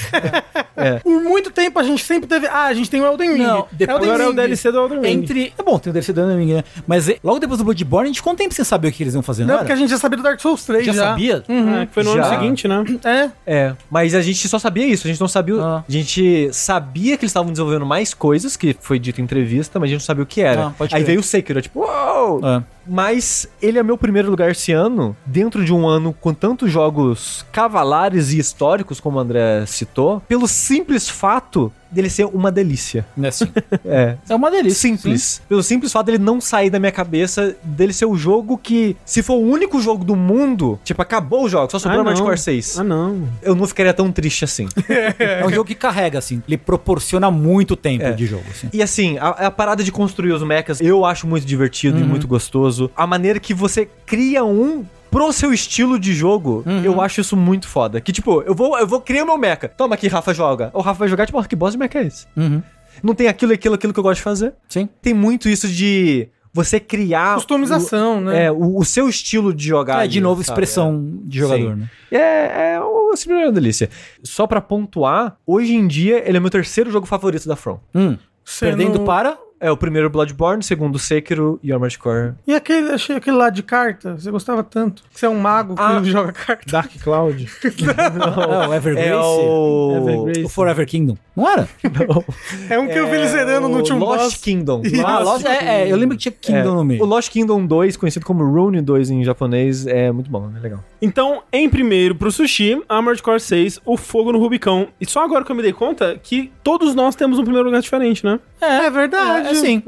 Por muito tempo a gente sempre teve... a gente tem o Elden Ring. Não, depois Elden Agora é o Ring. DLC do Elden Ring. Tem o DLC do Elden Ring, né? Mas logo depois do Bloodborne, a gente ficou um tempo sem saber o que eles iam fazer, Não, porque a gente já sabia do Dark Souls 3 já. Já sabia? Que foi no ano Já. seguinte, né? Mas a gente só sabia isso, a gente não sabia... A gente sabia que eles estavam desenvolvendo mais coisas, que foi dito em entrevista, mas a gente não sabia o que era. Pode Aí crer. veio o Sekiro, tipo, uou! Mas ele é meu primeiro lugar esse ano, dentro de um ano com tantos jogos cavalares e históricos, como o André citou, pelo simples fato dele ser uma delícia. Né, sim. É. É uma delícia. Simples. Sim. Pelo simples fato dele não sair da minha cabeça, dele ser o jogo que, se for o único jogo do mundo, tipo, acabou o jogo, só sobrou o Armored Core 6. Não. Eu não ficaria tão triste assim. É um jogo que carrega, assim. Ele proporciona muito tempo de jogo, assim. E assim, a parada de construir os mechas, eu acho muito divertido e muito gostoso. A maneira que você cria pro seu estilo de jogo, eu acho isso muito foda. Que tipo, eu vou criar o meu mecha. Toma aqui, Rafa joga. O Rafa vai jogar, tipo, que bosta de mecha é esse? Não tem aquilo que eu gosto de fazer. Sim. Tem muito isso de você criar... Customização, né? O seu estilo de jogar. De novo, sabe? expressão de jogador, Sim. né? É uma delícia. Só pra pontuar, hoje em dia, ele é meu terceiro jogo favorito da From. Perdendo para... É o primeiro Bloodborne, segundo Sekiro e Armored Core. E aquele lá de carta, você gostava tanto. Que você é um mago que joga carta. Dark Cloud. o Evergrace. É o... Evergrace. O Forever Kingdom. Não era? É um que eu vi ele zerando no último Lost boss. Kingdom. Eu lembro que tinha Kingdom no meio. O Lost Kingdom 2, conhecido como Rune 2 em japonês, é muito bom, é legal. Então, em primeiro pro Sushi, Armored Core 6, o Fogo no Rubicão. E só agora que eu me dei conta que todos nós temos um primeiro lugar diferente, né? É verdade. Sim.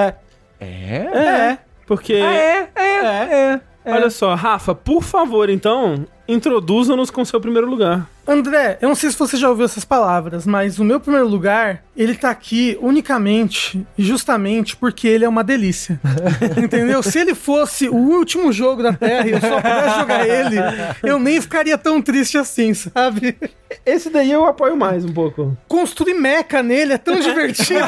Porque... Olha só, Rafa, por favor, então, introduza-nos com seu primeiro lugar. André, eu não sei se você já ouviu essas palavras, mas o meu primeiro lugar, ele tá aqui unicamente e justamente porque ele é uma delícia. Entendeu? Se ele fosse o último jogo da Terra e eu só pudesse jogar ele, eu nem ficaria tão triste assim, sabe? Esse daí eu apoio mais um pouco. Construir mecha nele é tão divertido.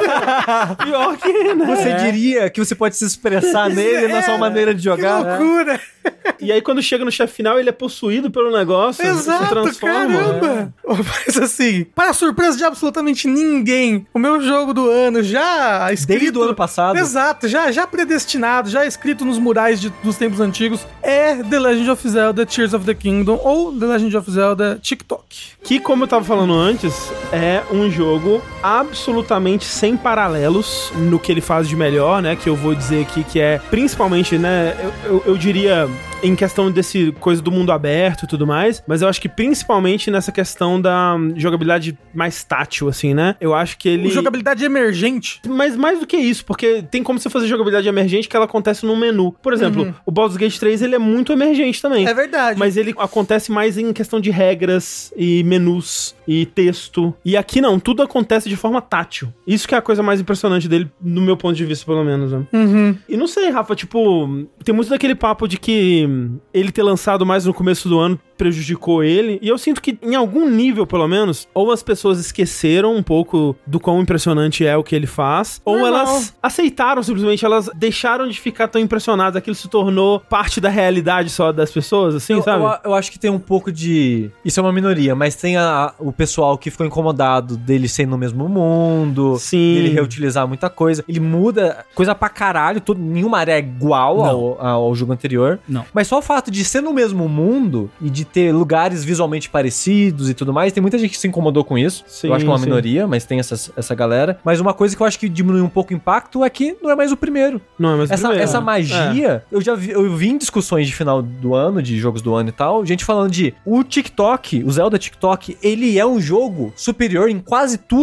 Pior que, né? Você diria que você pode se expressar nele na sua maneira de jogar? Que loucura. E aí quando chega no chefe final, ele é possuído pelo negócio, se Exato, transforma. caramba. Mas assim, para a surpresa de absolutamente ninguém, o meu jogo do ano já escrito... Desde o ano passado. Exato, já predestinado, já escrito nos murais dos tempos antigos, é The Legend of Zelda Tears of the Kingdom ou The Legend of Zelda TikTok. Que, como eu tava falando antes, é um jogo absolutamente sem paralelos no que ele faz de melhor, né? Que eu vou dizer aqui que é principalmente, né? Eu diria em questão desse coisa do mundo aberto e tudo mais, mas eu acho que principalmente nessa questão da jogabilidade mais tátil, assim, né? Eu acho que ele... Jogabilidade emergente. Mas mais do que isso, porque tem como você fazer jogabilidade emergente que ela acontece no menu. Por exemplo, o Baldur's Gate 3, ele é muito emergente também. É verdade. Mas ele acontece mais em questão de regras e menus e texto. E aqui não, tudo acontece de forma tátil. Isso que é a coisa mais impressionante dele, no meu ponto de vista, pelo menos, né? E não sei, Rafa, tipo, tem muito daquele papo de que ele ter lançado mais no começo do ano prejudicou ele, e eu sinto que em algum nível, pelo menos, ou as pessoas esqueceram um pouco do quão impressionante é o que ele faz, ou elas aceitaram simplesmente, elas deixaram de ficar tão impressionadas, aquilo se tornou parte da realidade só das pessoas, assim, sabe? Eu acho que tem um pouco de... Isso é uma minoria, mas tem o pessoal que ficou incomodado dele ser no mesmo mundo, Sim. dele reutilizar muita coisa. Ele muda coisa pra caralho, nenhuma área é igual ao jogo anterior. Não. Mas só o fato de ser no mesmo mundo e de ter lugares visualmente parecidos e tudo mais, tem muita gente que se incomodou com isso. Sim, eu acho que é uma sim. minoria, mas tem essa galera. Mas uma coisa que eu acho que diminuiu um pouco o impacto é que não é mais o primeiro. Não é mais o primeiro. Essa magia, eu vi em discussões de final do ano, de jogos do ano e tal, gente falando de o TikTok, o Zelda TikTok, ele é um jogo superior em quase tudo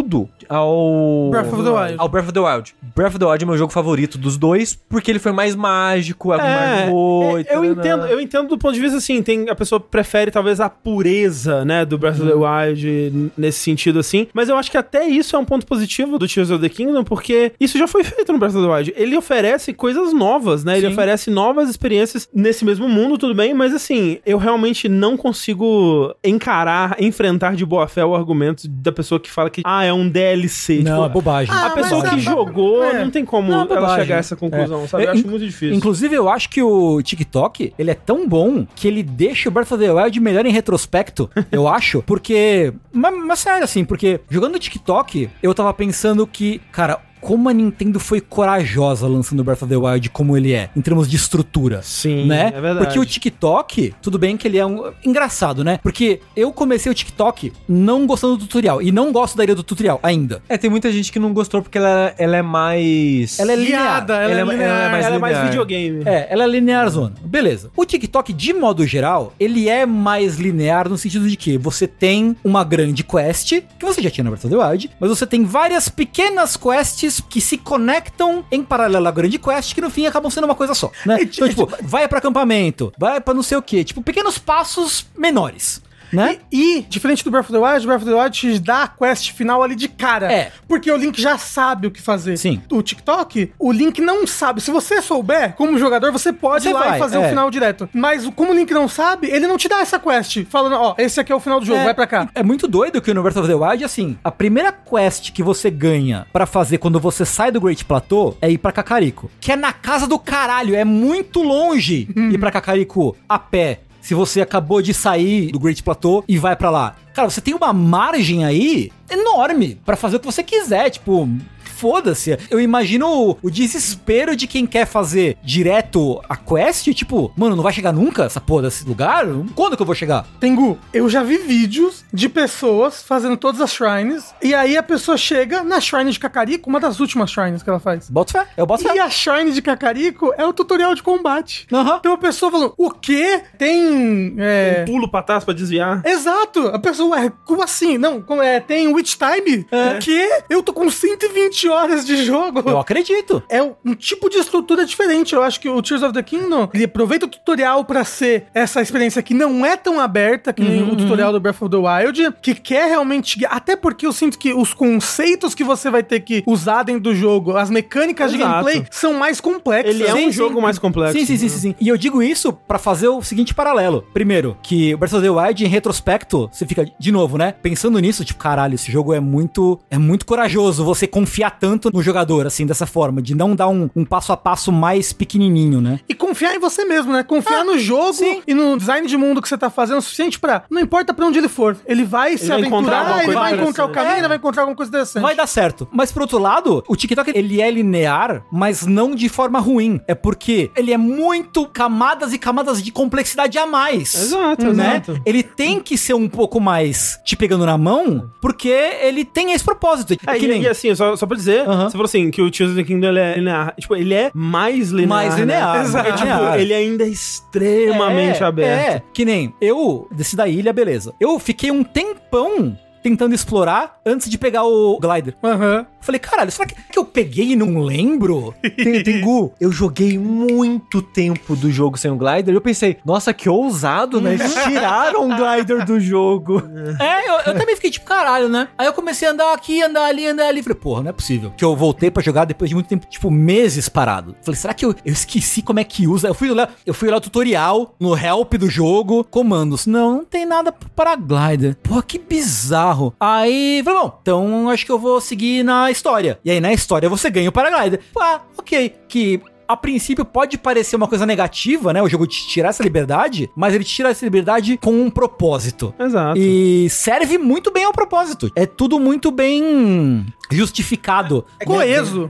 ao Breath of the Wild. Ao Breath of the Wild. Breath of the Wild é meu jogo favorito dos dois, porque ele foi mais mágico, mais boa, eu entendo do ponto de vista, assim, a pessoa prefere talvez a pureza, né, do Breath of the Wild nesse sentido, assim, mas eu acho que até isso é um ponto positivo do Tears of the Kingdom, porque isso já foi feito no Breath of the Wild. Ele oferece coisas novas, né, ele oferece novas experiências nesse mesmo mundo, tudo bem, mas assim, eu realmente não consigo enfrentar de boa fé o argumento da pessoa que fala que, é um DLC. Não, é bobagem. A pessoa que jogou, não tem como ela chegar a essa conclusão, sabe? Eu acho muito difícil. Inclusive, eu acho que o TikTok, ele é tão bom que ele deixa o Breath of the Wild melhor em retrospecto, eu acho, porque... Mas sério, assim, porque jogando no TikTok, eu tava pensando que, cara... Como a Nintendo foi corajosa lançando o Breath of the Wild como ele é, em termos de estrutura. Sim, né? É verdade. Porque o TikTok, tudo bem que ele é engraçado, né? Porque eu comecei o TikTok não gostando do tutorial, e não gosto da ideia do tutorial ainda. Tem muita gente que não gostou porque ela é mais... Ela é linear. Ela é mais videogame. Ela é linear zona. Beleza. O TikTok, de modo geral, ele é mais linear no sentido de que você tem uma grande quest, que você já tinha no Breath of the Wild, mas você tem várias pequenas quests que se conectam em paralelo à grande quest, que no fim acabam sendo uma coisa só, né? Então, tipo, vai pra acampamento, vai pra não sei o quê, tipo, pequenos passos menores. Né? E, diferente do Breath of the Wild te dá a quest final ali de cara. Porque o Link já sabe o que fazer. Sim. O TikTok, o Link não sabe. Se você souber, como jogador, você pode ir lá e fazer o final direto. Mas como o Link não sabe, ele não te dá essa quest. Falando, esse aqui é o final do jogo, vai pra cá. É muito doido que no Breath of the Wild, assim, a primeira quest que você ganha pra fazer quando você sai do Great Plateau é ir pra Kakariko. Que é na casa do caralho, é muito longe ir pra Kakariko a pé. Se você acabou de sair do Great Plateau e vai pra lá. Cara, você tem uma margem aí enorme pra fazer o que você quiser, tipo... Foda-se. Eu imagino o desespero de quem quer fazer direto a quest, tipo, mano, não vai chegar nunca essa porra desse lugar? Quando que eu vou chegar? Tengu, eu já vi vídeos de pessoas fazendo todas as shrines, e aí a pessoa chega na shrine de Kakariko, uma das últimas shrines que ela faz. Boto fé, eu boto fé. E a shrine de Kakariko é o tutorial de combate. Uhum. Então a pessoa falando, o quê? Tem... Um pulo pra trás pra desviar. Exato. A pessoa, como assim? Não, tem Witch Time? O quê? Eu tô com 120 horas de jogo. Eu acredito. É um tipo de estrutura diferente. Eu acho que o Tears of the Kingdom, ele aproveita o tutorial pra ser essa experiência que não é tão aberta que nem o tutorial do Breath of the Wild, que quer realmente... Até porque eu sinto que os conceitos que você vai ter que usar dentro do jogo, as mecânicas de gameplay, são mais complexas. Ele é um jogo mais complexo. Sim. E eu digo isso pra fazer o seguinte paralelo. Primeiro, que o Breath of the Wild, em retrospecto, você fica, de novo, né? Pensando nisso, tipo, caralho, esse jogo é muito corajoso você confiar tanto no jogador, assim, dessa forma, de não dar um passo a passo mais pequenininho, né? E confiar em você mesmo, né? Confiar no jogo e no design de mundo que você tá fazendo o suficiente pra... Não importa pra onde ele for, ele vai se aventurar, ele vai encontrar o caminho, ele vai encontrar alguma coisa interessante. Vai dar certo. Mas, por outro lado, o TikTok, ele é linear, mas não de forma ruim. É porque ele é muito camadas e camadas de complexidade a mais. Exato. Ele tem que ser um pouco mais te pegando na mão, porque ele tem esse propósito. E assim, só pra dizer, você falou assim, que o Tears of the Kingdom, ele é linear. Tipo, ele é mais linear. Mais linear. Né? Exato. Tipo, ele ainda é extremamente aberto. Que nem, eu desci da ilha, beleza. Eu fiquei um tempão tentando explorar antes de pegar o glider. Falei, caralho, será que eu peguei e não lembro? Tengu, eu joguei muito tempo do jogo sem o glider e eu pensei, nossa, que ousado, né? Eles tiraram o glider do jogo. Eu também fiquei tipo, caralho, né? Aí eu comecei a andar aqui, andar ali. Falei, porra, não é possível. Que eu voltei pra jogar depois de muito tempo, tipo, meses parado. Falei, será que eu esqueci como é que usa? Eu fui olhar o tutorial no help do jogo, comandos. Não tem nada para glider. Porra, que bizarro. Aí, falei, bom, então acho que eu vou seguir na história. E aí, na história, você ganha o paraglider. Ok. Que... a princípio pode parecer uma coisa negativa, né? O jogo te tirar essa liberdade, mas ele te tira essa liberdade com um propósito. Exato. E serve muito bem ao propósito. É tudo muito bem justificado. Coeso.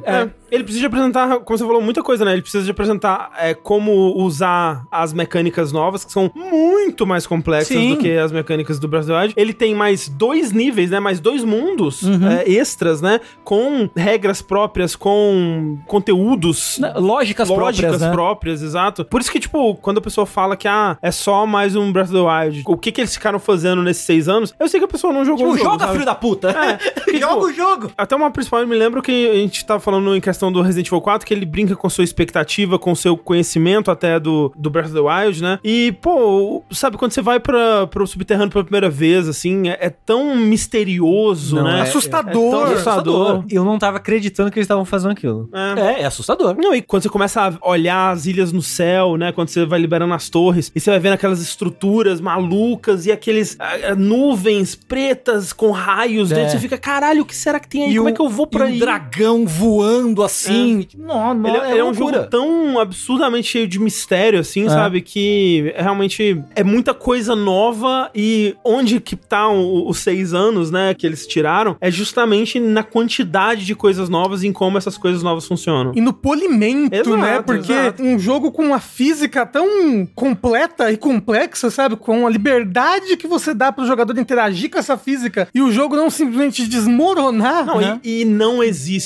Ele precisa de apresentar, como você falou, muita coisa, né? Ele precisa de apresentar como usar as mecânicas novas, que são muito mais complexas do que as mecânicas do Breath of the Wild. Ele tem mais 2 níveis, né? Mais 2 mundos extras, né? Com regras próprias, com conteúdos... Lógicas próprias, exato. Por isso que, tipo, quando a pessoa fala que, é só mais um Breath of the Wild, o que eles ficaram fazendo nesses 6 anos, eu sei que a pessoa não jogou o jogo, joga, filho da puta! Joga o jogo! Até uma principal, eu me lembro que a gente tava falando em questão do Resident Evil 4, que ele brinca com sua expectativa, com seu conhecimento até do Breath of the Wild, né? E, pô, sabe, quando você vai pro subterrâneo pela primeira vez, assim, é tão misterioso, né? Assustador. É assustador. Eu não tava acreditando que eles estavam fazendo aquilo. É assustador. Não, e quando você começa a olhar as ilhas no céu, né? Quando você vai liberando as torres, e você vai vendo aquelas estruturas malucas e aqueles nuvens pretas com raios dentro, você fica, caralho, o que será que tem aí? Como é que eu vou pra aí? E um dragão voando assim. Não, ele é um jogo tão absurdamente cheio de mistério, assim, sabe? Que realmente é muita coisa nova, e onde que tá os 6 anos, né, que eles tiraram, é justamente na quantidade de coisas novas e em como essas coisas novas funcionam. E no polimento, Exato, né? Porque exato. um jogo com uma física tão completa e complexa, sabe? Com a liberdade que você dá pro jogador interagir com essa física e o jogo não simplesmente desmoronar, Não, né? e não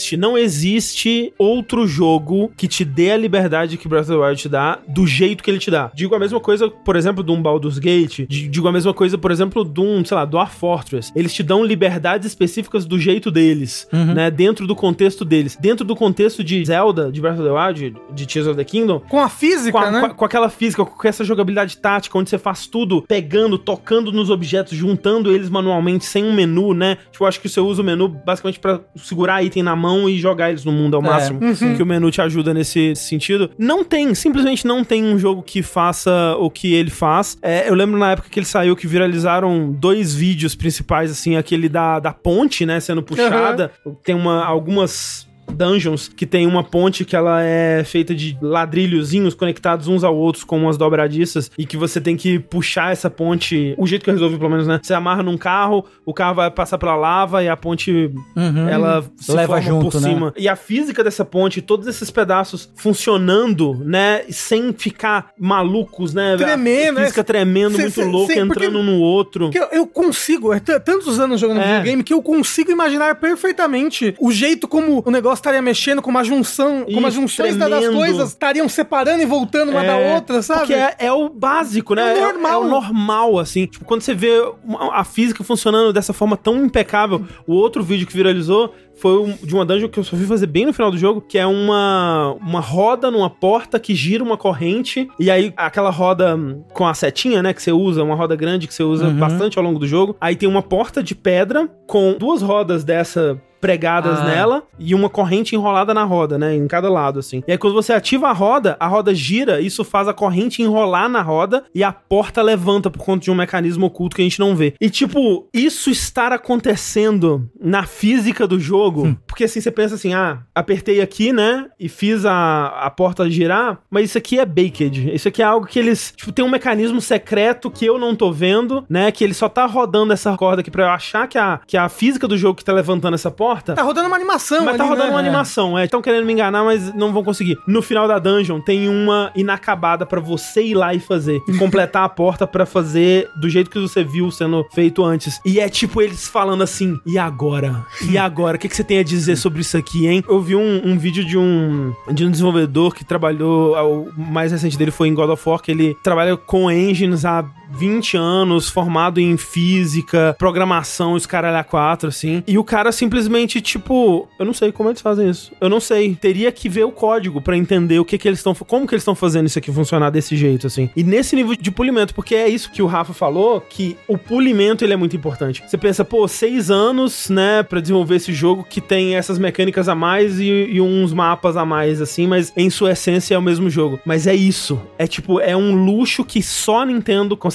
existe outro jogo que te dê a liberdade que Breath of the Wild te dá, do jeito que ele te dá. Digo a mesma coisa, por exemplo, de um Baldur's Gate, digo a mesma coisa, por exemplo, de um, sei lá, Dwarf Fortress. Eles te dão liberdades específicas do jeito deles, né? Dentro do contexto deles. Dentro do contexto de Zelda, de Breath of the Wild, de Tears of the Kingdom. Com a física, né? Com aquela física, com essa jogabilidade tática, onde você faz tudo pegando, tocando nos objetos, juntando eles manualmente, sem um menu, né? Tipo, eu acho que você usa o menu basicamente pra segurar item na mão e jogar eles no mundo ao máximo. Que o menu te ajuda nesse sentido. Simplesmente não tem um jogo que faça o que ele faz. Eu lembro na época que ele saiu que viralizaram 2 vídeos principais, assim, aquele da ponte, né, sendo puxada. Tem algumas dungeons que tem uma ponte que ela é feita de ladrilhozinhos conectados uns ao outros com umas dobradiças, e que você tem que puxar essa ponte, o jeito que eu resolvi pelo menos, né? Você amarra num carro, o carro vai passar pela lava e a ponte ela se leva forma junto, por cima. E a física dessa ponte, todos esses pedaços funcionando, né? Sem ficar malucos, né? Tremendo, a física tremendo, muito louca, entrando no outro. Porque eu consigo, tantos anos jogando videogame, que eu consigo imaginar perfeitamente o jeito como o negócio estaria mexendo, como a junção, como as junções das coisas estariam separando e voltando uma da outra, sabe? Porque é o básico, né? É o normal. É o normal, assim. Tipo, quando você vê a física funcionando dessa forma tão impecável, o outro vídeo que viralizou foi de uma dungeon que eu só fui fazer bem no final do jogo, que é uma roda numa porta que gira uma corrente, e aí aquela roda com a setinha, né, que você usa, uma roda grande que você usa bastante ao longo do jogo, aí tem uma porta de pedra com 2 rodas dessa pregadas nela e uma corrente enrolada na roda, né, em cada lado, assim. E aí quando você ativa a roda gira, isso faz a corrente enrolar na roda e a porta levanta por conta de um mecanismo oculto que a gente não vê. E tipo, isso estar acontecendo na física do jogo, porque assim, você pensa assim, apertei aqui, né, e fiz a porta girar, mas isso aqui é baked, isso aqui é algo que eles, tipo, tem um mecanismo secreto que eu não tô vendo, né, que ele só tá rodando essa corda aqui pra eu achar que a física do jogo que tá levantando essa porta Tá rodando uma animação. Mas tá rodando uma animação, Estão querendo me enganar, mas não vão conseguir. No final da dungeon, tem uma inacabada pra você ir lá e fazer. E completar a porta pra fazer do jeito que você viu sendo feito antes. E é tipo eles falando assim, e agora? E agora? O que você tem a dizer sobre isso aqui, hein? Eu vi um vídeo de um desenvolvedor que trabalhou, o mais recente dele foi em God of War, que ele trabalha com engines há 20 anos, formado em física, programação, os caralho a 4, assim. E o cara simplesmente, tipo, eu não sei como eles fazem isso. Eu não sei. Teria que ver o código pra entender o que eles estão... Como que eles estão fazendo isso aqui funcionar desse jeito, assim. E nesse nível de polimento, porque é isso que o Rafa falou, que o polimento, ele é muito importante. Você pensa, 6 anos, né, pra desenvolver esse jogo que tem essas mecânicas a mais e uns mapas a mais, assim, mas em sua essência é o mesmo jogo. Mas é isso. É tipo, é um luxo que só a Nintendo consegue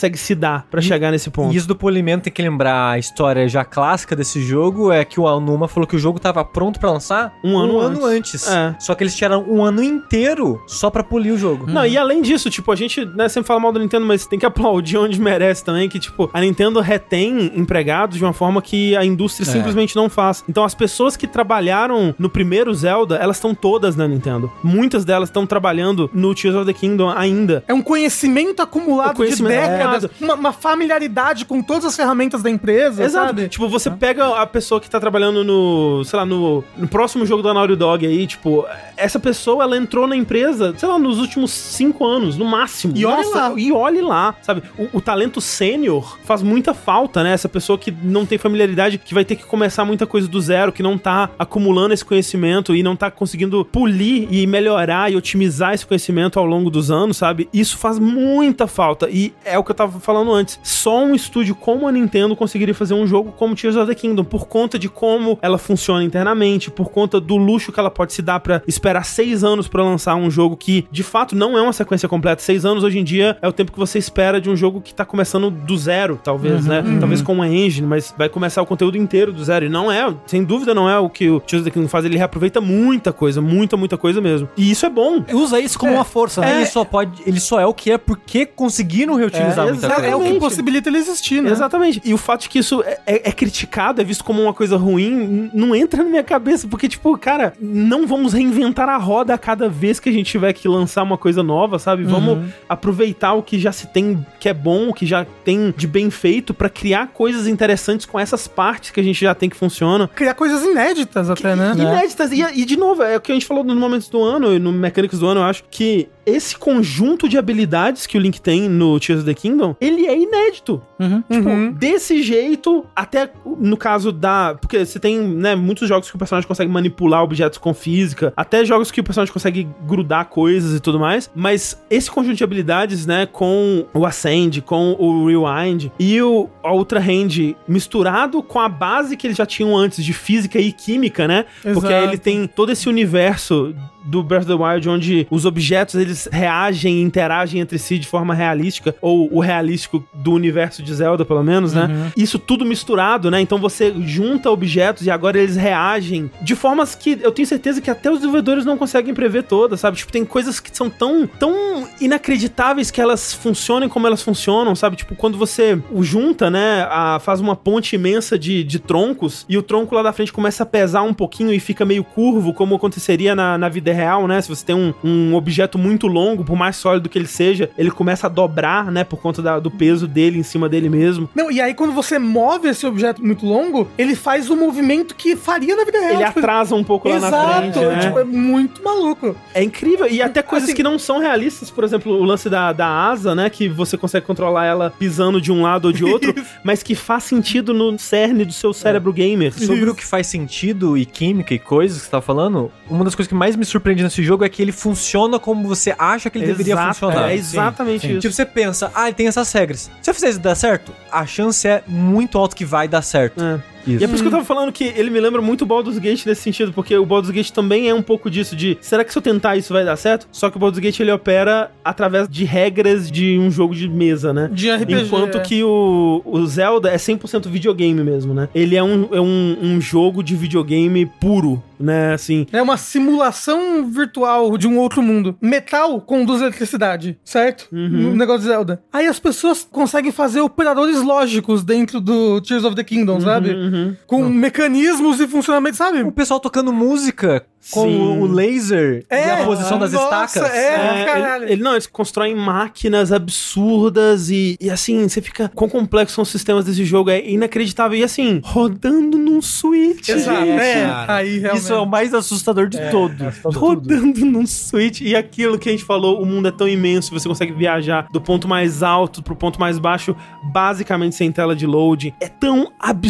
consegue se dar pra chegar nesse ponto. E isso do polimento tem que lembrar a história já clássica desse jogo, é que o Aonuma falou que o jogo tava pronto pra lançar um ano antes. Só que eles tiraram um ano inteiro só pra polir o jogo. Não, e além disso, tipo, a gente, né, sempre fala mal da Nintendo, mas tem que aplaudir onde merece também, que, tipo, a Nintendo retém empregados de uma forma que a indústria simplesmente não faz. Então, as pessoas que trabalharam no primeiro Zelda, elas estão todas na Nintendo. Muitas delas estão trabalhando no Tears of the Kingdom ainda. É um conhecimento acumulado de décadas, uma familiaridade com todas as ferramentas da empresa, Exato. sabe? Tipo, você pega a pessoa que tá trabalhando no, sei lá, no próximo jogo da Naughty Dog aí, tipo, essa pessoa, ela entrou na empresa, sei lá, nos últimos 5 anos, no máximo. E olhe lá. E olhe lá, sabe? O talento sênior faz muita falta, né? Essa pessoa que não tem familiaridade, que vai ter que começar muita coisa do zero, que não tá acumulando esse conhecimento e não tá conseguindo polir e melhorar e otimizar esse conhecimento ao longo dos anos, sabe? Isso faz muita falta. E é o que eu tava falando antes. Só um estúdio como a Nintendo conseguiria fazer um jogo como Tears of the Kingdom, por conta de como ela funciona internamente, por conta do luxo que ela pode se dar pra esperar 6 anos pra lançar um jogo que, de fato, não é uma sequência completa. 6 anos, hoje em dia, é o tempo que você espera de um jogo que tá começando do zero, talvez, né? Talvez com uma engine, mas vai começar o conteúdo inteiro do zero. E não é, sem dúvida, não é o que o Tears of the Kingdom faz. Ele reaproveita muita coisa, muita coisa mesmo. E isso é bom. Usa isso como uma força, né? Ele só é o que é porque conseguiram reutilizar muita coisa. É o que possibilita ele existir, né? Exatamente. E o fato de que isso é criticado, é visto como uma coisa ruim, não entra na minha cabeça, porque, tipo, cara, não vamos reinventar a roda a cada vez que a gente tiver que lançar uma coisa nova, sabe? Vamos aproveitar o que já se tem, que é bom, o que já tem de bem feito, pra criar coisas interessantes com essas partes que a gente já tem que funcionam. Criar coisas inéditas até, né? Inéditas. E, de novo, é o que a gente falou nos momentos do ano e no Mechanics do ano, eu acho, que esse conjunto de habilidades que o Link tem no Tears of the Kingdom, ele é inédito. Tipo, desse jeito, até no caso da... Porque você tem, né, muitos jogos que o personagem consegue manipular objetos com física, até jogos que o personagem consegue grudar coisas e tudo mais, mas esse conjunto de habilidades, né, com o Ascend, com o Rewind e a Ultra Hand misturado com a base que eles já tinham antes de física e química, né? Exato. Porque aí ele tem todo esse universo do Breath of the Wild, onde os objetos, eles reagem e interagem entre si de forma realística, ou o realístico do universo de Zelda, pelo menos, né? Isso tudo misturado, né? Então você junta objetos e agora eles reagem de formas que eu tenho certeza que até os desenvolvedores não conseguem prever todas, sabe? Tipo, tem coisas que são tão inacreditáveis que elas funcionem como elas funcionam, sabe? Tipo, quando você junta, né? Faz uma ponte imensa de troncos e o tronco lá da frente começa a pesar um pouquinho e fica meio curvo, como aconteceria na vida real, né? Se você tem um objeto muito longo, por mais sólido que ele seja, ele começa a dobrar, né? Por conta do peso dele em cima dele mesmo. Não, e aí quando você move esse objeto muito longo, ele faz o movimento que faria na vida real. Ele atrasa um pouco lá na frente, né? Tipo, é muito maluco. É incrível. E até coisas que não são realistas, por exemplo, o lance da asa, né? Que você consegue controlar ela pisando de um lado ou de outro, mas que faz sentido no cerne do seu cérebro gamer. Sobre o que faz sentido e química e coisas que você tá falando, uma das coisas que mais me surpreende nesse jogo é que ele funciona como você acha que ele deveria funcionar. É exatamente isso. Tipo, você pensa, ele tem essas regras. Se eu fizer isso dar certo, a chance é muito alta que vai dar certo. Isso. E é por isso que eu tava falando que ele me lembra muito o Baldur's Gate nesse sentido, porque o Baldur's Gate também é um pouco disso de, será que se eu tentar isso vai dar certo? Só que o Baldur's Gate ele opera através de regras de um jogo de mesa, né? De RPG. Enquanto que o Zelda é 100% videogame mesmo, né? Ele é um jogo de videogame puro, né? Assim. É uma simulação virtual de um outro mundo. Metal conduz eletricidade, certo? No negócio de Zelda. Aí as pessoas conseguem fazer operadores lógicos dentro do Tears of the Kingdom, sabe? Com mecanismos e funcionamento, sabe? O pessoal tocando música com o laser e a posição das estacas. Caralho. Eles constroem máquinas absurdas e assim, você fica... Quão complexos são os sistemas desse jogo, é inacreditável. E assim, rodando num Switch. Exato, aí realmente. Isso é o mais assustador de todos. Rodando num Switch. E aquilo que a gente falou, o mundo é tão imenso, você consegue viajar do ponto mais alto pro ponto mais baixo, basicamente sem tela de load. É tão absurdamente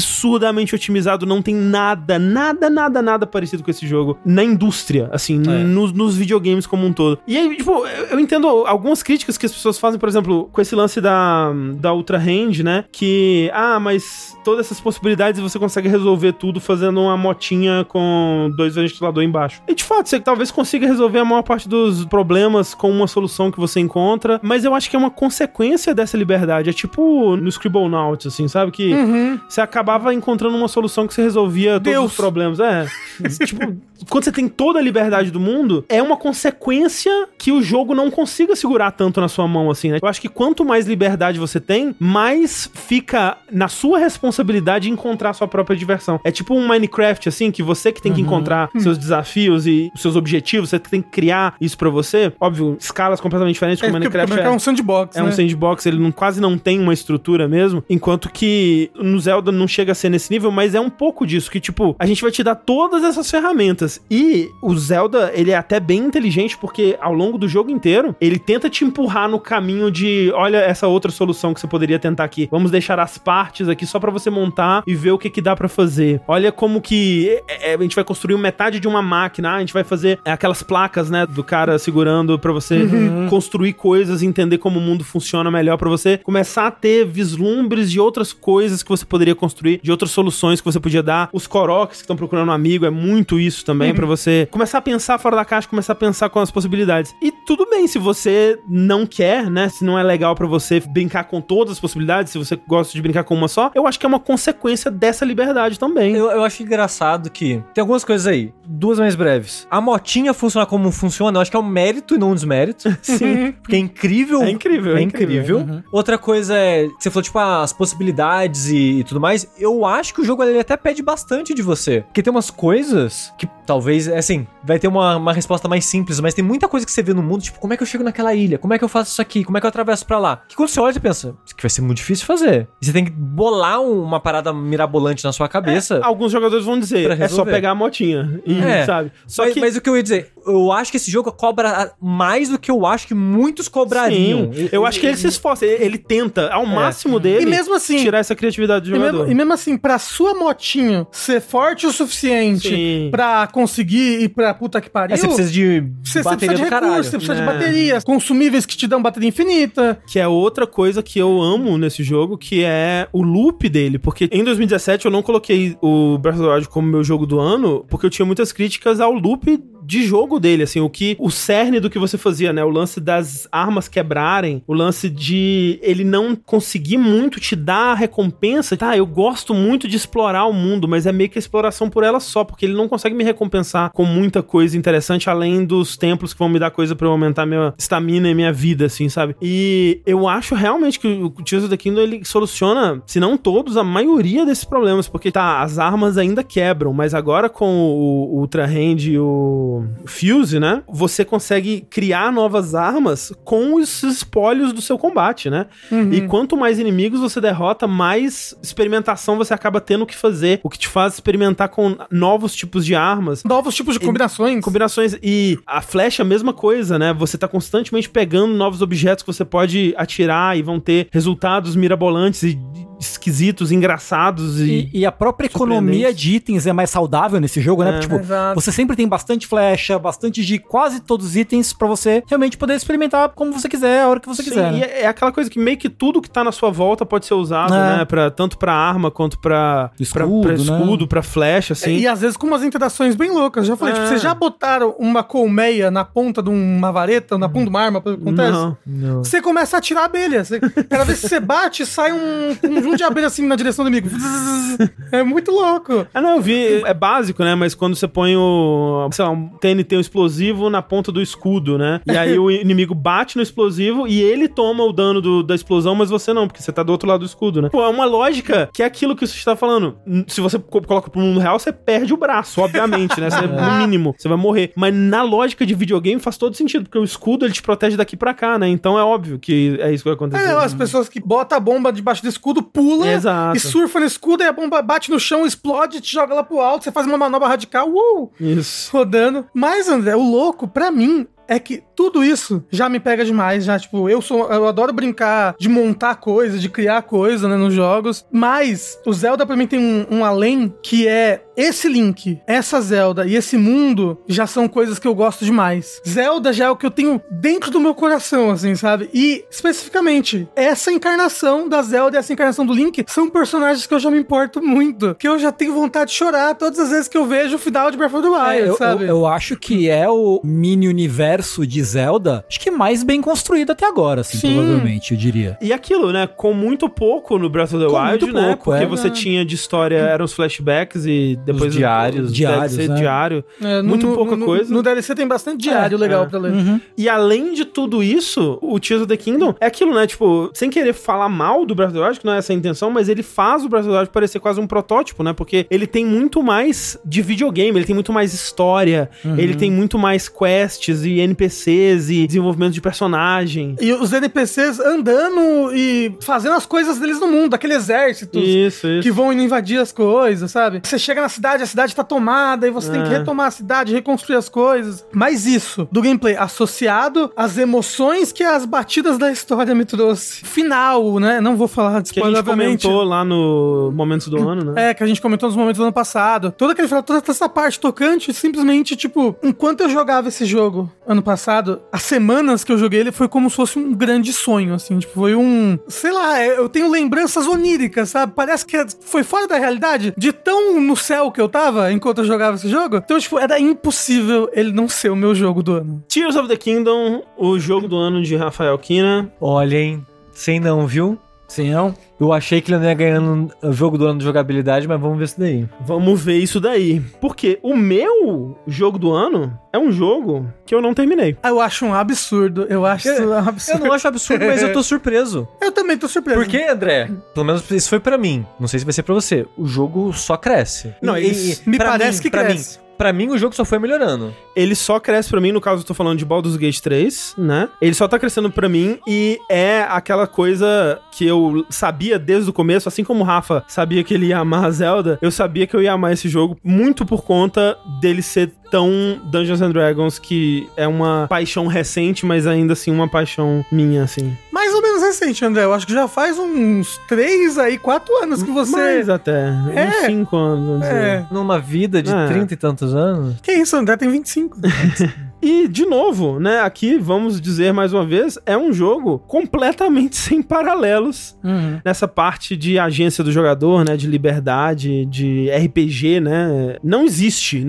absurdamente otimizado, não tem nada parecido com esse jogo na indústria, assim, nos videogames como um todo. E aí, tipo, eu entendo algumas críticas que as pessoas fazem, por exemplo, com esse lance da Ultra Hand, né, que, mas todas essas possibilidades você consegue resolver tudo fazendo uma motinha com 2 ventiladores embaixo. E de fato, você talvez consiga resolver a maior parte dos problemas com uma solução que você encontra, mas eu acho que é uma consequência dessa liberdade. É tipo no Scribblenauts, assim, sabe? Que você acabava encontrando uma solução que você resolvia todos os problemas. Tipo, quando você tem toda a liberdade do mundo, é uma consequência que o jogo não consiga segurar tanto na sua mão, assim, né? Eu acho que quanto mais liberdade você tem, mais fica na sua responsabilidade encontrar a sua própria diversão. É tipo um Minecraft, assim, que você que tem que encontrar seus desafios e seus objetivos, você tem que criar isso pra você. Óbvio, escalas completamente diferentes, como Minecraft é um sandbox, né? É um sandbox, ele quase não tem uma estrutura mesmo, enquanto que no Zelda não chega a ser nesse nível, mas é um pouco disso, que tipo, a gente vai te dar todas essas ferramentas, e o Zelda, ele é até bem inteligente, porque ao longo do jogo inteiro, ele tenta te empurrar no caminho de, olha essa outra solução que você poderia tentar aqui, vamos deixar as partes aqui só pra você montar e ver o que dá pra fazer. Olha como que a gente vai construir metade de uma máquina, a gente vai fazer aquelas placas, né, do cara segurando pra você construir coisas, entender como o mundo funciona melhor, pra você começar a ter vislumbres de outras coisas que você poderia construir, de outras soluções que você podia dar. Os Koroks que estão procurando um amigo, é muito isso também, pra você começar a pensar fora da caixa, começar a pensar com as possibilidades. E tudo bem, se você não quer, né, se não é legal pra você brincar com todas as possibilidades, se você gosta de brincar com uma só, eu acho que é uma consequência dessa liberdade também. Eu acho engraçado que tem algumas coisas aí, 2 mais breves. A motinha funcionar como funciona, eu acho que é um mérito e não um desmérito. Sim. Porque é incrível. É incrível. É incrível. Outra coisa é, você falou, tipo, as possibilidades e tudo mais, eu acho que o jogo ele até pede bastante de você. Porque tem umas coisas que talvez, assim, vai ter uma resposta mais simples, mas tem muita coisa que você vê no mundo, tipo, como é que eu chego naquela ilha? Como é que eu faço isso aqui? Como é que eu atravesso pra lá? Que quando você olha, você pensa, isso aqui vai ser muito difícil fazer. E você tem que bolar uma parada mirabolante na sua cabeça. Alguns jogadores vão dizer, é só pegar a motinha. E, sabe? Mas o que eu ia dizer, eu acho que esse jogo cobra mais do que eu acho que muitos cobrariam. Sim. Eu acho que ele se esforça, ele tenta ao máximo dele e mesmo assim, tirar essa criatividade do jogador. E mesmo assim, pra sua motinha ser forte o suficiente pra conseguir ir pra puta que pariu... Você precisa de bateria do caralho. Você precisa de baterias, consumíveis que te dão bateria infinita. Que é outra coisa que eu amo nesse jogo, que é o loop dele, porque em 2017 eu não coloquei o Breath of the Wild como meu jogo do ano, porque eu tinha muitas críticas ao loop de jogo dele, assim, o cerne do que você fazia, né, o lance das armas quebrarem, o lance de ele não conseguir muito te dar a recompensa, eu gosto muito de explorar o mundo, mas é meio que a exploração por ela só, porque ele não consegue me recompensar com muita coisa interessante, além dos templos que vão me dar coisa pra eu aumentar minha estamina e minha vida, assim, sabe, e eu acho realmente que o Tears of the Kingdom, ele soluciona, se não todos, a maioria desses problemas, porque as armas ainda quebram, mas agora com o Ultra Hand e o Fuse, né? Você consegue criar novas armas com os espólios do seu combate, né? E quanto mais inimigos você derrota, mais experimentação você acaba tendo que fazer, o que te faz experimentar com novos tipos de armas. Novos tipos de combinações. E a flecha, a mesma coisa, né? Você tá constantemente pegando novos objetos que você pode atirar e vão ter resultados mirabolantes e esquisitos, engraçados e a própria economia de itens é mais saudável nesse jogo, né? Tipo, você sempre tem bastante flecha, bastante de quase todos os itens pra você realmente poder experimentar como você quiser, a hora que você quiser. Né? E é aquela coisa que meio que tudo que tá na sua volta pode ser usado, né? Tanto pra arma quanto pra escudo, pra flecha, assim. E às vezes com umas interações bem loucas. Já falei, tipo, vocês já botaram uma colmeia na ponta de uma vareta, na ponta de uma arma, acontece? Não. Você começa a atirar abelha. Cada vez que você bate, sai um conjunto de abelha assim na direção do inimigo. É muito louco. Eu vi, é básico, né? Mas quando você põe um TNT, um explosivo na ponta do escudo, né? E aí o inimigo bate no explosivo e ele toma o dano da explosão, mas você não, porque você tá do outro lado do escudo, né? Pô, é uma lógica que é aquilo que você tá falando. Se você coloca pro mundo real, você perde o braço, obviamente, né? No mínimo, você vai morrer. Mas na lógica de videogame faz todo sentido, porque o escudo, ele te protege daqui pra cá, né? Então é óbvio que é isso que vai acontecer. As pessoas que botam a bomba debaixo do escudo, pula e surfa no escudo, e a bomba bate no chão, explode, te joga lá pro alto, você faz uma manobra radical, Isso. rodando. Mas, André, o louco, pra mim, é que tudo isso já me pega demais, já, tipo, eu adoro brincar de montar coisa, de criar coisa, né, nos jogos, mas o Zelda pra mim tem um além, que é esse Link, essa Zelda e esse mundo já são coisas que eu gosto demais. Zelda já é o que eu tenho dentro do meu coração, assim, sabe? E, especificamente, essa encarnação da Zelda e essa encarnação do Link são personagens que eu já me importo muito, que eu já tenho vontade de chorar todas as vezes que eu vejo o final de Breath of the Wild, sabe? Eu acho que é o mini-universo de Zelda, acho que mais bem construído até agora, assim, provavelmente, eu diria. E aquilo, né? Com muito pouco no Breath of the Wild, muito né? pouco, Porque você tinha de história, eram os flashbacks e depois os diários, DLC né? diário. Muito pouca coisa. No DLC tem bastante diário legal pra ler. E além de tudo isso, o Tears of the Kingdom é aquilo, né? Tipo, sem querer falar mal do Breath of the Wild, que não é essa a intenção, mas ele faz o Breath of the Wild parecer quase um protótipo, né? Porque ele tem muito mais de videogame, ele tem muito mais história, ele tem muito mais quests e NPCs e desenvolvimento de personagem. E os NPCs andando e fazendo as coisas deles no mundo, aquele exército que vão indo invadir as coisas, sabe? Você chega na cidade, a cidade tá tomada e você tem que retomar a cidade, reconstruir as coisas. Mas isso, do gameplay, associado às emoções que as batidas da história me trouxe. Final, né? Não vou falar de spoiler, que a gente comentou lá no Momentos do Ano, né? Que a gente comentou nos momentos do ano passado. Toda essa parte tocante, simplesmente, tipo, enquanto eu jogava esse jogo ano passado, as semanas que eu joguei ele foi como se fosse um grande sonho, assim, tipo, foi sei lá, eu tenho lembranças oníricas, sabe? Parece que foi fora da realidade, de tão no céu que eu tava enquanto eu jogava esse jogo. Então, tipo, era impossível ele não ser o meu jogo do ano. Tears of the Kingdom, o jogo do ano de Rafael Kina. Olha, hein? Sem não, viu? Sem não? Eu achei que ele não ia ganhando o jogo do ano de jogabilidade, mas vamos ver isso daí. Vamos ver isso daí. Porque o meu jogo do ano é um jogo que eu não terminei. Eu acho um absurdo. Eu acho um absurdo. Eu não acho absurdo, mas eu tô surpreso. Eu também tô surpreso. Por quê, André? Pelo menos isso foi pra mim. Não sei se vai ser pra você. O jogo só cresce. Não, me parece que cresce. Pra mim, o jogo só foi melhorando. Ele só cresce pra mim, no caso eu tô falando de Baldur's Gate 3, né? Ele só tá crescendo pra mim e é aquela coisa que eu sabia desde o começo, assim como o Rafa sabia que ele ia amar a Zelda, eu sabia que eu ia amar esse jogo muito por conta dele ser tão Dungeons and Dragons, que é uma paixão recente, mas ainda assim uma paixão minha, assim. Mais ou menos recente, André. Eu acho que já faz uns 4 anos que você... Mais até. Uns 5 anos, vamos dizer. Numa vida de 30 e tantos anos. Que isso, André tem 25. E, de novo, né, aqui, vamos dizer mais uma vez, é um jogo completamente sem paralelos nessa parte de agência do jogador, né, de liberdade, de RPG, né. Não existe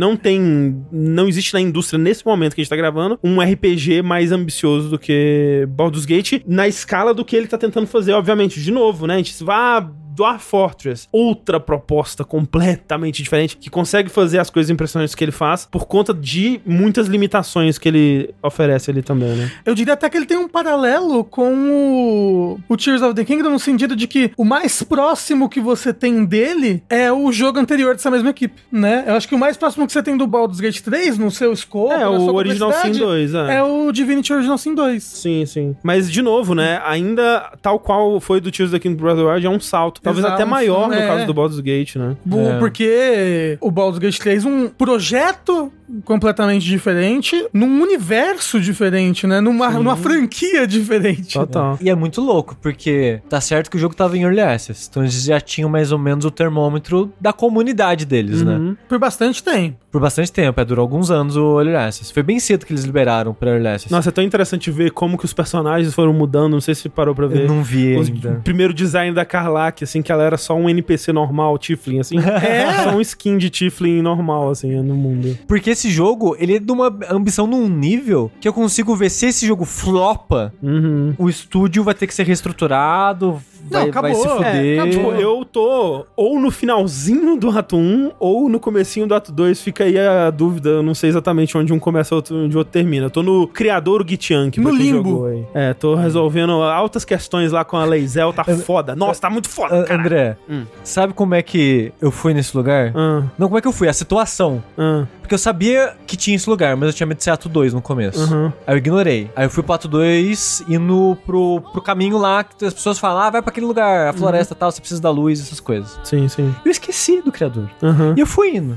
na indústria, nesse momento que a gente tá gravando, um RPG mais ambicioso do que Baldur's Gate, na escala do que ele tá tentando fazer, obviamente. De novo, né, a gente vai... Dwarf Fortress, outra proposta completamente diferente, que consegue fazer as coisas impressionantes que ele faz por conta de muitas limitações que ele oferece ali também, né? Eu diria até que ele tem um paralelo com o Tears of the Kingdom, no sentido de que o mais próximo que você tem dele é o jogo anterior dessa mesma equipe, né? Eu acho que o mais próximo que você tem do Baldur's Gate 3, no seu scope, na o Original Sin 2, é o Divinity Original Sin 2. Sim, sim. Mas, de novo, né, ainda tal qual foi do Tears of the Kingdom Breath of the Wild, é um salto. Talvez até maior no caso do Baldur's Gate, né? Porque o Baldur's Gate 3 é um projeto completamente diferente, num universo diferente, né? Numa franquia diferente. Total. E é muito louco, porque tá certo que o jogo tava em Early Access, então eles já tinham mais ou menos o termômetro da comunidade deles, né? Por bastante tempo. Por bastante tempo, durou alguns anos o Early Access. Foi bem cedo que eles liberaram pra Early Access. Nossa, é tão interessante ver como que os personagens foram mudando, não sei se você parou pra ver. Eu não vi ainda. O primeiro design da Karlach, assim, que ela era só um NPC normal, Tiflin, assim. Só um skin de Tiflin normal, assim, no mundo. Porque esse jogo, ele é de uma ambição num nível que eu consigo ver se esse jogo flopa, o estúdio vai ter que ser reestruturado, vai se fuder. Tipo, eu tô ou no finalzinho do ato 1 ou no comecinho do ato 2, fica aí a dúvida, eu não sei exatamente onde um começa e onde o outro termina. Eu tô no criador Gitiank, no limbo. Aí. Tô resolvendo altas questões lá com a Lae'zel, tá foda. Nossa, tá muito foda, cara. André, sabe como é que eu fui nesse lugar? Não, como é que eu fui? A situação. Porque eu sabia que tinha esse lugar, mas eu tinha medo de ser ato 2 no começo. Aí eu ignorei. Aí eu fui pro ato 2, indo pro caminho lá, que as pessoas falam, vai pra aquele lugar, a floresta e tal, você precisa da luz, essas coisas. Sim, sim. Eu esqueci do criador. Uhum. E eu fui indo.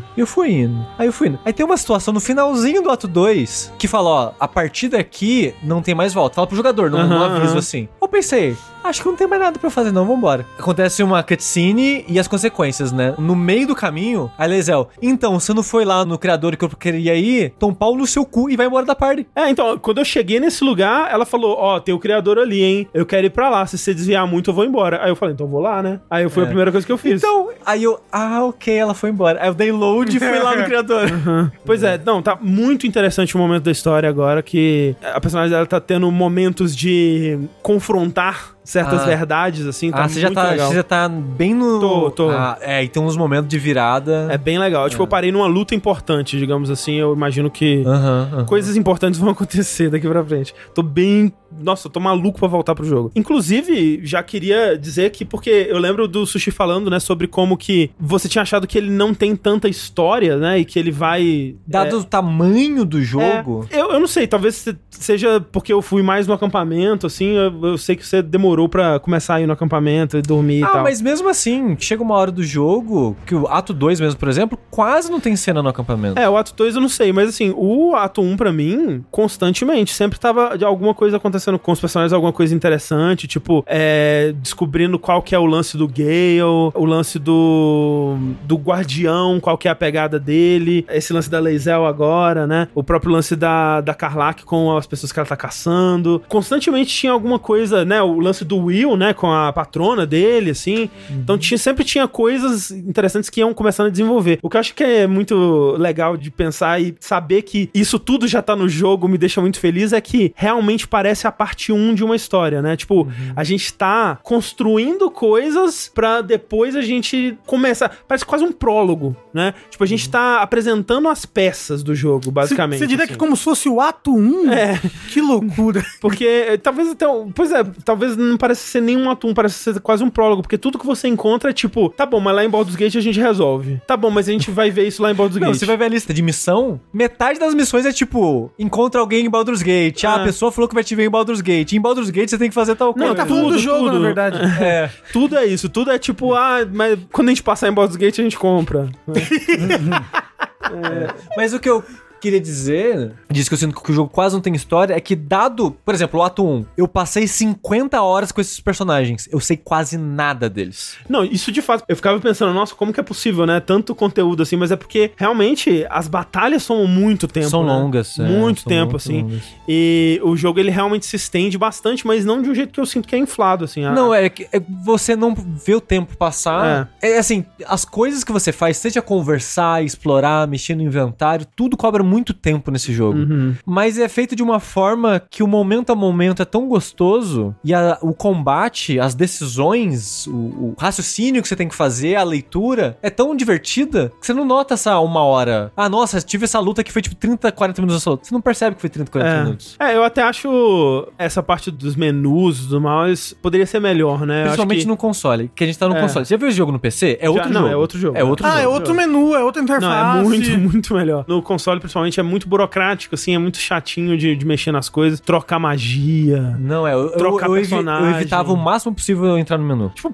Aí eu fui indo. Aí tem uma situação no finalzinho do ato 2 que fala, ó, a partir daqui não tem mais volta. Fala pro jogador, não aviso assim. Eu pensei, acho que não tem mais nada pra fazer não, vambora. Acontece uma cutscene e as consequências, né? No meio do caminho, a Lae'zel, então, você não foi lá no criador que eu queria ir? Tom pau no seu cu e vai embora da party. Então, quando eu cheguei nesse lugar, ela falou, ó, tem o criador ali, hein? Eu quero ir pra lá, se você desviar muito, eu vou embora. Aí eu falei, então eu vou lá, né? Aí foi a primeira coisa que eu fiz. Então, aí eu, ok, ela foi embora. Aí eu dei load e fui lá no criador. Pois é, não, tá muito interessante o momento da história agora, que a personagem dela tá tendo momentos de confrontar certas verdades, assim, tá você muito legal. Você já tá bem no... Tô. E tem uns momentos de virada. É bem legal. Tipo, eu parei numa luta importante, digamos assim, eu imagino que coisas importantes vão acontecer daqui pra frente. Nossa, eu tô maluco pra voltar pro jogo. Inclusive, já queria dizer que, porque eu lembro do Sushi falando, né, sobre como que você tinha achado que ele não tem tanta história, né, e que ele vai... Dado o tamanho do jogo... Eu não sei, talvez seja porque eu fui mais no acampamento, assim, eu sei que você demorou pra começar a ir no acampamento e dormir e tal. Mas mesmo assim, chega uma hora do jogo, que o ato 2 mesmo, por exemplo, quase não tem cena no acampamento. O ato 2 eu não sei, mas assim, o ato 1 pra mim, constantemente, sempre tava de alguma coisa acontecendo com os personagens, alguma coisa interessante, tipo, descobrindo qual que é o lance do Gale, o lance do Guardião, qual que é a pegada dele, esse lance da Lae'zel agora, né? O próprio lance da Karlach com as pessoas que ela tá caçando. Constantemente tinha alguma coisa, né? O lance do Will, né? Com a patrona dele, assim. Então sempre tinha coisas interessantes que iam começando a desenvolver. O que eu acho que é muito legal de pensar e saber que isso tudo já tá no jogo me deixa muito feliz é que realmente parece a parte 1 de uma história, né? Tipo, a gente tá construindo coisas pra depois a gente começar. Parece quase um prólogo, né? Tipo, a gente tá apresentando as peças do jogo, basicamente. Você diria assim. que como se fosse o ato 1? Que loucura. Porque talvez até... talvez não pareça ser nenhum ato 1, parece ser quase um prólogo, porque tudo que você encontra é tipo, tá bom, mas lá em Baldur's Gate a gente resolve. Tá bom, mas a gente vai ver isso lá em Baldur's Gate. Não, você vai ver a lista de missão, metade das missões é tipo, encontra alguém em Baldur's Gate, a pessoa falou que vai te ver em Baldur's Gate. Em Baldur's Gate você tem que fazer tal coisa. Não, tá falando do jogo, na verdade. Tudo é isso. Tudo é tipo, mas quando a gente passar em Baldur's Gate, a gente compra. Mas o que eu queria dizer, diz que eu sinto que o jogo quase não tem história, é que dado, por exemplo, o ato 1, eu passei 50 horas com esses personagens, eu sei quase nada deles. Não, isso de fato, eu ficava pensando, nossa, como que é possível, né? Tanto conteúdo assim, mas é porque realmente as batalhas são muito tempo. São né? longas. Muito tempo, assim. Longas. E o jogo, ele realmente se estende bastante, mas não de um jeito que eu sinto que é inflado, assim. Não, é que você não vê o tempo passar. É assim, as coisas que você faz, seja conversar, explorar, mexer no inventário, tudo cobra muito tempo nesse jogo. Mas é feito de uma forma que o momento a momento é tão gostoso e o combate, as decisões, o raciocínio que você tem que fazer, a leitura, é tão divertida que você não nota essa uma hora. Nossa, tive essa luta que foi tipo 30, 40 minutos. Você não percebe que foi 30, 40 minutos. Eu até acho essa parte dos menus, do mouse, poderia ser melhor, né? Principalmente no console, que a gente tá no console. Você já viu esse jogo no PC? É outro jogo. Não, é outro jogo. É outro menu, é outra interface. Não, é muito, muito melhor. No console, principalmente, é muito burocrático, assim, é muito chatinho de mexer nas coisas, trocar magia. Não, trocar personagem. Eu evitava o máximo possível eu entrar no menu. Tipo,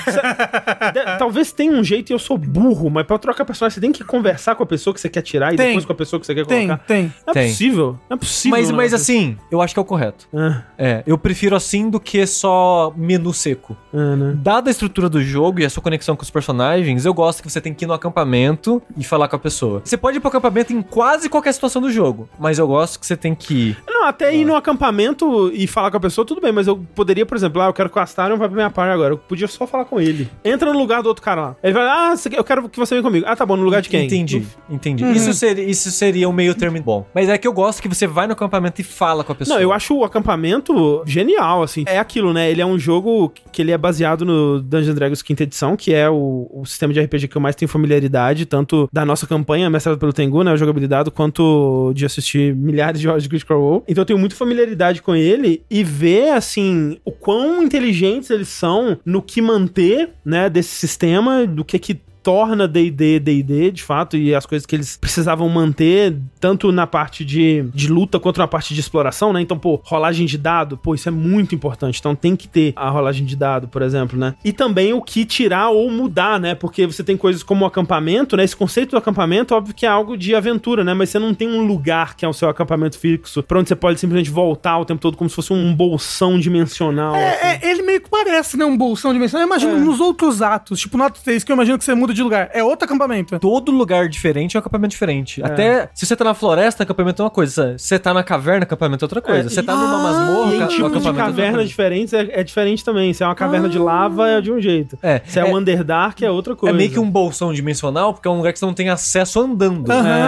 talvez tenha um jeito e eu sou burro, mas pra trocar personagem você tem que conversar com a pessoa que você quer tirar e depois com a pessoa que você quer colocar. Tem. Não é possível. Não é possível. Mas assim, eu acho que é o correto. Eu prefiro assim do que só menu seco. Né? Dada a estrutura do jogo e a sua conexão com os personagens, eu gosto que você tem que ir no acampamento e falar com a pessoa. Você pode ir pro acampamento em quase qualquer situação do jogo, mas eu gosto que você tem que ir. Não, até ir no acampamento e falar com a pessoa, tudo bem, mas eu poderia, por exemplo, eu quero que o Astarion vá pra minha parte agora. Eu podia só falar com ele. Entra no lugar do outro cara lá. Ele vai, eu quero que você venha comigo. Tá bom, no lugar de quem? Entendi. Isso seria um meio termo bom. Mas é que eu gosto que você vai no acampamento e fala com a pessoa. Não, eu acho o acampamento genial, assim. É aquilo, né? Ele é um jogo que ele é baseado no Dungeons & Dragons 5ª edição, que é o sistema de RPG que eu mais tenho familiaridade, tanto da nossa campanha, mestrada pelo Tengu, né? O jogabilidade, quanto de assistir milhares de horas de Critical Role. Então eu tenho muita familiaridade com ele e ver, assim, o quão inteligentes eles são no que manter, né, desse sistema, do que torna D&D, de fato, e as coisas que eles precisavam manter, tanto na parte de luta quanto na parte de exploração, né? Então, rolagem de dado, isso é muito importante. Então tem que ter a rolagem de dado, por exemplo, né? E também o que tirar ou mudar, né? Porque você tem coisas como o acampamento, né? Esse conceito do acampamento, óbvio que é algo de aventura, né? Mas você não tem um lugar que é o seu acampamento fixo, pra onde você pode simplesmente voltar o tempo todo como se fosse um bolsão dimensional. Ele meio que parece, né? Um bolsão dimensional. Eu imagino nos outros atos, tipo no ato 3, que eu imagino que você muda de lugar. É outro acampamento. Todo lugar diferente é um acampamento diferente. Até se você tá na floresta, acampamento é uma coisa. Se você tá na caverna, acampamento é outra coisa. Se você tá numa masmorra, e em tipos de cavernas diferentes é diferente também. Se é uma caverna de lava, é de um jeito. Se é um Underdark, é outra coisa. É meio que um bolsão dimensional, porque é um lugar que você não tem acesso andando.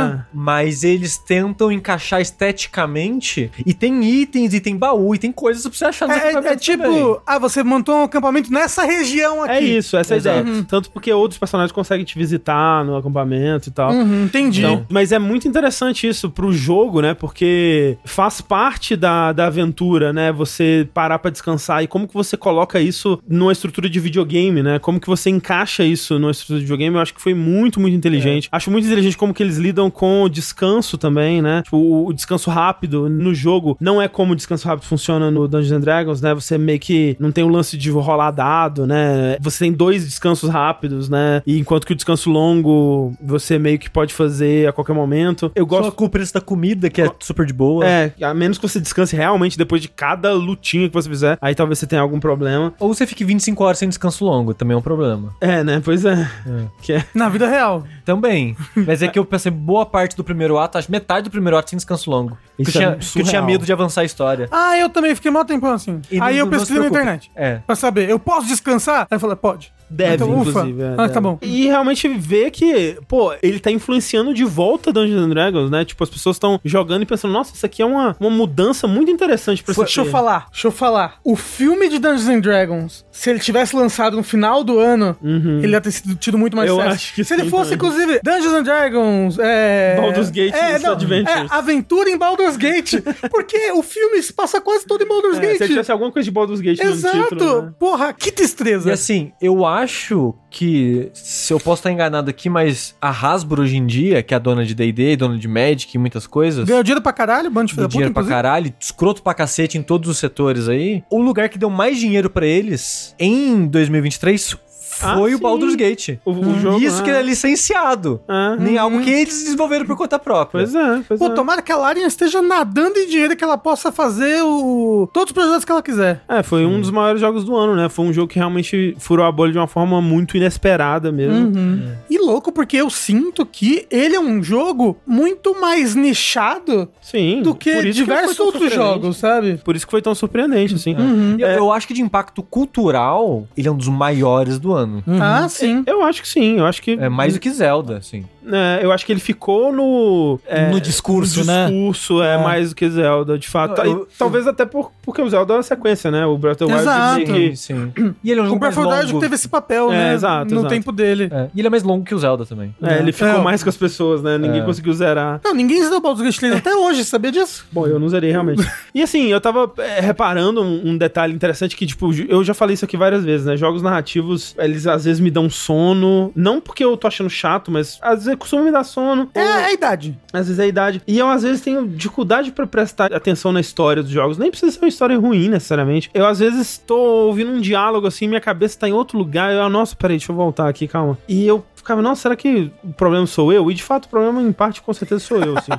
Mas eles tentam encaixar esteticamente, e tem itens, e tem baú, e tem coisas pra você achar nos acampamentos tipo, também. você montou um acampamento nessa região aqui. É isso, essa é a ideia. Tanto porque outros personagens conseguem te visitar no acampamento e tal. Entendi. Então, mas é muito interessante isso pro jogo, né? Porque faz parte da aventura, né? Você parar pra descansar. E como que você coloca isso numa estrutura de videogame, né? Como que você encaixa isso numa estrutura de videogame? Eu acho que foi muito, muito inteligente. Acho muito inteligente como que eles lidam com o descanso também, né? Tipo, o descanso rápido no jogo não é como o descanso rápido funciona no Dungeons & Dragons, né? Você meio que não tem o lance de rolar dado, né? Você tem 2 descansos rápidos, né? E enquanto que o descanso longo você meio que pode fazer a qualquer momento. Eu gosto... Só com o preço da comida, que é super de boa. A menos que você descanse realmente depois de cada lutinha que você fizer, aí talvez você tenha algum problema. Ou você fique 25 horas sem descanso longo, também é um problema. Né? Pois é. Que é... Na vida real. Também. Mas é que eu pensei boa parte do primeiro ato, acho metade do primeiro ato sem descanso longo. Porque eu tinha medo de avançar a história. Eu também fiquei mal tempão assim. Aí eu pesquisei na internet. Pra saber, eu posso descansar? Aí eu falei, pode. Deve, então, inclusive. Tá bom. E realmente ver que, ele tá influenciando de volta Dungeons & Dragons, né? Tipo, as pessoas estão jogando e pensando, nossa, isso aqui é uma mudança muito interessante pra você. Deixa eu falar. O filme de Dungeons & Dragons, se ele tivesse lançado no final do ano, ele ia ter tido muito mais sucesso. Acho que se ele fosse, inclusive, Dungeons & Dragons, Baldur's Gate Adventures. Aventura em Baldur's Gate. Porque o filme se passa quase todo em Baldur's Gate. Se tivesse alguma coisa de Baldur's Gate no título, né? Porra, que destreza. E assim, eu acho que, se eu posso estar enganado aqui, mas a Hasbro hoje em dia, que é a dona de D&D, dona de Magic e muitas coisas... Ganhou dinheiro pra caralho, bando de filha da puta, dinheiro pra caralho, escroto pra cacete em todos os setores aí. O lugar que deu mais dinheiro pra eles em 2023 foi o Baldur's Gate. O jogo, isso que ele é licenciado. Nem algo que eles desenvolveram por conta própria. Pois é. Tomara que a Larian esteja nadando em dinheiro, que ela possa fazer todos os projetos que ela quiser. Foi um dos maiores jogos do ano, né? Foi um jogo que realmente furou a bolha de uma forma muito inesperada mesmo. E louco, porque eu sinto que ele é um jogo muito mais nichado do que diversos outros jogos, sabe? Por isso que foi tão surpreendente, assim. Eu acho que de impacto cultural, ele é um dos maiores do ano. Sim. Eu acho que sim, eu acho que... É mais do que Zelda, assim. Eu acho que ele ficou no discurso, né? Mais do que Zelda, de fato. Talvez até porque o Zelda é uma sequência, né? O Breath of the Wild... Exato. Sim. E ele é um jogo mais longo. O Breath of the Wild teve esse papel, né? Exato. Tempo dele. E ele é mais longo que o Zelda também. Ele ficou mais com as pessoas, né? Ninguém conseguiu zerar. Não, ninguém zerou o Baldur's Gate 3 até hoje, sabia disso? Bom, eu não zerei realmente. E assim, eu tava reparando um detalhe interessante que, tipo, eu já falei isso aqui várias vezes, né? Jogos narrativos, eles às vezes me dão sono. Não porque eu tô achando chato, mas às vezes costuma me dar sono. É a idade. Às vezes é a idade. E eu às vezes tenho dificuldade pra prestar atenção na história dos jogos. Nem precisa ser uma história ruim, necessariamente. Eu às vezes tô ouvindo um diálogo assim, minha cabeça tá em outro lugar. Nossa, peraí, deixa eu voltar aqui, calma. E eu ficava, nossa, será que o problema sou eu? E de fato o problema em parte com certeza sou eu, assim.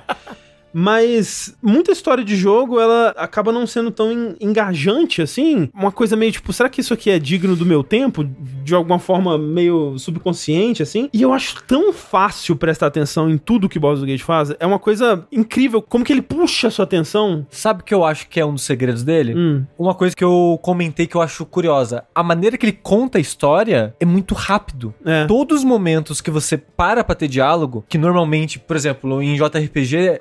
Mas muita história de jogo, ela acaba não sendo tão engajante, assim. Uma coisa meio tipo, será que isso aqui é digno do meu tempo? De alguma forma meio subconsciente, assim. E eu acho tão fácil prestar atenção em tudo que o Baldur's Gate faz. É uma coisa incrível, como que ele puxa a sua atenção. Sabe o que eu acho que é um dos segredos dele? Uma coisa que eu comentei que eu acho curiosa. A maneira que ele conta a história é muito rápido. Todos os momentos que você para pra ter diálogo, que normalmente, por exemplo, em JRPG é como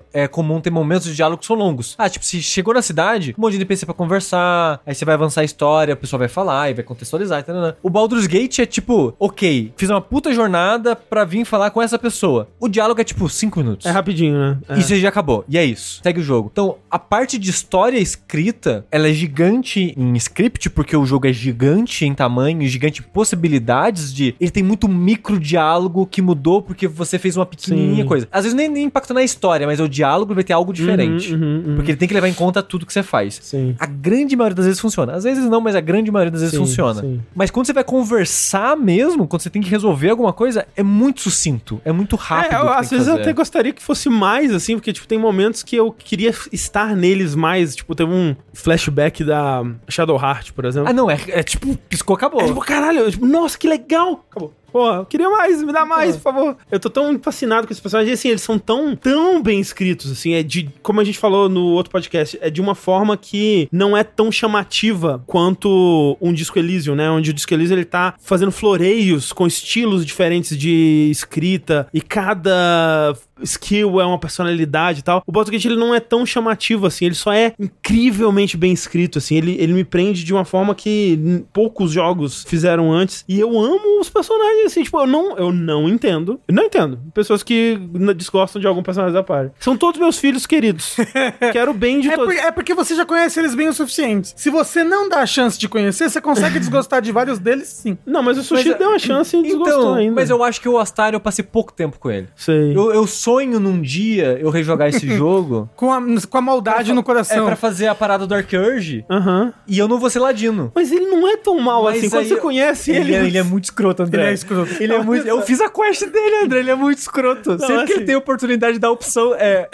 comum ter momentos de diálogo que são longos. Tipo, se chegou na cidade, um monte de NPC pra conversar, aí você vai avançar a história, a pessoa vai falar e vai contextualizar e tal. O Baldur's Gate é tipo, ok, fiz uma puta jornada pra vir falar com essa pessoa. O diálogo é tipo 5 minutos. É rapidinho, né? E você já acabou. E é isso. Segue o jogo. Então, a parte de história escrita, ela é gigante em script, porque o jogo é gigante em tamanho, gigante em possibilidades de... Ele tem muito micro diálogo que mudou porque você fez uma pequenininha coisa. Às vezes nem impacta na história, mas o diálogo vai ter algo diferente. Porque ele tem que levar em conta tudo que você faz. Sim. A grande maioria das vezes funciona. Às vezes não, mas a grande maioria das vezes funciona. Sim. Mas quando você vai conversar mesmo, quando você tem que resolver alguma coisa, é muito sucinto. É muito rápido. Às vezes eu até gostaria que fosse mais, assim, porque, tipo, tem momentos que eu queria estar neles mais. Tipo, teve um flashback da Shadowheart, por exemplo. Não, é tipo, piscou, acabou. É tipo, caralho, tipo, nossa, que legal! Acabou. Pô, eu queria mais, me dá mais, por favor. Eu tô tão fascinado com esses personagens. E assim, eles são tão bem escritos, assim. É de, como a gente falou no outro podcast, é de uma forma que não é tão chamativa quanto um Disco Elysium, né? Onde o Disco Elysium, ele tá fazendo floreios com estilos diferentes de escrita. E cada skill é uma personalidade e tal. O Baldur's Gate, ele não é tão chamativo, assim. Ele só é incrivelmente bem escrito, assim. Ele me prende de uma forma que poucos jogos fizeram antes. E eu amo os personagens, assim. Tipo, eu não entendo. Eu não entendo. Pessoas que desgostam de algum personagem da party. São todos meus filhos queridos. Quero o bem de todos. É porque você já conhece eles bem o suficiente. Se você não dá a chance de conhecer, você consegue desgostar de vários deles, sim. Não, mas o Sushi deu uma chance e desgostou ainda. Mas eu acho que o Astarion eu passei pouco tempo com ele. Sei. Eu sonho num dia eu rejogar esse jogo com a maldade no coração. É pra fazer a parada do Dark Urge. E eu não vou ser ladino. Mas ele não é tão mal assim. Quando você conhece ele... Ele é muito escroto, André. Ele é escroto. Ele é muito... Eu fiz a quest dele, André. Ele é muito escroto. Não, sempre assim... que ele tem a oportunidade de dar opção...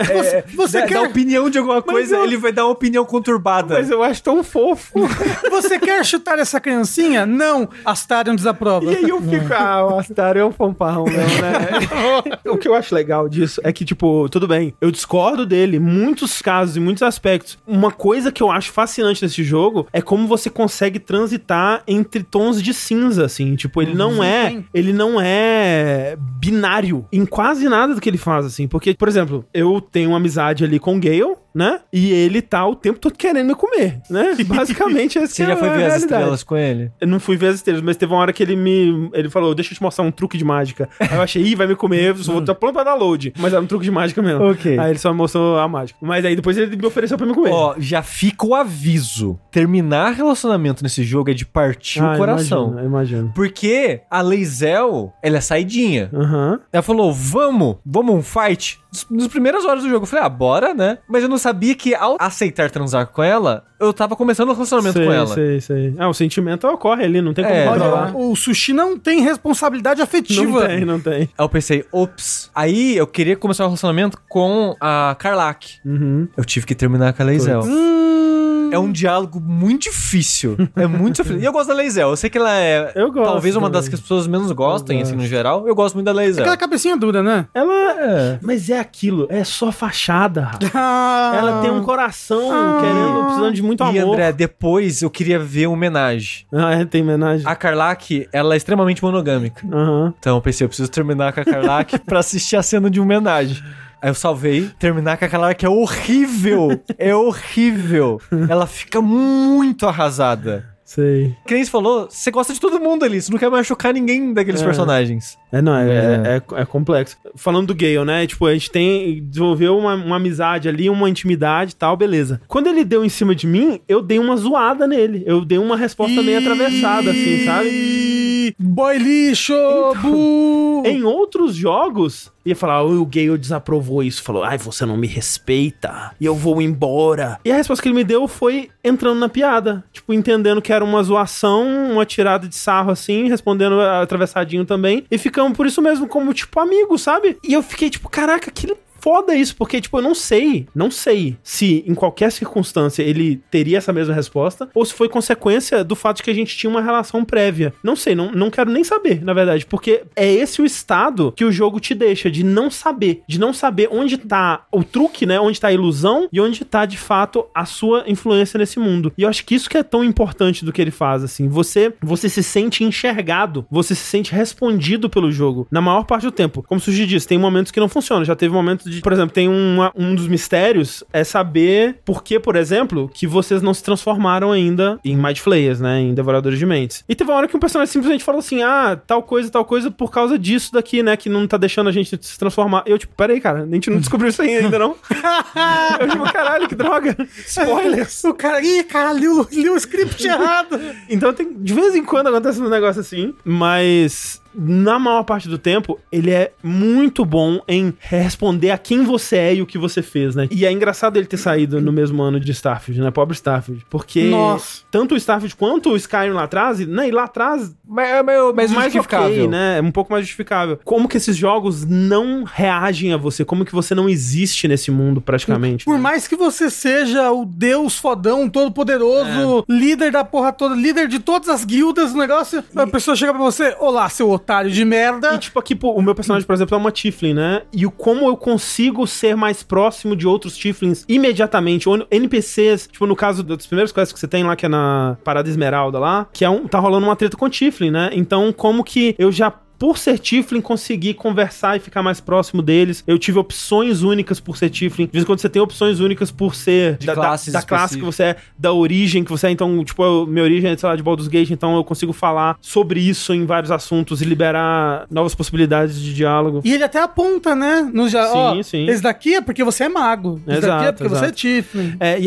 Você quer... dar opinião de alguma coisa, ele vai dar uma opinião conturbada. Mas eu acho tão fofo. Você quer chutar essa criancinha? Não. Astarion desaprova. E aí eu fico... o Astarion é um fanfarrão, né? O que eu acho legal disso é que, tipo, tudo bem, eu discordo dele em muitos casos, em muitos aspectos. Uma coisa que eu acho fascinante nesse jogo é como você consegue transitar entre tons de cinza, assim. Tipo, ele não é binário em quase nada do que ele faz, assim. Porque, por exemplo, eu tenho uma amizade ali com o Gale, né? E ele tá o tempo todo querendo me comer, né? Basicamente, essa Você já foi ver as estrelas com ele? Eu não fui ver as estrelas, mas teve uma hora que ele falou, deixa eu te mostrar um truque de mágica. Aí eu achei, vai me comer, eu só vou estar pronto pra dar load. Mas era um truque de mágica mesmo. Ok. Aí ele só mostrou a mágica. Mas aí depois ele me ofereceu pra me comer. Já fica o aviso. Terminar relacionamento nesse jogo é de partir o coração. Imagino. Porque a Lae'zel, ela é saidinha. Ela falou, vamos um fight. Nas primeiras horas do jogo, eu falei, bora, né? Mas eu não sabia que ao aceitar transar com ela, eu tava começando um relacionamento com ela. Sei. O sentimento ocorre ali, não tem como controlar. O Sushi não tem responsabilidade afetiva. Não tem. Aí eu pensei, ops. Aí eu queria começar um relacionamento com a Karlach. Eu tive que terminar com a Lae'zel. É um diálogo muito difícil. É muito difícil. E eu gosto da Lae'zel. Eu sei que ela é talvez uma das que as pessoas menos gostem, assim, no geral. Eu gosto muito da Lae'zel. Aquela cabecinha dura, né? Mas é aquilo. É só fachada. Ela tem um coração precisando de muito amor. E, André, depois eu queria ver uma homenagem. Tem homenagem. A Karlach, ela é extremamente monogâmica. Então eu pensei, eu preciso terminar com a Karlach pra assistir a cena de homenagem. Aí eu salvei, terminar com aquela que é horrível. É horrível. Ela fica muito arrasada. Sei. Que nem você falou, você gosta de todo mundo ali, você não quer machucar ninguém daqueles personagens. É complexo. Falando do Gale, né? Tipo, a gente desenvolveu uma amizade ali, uma intimidade e tal, beleza. Quando ele deu em cima de mim, eu dei uma zoada nele. Eu dei uma resposta meio atravessada, assim, sabe? Boy lixo! Então, em outros jogos, ia falar, o Gale desaprovou isso. Falou, você não me respeita. E eu vou embora. E a resposta que ele me deu foi entrando na piada. Tipo, entendendo que era uma zoação, uma tirada de sarro, assim, respondendo atravessadinho também. E ficamos por isso mesmo, como, tipo, amigos, sabe? E eu fiquei, tipo, caraca, que foda isso, porque, tipo, eu não sei se em qualquer circunstância ele teria essa mesma resposta, ou se foi consequência do fato de que a gente tinha uma relação prévia. Não sei, não quero nem saber, na verdade, porque é esse o estado que o jogo te deixa, de não saber onde tá o truque, né, onde tá a ilusão e onde tá, de fato, a sua influência nesse mundo. E eu acho que isso que é tão importante do que ele faz, assim, você se sente enxergado, você se sente respondido pelo jogo, na maior parte do tempo. Como o Suji disse, tem momentos que não funcionam, já teve momentos gosto de... Por exemplo, tem um dos mistérios é saber por que, por exemplo, que vocês não se transformaram ainda em Mind Flayers, né? Em Devoradores de Mentes. E teve uma hora que um personagem simplesmente falou assim, tal coisa por causa disso daqui, né? Que não tá deixando a gente se transformar. Eu, tipo, peraí, cara, a gente não descobriu isso aí ainda, não? Eu, tipo, caralho, que droga. Spoilers. O cara, liu o script errado. Então, de vez em quando acontece um negócio assim, mas... Na maior parte do tempo, ele é muito bom em responder a quem você é e o que você fez, né? E é engraçado ele ter saído no mesmo ano de Starfield, né? Pobre Starfield. Porque tanto o Starfield quanto o Skyrim lá atrás, né? E lá atrás... mais justificável. Okay, né? É um pouco mais justificável. Como que esses jogos não reagem a você? Como que você não existe nesse mundo, praticamente? Por mais que você seja o deus fodão, todo poderoso, líder da porra toda, líder de todas as guildas, o negócio... A pessoa chega pra você, olá, seu otário de merda. E tipo, aqui, o meu personagem, por exemplo, é uma Tiefling, né? E como eu consigo ser mais próximo de outros Tieflings imediatamente. Ou NPCs, tipo, no caso dos primeiros quests que você tem lá, que é na Parada Esmeralda lá, que tá rolando uma treta com Tiefling, né? Então, como que eu já... Por ser Tiefling, consegui conversar e ficar mais próximo deles. Eu tive opções únicas por ser Tiefling. De vez em quando você tem opções únicas por ser da classe que você é, da origem que você é. Então, tipo, minha origem é, sei lá, de Baldur's Gate, então eu consigo falar sobre isso em vários assuntos e liberar novas possibilidades de diálogo. E ele até aponta, né? Sim. Esse daqui é porque você é mago. Esse daqui é porque você é Tiefling. E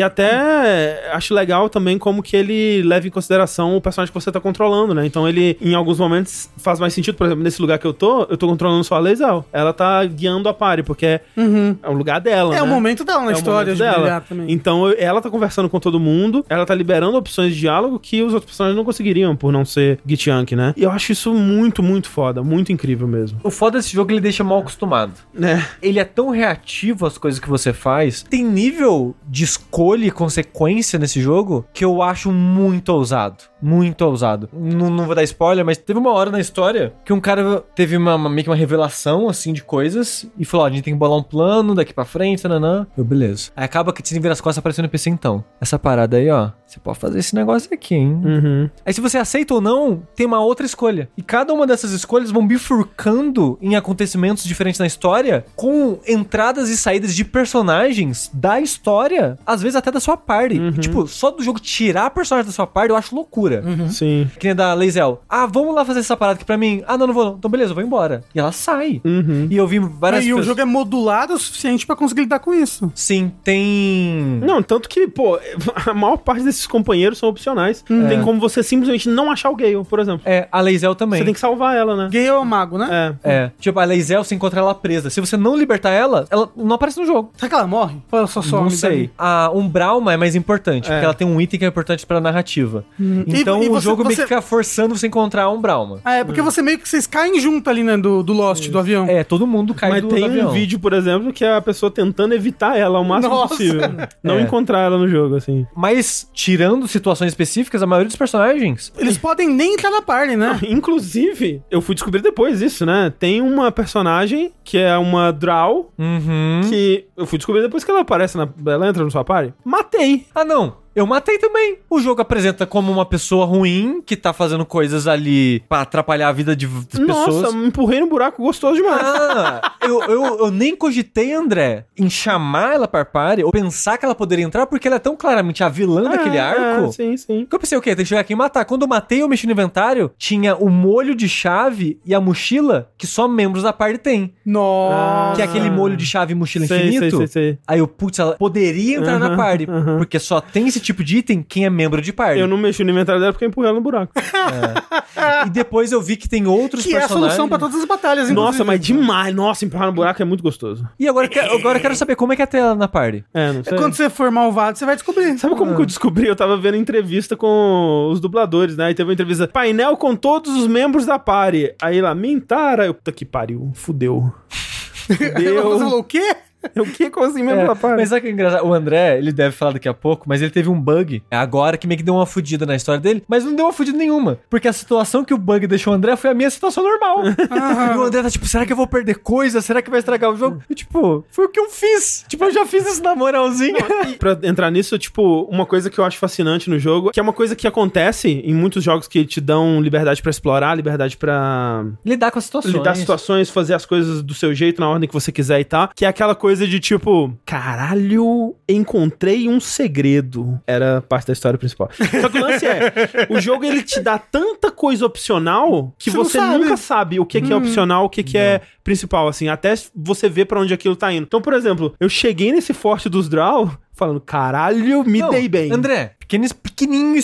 até acho legal também como que ele leva em consideração o personagem que você tá controlando, né? Então ele, em alguns momentos, faz mais sentido, por exemplo, nesse lugar que eu tô controlando só a Lae'zel. Ela tá guiando a party, porque é o lugar dela, né? O momento dela na história de brilhar também. Então, ela tá conversando com todo mundo, ela tá liberando opções de diálogo que os outros personagens não conseguiriam, por não ser Githyank, né? E eu acho isso muito, muito foda, muito incrível mesmo. O foda desse jogo, ele deixa mal acostumado. Ele é tão reativo às coisas que você faz, tem nível de escolha e consequência nesse jogo que eu acho muito ousado. Muito ousado. Não vou dar spoiler, mas teve uma hora na história que um cara teve meio que uma revelação, assim, de coisas e falou, a gente tem que bolar um plano daqui pra frente, nanã. Eu, beleza. Aí acaba que te vira as costas aparecendo no PC, então. Essa parada aí, ó, você pode fazer esse negócio aqui, hein? Aí se você aceita ou não, tem uma outra escolha. E cada uma dessas escolhas vão bifurcando em acontecimentos diferentes na história, com entradas e saídas de personagens da história, às vezes até da sua party. E, tipo, só do jogo tirar personagem da sua party, eu acho loucura. Sim. Que nem da Lae'zel. Vamos lá fazer essa parada aqui pra mim. Não vou não. Então beleza, eu vou embora. E ela sai. E eu vi várias E o jogo é modulado o suficiente pra conseguir lidar com isso. Sim, tem... Não, tanto que, pô, a maior parte desses companheiros são opcionais. Tem como você simplesmente não achar o Gale, por exemplo. A Lae'zel também. Você tem que salvar ela, né? Gale é o mago, né? Tipo, a Lae'zel, você encontra ela presa. Se você não libertar ela, ela não aparece no jogo. Será que ela morre? Ou ela só some? Não sei. A Umbralma é mais importante, porque ela tem um item que é importante pra narrativa. Então o jogo meio que fica forçando você a encontrar a Umbralma. Porque você meio que vocês caem junto ali, né, do Lost, do avião. Todo mundo cai do avião. Mas tem um vídeo, por exemplo, que é a pessoa tentando evitar ela ao máximo possível. Não encontrar ela no jogo, assim. Mas, tirando situações específicas, a maioria dos personagens... Eles podem nem entrar na party, né? Inclusive, eu fui descobrir depois isso, né? Tem uma personagem que é uma Drow, que eu fui descobrir depois que ela aparece, ela entra no sua party. Matei. Não. Eu matei também. O jogo apresenta como uma pessoa ruim que tá fazendo coisas ali pra atrapalhar a vida de pessoas. Nossa, me empurrei no buraco gostoso demais. Eu nem cogitei, André, em chamar ela pra party ou pensar que ela poderia entrar porque ela é tão claramente a vilã daquele arco. Sim. Que eu pensei, o quê? Tem que chegar aqui e matar. Quando eu matei, eu mexi no inventário, tinha o molho de chave e a mochila que só membros da party tem. Nossa. Que é aquele molho de chave e mochila infinito. Sei. Aí eu, ela poderia entrar na party, porque só tem esse tipo de item quem é membro de party. Eu não mexi no inventário dela porque eu empurrei ela no buraco. E depois eu vi que tem outros personagens. Que é a solução pra todas as batalhas, inclusive. Nossa, mas demais. Nossa, empurrar no buraco é muito gostoso. E agora eu quero saber como é que é ter ela na party. Não sei. Quando você for malvado, você vai descobrir. Sabe como que eu descobri? Eu tava vendo entrevista com os dubladores, né? E teve uma entrevista, painel com todos os membros da party. Aí lá, Mintara. Puta que pariu. Fudeu. Você falou o quê? O que? Como assim mesmo, rapaz? Mas sabe que é engraçado? O André, ele deve falar daqui a pouco, mas ele teve um bug agora que meio que deu uma fudida na história dele, mas não deu uma fudida nenhuma. Porque a situação que o bug deixou o André foi a minha situação normal. E o André tá tipo, será que eu vou perder coisa? Será que vai estragar o jogo? E tipo, foi o que eu fiz. Tipo, eu já fiz isso na moralzinha. Pra entrar nisso, tipo, uma coisa que eu acho fascinante no jogo, que é uma coisa que acontece em muitos jogos que te dão liberdade pra explorar, liberdade pra... lidar com as situações. Fazer as coisas do seu jeito, na ordem que você quiser e tal, que é aquela coisa coisa de tipo, caralho, encontrei um segredo. Era parte da história principal. Só que o lance o jogo ele te dá tanta coisa opcional que você nunca sabe o que é opcional, o que é principal, assim, até você ver pra onde aquilo tá indo. Então, por exemplo, eu cheguei nesse forte dos Drow falando, caralho, dei bem. André, pequenino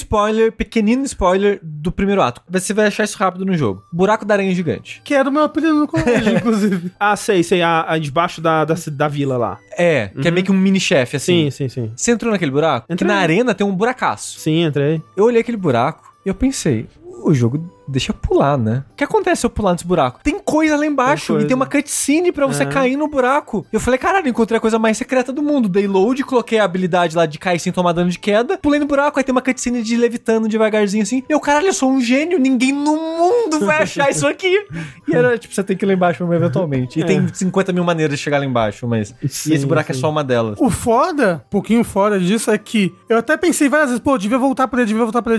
spoiler do primeiro ato. Você vai achar isso rápido no jogo. Buraco da Aranha Gigante. Que era o meu apelido no colégio, inclusive. Ah, sei, debaixo da vila lá. Que é meio que um mini-chefe, assim. Sim. Você entrou naquele buraco? Porque na arena tem um buracaço. Sim, entrei. Eu olhei aquele buraco e eu pensei, o jogo deixa eu pular, né? O que acontece se eu pular nesse buraco? Tem coisa lá embaixo e tem uma cutscene pra você cair no buraco. Eu falei, caralho, encontrei a coisa mais secreta do mundo. Dei load, coloquei a habilidade lá de cair sem tomar dano de queda, pulei no buraco, aí tem uma cutscene de levitando devagarzinho assim. Caralho, eu sou um gênio, ninguém no mundo vai achar isso aqui. E era, tipo, você tem que ir lá embaixo eventualmente. E tem 50 mil maneiras de chegar lá embaixo, mas... Sim, e esse buraco é só uma delas. O foda, um pouquinho fora disso, é que eu até pensei várias vezes, devia voltar pra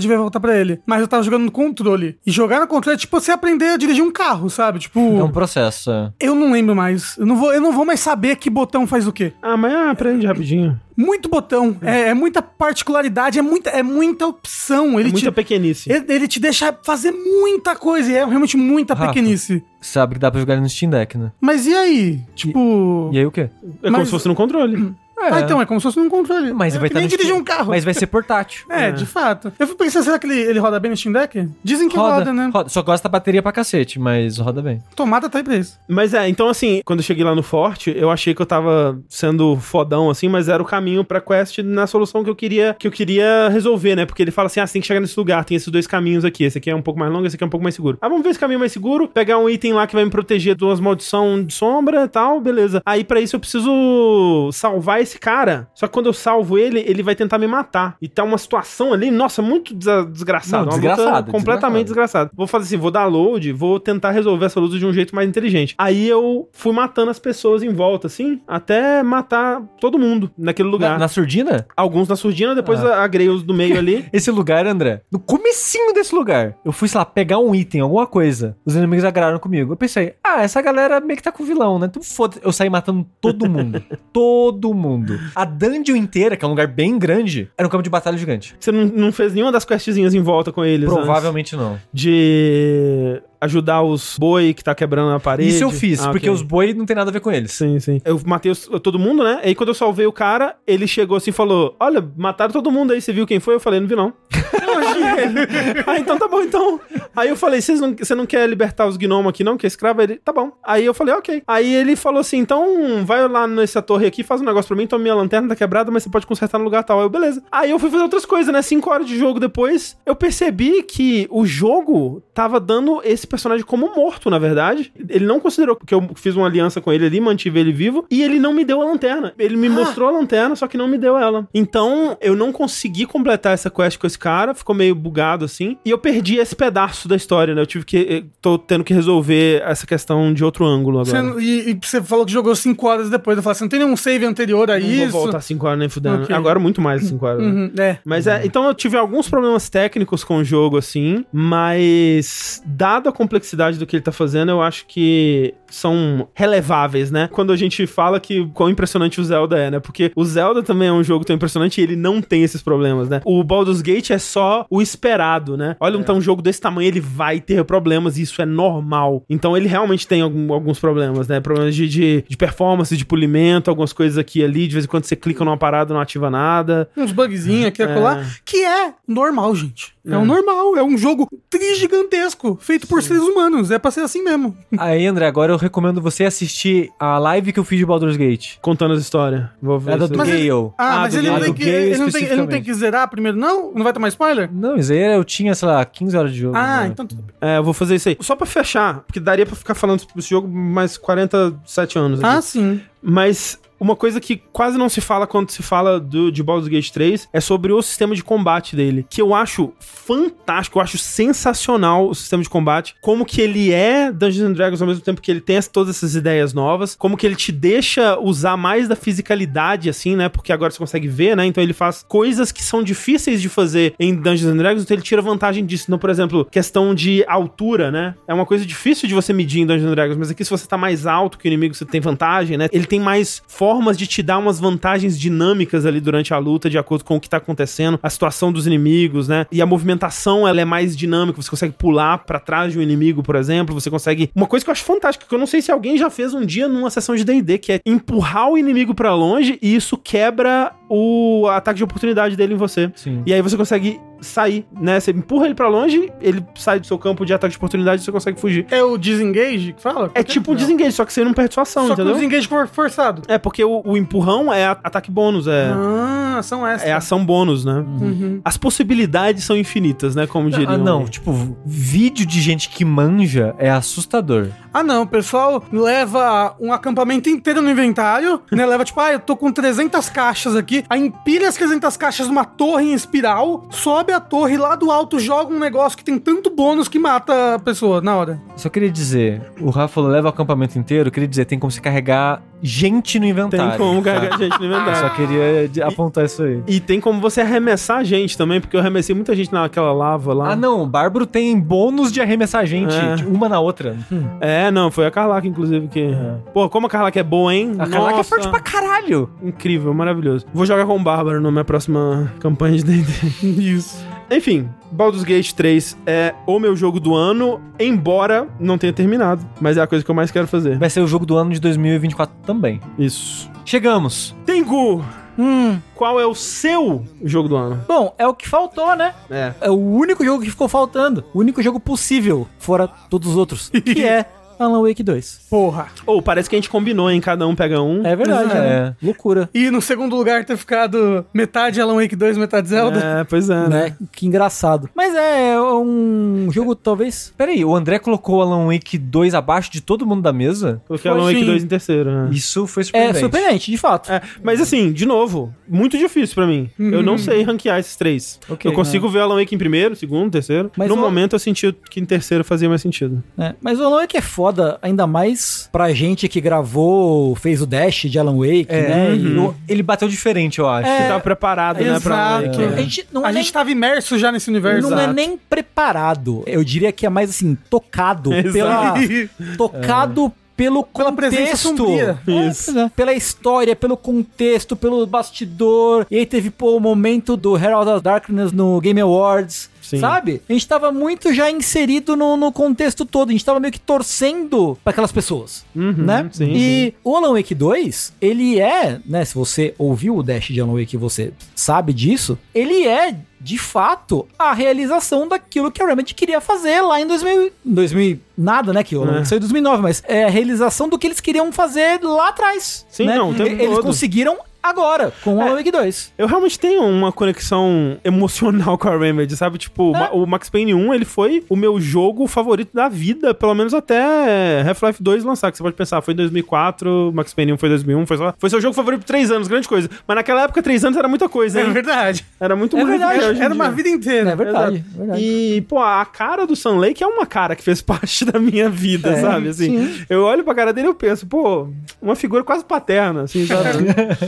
ele. Mas eu tava jogando no controle. E jogar no controle é tipo você aprender a dirigir um carro, sabe? Tipo... É um processo. Eu não lembro mais. Eu não vou mais saber que botão faz o quê. Mas aprende rapidinho. Muito botão. É muita particularidade, é muita opção. Muita pequenice. Ele te deixa fazer muita coisa. E é realmente muita pequenice. Sabe que dá pra jogar no Steam Deck, né? Mas e aí? Tipo... E aí o quê? É como se fosse no controle. Então, é como se fosse num controle. Mas vai estar dirigir um carro. Mas vai ser portátil. De fato. Eu fui pensando, será que ele roda bem no Steam Deck? Dizem que roda, né? Roda. Só gosta da bateria pra cacete, mas roda bem. Tomada tá aí pra isso. Mas então assim, quando eu cheguei lá no forte, eu achei que eu tava sendo fodão, assim, mas era o caminho pra quest na solução que eu queria resolver, né? Porque ele fala assim, você tem que chegar nesse lugar, tem esses dois caminhos aqui, esse aqui é um pouco mais longo, esse aqui é um pouco mais seguro. Vamos ver esse caminho mais seguro, pegar um item lá que vai me proteger de umas maldição de sombra e tal, beleza. Aí pra isso eu preciso salvar esse cara, só que quando eu salvo ele vai tentar me matar. E tá uma situação ali, nossa, muito desgraçada. Completamente desgraçada. Vou fazer assim, vou dar load, vou tentar resolver essa luta de um jeito mais inteligente. Aí eu fui matando as pessoas em volta, assim, até matar todo mundo naquele lugar. Na surdina? Alguns na surdina, depois agrei os do meio ali. Esse lugar, André, no comecinho desse lugar, eu fui, sei lá, pegar um item, alguma coisa. Os inimigos agraram comigo. Eu pensei, essa galera meio que tá com vilão, né? Então foda-se. Eu saí matando todo mundo. Todo mundo. A dungeon inteira, que é um lugar bem grande, era um campo de batalha gigante. Você não fez nenhuma das questzinhas em volta com eles? Provavelmente não. De ajudar os boi que tá quebrando a parede? Isso eu fiz, porque os boi não tem nada a ver com eles. Sim. Eu matei todo mundo, né? Aí quando eu salvei o cara, ele chegou assim e falou, olha, mataram todo mundo aí, você viu quem foi? Eu falei, não vi não. Então tá bom, então. Aí eu falei, você não quer libertar os gnomos aqui não, que é escravo? Ele, tá bom. Aí eu falei, ok. Aí ele falou assim, então vai lá nessa torre aqui, faz um negócio pra mim, então minha lanterna tá quebrada, mas você pode consertar no lugar tal. Aí eu, beleza. Aí eu fui fazer outras coisas, né? 5 horas de jogo depois, eu percebi que o jogo tava dando esse personagem como morto, na verdade. Ele não considerou que eu fiz uma aliança com ele ali, mantive ele vivo, e ele não me deu a lanterna. Ele me mostrou a lanterna, só que não me deu ela. Então, eu não consegui completar essa quest com esse cara, ficou meio bugado, assim, e eu perdi esse pedaço da história, né? Tô tendo que resolver essa questão de outro ângulo agora. E você falou que jogou 5 horas depois. Eu falei assim, não tem nenhum save anterior a isso? Não vou voltar 5 horas nem fudendo. Okay. Agora muito mais de 5 horas. Né? Mas então eu tive alguns problemas técnicos com o jogo, assim, mas dada a complexidade do que ele tá fazendo, eu acho que são releváveis, né? Quando a gente fala que quão impressionante o Zelda é, né? Porque o Zelda também é um jogo tão impressionante e ele não tem esses problemas, né? O Baldur's Gate é só o esperado, né? Olha, então um jogo desse tamanho, ele vai ter problemas e isso é normal. Então ele realmente tem alguns problemas, né? Problemas de performance, de polimento, algumas coisas aqui e ali, de vez em quando você clica numa parada não ativa nada. Uns bugzinhos aqui e acolá, que é normal, gente. É um normal, é um jogo gigantesco, feito por seres humanos, é pra ser assim mesmo. Aí, André, agora eu recomendo você assistir a live que eu fiz de Baldur's Gate. Contando as histórias. Vou ver. É do Gale. Mas ele não tem que zerar primeiro, não? Não vai tomar spoiler? Não, isso aí eu tinha, sei lá, 15 horas de jogo. Então tudo bem. Eu vou fazer isso aí. Só pra fechar, porque daria pra ficar falando sobre esse jogo mais 47 anos aqui. Sim. Mas uma coisa que quase não se fala quando se fala de Baldur's Gate 3 é sobre o sistema de combate dele, que eu acho fantástico, eu acho sensacional o sistema de combate, como que ele é Dungeons & Dragons ao mesmo tempo que ele tem todas essas ideias novas, como que ele te deixa usar mais da fisicalidade, assim, né, porque agora você consegue ver, né, então ele faz coisas que são difíceis de fazer em Dungeons & Dragons, então ele tira vantagem disso. Então, por exemplo, questão de altura, né, é uma coisa difícil de você medir em Dungeons & Dragons, mas aqui se você tá mais alto que o inimigo, você tem vantagem, né, ele tem mais força formas de te dar umas vantagens dinâmicas ali durante a luta, de acordo com o que tá acontecendo, a situação dos inimigos, né? E a movimentação, ela é mais dinâmica, você consegue pular pra trás de um inimigo, por exemplo, você consegue... Uma coisa que eu acho fantástica, que eu não sei se alguém já fez um dia numa sessão de D&D, que é empurrar o inimigo pra longe e isso quebra o ataque de oportunidade dele em você. Sim. E aí você consegue sair, né? Você empurra ele pra longe, ele sai do seu campo de ataque de oportunidade e você consegue fugir. É o disengage que fala? É tipo um disengage, só que você não perde sua ação, Só que entendeu? o disengage forçado. É, porque o empurrão é ataque bônus, Ação extra. é ação bônus, né? Uhum. As possibilidades são infinitas, né? Como diriam. Não, tipo, vídeo de gente que manja é assustador. Ah, não, o pessoal leva um acampamento inteiro no inventário, né? Leva, tipo, eu tô com 300 caixas aqui, aí empilha as 300 caixas numa torre em espiral, sobe a torre lá do alto, joga um negócio que tem tanto bônus que mata a pessoa na hora. Só queria dizer, o Rafa falou, leva o acampamento inteiro, eu queria dizer, tem como se carregar gente no inventário. Tem como carregar gente no Eu inventário. só queria apontar isso aí. E tem como você arremessar gente também, porque eu arremessei muita gente naquela lava lá. Ah, não, o Bárbaro tem bônus de arremessar gente, uma na outra. Não, foi a Carlac, inclusive, que... Pô, como a Carlac é boa, hein? A Carlac é forte pra caralho. Incrível, maravilhoso. Vou jogar com o Bárbaro na minha próxima campanha de D&D. Isso. Enfim, Baldur's Gate 3 é o meu jogo do ano, embora não tenha terminado. Mas é a coisa que eu mais quero fazer. Vai ser o jogo do ano de 2024 também. Isso. Chegamos. Tengu! Qual é o seu jogo do ano? Bom, é o que faltou, né? É. É o único jogo que ficou faltando. O único jogo possível, fora todos os outros. Que é Alan Wake 2. Porra. Ou parece que a gente combinou, hein? Cada um pega um. É verdade, né? Loucura. E no segundo lugar ter ficado metade Alan Wake 2, metade Zelda. É, pois é, né? Né? Que engraçado. Mas é um jogo, talvez... Peraí, o André colocou o Alan Wake 2 abaixo de todo mundo da mesa? Coloquei Alan Wake sim. 2 em terceiro, né? Isso foi É surpreendente. surpreendente, de fato. É, mas assim, de novo, muito difícil pra mim. Eu não sei ranquear esses três. Ok, eu consigo ver Alan Wake em primeiro, segundo, terceiro. Mas no o- momento eu senti que em terceiro fazia mais sentido. É, mas o Alan Wake é foda, ainda mais pra gente que gravou, fez o Dash de Alan Wake, né? E Ele bateu diferente, eu acho. Você tava preparado, né, pra Alan Exato. Wake. a gente não A é nem, gente tava imerso já nesse universo. não é Exato. nem preparado. Eu diria que é mais assim, tocado pelo Pela presença contexto. sombria. Isso. Né? Pela história, pelo contexto, pelo bastidor. E aí teve, o momento do Herald of Darkness no Game Awards. Sim. Sabe? A gente tava muito já inserido no contexto todo. A gente tava meio que torcendo pra aquelas pessoas. Né? sim, E o Alan Wake 2, ele é, né? Se você ouviu o Dash de Alan Wake, você sabe disso. Ele é, de fato, a realização daquilo que a Remedy queria fazer lá em 2000 nada, né? Que o Alan Wake saiu em 2009, mas é a realização do que eles queriam fazer lá atrás. Sim, né? não, o tempo Eles todo. conseguiram agora, com o Alan Wake 2. Eu realmente tenho uma conexão emocional com a Remedy, sabe? Tipo, o Max Payne 1, ele foi o meu jogo favorito da vida, pelo menos até Half-Life 2 lançar, que você pode pensar, foi em 2004, Max Payne 1 foi em 2001, foi seu jogo favorito por 3 anos, grande coisa. Mas naquela época, 3 anos era muita coisa, É hein? verdade. Era muito É mais do que verdade, hoje em Era uma dia. vida inteira. É verdade, Exato. verdade. E, pô, a cara do Sam Lake é uma cara que fez parte da minha vida, É, sabe? Assim, sim. eu olho pra cara dele e eu penso, pô, uma figura quase paterna, assim, sabe?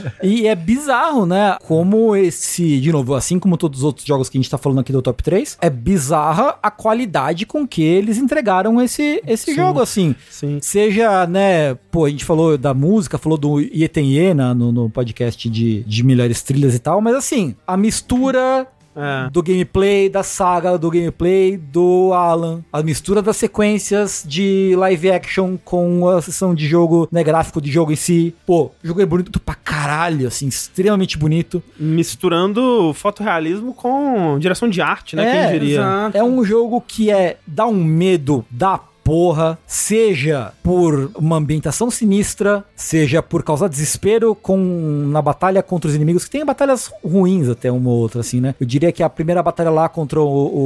E é bizarro, né? Como esse, de novo, assim como todos os outros jogos que a gente tá falando aqui do Top 3, é bizarra a qualidade com que eles entregaram esse jogo, assim. Sim. Seja, né, pô, a gente falou da música, falou do Ietenye no podcast de melhores trilhas e tal, mas assim, a mistura do gameplay, da saga, do gameplay do Alan, a mistura das sequências de live action com a sessão de jogo, né, gráfico de jogo em si. Pô, o jogo é bonito pra caralho, assim, extremamente bonito. Misturando fotorrealismo com direção de arte, né? Quem diria? Exato. É um jogo que dá um medo da porra, seja por uma ambientação sinistra, seja por causar desespero na batalha contra os inimigos, que tem batalhas ruins até uma ou outra, assim, né? Eu diria que a primeira batalha lá contra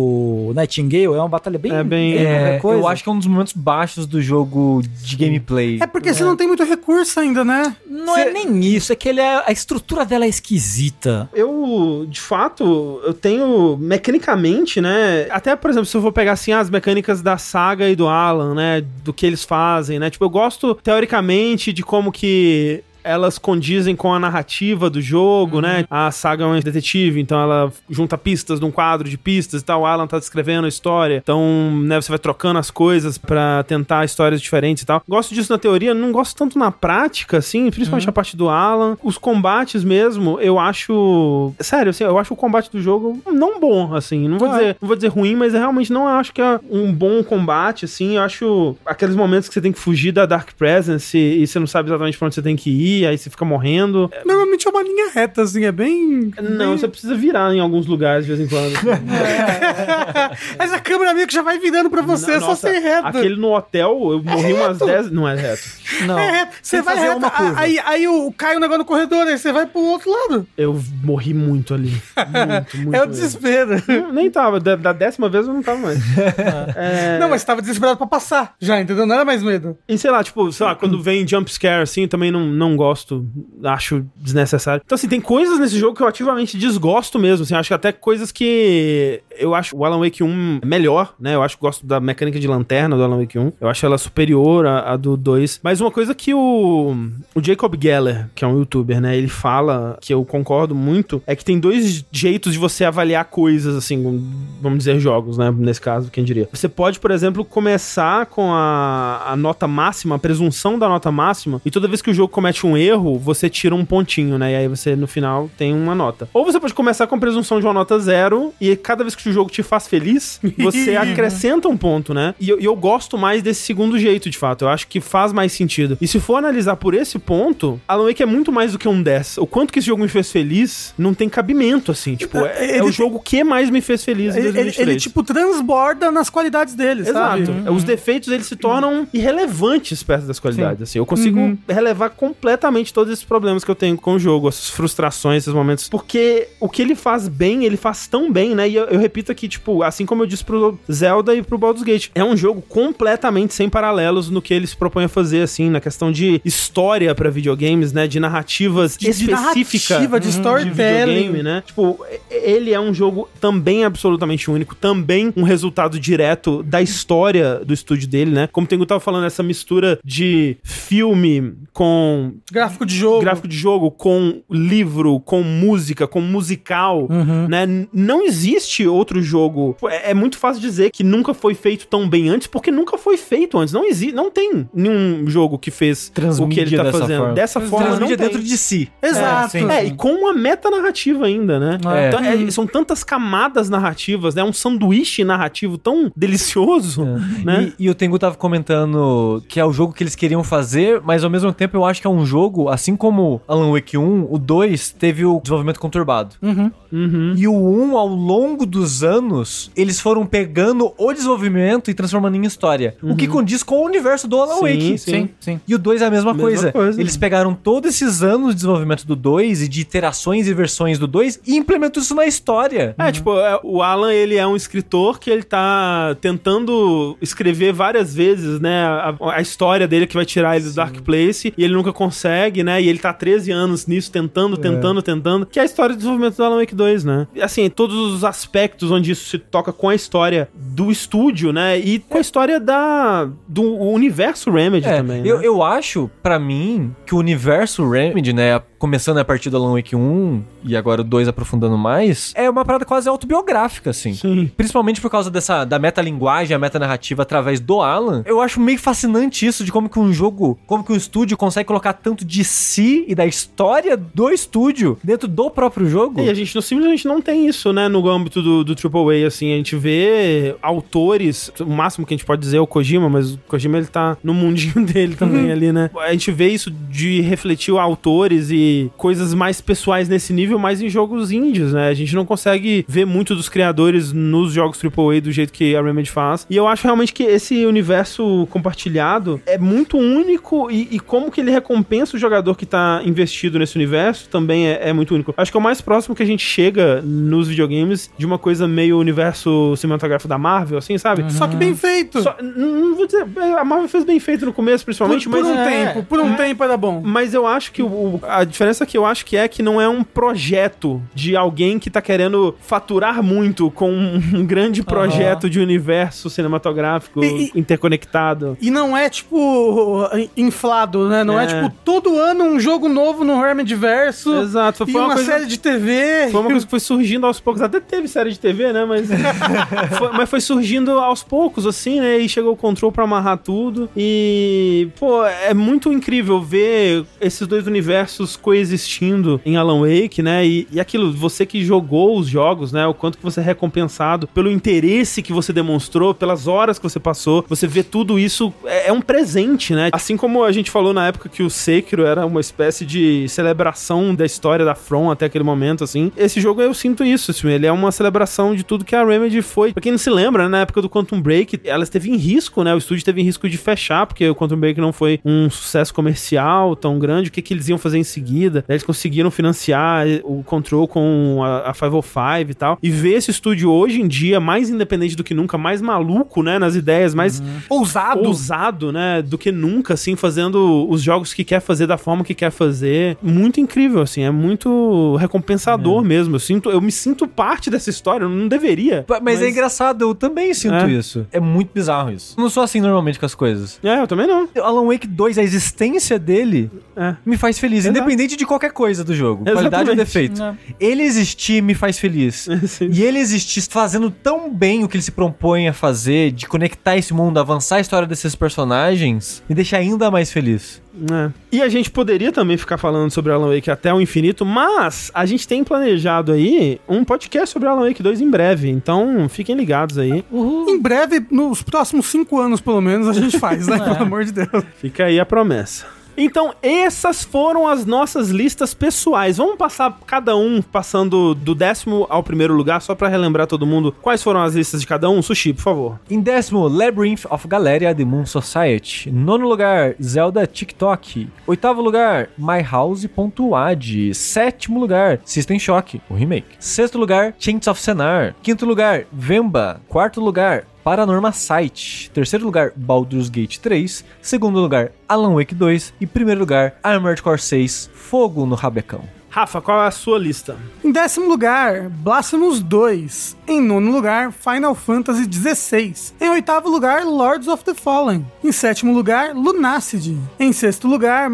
o Nightingale é uma batalha bem... qualquer coisa. Eu acho que é um dos momentos baixos do jogo de gameplay. É porque você não tem muito recurso ainda, né? Não é nem isso, é que a estrutura dela é esquisita. Eu, de fato, eu tenho mecanicamente, né? Até, por exemplo, se eu vou pegar assim as mecânicas da saga e do Alan, né? Do que eles fazem, né? Tipo, eu gosto teoricamente de como que elas condizem com a narrativa do jogo, né? A saga é um detetive, então ela junta pistas num quadro de pistas e tal, o Alan tá descrevendo a história, então, né, você vai trocando as coisas pra tentar histórias diferentes e tal. Gosto disso na teoria, não gosto tanto na prática, assim, principalmente a parte do Alan. Os combates mesmo, eu acho... Sério, assim, eu acho o combate do jogo não bom, assim, não vou dizer ruim, mas eu realmente não acho que é um bom combate, assim, eu acho aqueles momentos que você tem que fugir da Dark Presence e você não sabe exatamente pra onde você tem que ir, aí você fica morrendo. Normalmente é uma linha reta, assim, é bem... Não, você precisa virar em alguns lugares de vez em quando. Mas a câmera meio que já vai virando pra você, é só ser reto. Aquele no hotel, eu morri umas 10... Não é reto. Não. É reto. Você vai fazer reto, uma curva. aí cai o negócio no corredor, aí você vai pro outro lado. Eu morri muito ali. Muito É o mesmo. desespero. Nem tava. Da 10ª vez eu não tava mais. Não, mas você tava desesperado pra passar já, entendeu? Não era mais medo. E sei lá, tipo, quando vem jump scare, assim, também não gosto. Acho desnecessário. Então, assim, tem coisas nesse jogo que eu ativamente desgosto mesmo, assim. Acho que até coisas que eu acho o Alan Wake 1 melhor, né? Eu acho que gosto da mecânica de lanterna do Alan Wake 1. Eu acho ela superior à do 2. Mas uma coisa que o Jacob Geller, que é um youtuber, né? Ele fala, que eu concordo muito, é que tem dois jeitos de você avaliar coisas, assim, vamos dizer jogos, né? Nesse caso, quem diria. Você pode, por exemplo, começar com a nota máxima, a presunção da nota máxima, e toda vez que o jogo comete um erro, você tira um pontinho, né? E aí você, no final, tem uma nota. Ou você pode começar com a presunção de uma nota 0, e cada vez que o jogo te faz feliz, você acrescenta um ponto, né? E eu gosto mais desse segundo jeito, de fato. Eu acho que faz mais sentido. E se for analisar por esse ponto, Alan Wake é muito mais do que um 10. O quanto que esse jogo me fez feliz, não tem cabimento, assim. Tipo, é o jogo que mais me fez feliz em 2023. Ele, tipo, transborda nas qualidades dele, Exato. sabe? Os defeitos, eles se tornam irrelevantes perto das qualidades, assim. Eu consigo relevar completamente todos esses problemas que eu tenho com o jogo, essas frustrações, esses momentos. Porque o que ele faz bem, ele faz tão bem, né? E eu repito aqui, tipo, assim como eu disse pro Zelda e pro Baldur's Gate, é um jogo completamente sem paralelos no que ele se propõe a fazer, assim, na questão de história pra videogames, né? De narrativas específicas. Narrativa, de storytelling. Videogame, né? Tipo, ele é um jogo também absolutamente único, também um resultado direto da história do estúdio dele, né? Como o Tengu tava falando, essa mistura de filme com... Gráfico de jogo. Com livro, com música, com musical, né? Não existe outro jogo. É muito fácil dizer que nunca foi feito tão bem antes, porque nunca foi feito antes. Não existe, não tem nenhum jogo que fez o que ele tá fazendo. Dessa forma, não tem. Dentro de si. Exato. E com uma meta-narrativa ainda, né? Então, são tantas camadas narrativas, né? Um sanduíche narrativo tão delicioso, né? E o Tengu tava comentando que é o jogo que eles queriam fazer, mas ao mesmo tempo eu acho que é um jogo, assim como Alan Wake 1, o 2 teve o desenvolvimento conturbado. E o 1, ao longo dos anos, eles foram pegando o desenvolvimento e transformando em história. O que condiz com o universo do Alan Wake. Sim. E o 2 é a mesma coisa. Eles pegaram todos esses anos de desenvolvimento do 2 e de iterações e versões do 2 e implementou isso na história. Tipo, o Alan, ele é um escritor que ele tá tentando escrever várias vezes, né, a história dele que vai tirar ele do Dark Place, e ele nunca consegue, né, e ele tá há 13 anos nisso, tentando, que é a história do desenvolvimento do Alan Wake 2, né. Assim, todos os aspectos onde isso se toca com a história do estúdio, né, e com a história do universo Remedy também, né? Eu acho, pra mim, que o universo Remedy, né, começando a partir do Alan Wake 1 e agora o 2 aprofundando mais, é uma parada quase autobiográfica, assim. Sim. Principalmente por causa da metalinguagem, a metanarrativa através do Alan. Eu acho meio fascinante isso de como que um jogo, como que um estúdio consegue colocar tanto de si e da história do estúdio dentro do próprio jogo. E a gente simplesmente não tem isso, né, no âmbito do AAA, assim. A gente vê autores, o máximo que a gente pode dizer é o Kojima, mas o Kojima, ele tá no mundinho dele também ali, né. A gente vê isso de refletir autores e coisas mais pessoais nesse nível, mais em jogos indies, né? A gente não consegue ver muito dos criadores nos jogos AAA do jeito que a Remedy faz. E eu acho realmente que esse universo compartilhado é muito único e como que ele recompensa o jogador que tá investido nesse universo também é muito único. Acho que é o mais próximo que a gente chega nos videogames de uma coisa meio universo cinematográfico da Marvel, assim, sabe? Só que bem feito. Não vou dizer... A Marvel fez bem feito no começo, principalmente, Por um tempo era bom. Mas eu acho que a diferença que eu acho que não é um projeto de alguém que tá querendo faturar muito com um grande projeto de universo cinematográfico interconectado. E não é, tipo, inflado, né? Não é tipo, todo ano um jogo novo no Remediverso. Exato. Foi uma série de TV. Foi uma coisa que foi surgindo aos poucos. Até teve série de TV, né? Mas foi surgindo aos poucos, assim, né? E chegou o Control pra amarrar tudo. E, pô, é muito incrível ver esses dois universos coexistindo em Alan Wake, né? E aquilo, você que jogou os jogos, né? O quanto que você é recompensado pelo interesse que você demonstrou, pelas horas que você passou. Você vê tudo isso, é um presente, né? Assim como a gente falou na época que o Sekiro era uma espécie de celebração da história da From até aquele momento, assim. Esse jogo eu sinto isso, assim, ele é uma celebração de tudo que a Remedy foi. Pra quem não se lembra, né, na época do Quantum Break, ela esteve em risco, né? O estúdio esteve em risco de fechar, porque o Quantum Break não foi um sucesso comercial tão grande. O que eles iam fazer em seguida? Eles conseguiram financiar o Control com a 505 e tal. E ver esse estúdio hoje em dia mais independente do que nunca, mais maluco, né, nas ideias, mais ousado, né, do que nunca, assim, fazendo os jogos que quer fazer da forma que quer fazer. Muito incrível, assim, é muito recompensador mesmo. Eu me sinto parte dessa história, eu não deveria. Mas é engraçado, eu também sinto isso. É muito bizarro isso. Eu não sou assim normalmente com as coisas. Eu também não. Alan Wake 2, a existência dele me faz feliz, independente de qualquer coisa do jogo. Exatamente. Qualidade ou defeito. Ele existir me faz feliz. E ele existir fazendo tão bem o que ele se propõe a fazer, de conectar esse mundo, avançar a história desses personagens, me deixa ainda mais feliz. E a gente poderia também ficar falando sobre Alan Wake até o infinito, mas a gente tem planejado aí um podcast sobre Alan Wake 2 em breve, então fiquem ligados aí. Em breve, nos próximos 5 anos pelo menos, a gente faz, né? Pelo amor de Deus. Fica aí a promessa. Então, essas foram as nossas listas pessoais. Vamos passar cada um, passando do 10º ao primeiro lugar, só pra relembrar todo mundo quais foram as listas de cada um. Sushi, por favor. Em 10º, Labyrinth of Galeria The Moon Society. 9º lugar, Zelda TikTok. 8º lugar, MyHouse.ad. 7º lugar, System Shock, o remake. 6º lugar, Chains of Senar. 5º lugar, Vemba. 4º lugar, Paranorma Site. 3º lugar, Baldur's Gate 3. 2º lugar, Alan Wake 2. E 1º lugar, Armored Core 6, Fogo no Rabecão. Rafa, qual é a sua lista? Em 10º lugar, Blasphemous 2. Em 9º lugar, Final Fantasy XVI. Em 8º lugar, Lords of the Fallen. Em 7º lugar, Lunacid. Em 6º lugar,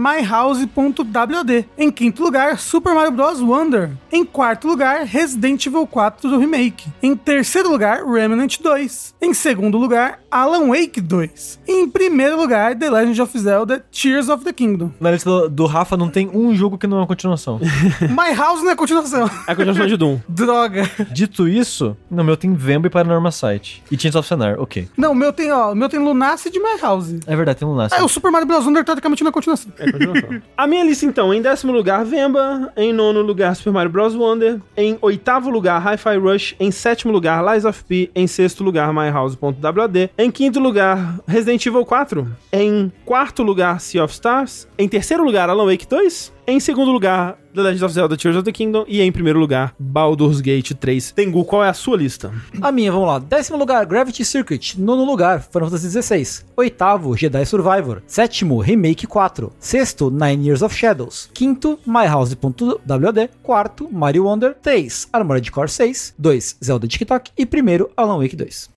MyHouse.wd. Em 5º lugar, Super Mario Bros. Wonder. Em 4º lugar, Resident Evil 4 do Remake. Em 3º lugar, Remnant 2. Em 2º lugar, Alan Wake 2. E em 1º lugar, The Legend of Zelda Tears of the Kingdom. Na lista do Rafa não tem um jogo que não é uma continuação. My House não é continuação. É a continuação de Doom. Droga. Dito isso, no meu tem Vemba e Paranorma Site. E Chains of Senar, ok. Não, o meu tem Lunacid e My House. É verdade, tem Lunacid. O Super Mario Bros. Wonder teoricamente não é continuação. É continuação. A minha lista, então, em 10º lugar, Vemba. Em 9º lugar, Super Mario Bros. Wonder. Em 8º lugar, Hi-Fi Rush. Em 7º lugar, Lies of P. Em 6º lugar, MyHouse.wd. Em 5º lugar, Resident Evil 4. Em 4º lugar, Sea of Stars. Em 3º lugar, Alan Wake 2. Em 2º lugar, The Legend of Zelda Tears of the Kingdom. E em 1º lugar, Baldur's Gate 3. Tengu, qual é a sua lista? A minha, vamos lá. 10º lugar, Gravity Circuit. 9º lugar, Final Fantasy XVI. 8º, Jedi Survivor. 7º, Remake 4. 6º, 9 Years of Shadows. 5º, MyHouse.wd. 4º, Mario Wonder. 3, Armored Core 6. 2, Zelda TikTok. E 1º, Alan Wake 2.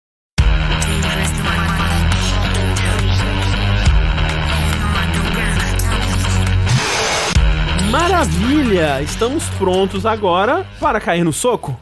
Maravilha! Estamos prontos agora para cair no soco?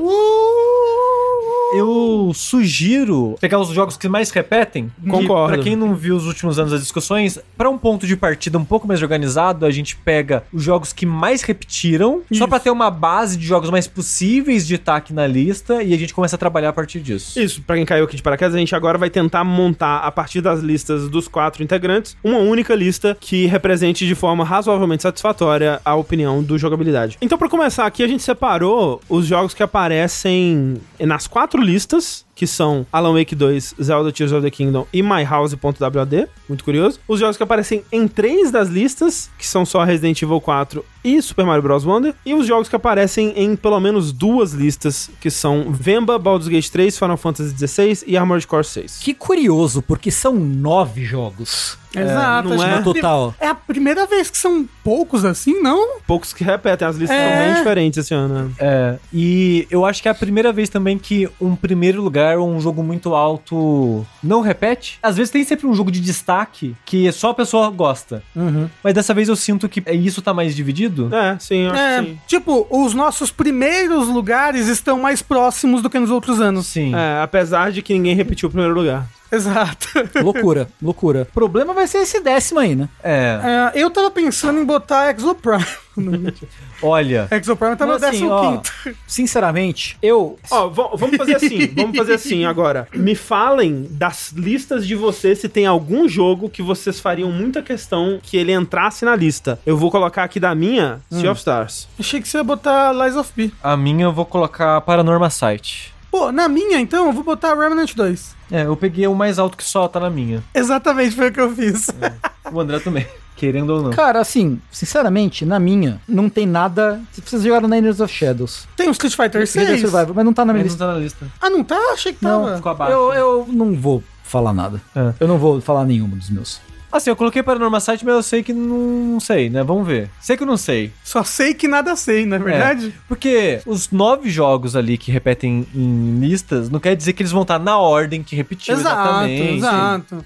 Eu sugiro pegar os jogos que mais repetem. Concordo. Pra quem não viu os últimos anos das discussões, pra um ponto de partida um pouco mais organizado, a gente pega os jogos que mais repetiram, só pra ter uma base de jogos mais possíveis de estar aqui na lista, e a gente começa a trabalhar a partir disso. Isso, pra quem caiu aqui de paraquedas, a gente agora vai tentar montar, a partir das listas dos 4 integrantes, uma única lista que represente de forma razoavelmente satisfatória a opinião do jogabilidade. Então, pra começar aqui, a gente separou os jogos que aparecem nas 4 listas, que são Alan Wake 2, Zelda Tears of the Kingdom e MyHouse.wd, muito curioso. Os jogos que aparecem em 3 das listas, que são só Resident Evil 4 e Super Mario Bros. Wonder, e os jogos que aparecem em pelo menos 2 listas, que são Vemba, Baldur's Gate 3, Final Fantasy XVI e Armored Core 6. Que curioso, porque são 9 jogos. Exato. não acho é? que Total. É a primeira vez que são poucos assim, não? Poucos que repetem, as listas são bem diferentes esse ano. E eu acho que é a primeira vez também que um primeiro lugar ou um jogo muito alto não repete. Às vezes tem sempre um jogo de destaque que só a pessoa gosta. Mas dessa vez eu sinto que isso tá mais dividido. Sim, eu acho que sim. Tipo, os nossos primeiros lugares estão mais próximos do que nos outros anos. Sim. Apesar de que ninguém repetiu o primeiro lugar. Exato. Loucura. O problema vai ser esse 10º aí, né? Eu tava pensando em botar Exoprime. Olha. Exoprime tá no Mas, assim, 15º. Sinceramente, Vamos fazer assim agora. Me falem das listas de vocês se tem algum jogo que vocês fariam muita questão que ele entrasse na lista. Eu vou colocar aqui da minha, Sea of Stars. Achei que você ia botar Lies of P. A minha eu vou colocar Paranormal Sight. Pô, na minha, então, eu vou botar Remnant 2. Eu peguei o mais alto que só tá na minha. Exatamente, foi o que eu fiz. O André também. Querendo ou não. cara, assim, sinceramente, na minha, não tem nada... Vocês jogaram na Inners of Shadows. Tem o Street Fighter Jedi 6. Survival, mas não tá na minha Mas lista. não tá na lista. Ah, não tá? Achei que Não, tava. Ficou abaixo. Eu não vou falar nada. Eu não vou falar nenhuma dos meus. Assim, eu coloquei Paranormal Sight, mas eu sei que não sei, né? Vamos ver. Sei que eu não sei. Só sei que nada sei, não é verdade? Porque os 9 jogos ali que repetem em listas, não quer dizer que eles vão estar na ordem que repetiu exatamente. Exato.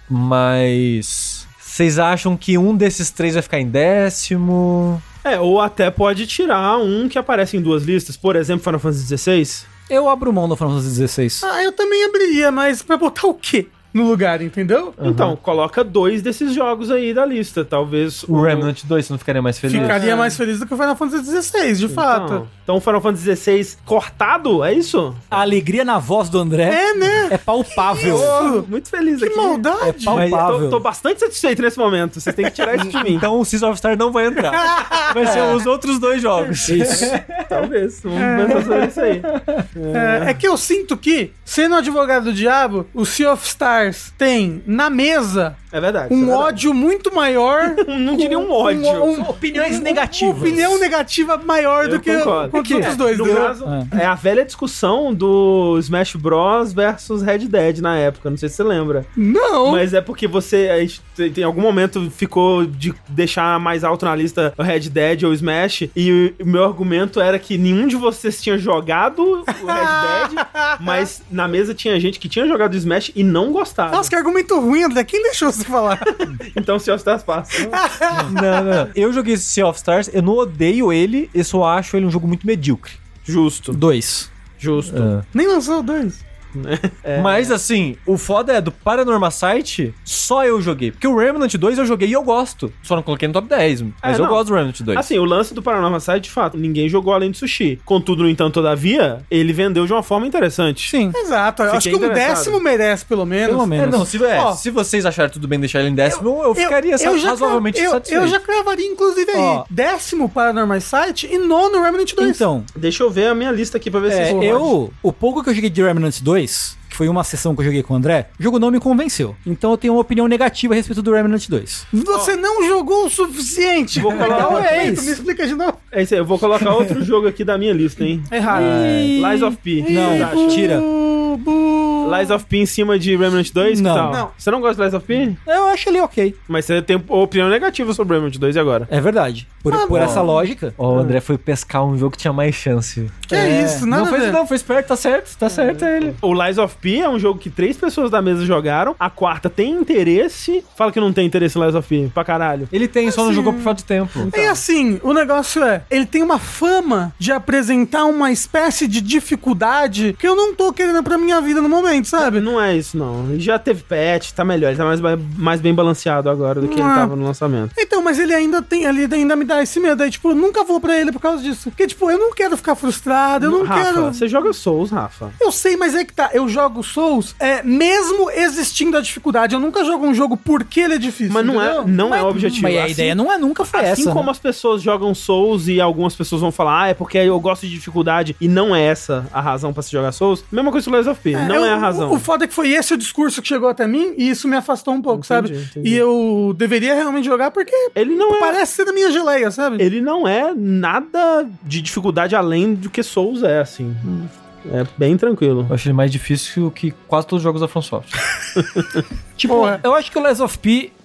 Mas vocês acham que um desses 3 vai ficar em 10º? Ou até pode tirar um que aparece em 2 listas. Por exemplo, Final Fantasy XVI. Eu abro mão do Final Fantasy XVI. Ah, eu também abriria, mas pra botar o quê no lugar, entendeu? Então, coloca 2 desses jogos aí da lista. Talvez O Remnant 2, você não ficaria mais feliz? Ficaria mais feliz do que o Final Fantasy XVI, de fato. Então, Final Fantasy XVI cortado, é isso? A alegria na voz do André Né? é palpável. Oh, muito feliz Que aqui. maldade. É palpável. Tô bastante satisfeito nesse momento. Vocês têm que tirar isso de mim. Então o Season of Star não vai entrar. Vai ser os outros 2 jogos. Isso. Talvez. Vamos pensar sobre isso aí. É que eu sinto que, sendo advogado do diabo, o Sea of Stars tem na mesa É verdade. um ódio muito maior. Não diria um ódio. Opiniões negativas. Uma opinião negativa maior do que concordo. os outros dois. No entendeu? caso, é a velha discussão do Smash Bros versus Red Dead na época. Não sei se você lembra. Não. Mas é porque a gente em algum momento ficou de deixar mais alto na lista o Red Dead ou o Smash. E o meu argumento era que nenhum de vocês tinha jogado o Red Dead, mas na mesa tinha gente que tinha jogado o Smash e não gostava. Nossa, que argumento ruim, André. Quem deixou você falar? Então, se os passa. Não. Eu joguei Sea of Stars, eu não odeio ele, eu só acho ele um jogo muito medíocre. Justo. 2. Justo. Nem lançou o 2. Mas assim, o foda é do Paranormal Sight, só eu joguei. Porque o Remnant 2 eu joguei e eu gosto. Só não coloquei no top 10. Mas eu não. gosto do Remnant 2. Assim, o lance do Paranormal Sight, de fato, ninguém jogou além de Sushi. Contudo, no entanto, todavia, ele vendeu de uma forma interessante. Sim. Exato. Eu acho que um interessado. 10º merece, pelo menos. Pelo menos. Não, se vocês acharem tudo bem deixar ele em 10º, eu ficaria razoavelmente satisfeito. Eu já cravaria, inclusive, aí. Ó. 10º Paranormal Sight e 9º Remnant 2. Então, Deixa eu ver a minha lista aqui pra ver se o pouco que eu joguei de Remnant 2, que foi uma sessão que eu joguei com o André, o jogo não me convenceu. Então eu tenho uma opinião negativa a respeito do Remnant 2. Você não jogou o suficiente. Vou colocar Talvez. outro. Me explica de novo. É isso aí, eu vou colocar outro jogo aqui da minha lista, hein? Errado. Lies of P. Não, tira. Lies of P em cima de Remnant 2? Não. Que tal? Não. Você não gosta de Lies of P? Eu acho ele ok. Mas você tem opinião negativa sobre Remnant 2 e agora? É verdade. Por essa lógica. O André foi pescar um jogo que tinha mais chance. Que isso? Nada a ver. Não, foi esperto, tá certo ele. O Lies of P é um jogo que 3 pessoas da mesa jogaram, a quarta tem interesse, fala que não tem interesse em Lies of P, pra caralho. Ele tem, só não Assim, jogou por falta de tempo. E assim, o negócio é, ele tem uma fama de apresentar uma espécie de dificuldade que eu não tô querendo pra minha vida no momento, sabe? Não é isso, não. Ele já teve patch, tá melhor, ele tá mais bem balanceado agora do que ele tava no lançamento. Então, mas ele ainda me dá esse medo. Aí, tipo, eu nunca vou pra ele por causa disso. Porque, tipo, eu não quero ficar frustrado, eu não Rafa, quero... você joga Souls, Rafa. Eu sei, mas é que tá. Eu jogo Souls, mesmo existindo a dificuldade. Eu nunca jogo um jogo porque ele é difícil. Mas não entendeu? é o objetivo. Mas a Assim- ideia nunca foi Assim essa. como né? as pessoas jogam Souls e algumas pessoas vão falar, é porque eu gosto de dificuldade e não é essa a razão pra se jogar Souls, mesma coisa com Lies of P, não é a razão. O foda é que foi esse o discurso que chegou até mim e isso me afastou um pouco, Entendi, sabe? entendi. E eu deveria realmente jogar porque Ele não é. parece ser da minha geleia, sabe? Ele não é nada de dificuldade além do que Souls é, assim. É bem tranquilo. Eu acho ele mais difícil que quase todos os jogos da From Software. Tipo, eu acho que o Lies of P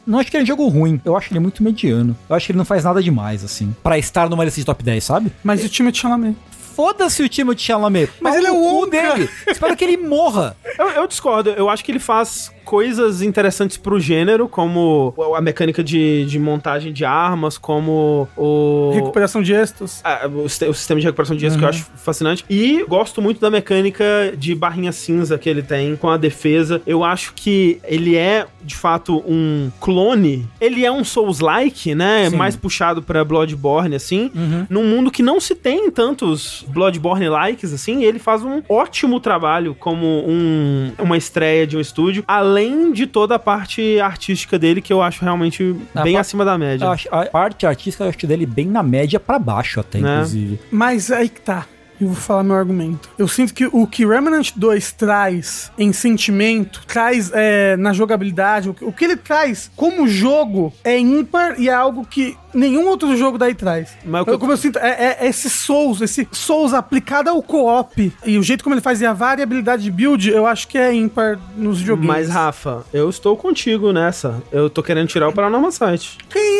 não acho que ele é um jogo ruim. Eu acho ele muito mediano. Eu acho que ele não faz nada demais, assim, pra estar numa lista de top 10, sabe? Mas o Timothée Chalamet. Foda-se o Timothée Chalamet. Mas ele é o cu dele. Espero que ele morra. Eu discordo. Eu acho que ele faz coisas interessantes pro gênero, como a mecânica de montagem de armas, como Recuperação de êxtos. o sistema de recuperação de êxito, que eu acho fascinante. E gosto muito da mecânica de barrinha cinza que ele tem com a defesa. Eu acho que ele é, de fato, um clone. Ele é um Souls-like, né? Sim. Mais puxado pra Bloodborne, assim. Num mundo que não se tem tantos Bloodborne-likes, assim. Ele faz um ótimo trabalho como uma estreia de um estúdio. Além de toda a parte artística dele, que eu acho realmente bem acima da média. Eu acho, a parte artística eu acho dele bem na média pra baixo até, Né? inclusive. Mas aí que tá. Eu vou falar meu argumento. Eu sinto que o que Remnant 2 traz em sentimento, traz na jogabilidade, o que ele traz como jogo é ímpar e é algo que nenhum outro jogo daí traz. Mas Como eu sinto, esse Souls aplicado ao co-op e o jeito como ele faz e a variabilidade de build, eu acho que é ímpar nos joguinhos. Mas, Rafa, eu estou contigo nessa. Eu tô querendo tirar o Paranormal Site.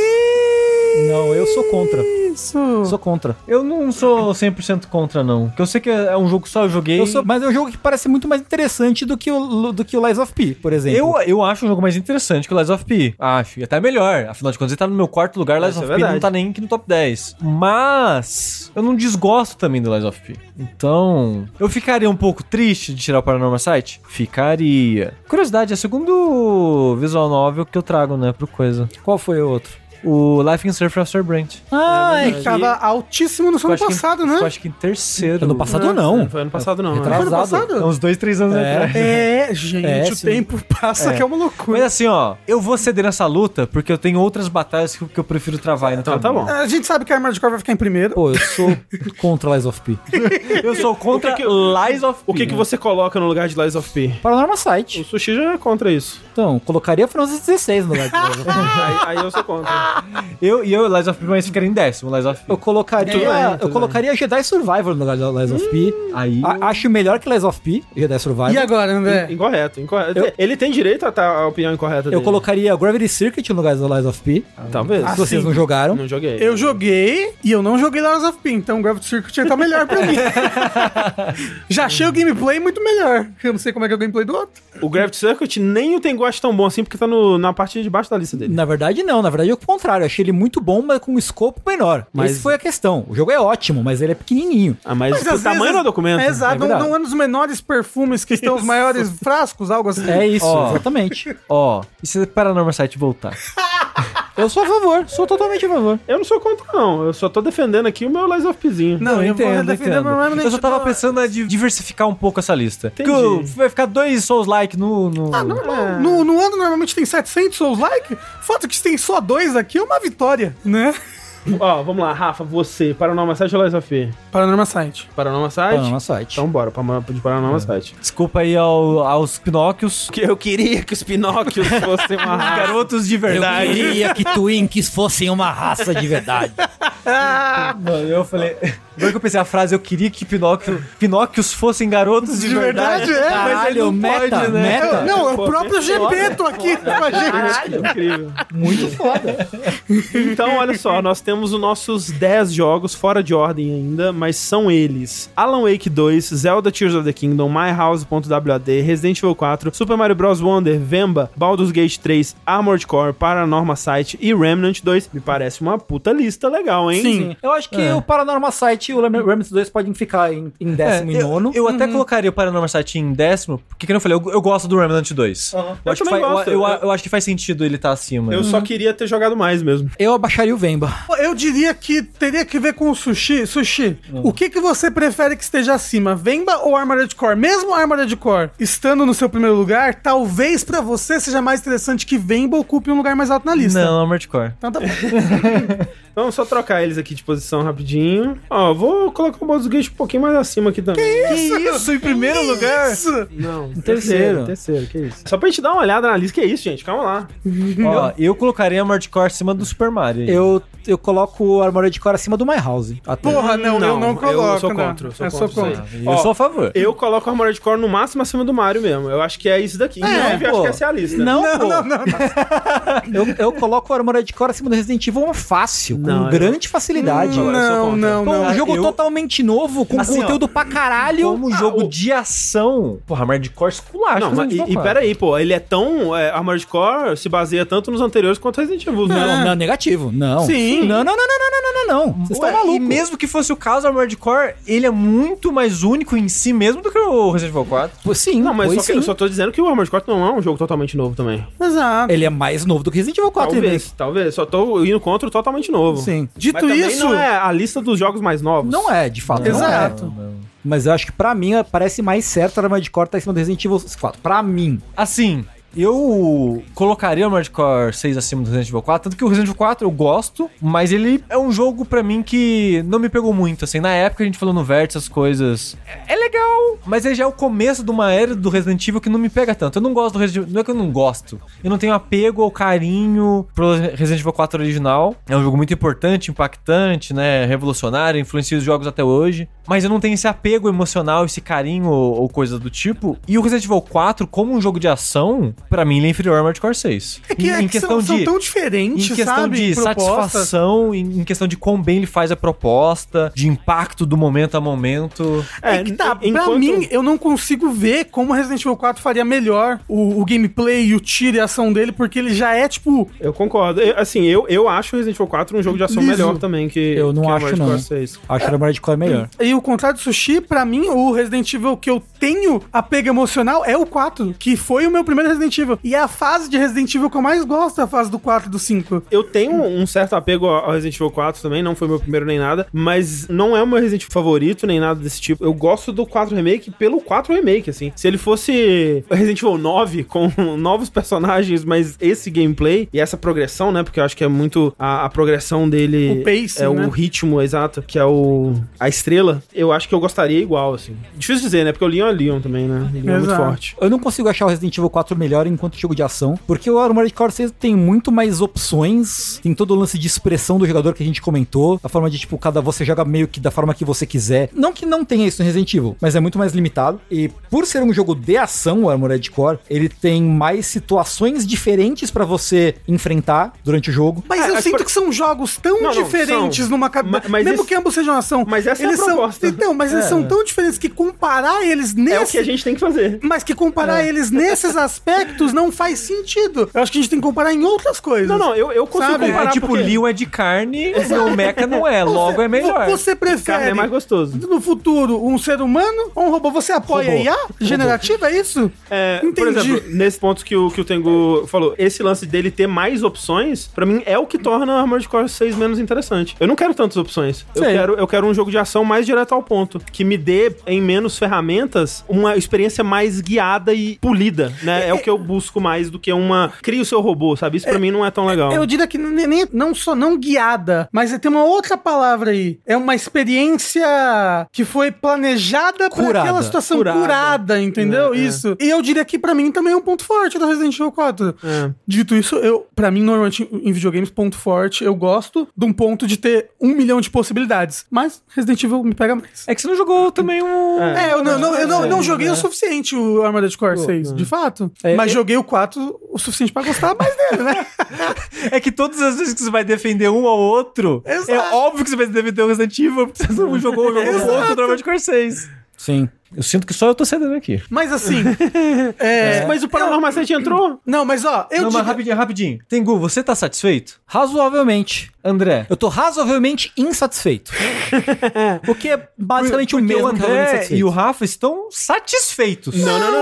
Não, eu sou contra. Isso. Sou contra. Eu não sou 100% contra, não. Porque eu sei que é um jogo só, eu joguei... Mas é um jogo que parece muito mais interessante do que o Lies of P, por exemplo. Eu acho um jogo mais interessante que o Lies of P. Acho, e até melhor. Afinal de contas, ele tá no meu quarto lugar, Lies Isso of é P verdade. não tá nem aqui no top 10. Mas eu não desgosto também do Lies of P. Então, eu ficaria um pouco triste de tirar o Paranormal Site? Ficaria. Curiosidade, é o segundo visual novel que eu trago, né, pro coisa. Qual foi o outro? O Life in Surf After Brent. Que tava altíssimo no ano passado, né? Eu acho que em terceiro. Ano passado não. Foi ano passado, não. Retrasado. Foi ano passado? É uns 2-3 anos atrás. Gente, o sim. tempo passa que é uma loucura. Mas assim, ó, eu vou ceder nessa luta porque eu tenho outras batalhas que eu prefiro travar aí no Então tá bom. A gente sabe que a Armored Core vai ficar em primeiro. Pô, eu sou contra Lies of P. Eu sou contra Lies of P. O que você coloca no lugar de Lies of P? Paranormal O Site. Sushi já é contra isso. Então, colocaria Final Fantasy XVI no lugar de Lies of P. aí eu sou contra. E eu, Lies of P, mas ficaria em décimo, Lies of P. Eu colocaria Jedi Survivor no lugar de Lies of P. Aí Acho melhor que Lies of P, Jedi Survivor. E agora, André? Incorreto. Ele tem direito a estar a opinião incorreta dele. Eu colocaria Gravity Circuit no lugar do Lies of P. Talvez. Se vocês não jogaram. Não joguei. Eu joguei e eu não joguei Lies of P, então o Gravity Circuit tá melhor pra mim. Já achei o gameplay muito melhor. Eu não sei como é que é o gameplay do outro. O Gravity Circuit nem o Tengu acho tão bom assim, porque tá na parte de baixo da lista dele. Na verdade, não. Na verdade, é o contrário. Eu achei ele muito bom, mas com um escopo menor. Mas- Essa foi a questão. O jogo é ótimo, mas ele é pequenininho. Mas o às tamanho vezes- do documento. Exato, é verdade. não é nos menores perfumes que estão os maiores frascos, algo assim. É isso, Ó. exatamente. ó, e se o Paranormal Site voltar? Eu sou a favor, sou totalmente a favor. Eu não sou contra, não. Eu só tô defendendo aqui o meu Lies of Pzinho. Não, eu vou defender meu Remnant. Eu só tava pensando em diversificar um pouco essa lista. Entendi. Porque vai ficar 2 Souls-like no... No ano normalmente tem 700 Souls-like. O fato de que tem só 2 aqui é uma vitória, né? Ó, vamos lá, Rafa, você, Paranormal Site ou Lies of P? Paranormal Site. Paranormal Site? Paranormal Site. Então bora, de Paranormal Site. Desculpa aí aos Pinóquios. Que eu queria que os Pinóquios fossem uma raça. Garotos de verdade. Eu queria que Twinkies fossem uma raça de verdade. Mano, eu falei... Agora que eu pensei a frase, eu queria que Pinóquios fossem garotos de verdade. É, Mas ele não meta, pode, né? meta. Não, é o próprio Gepeto aqui com a gente. Incrível. Muito foda. Então, olha só, nós temos os nossos 10 jogos fora de ordem ainda, mas são eles: Alan Wake 2, Zelda Tears of the Kingdom, My House.wad, Resident Evil 4, Super Mario Bros. Wonder, Vemba, Baldur's Gate 3, Armored Core, Paranormal Site e Remnant 2. Me parece uma puta lista legal, hein? Sim. Eu acho que o Paranormal Site e o Remnant 2 podem ficar em décimo e nono. Eu até colocaria o Paranormal Site em décimo, porque, como eu falei, eu gosto do Remnant 2. Eu acho que também gosto. eu acho que faz sentido ele estar acima. Eu só queria ter jogado mais mesmo. Eu abaixaria o Vemba. Eu diria que teria que ver com o Sushi. Sushi, o que você prefere que esteja acima, Vemba ou Armored Core? Mesmo Armored Core estando no seu primeiro lugar, talvez pra você seja mais interessante que Vemba ocupe um lugar mais alto na lista. Não, Armored Core. Então tá bom. Vamos só trocar eles aqui de posição rapidinho. Ó, vou colocar o Baldur's Gate um pouquinho mais acima aqui também. Que isso? Em primeiro lugar? Não, Em terceiro. Terceiro, que isso. Só pra gente dar uma olhada na lista, que é isso, gente? Calma lá. Ó, eu colocaria Armored Core acima do Super Mario. aí. Eu coloco o Armored Core acima do My House. Até. Porra, não, eu não coloco. Eu sou não. contra, eu sou Eu sou contra isso contra. aí. Eu sou a favor. Eu coloco o Armored Core no máximo acima do Mario mesmo. Eu acho que é isso daqui. Inclusive, eu acho que essa é a lista. Não, Eu coloco o Armored Core acima do Resident Evil fácil, Não, com grande facilidade. eu sou contra. Não. Pô, um jogo totalmente novo, com Assim, conteúdo pra caralho. Como jogo de ação, porra, Armored Core esculacha. Não, mas, e peraí, pô, ele é tão... Armored Core se baseia tanto nos anteriores quanto Resident Evil. Não, negativo. Não. Sim. Não. Vocês estão malucos. E mesmo que fosse o caso, o Armored Core, ele é muito mais único em si mesmo do que o Resident Evil 4. Pô, sim, Não, mas foi só que sim. eu só tô dizendo que o Armored Core não é um jogo totalmente novo também. Exato. Ele é mais novo do que Resident Evil 4 Remake. Talvez. Só tô indo contra o totalmente novo. Sim. Mas Dito também isso... não é a lista dos jogos mais novos. Não é, de fato. Exato. Não é. Mas eu acho que pra mim parece mais certo o Armored Core tá em cima do Resident Evil 4. Pra mim. Assim, eu colocaria o Armored Core 6 acima do Resident Evil 4, tanto que o Resident Evil 4 eu gosto, mas ele é um jogo pra mim que não me pegou muito, assim, na época a gente falou no Vértice as coisas, é legal, mas ele já é o começo de uma era do Resident Evil que não me pega tanto. Eu não gosto do Resident Evil, não é que eu não gosto, eu não tenho apego ou carinho pro Resident Evil 4 original, é um jogo muito importante, impactante, né, revolucionário, influencia os jogos até hoje, mas eu não tenho esse apego emocional, esse carinho ou coisa do tipo, e o Resident Evil 4 como um jogo de ação, pra mim ele é inferior ao ArmoredCore 6. Em questão são tão diferentes, em questão sabe? de Propostas. satisfação, em questão de quão bem ele faz a proposta, de impacto do momento a momento. É que tá, pra mim, eu não consigo ver como Resident Evil 4 faria melhor o gameplay, o tiro e a ação dele, porque ele já é, tipo... Eu concordo. Eu acho o Resident Evil 4 um jogo de ação Liso. melhor também que Eu não que o acho, Armored não. Core 6. Acho que o Armored Core é melhor. E o contrário do Sushi, pra mim, o Resident Evil que eu tenho apego emocional é o 4, que foi o meu primeiro Resident Evil. E é a fase de Resident Evil que eu mais gosto, é a fase do 4 e do 5. Eu tenho um certo apego ao Resident Evil 4 também, não foi meu primeiro nem nada, mas não é o meu Resident Evil favorito, nem nada desse tipo. Eu gosto do 4 Remake pelo 4 Remake, assim. Se ele fosse Resident Evil 9, com novos personagens, mas esse gameplay e essa progressão, né, porque eu acho que é muito a progressão dele... O pacing, é né? o ritmo, exato, que é a estrela. Eu acho que eu gostaria igual, assim. Difícil dizer, né, porque o Leon é Leon também, né? Leon é muito Exato. forte. Eu não consigo achar o Resident Evil 4 melhor enquanto jogo de ação, porque o Armored Core 6 tem muito mais opções, tem todo o lance de expressão do jogador que a gente comentou, a forma de, tipo, você joga meio que da forma que você quiser. Não que não tenha isso no Resident Evil, mas é muito mais limitado. E por ser um jogo de ação, o Armored Core, ele tem mais situações diferentes pra você enfrentar durante o jogo. Mas eu sinto que são jogos tão diferentes são. numa... Mesmo esse... que ambos sejam ação. Mas essa eles é a proposta. Então, mas eles são tão diferentes que comparar eles nesse... É o que a gente tem que fazer. Mas que comparar eles nesses aspectos não faz sentido. Eu acho que a gente tem que comparar em outras coisas. Não, eu consigo Sabe? comparar. É tipo, porque... Leon é de carne, o Mecha não é, logo é melhor. Você Carne prefere é mais gostoso. no futuro um ser humano ou um robô? Você apoia Robô. IA generativa, é isso? Por Entendi. exemplo, nesse ponto que o Tengu falou, esse lance dele ter mais opções, pra mim é o que torna o Armored Core 6 menos interessante. Eu não quero tantas opções. Eu quero um jogo de ação mais direto ao ponto, que me dê, em menos ferramentas, uma experiência mais guiada e polida, né? É o que eu busco mais do que cria o seu robô, sabe? Isso pra mim não é tão legal. Eu diria que não só não guiada, mas tem uma outra palavra aí. É uma experiência que foi planejada para aquela situação curada, entendeu? Isso. E eu diria que pra mim também é um ponto forte do Resident Evil 4. Dito isso, pra mim, normalmente em videogames, ponto forte, eu gosto de um ponto de ter 1 milhão de possibilidades. Mas Resident Evil me pega mais. É que você não jogou também Eu não joguei o suficiente o Armored Core 6, de fato. Mas joguei o 4 o suficiente pra gostar mais dele, né? É que todas as vezes que você vai defender um ao outro, Exato. é óbvio que você vai defender o Resident Evil, porque você não jogou o outro contra o Armored Core 6. Sim. Eu sinto que só eu tô cedendo aqui. Mas assim... Mas o Paranormal 7 entrou? Não, mas ó... Mas rapidinho. Tengu, você tá satisfeito? Razoavelmente. André? Eu tô razoavelmente insatisfeito. O que é basicamente o Porque mesmo o que razoavelmente André satisfeito. e o Rafa estão satisfeitos.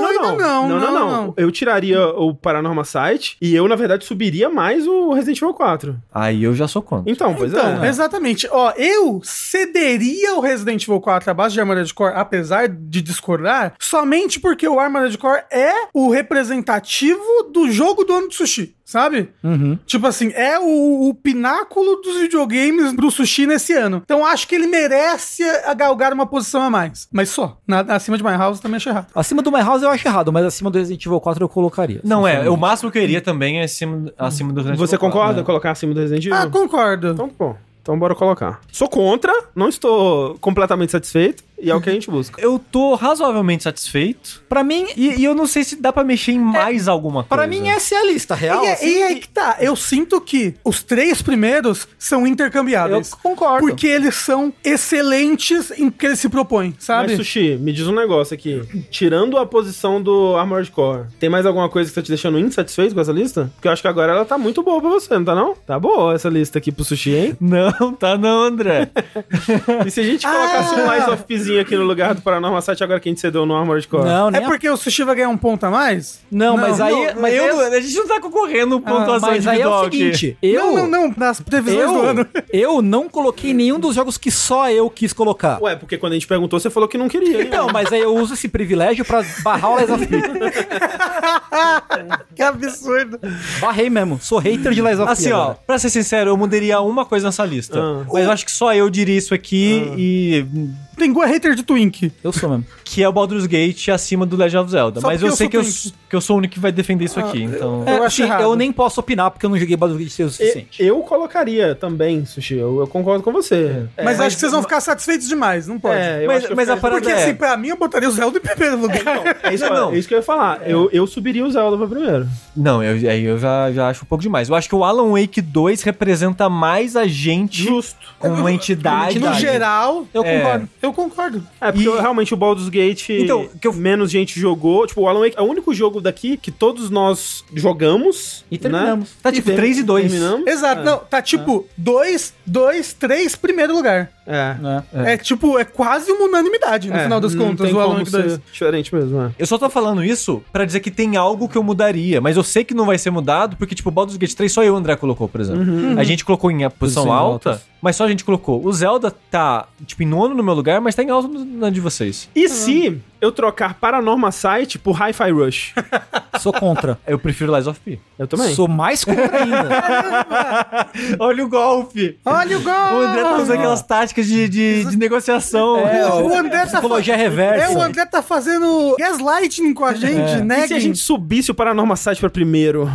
Não. Eu tiraria o Paranormal Sight e eu, na verdade, subiria mais o Resident Evil 4. Aí eu já sou contra. Então, pois é. Exatamente. Ó, eu cederia o Resident Evil 4 à base de Armored Core, apesar de discordar, somente porque o Armored Core é o representativo do jogo do ano de Sushi. sabe? Tipo assim, é o pináculo dos videogames pro Sushi nesse ano. Então acho que ele merece galgar uma posição a mais. Mas só. Acima de My House também achei errado. Acima do My House eu acho errado, mas acima do Resident Evil 4 eu colocaria. Não, o máximo que eu iria também é acima do Resident Evil 4. Você concorda colocar acima do Resident Evil? Concordo. Então, pô. Então bora colocar. Sou contra, não estou completamente satisfeito, e é o que a gente busca. Eu tô razoavelmente satisfeito. Pra mim... E eu não sei se dá pra mexer em mais alguma coisa. Pra mim essa é a lista real. E aí que tá, eu sinto que os 3 primeiros são intercambiáveis. Eu concordo. Porque eles são excelentes em que eles se propõem, sabe? Mas, Sushi, me diz um negócio aqui. Tirando a posição do Armored Core, tem mais alguma coisa que tá te deixando insatisfeito com essa lista? Porque eu acho que agora ela tá muito boa pra você, não tá não? Tá boa essa lista aqui pro Sushi, hein? Não, tá não, André. E se a gente colocasse um Lies of Pzinho aqui no lugar do Paranormal 7 agora que a gente cedeu no Armored Core? Não, nem É porque o Sushi vai ganhar um ponto a mais? Não, mas aí... Mas a gente não tá concorrendo pontuação Mas aí é individual o seguinte, aqui. Não, nas previsões do ano. Eu não coloquei nenhum dos jogos que só eu quis colocar. Ué, porque quando a gente perguntou, você falou que não queria. hein? Não, mas aí eu uso esse privilégio pra barrar o Lies of P. Que absurdo. Barrei mesmo. Sou hater de Lies of P. Assim, ó, pra ser sincero, eu mudaria uma coisa nessa lista. Mas eu acho que só eu diria isso aqui e... Tengu é hater de Twink. Eu sou mesmo. Que é o Baldur's Gate acima do Legend of Zelda. Só Mas porque eu sei eu que sou que eu sou o único que vai defender isso aqui, então... Eu acho errado. Eu nem posso opinar porque eu não joguei Baldur's Gate o suficiente. Eu colocaria também, Sushi. Eu concordo com você. Mas acho que vocês vão ficar satisfeitos demais, não pode. Eu acho que mas a eu parada Porque assim, pra mim, eu botaria o Zelda em primeiro lugar. É isso que eu ia falar. Eu subiria o Zelda pra primeiro. Não, aí eu já acho um pouco demais. Eu acho que o Alan Wake 2 representa mais a gente Justo. como uma entidade. No geral, Eu concordo. eu concordo. Porque realmente o Baldur's Gate Então, menos gente jogou. Tipo, o Alan Wake é o único jogo daqui que todos nós jogamos. E terminamos. Né? Tá tipo 3 e 2. Terminamos. Exato, não, tá tipo 2, 3, primeiro lugar. É tipo, é quase uma unanimidade no final das contas, o Alan Wake 2. Diferente mesmo, Eu só tô falando isso pra dizer que tem algo que eu mudaria, mas eu sei que não vai ser mudado, porque, tipo, o Baldur's Gate 3 só eu e o André colocou, por exemplo. A gente colocou em posição alta, mas só a gente colocou. O Zelda tá, tipo, em nono no meu lugar, mas tá em alto na de vocês. E se eu trocar Paranormal Sight por Hi-Fi Rush? Sou contra. Eu prefiro Lies of P. Eu também. Sou mais contra ainda. Olha o golpe! Olha o gol! O André tá usando aquelas táticas de negociação. O André tá Psicologia reversa. o André tá fazendo gaslighting com a gente, né? E se a gente subisse o Paranormal Sight pra primeiro?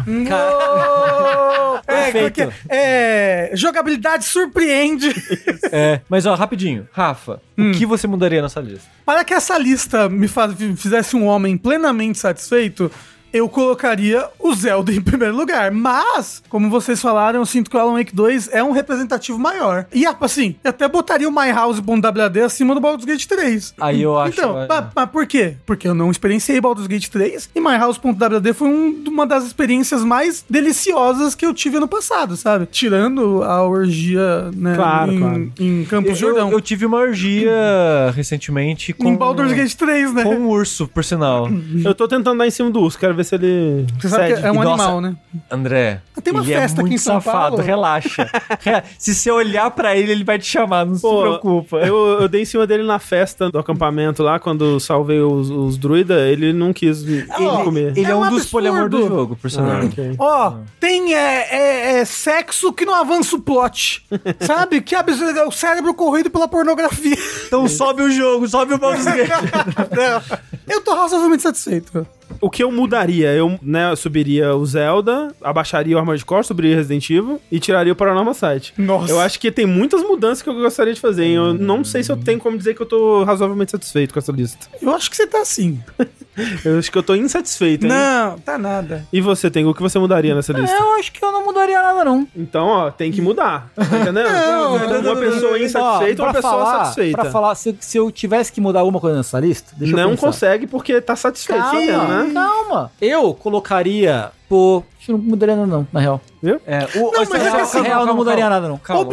Perfeito. Jogabilidade surpreende. Mas ó, rapidinho. Rafa, o que você mudaria nessa lista? Para que essa lista me fizesse um homem plenamente satisfeito, eu colocaria o Zelda em primeiro lugar. Mas, como vocês falaram, eu sinto que o Alan Wake 2 é um representativo maior. E, assim, eu até botaria o My House.wd acima do Baldur's Gate 3. Aí eu acho... Então, mas por quê? Porque eu não experienciei Baldur's Gate 3 e My House.wd foi uma das experiências mais deliciosas que eu tive ano passado, sabe? Tirando a orgia, né, em Campos Jordão. Eu tive uma orgia recentemente com... Em Baldur's Gate 3, né? Com um urso, por sinal. Eu tô tentando dar em cima do urso, quero ver se ele Você sabe que é um animal, né? André, Tem uma ele festa é muito aqui em São safado, Paulo. relaxa. Se você olhar pra ele, ele vai te chamar, não se preocupa. Eu dei em cima dele na festa do acampamento lá, quando salvei os druida, ele não quis comer. Ele é um dos absurdo. poliamor do jogo, por sinal. Ok. Ó, tem sexo que não avança o plot. Sabe? Que absurdo. É o cérebro corroído pela pornografia. Então sobe o jogo, sobe o Baldur's Gate. Eu tô razoavelmente satisfeito. O que eu mudaria? Eu subiria o Zelda, abaixaria o Armored Core, subiria Resident Evil e tiraria o Paranormal Sight. Nossa. Eu acho que tem muitas mudanças que eu gostaria de fazer, hein? Eu não sei se eu tenho como dizer que eu tô razoavelmente satisfeito com essa lista. Eu acho que você tá assim. Eu acho que eu tô insatisfeito, hein? Não, tá nada. E você, Tengu, o que você mudaria nessa lista? Eu acho que eu não mudaria nada, não. Então, ó, tem que mudar. Tá entendendo? Uma pessoa insatisfeita, uma Pra pessoa falar, satisfeita. Pra falar, se eu tivesse que mudar alguma coisa nessa lista, deixa eu Não pensar. consegue porque tá satisfeito, Calma, né? calma. Eu colocaria, acho que não mudaria nada não, na real. Viu? mas é que assim, Na real, não mudaria nada não. Calma.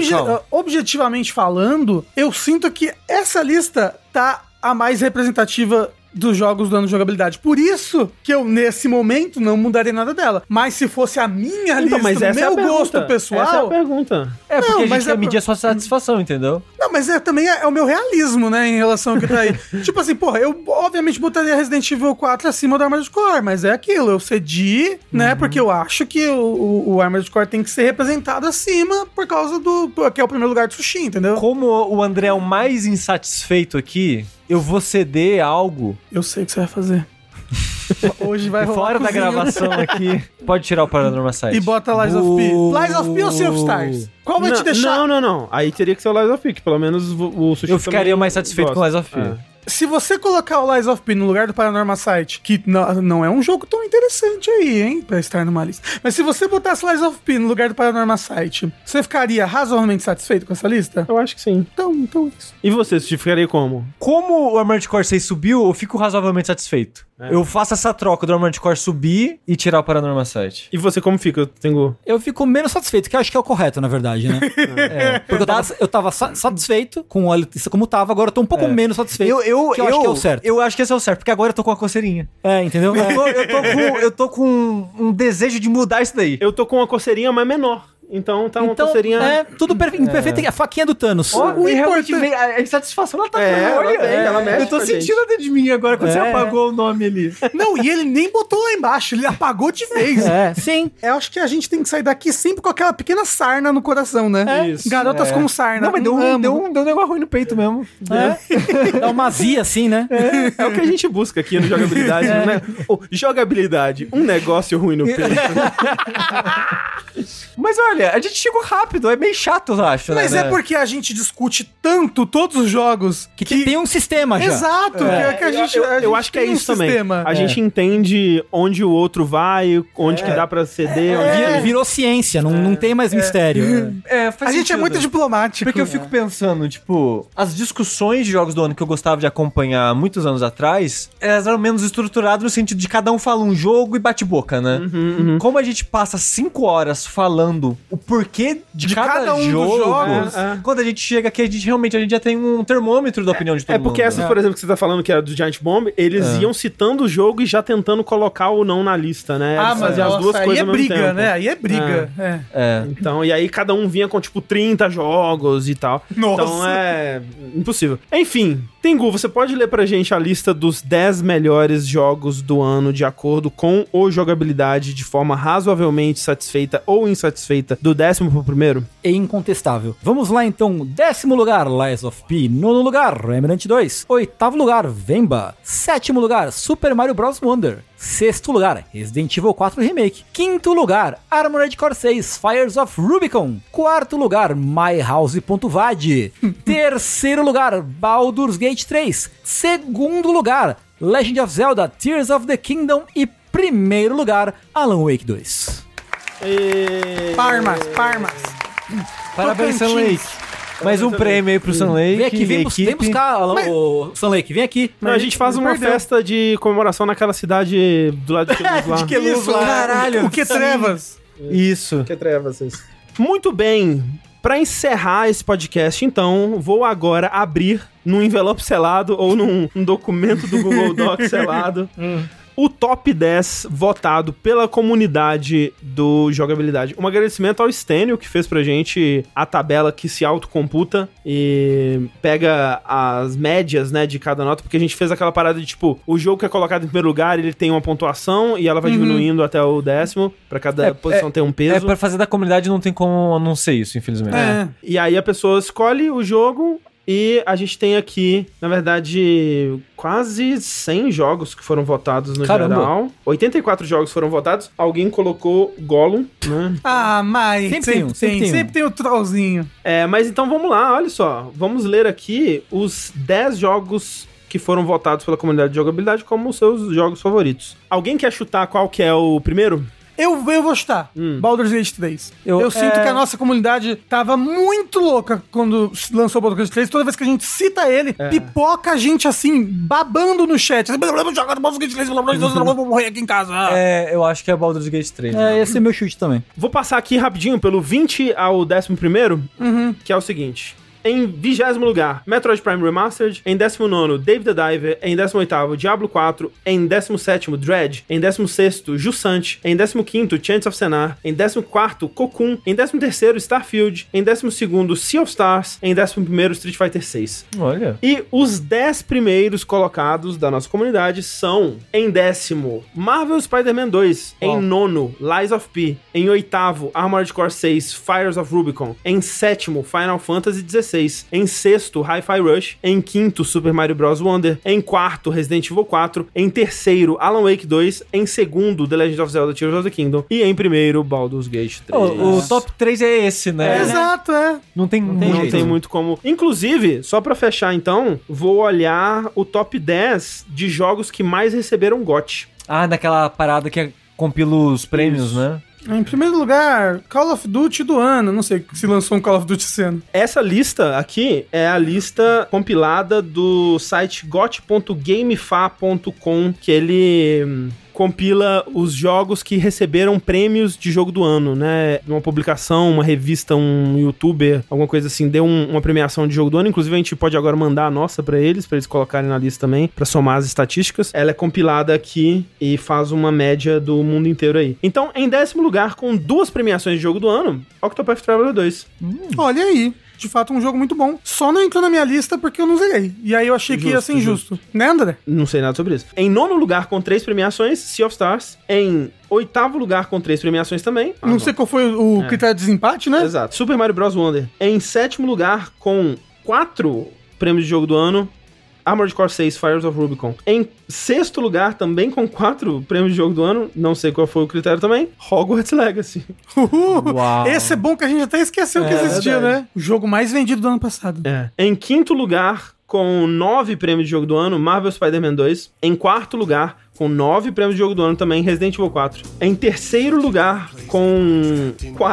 Objetivamente falando, eu sinto que essa lista tá a mais representativa dos jogos do ano de jogabilidade. Por isso que eu, nesse momento, não mudaria nada dela. Mas se fosse a minha lista, mas essa meu gosto pessoal... Essa é a pergunta. É, porque Não, a mas gente quer medir a sua satisfação, entendeu? Não, mas também é o meu realismo, né, em relação ao que tá aí. Tipo assim, porra, eu obviamente botaria Resident Evil 4 acima do Armored Core, mas é aquilo, eu cedi, né, porque eu acho que o Armored Core tem que ser representado acima por causa que é o primeiro lugar do sushi, entendeu? Como o André é o mais insatisfeito aqui, eu vou ceder algo. Eu sei o que você vai fazer. Hoje vai rolar Fora da cozinha. gravação aqui. Pode tirar o Paranormal Site. E bota Lies of P. Lies of P ou Sea of Stars? Qual vai te deixar... Não. Aí teria que ser o Lies of P, que pelo menos o sushi Eu ficaria mais satisfeito com Lies of P. Se você colocar o Lies of P no lugar do Paranormal Site, que não é um jogo tão interessante aí, hein, pra estar numa lista. Mas se você botasse Lies of P no lugar do Paranormal Site, você ficaria razoavelmente satisfeito com essa lista? Eu acho que sim. Então isso. E você, Sushi, ficaria como? Como o Armored Core 6 subiu, eu fico razoavelmente satisfeito. Eu faço essa troca do Armored Core subir e tirar o Paranormal Site. E você como fica, Tengu? Eu fico menos satisfeito, que eu acho que é o correto, na verdade, né? Porque eu tava satisfeito com a lista como tava, agora eu tô um pouco menos satisfeito. Eu que eu acho que é o certo. Eu acho que esse é o certo, porque agora eu tô com a coceirinha. Entendeu? Eu tô com um desejo de mudar isso daí. Eu tô com uma coceirinha, mas menor. Então tá uma coceirinha... tudo perfeito. A faquinha do Thanos. O Realmente importante- a insatisfação, ela tá ela mexe Eu tô com a sentindo dentro de mim agora, quando você apagou o nome ali. Não, e ele nem botou lá embaixo, ele apagou de vez. Sim. Eu acho que a gente tem que sair daqui sempre com aquela pequena sarna no coração, né? Isso. Garotas com sarna. Não, mas deu um negócio ruim no peito mesmo. É uma azia, assim, né? É o que a gente busca aqui no Jogabilidade, né? Jogabilidade, um negócio ruim no peito. Mas olha, a gente chegou rápido, é meio chato, eu acho. Mas né? é porque a gente discute tanto todos os jogos Que tem um sistema já. Exato, que a gente, Eu acho que é tem um isso também. sistema. A gente entende onde o outro vai, onde que dá pra ceder. onde... Virou ciência, não tem mais mistério. A gente é muito diplomático. Porque eu fico pensando, tipo, as discussões de jogos do ano que eu gostava de acompanhar muitos anos atrás, elas eram menos estruturadas no sentido de cada um fala um jogo e bate boca, né? Como a gente passa 5 horas falando o porquê de cada um dos jogo, jogos, quando a gente chega aqui, a gente já tem um termômetro da opinião de todo mundo. porque essas, por exemplo, que você tá falando que era do Giant Bomb, eles iam citando o jogo e já tentando colocar ou não na lista, né? Eles mas faziam as duas aí coisas é ao mesmo briga, tempo. né? Aí é briga. Então, e aí cada um vinha com, tipo, 30 jogos e tal. Nossa. Então é impossível. Enfim, Tengu, você pode ler pra gente a lista dos 10 melhores jogos do ano de acordo com o jogabilidade de forma razoavelmente satisfeita ou insatisfeita do 10º pro primeiro? É incontestável. Vamos lá então. 10º lugar, Lies of P. 9º lugar, Remnant 2. 8º lugar, Vemba. 7º lugar, Super Mario Bros. Wonder. 6º lugar, Resident Evil 4 Remake. 5º lugar, Armored Core 6, Fires of Rubicon. 4º lugar, My House.vad. 3º lugar, Baldur's Gate 3. 2º lugar, Legend of Zelda, Tears of the Kingdom. E 1º lugar, Alan Wake 2. Parmas. Parabéns, Sun Tocantins. Lake. Mais um prêmio aí pro Sun Lake. Vem aqui, vem buscar, Alan, o Sun Lake, vem aqui. Não, a gente faz uma festa de comemoração naquela cidade do lado de Queluz lá. Isso, caralho. O que trevas? Isso. Que trevas isso. Muito bem. Pra encerrar esse podcast, então, vou agora abrir num envelope selado ou num documento do Google Docs selado o top 10 votado pela comunidade do Jogabilidade. Um agradecimento ao Stênio, que fez pra gente a tabela que se autocomputa e pega as médias, né, de cada nota, porque a gente fez aquela parada de, tipo, o jogo que é colocado em primeiro lugar, ele tem uma pontuação e ela vai diminuindo até o 10º, pra cada posição ter um peso. Pra fazer da comunidade não tem como não ser isso, infelizmente. E aí a pessoa escolhe o jogo e a gente tem aqui, na verdade, quase 100 jogos que foram votados no geral. 84 jogos foram votados. Alguém colocou Gollum, né? Mas sempre tem o trollzinho. Mas então vamos lá, olha só. Vamos ler aqui os 10 jogos que foram votados pela comunidade de jogabilidade como seus jogos favoritos. Alguém quer chutar qual que é o primeiro? Eu vou chutar. Baldur's Gate 3. Eu sinto que a nossa comunidade tava muito louca quando lançou o Baldur's Gate 3. Toda vez que a gente cita ele, pipoca a gente assim, babando no chat. Vamos jogar no Baldur's Gate 3, vou morrer aqui em casa. Eu acho que é Baldur's Gate 3. Esse é meu chute também. Vou passar aqui rapidinho pelo 20 ao 11º, que é o seguinte. Em 20º lugar, Metroid Prime Remastered. Em 19º, Dave the Diver. Em 18º, Diablo 4. Em 17º, Dread. Em 16º, Jusant. Em 15º, Chants of Sennaar. Em 14º, Cocoon. Em 13º, Starfield. Em 12º, Sea of Stars. Em 11º, Street Fighter 6. Olha. E os 10 primeiros colocados da nossa comunidade são: em 10º, Marvel Spider-Man 2. Em 9º, Lies of P. Em 8º, Armored Core 6, Fires of Rubicon. Em 7º, Final Fantasy XVI. Em 6º, Hi-Fi Rush. Em 5º, Super Mario Bros. Wonder. Em 4º, Resident Evil 4. Em 3º, Alan Wake 2. Em 2º, The Legend of Zelda Tears of the Kingdom. E em 1º, Baldur's Gate 3. O top 3 é esse, né? Exato, é. Não tem muito como... Inclusive, só pra fechar então, vou olhar o top 10 de jogos que mais receberam GOT. Ah, naquela parada que compila os prêmios, né? Em primeiro lugar, Call of Duty do ano. Não sei se lançou um Call of Duty esse ano. Essa lista aqui é a lista compilada do site got.gamefa.com, que ele compila os jogos que receberam prêmios de jogo do ano, né? Uma publicação, uma revista, um youtuber, alguma coisa assim, deu uma premiação de jogo do ano. Inclusive, a gente pode agora mandar a nossa pra eles colocarem na lista também, pra somar as estatísticas. Ela é compilada aqui e faz uma média do mundo inteiro aí. Então, em 10º lugar, com 2 premiações de jogo do ano, Octopath Traveler 2. Olha aí. De fato, um jogo muito bom. Só não entrou na minha lista porque eu não zerei. E aí eu achei que ia ser injusto. Né, André? Não sei nada sobre isso. Em 9º lugar, com 3 premiações, Sea of Stars. Em 8º lugar, com 3 premiações também. Não sei qual foi o critério de desempate, né? Exato. Super Mario Bros. Wonder. Em 7º lugar, com 4 prêmios de jogo do ano, Armored Core 6, Fires of Rubicon. Em 6º lugar, também com 4 prêmios de jogo do ano, não sei qual foi o critério também, Hogwarts Legacy. Uau. Esse é bom que a gente até esqueceu que existia, verdade. né? O jogo mais vendido do ano passado. Em 5º lugar, com 9 prêmios de jogo do ano, Marvel Spider-Man 2. Em 4º lugar, com 9 prêmios de jogo do ano também, Resident Evil 4. Em 3º lugar, com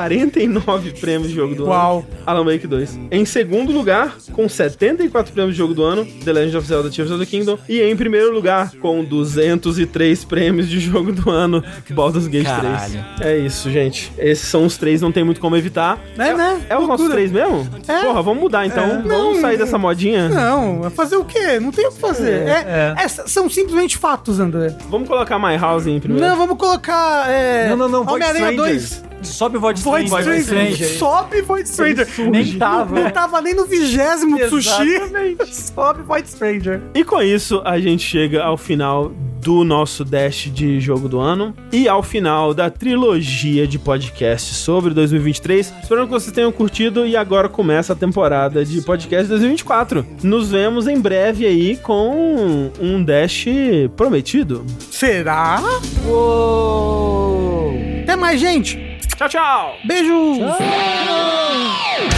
49 prêmios de jogo do ano, Alan Wake 2. Em 2º lugar, com 74 prêmios de jogo do ano, The Legend of Zelda Tears of the Kingdom. E em 1º lugar, com 203 prêmios de jogo do ano, Baldur's Gate 3. É isso, gente. Esses são os 3, não tem muito como evitar. É os nossos 3 mesmo? É. Porra, vamos mudar então. Vamos sair dessa modinha? Não, vai fazer o quê? Não tem o que fazer. São simplesmente fatos, André. Vamos colocar My House em primeiro. Não, vamos colocar. Não. Homem-Aranha 2. Sobe Void Void Stranger. Stranger. Sobe Void Stranger. Nem tava. Não tava nem no 20º Sushi. Exatamente. Sobe Void Stranger. E com isso, a gente chega ao final do nosso Dash de jogo do ano e ao final da trilogia de podcasts sobre 2023. Espero que vocês tenham curtido e agora começa a temporada de podcast 2024. Nos vemos em breve aí com um Dash prometido. Será? Uou! Até mais, gente! Tchau, tchau! Beijo! Tchau.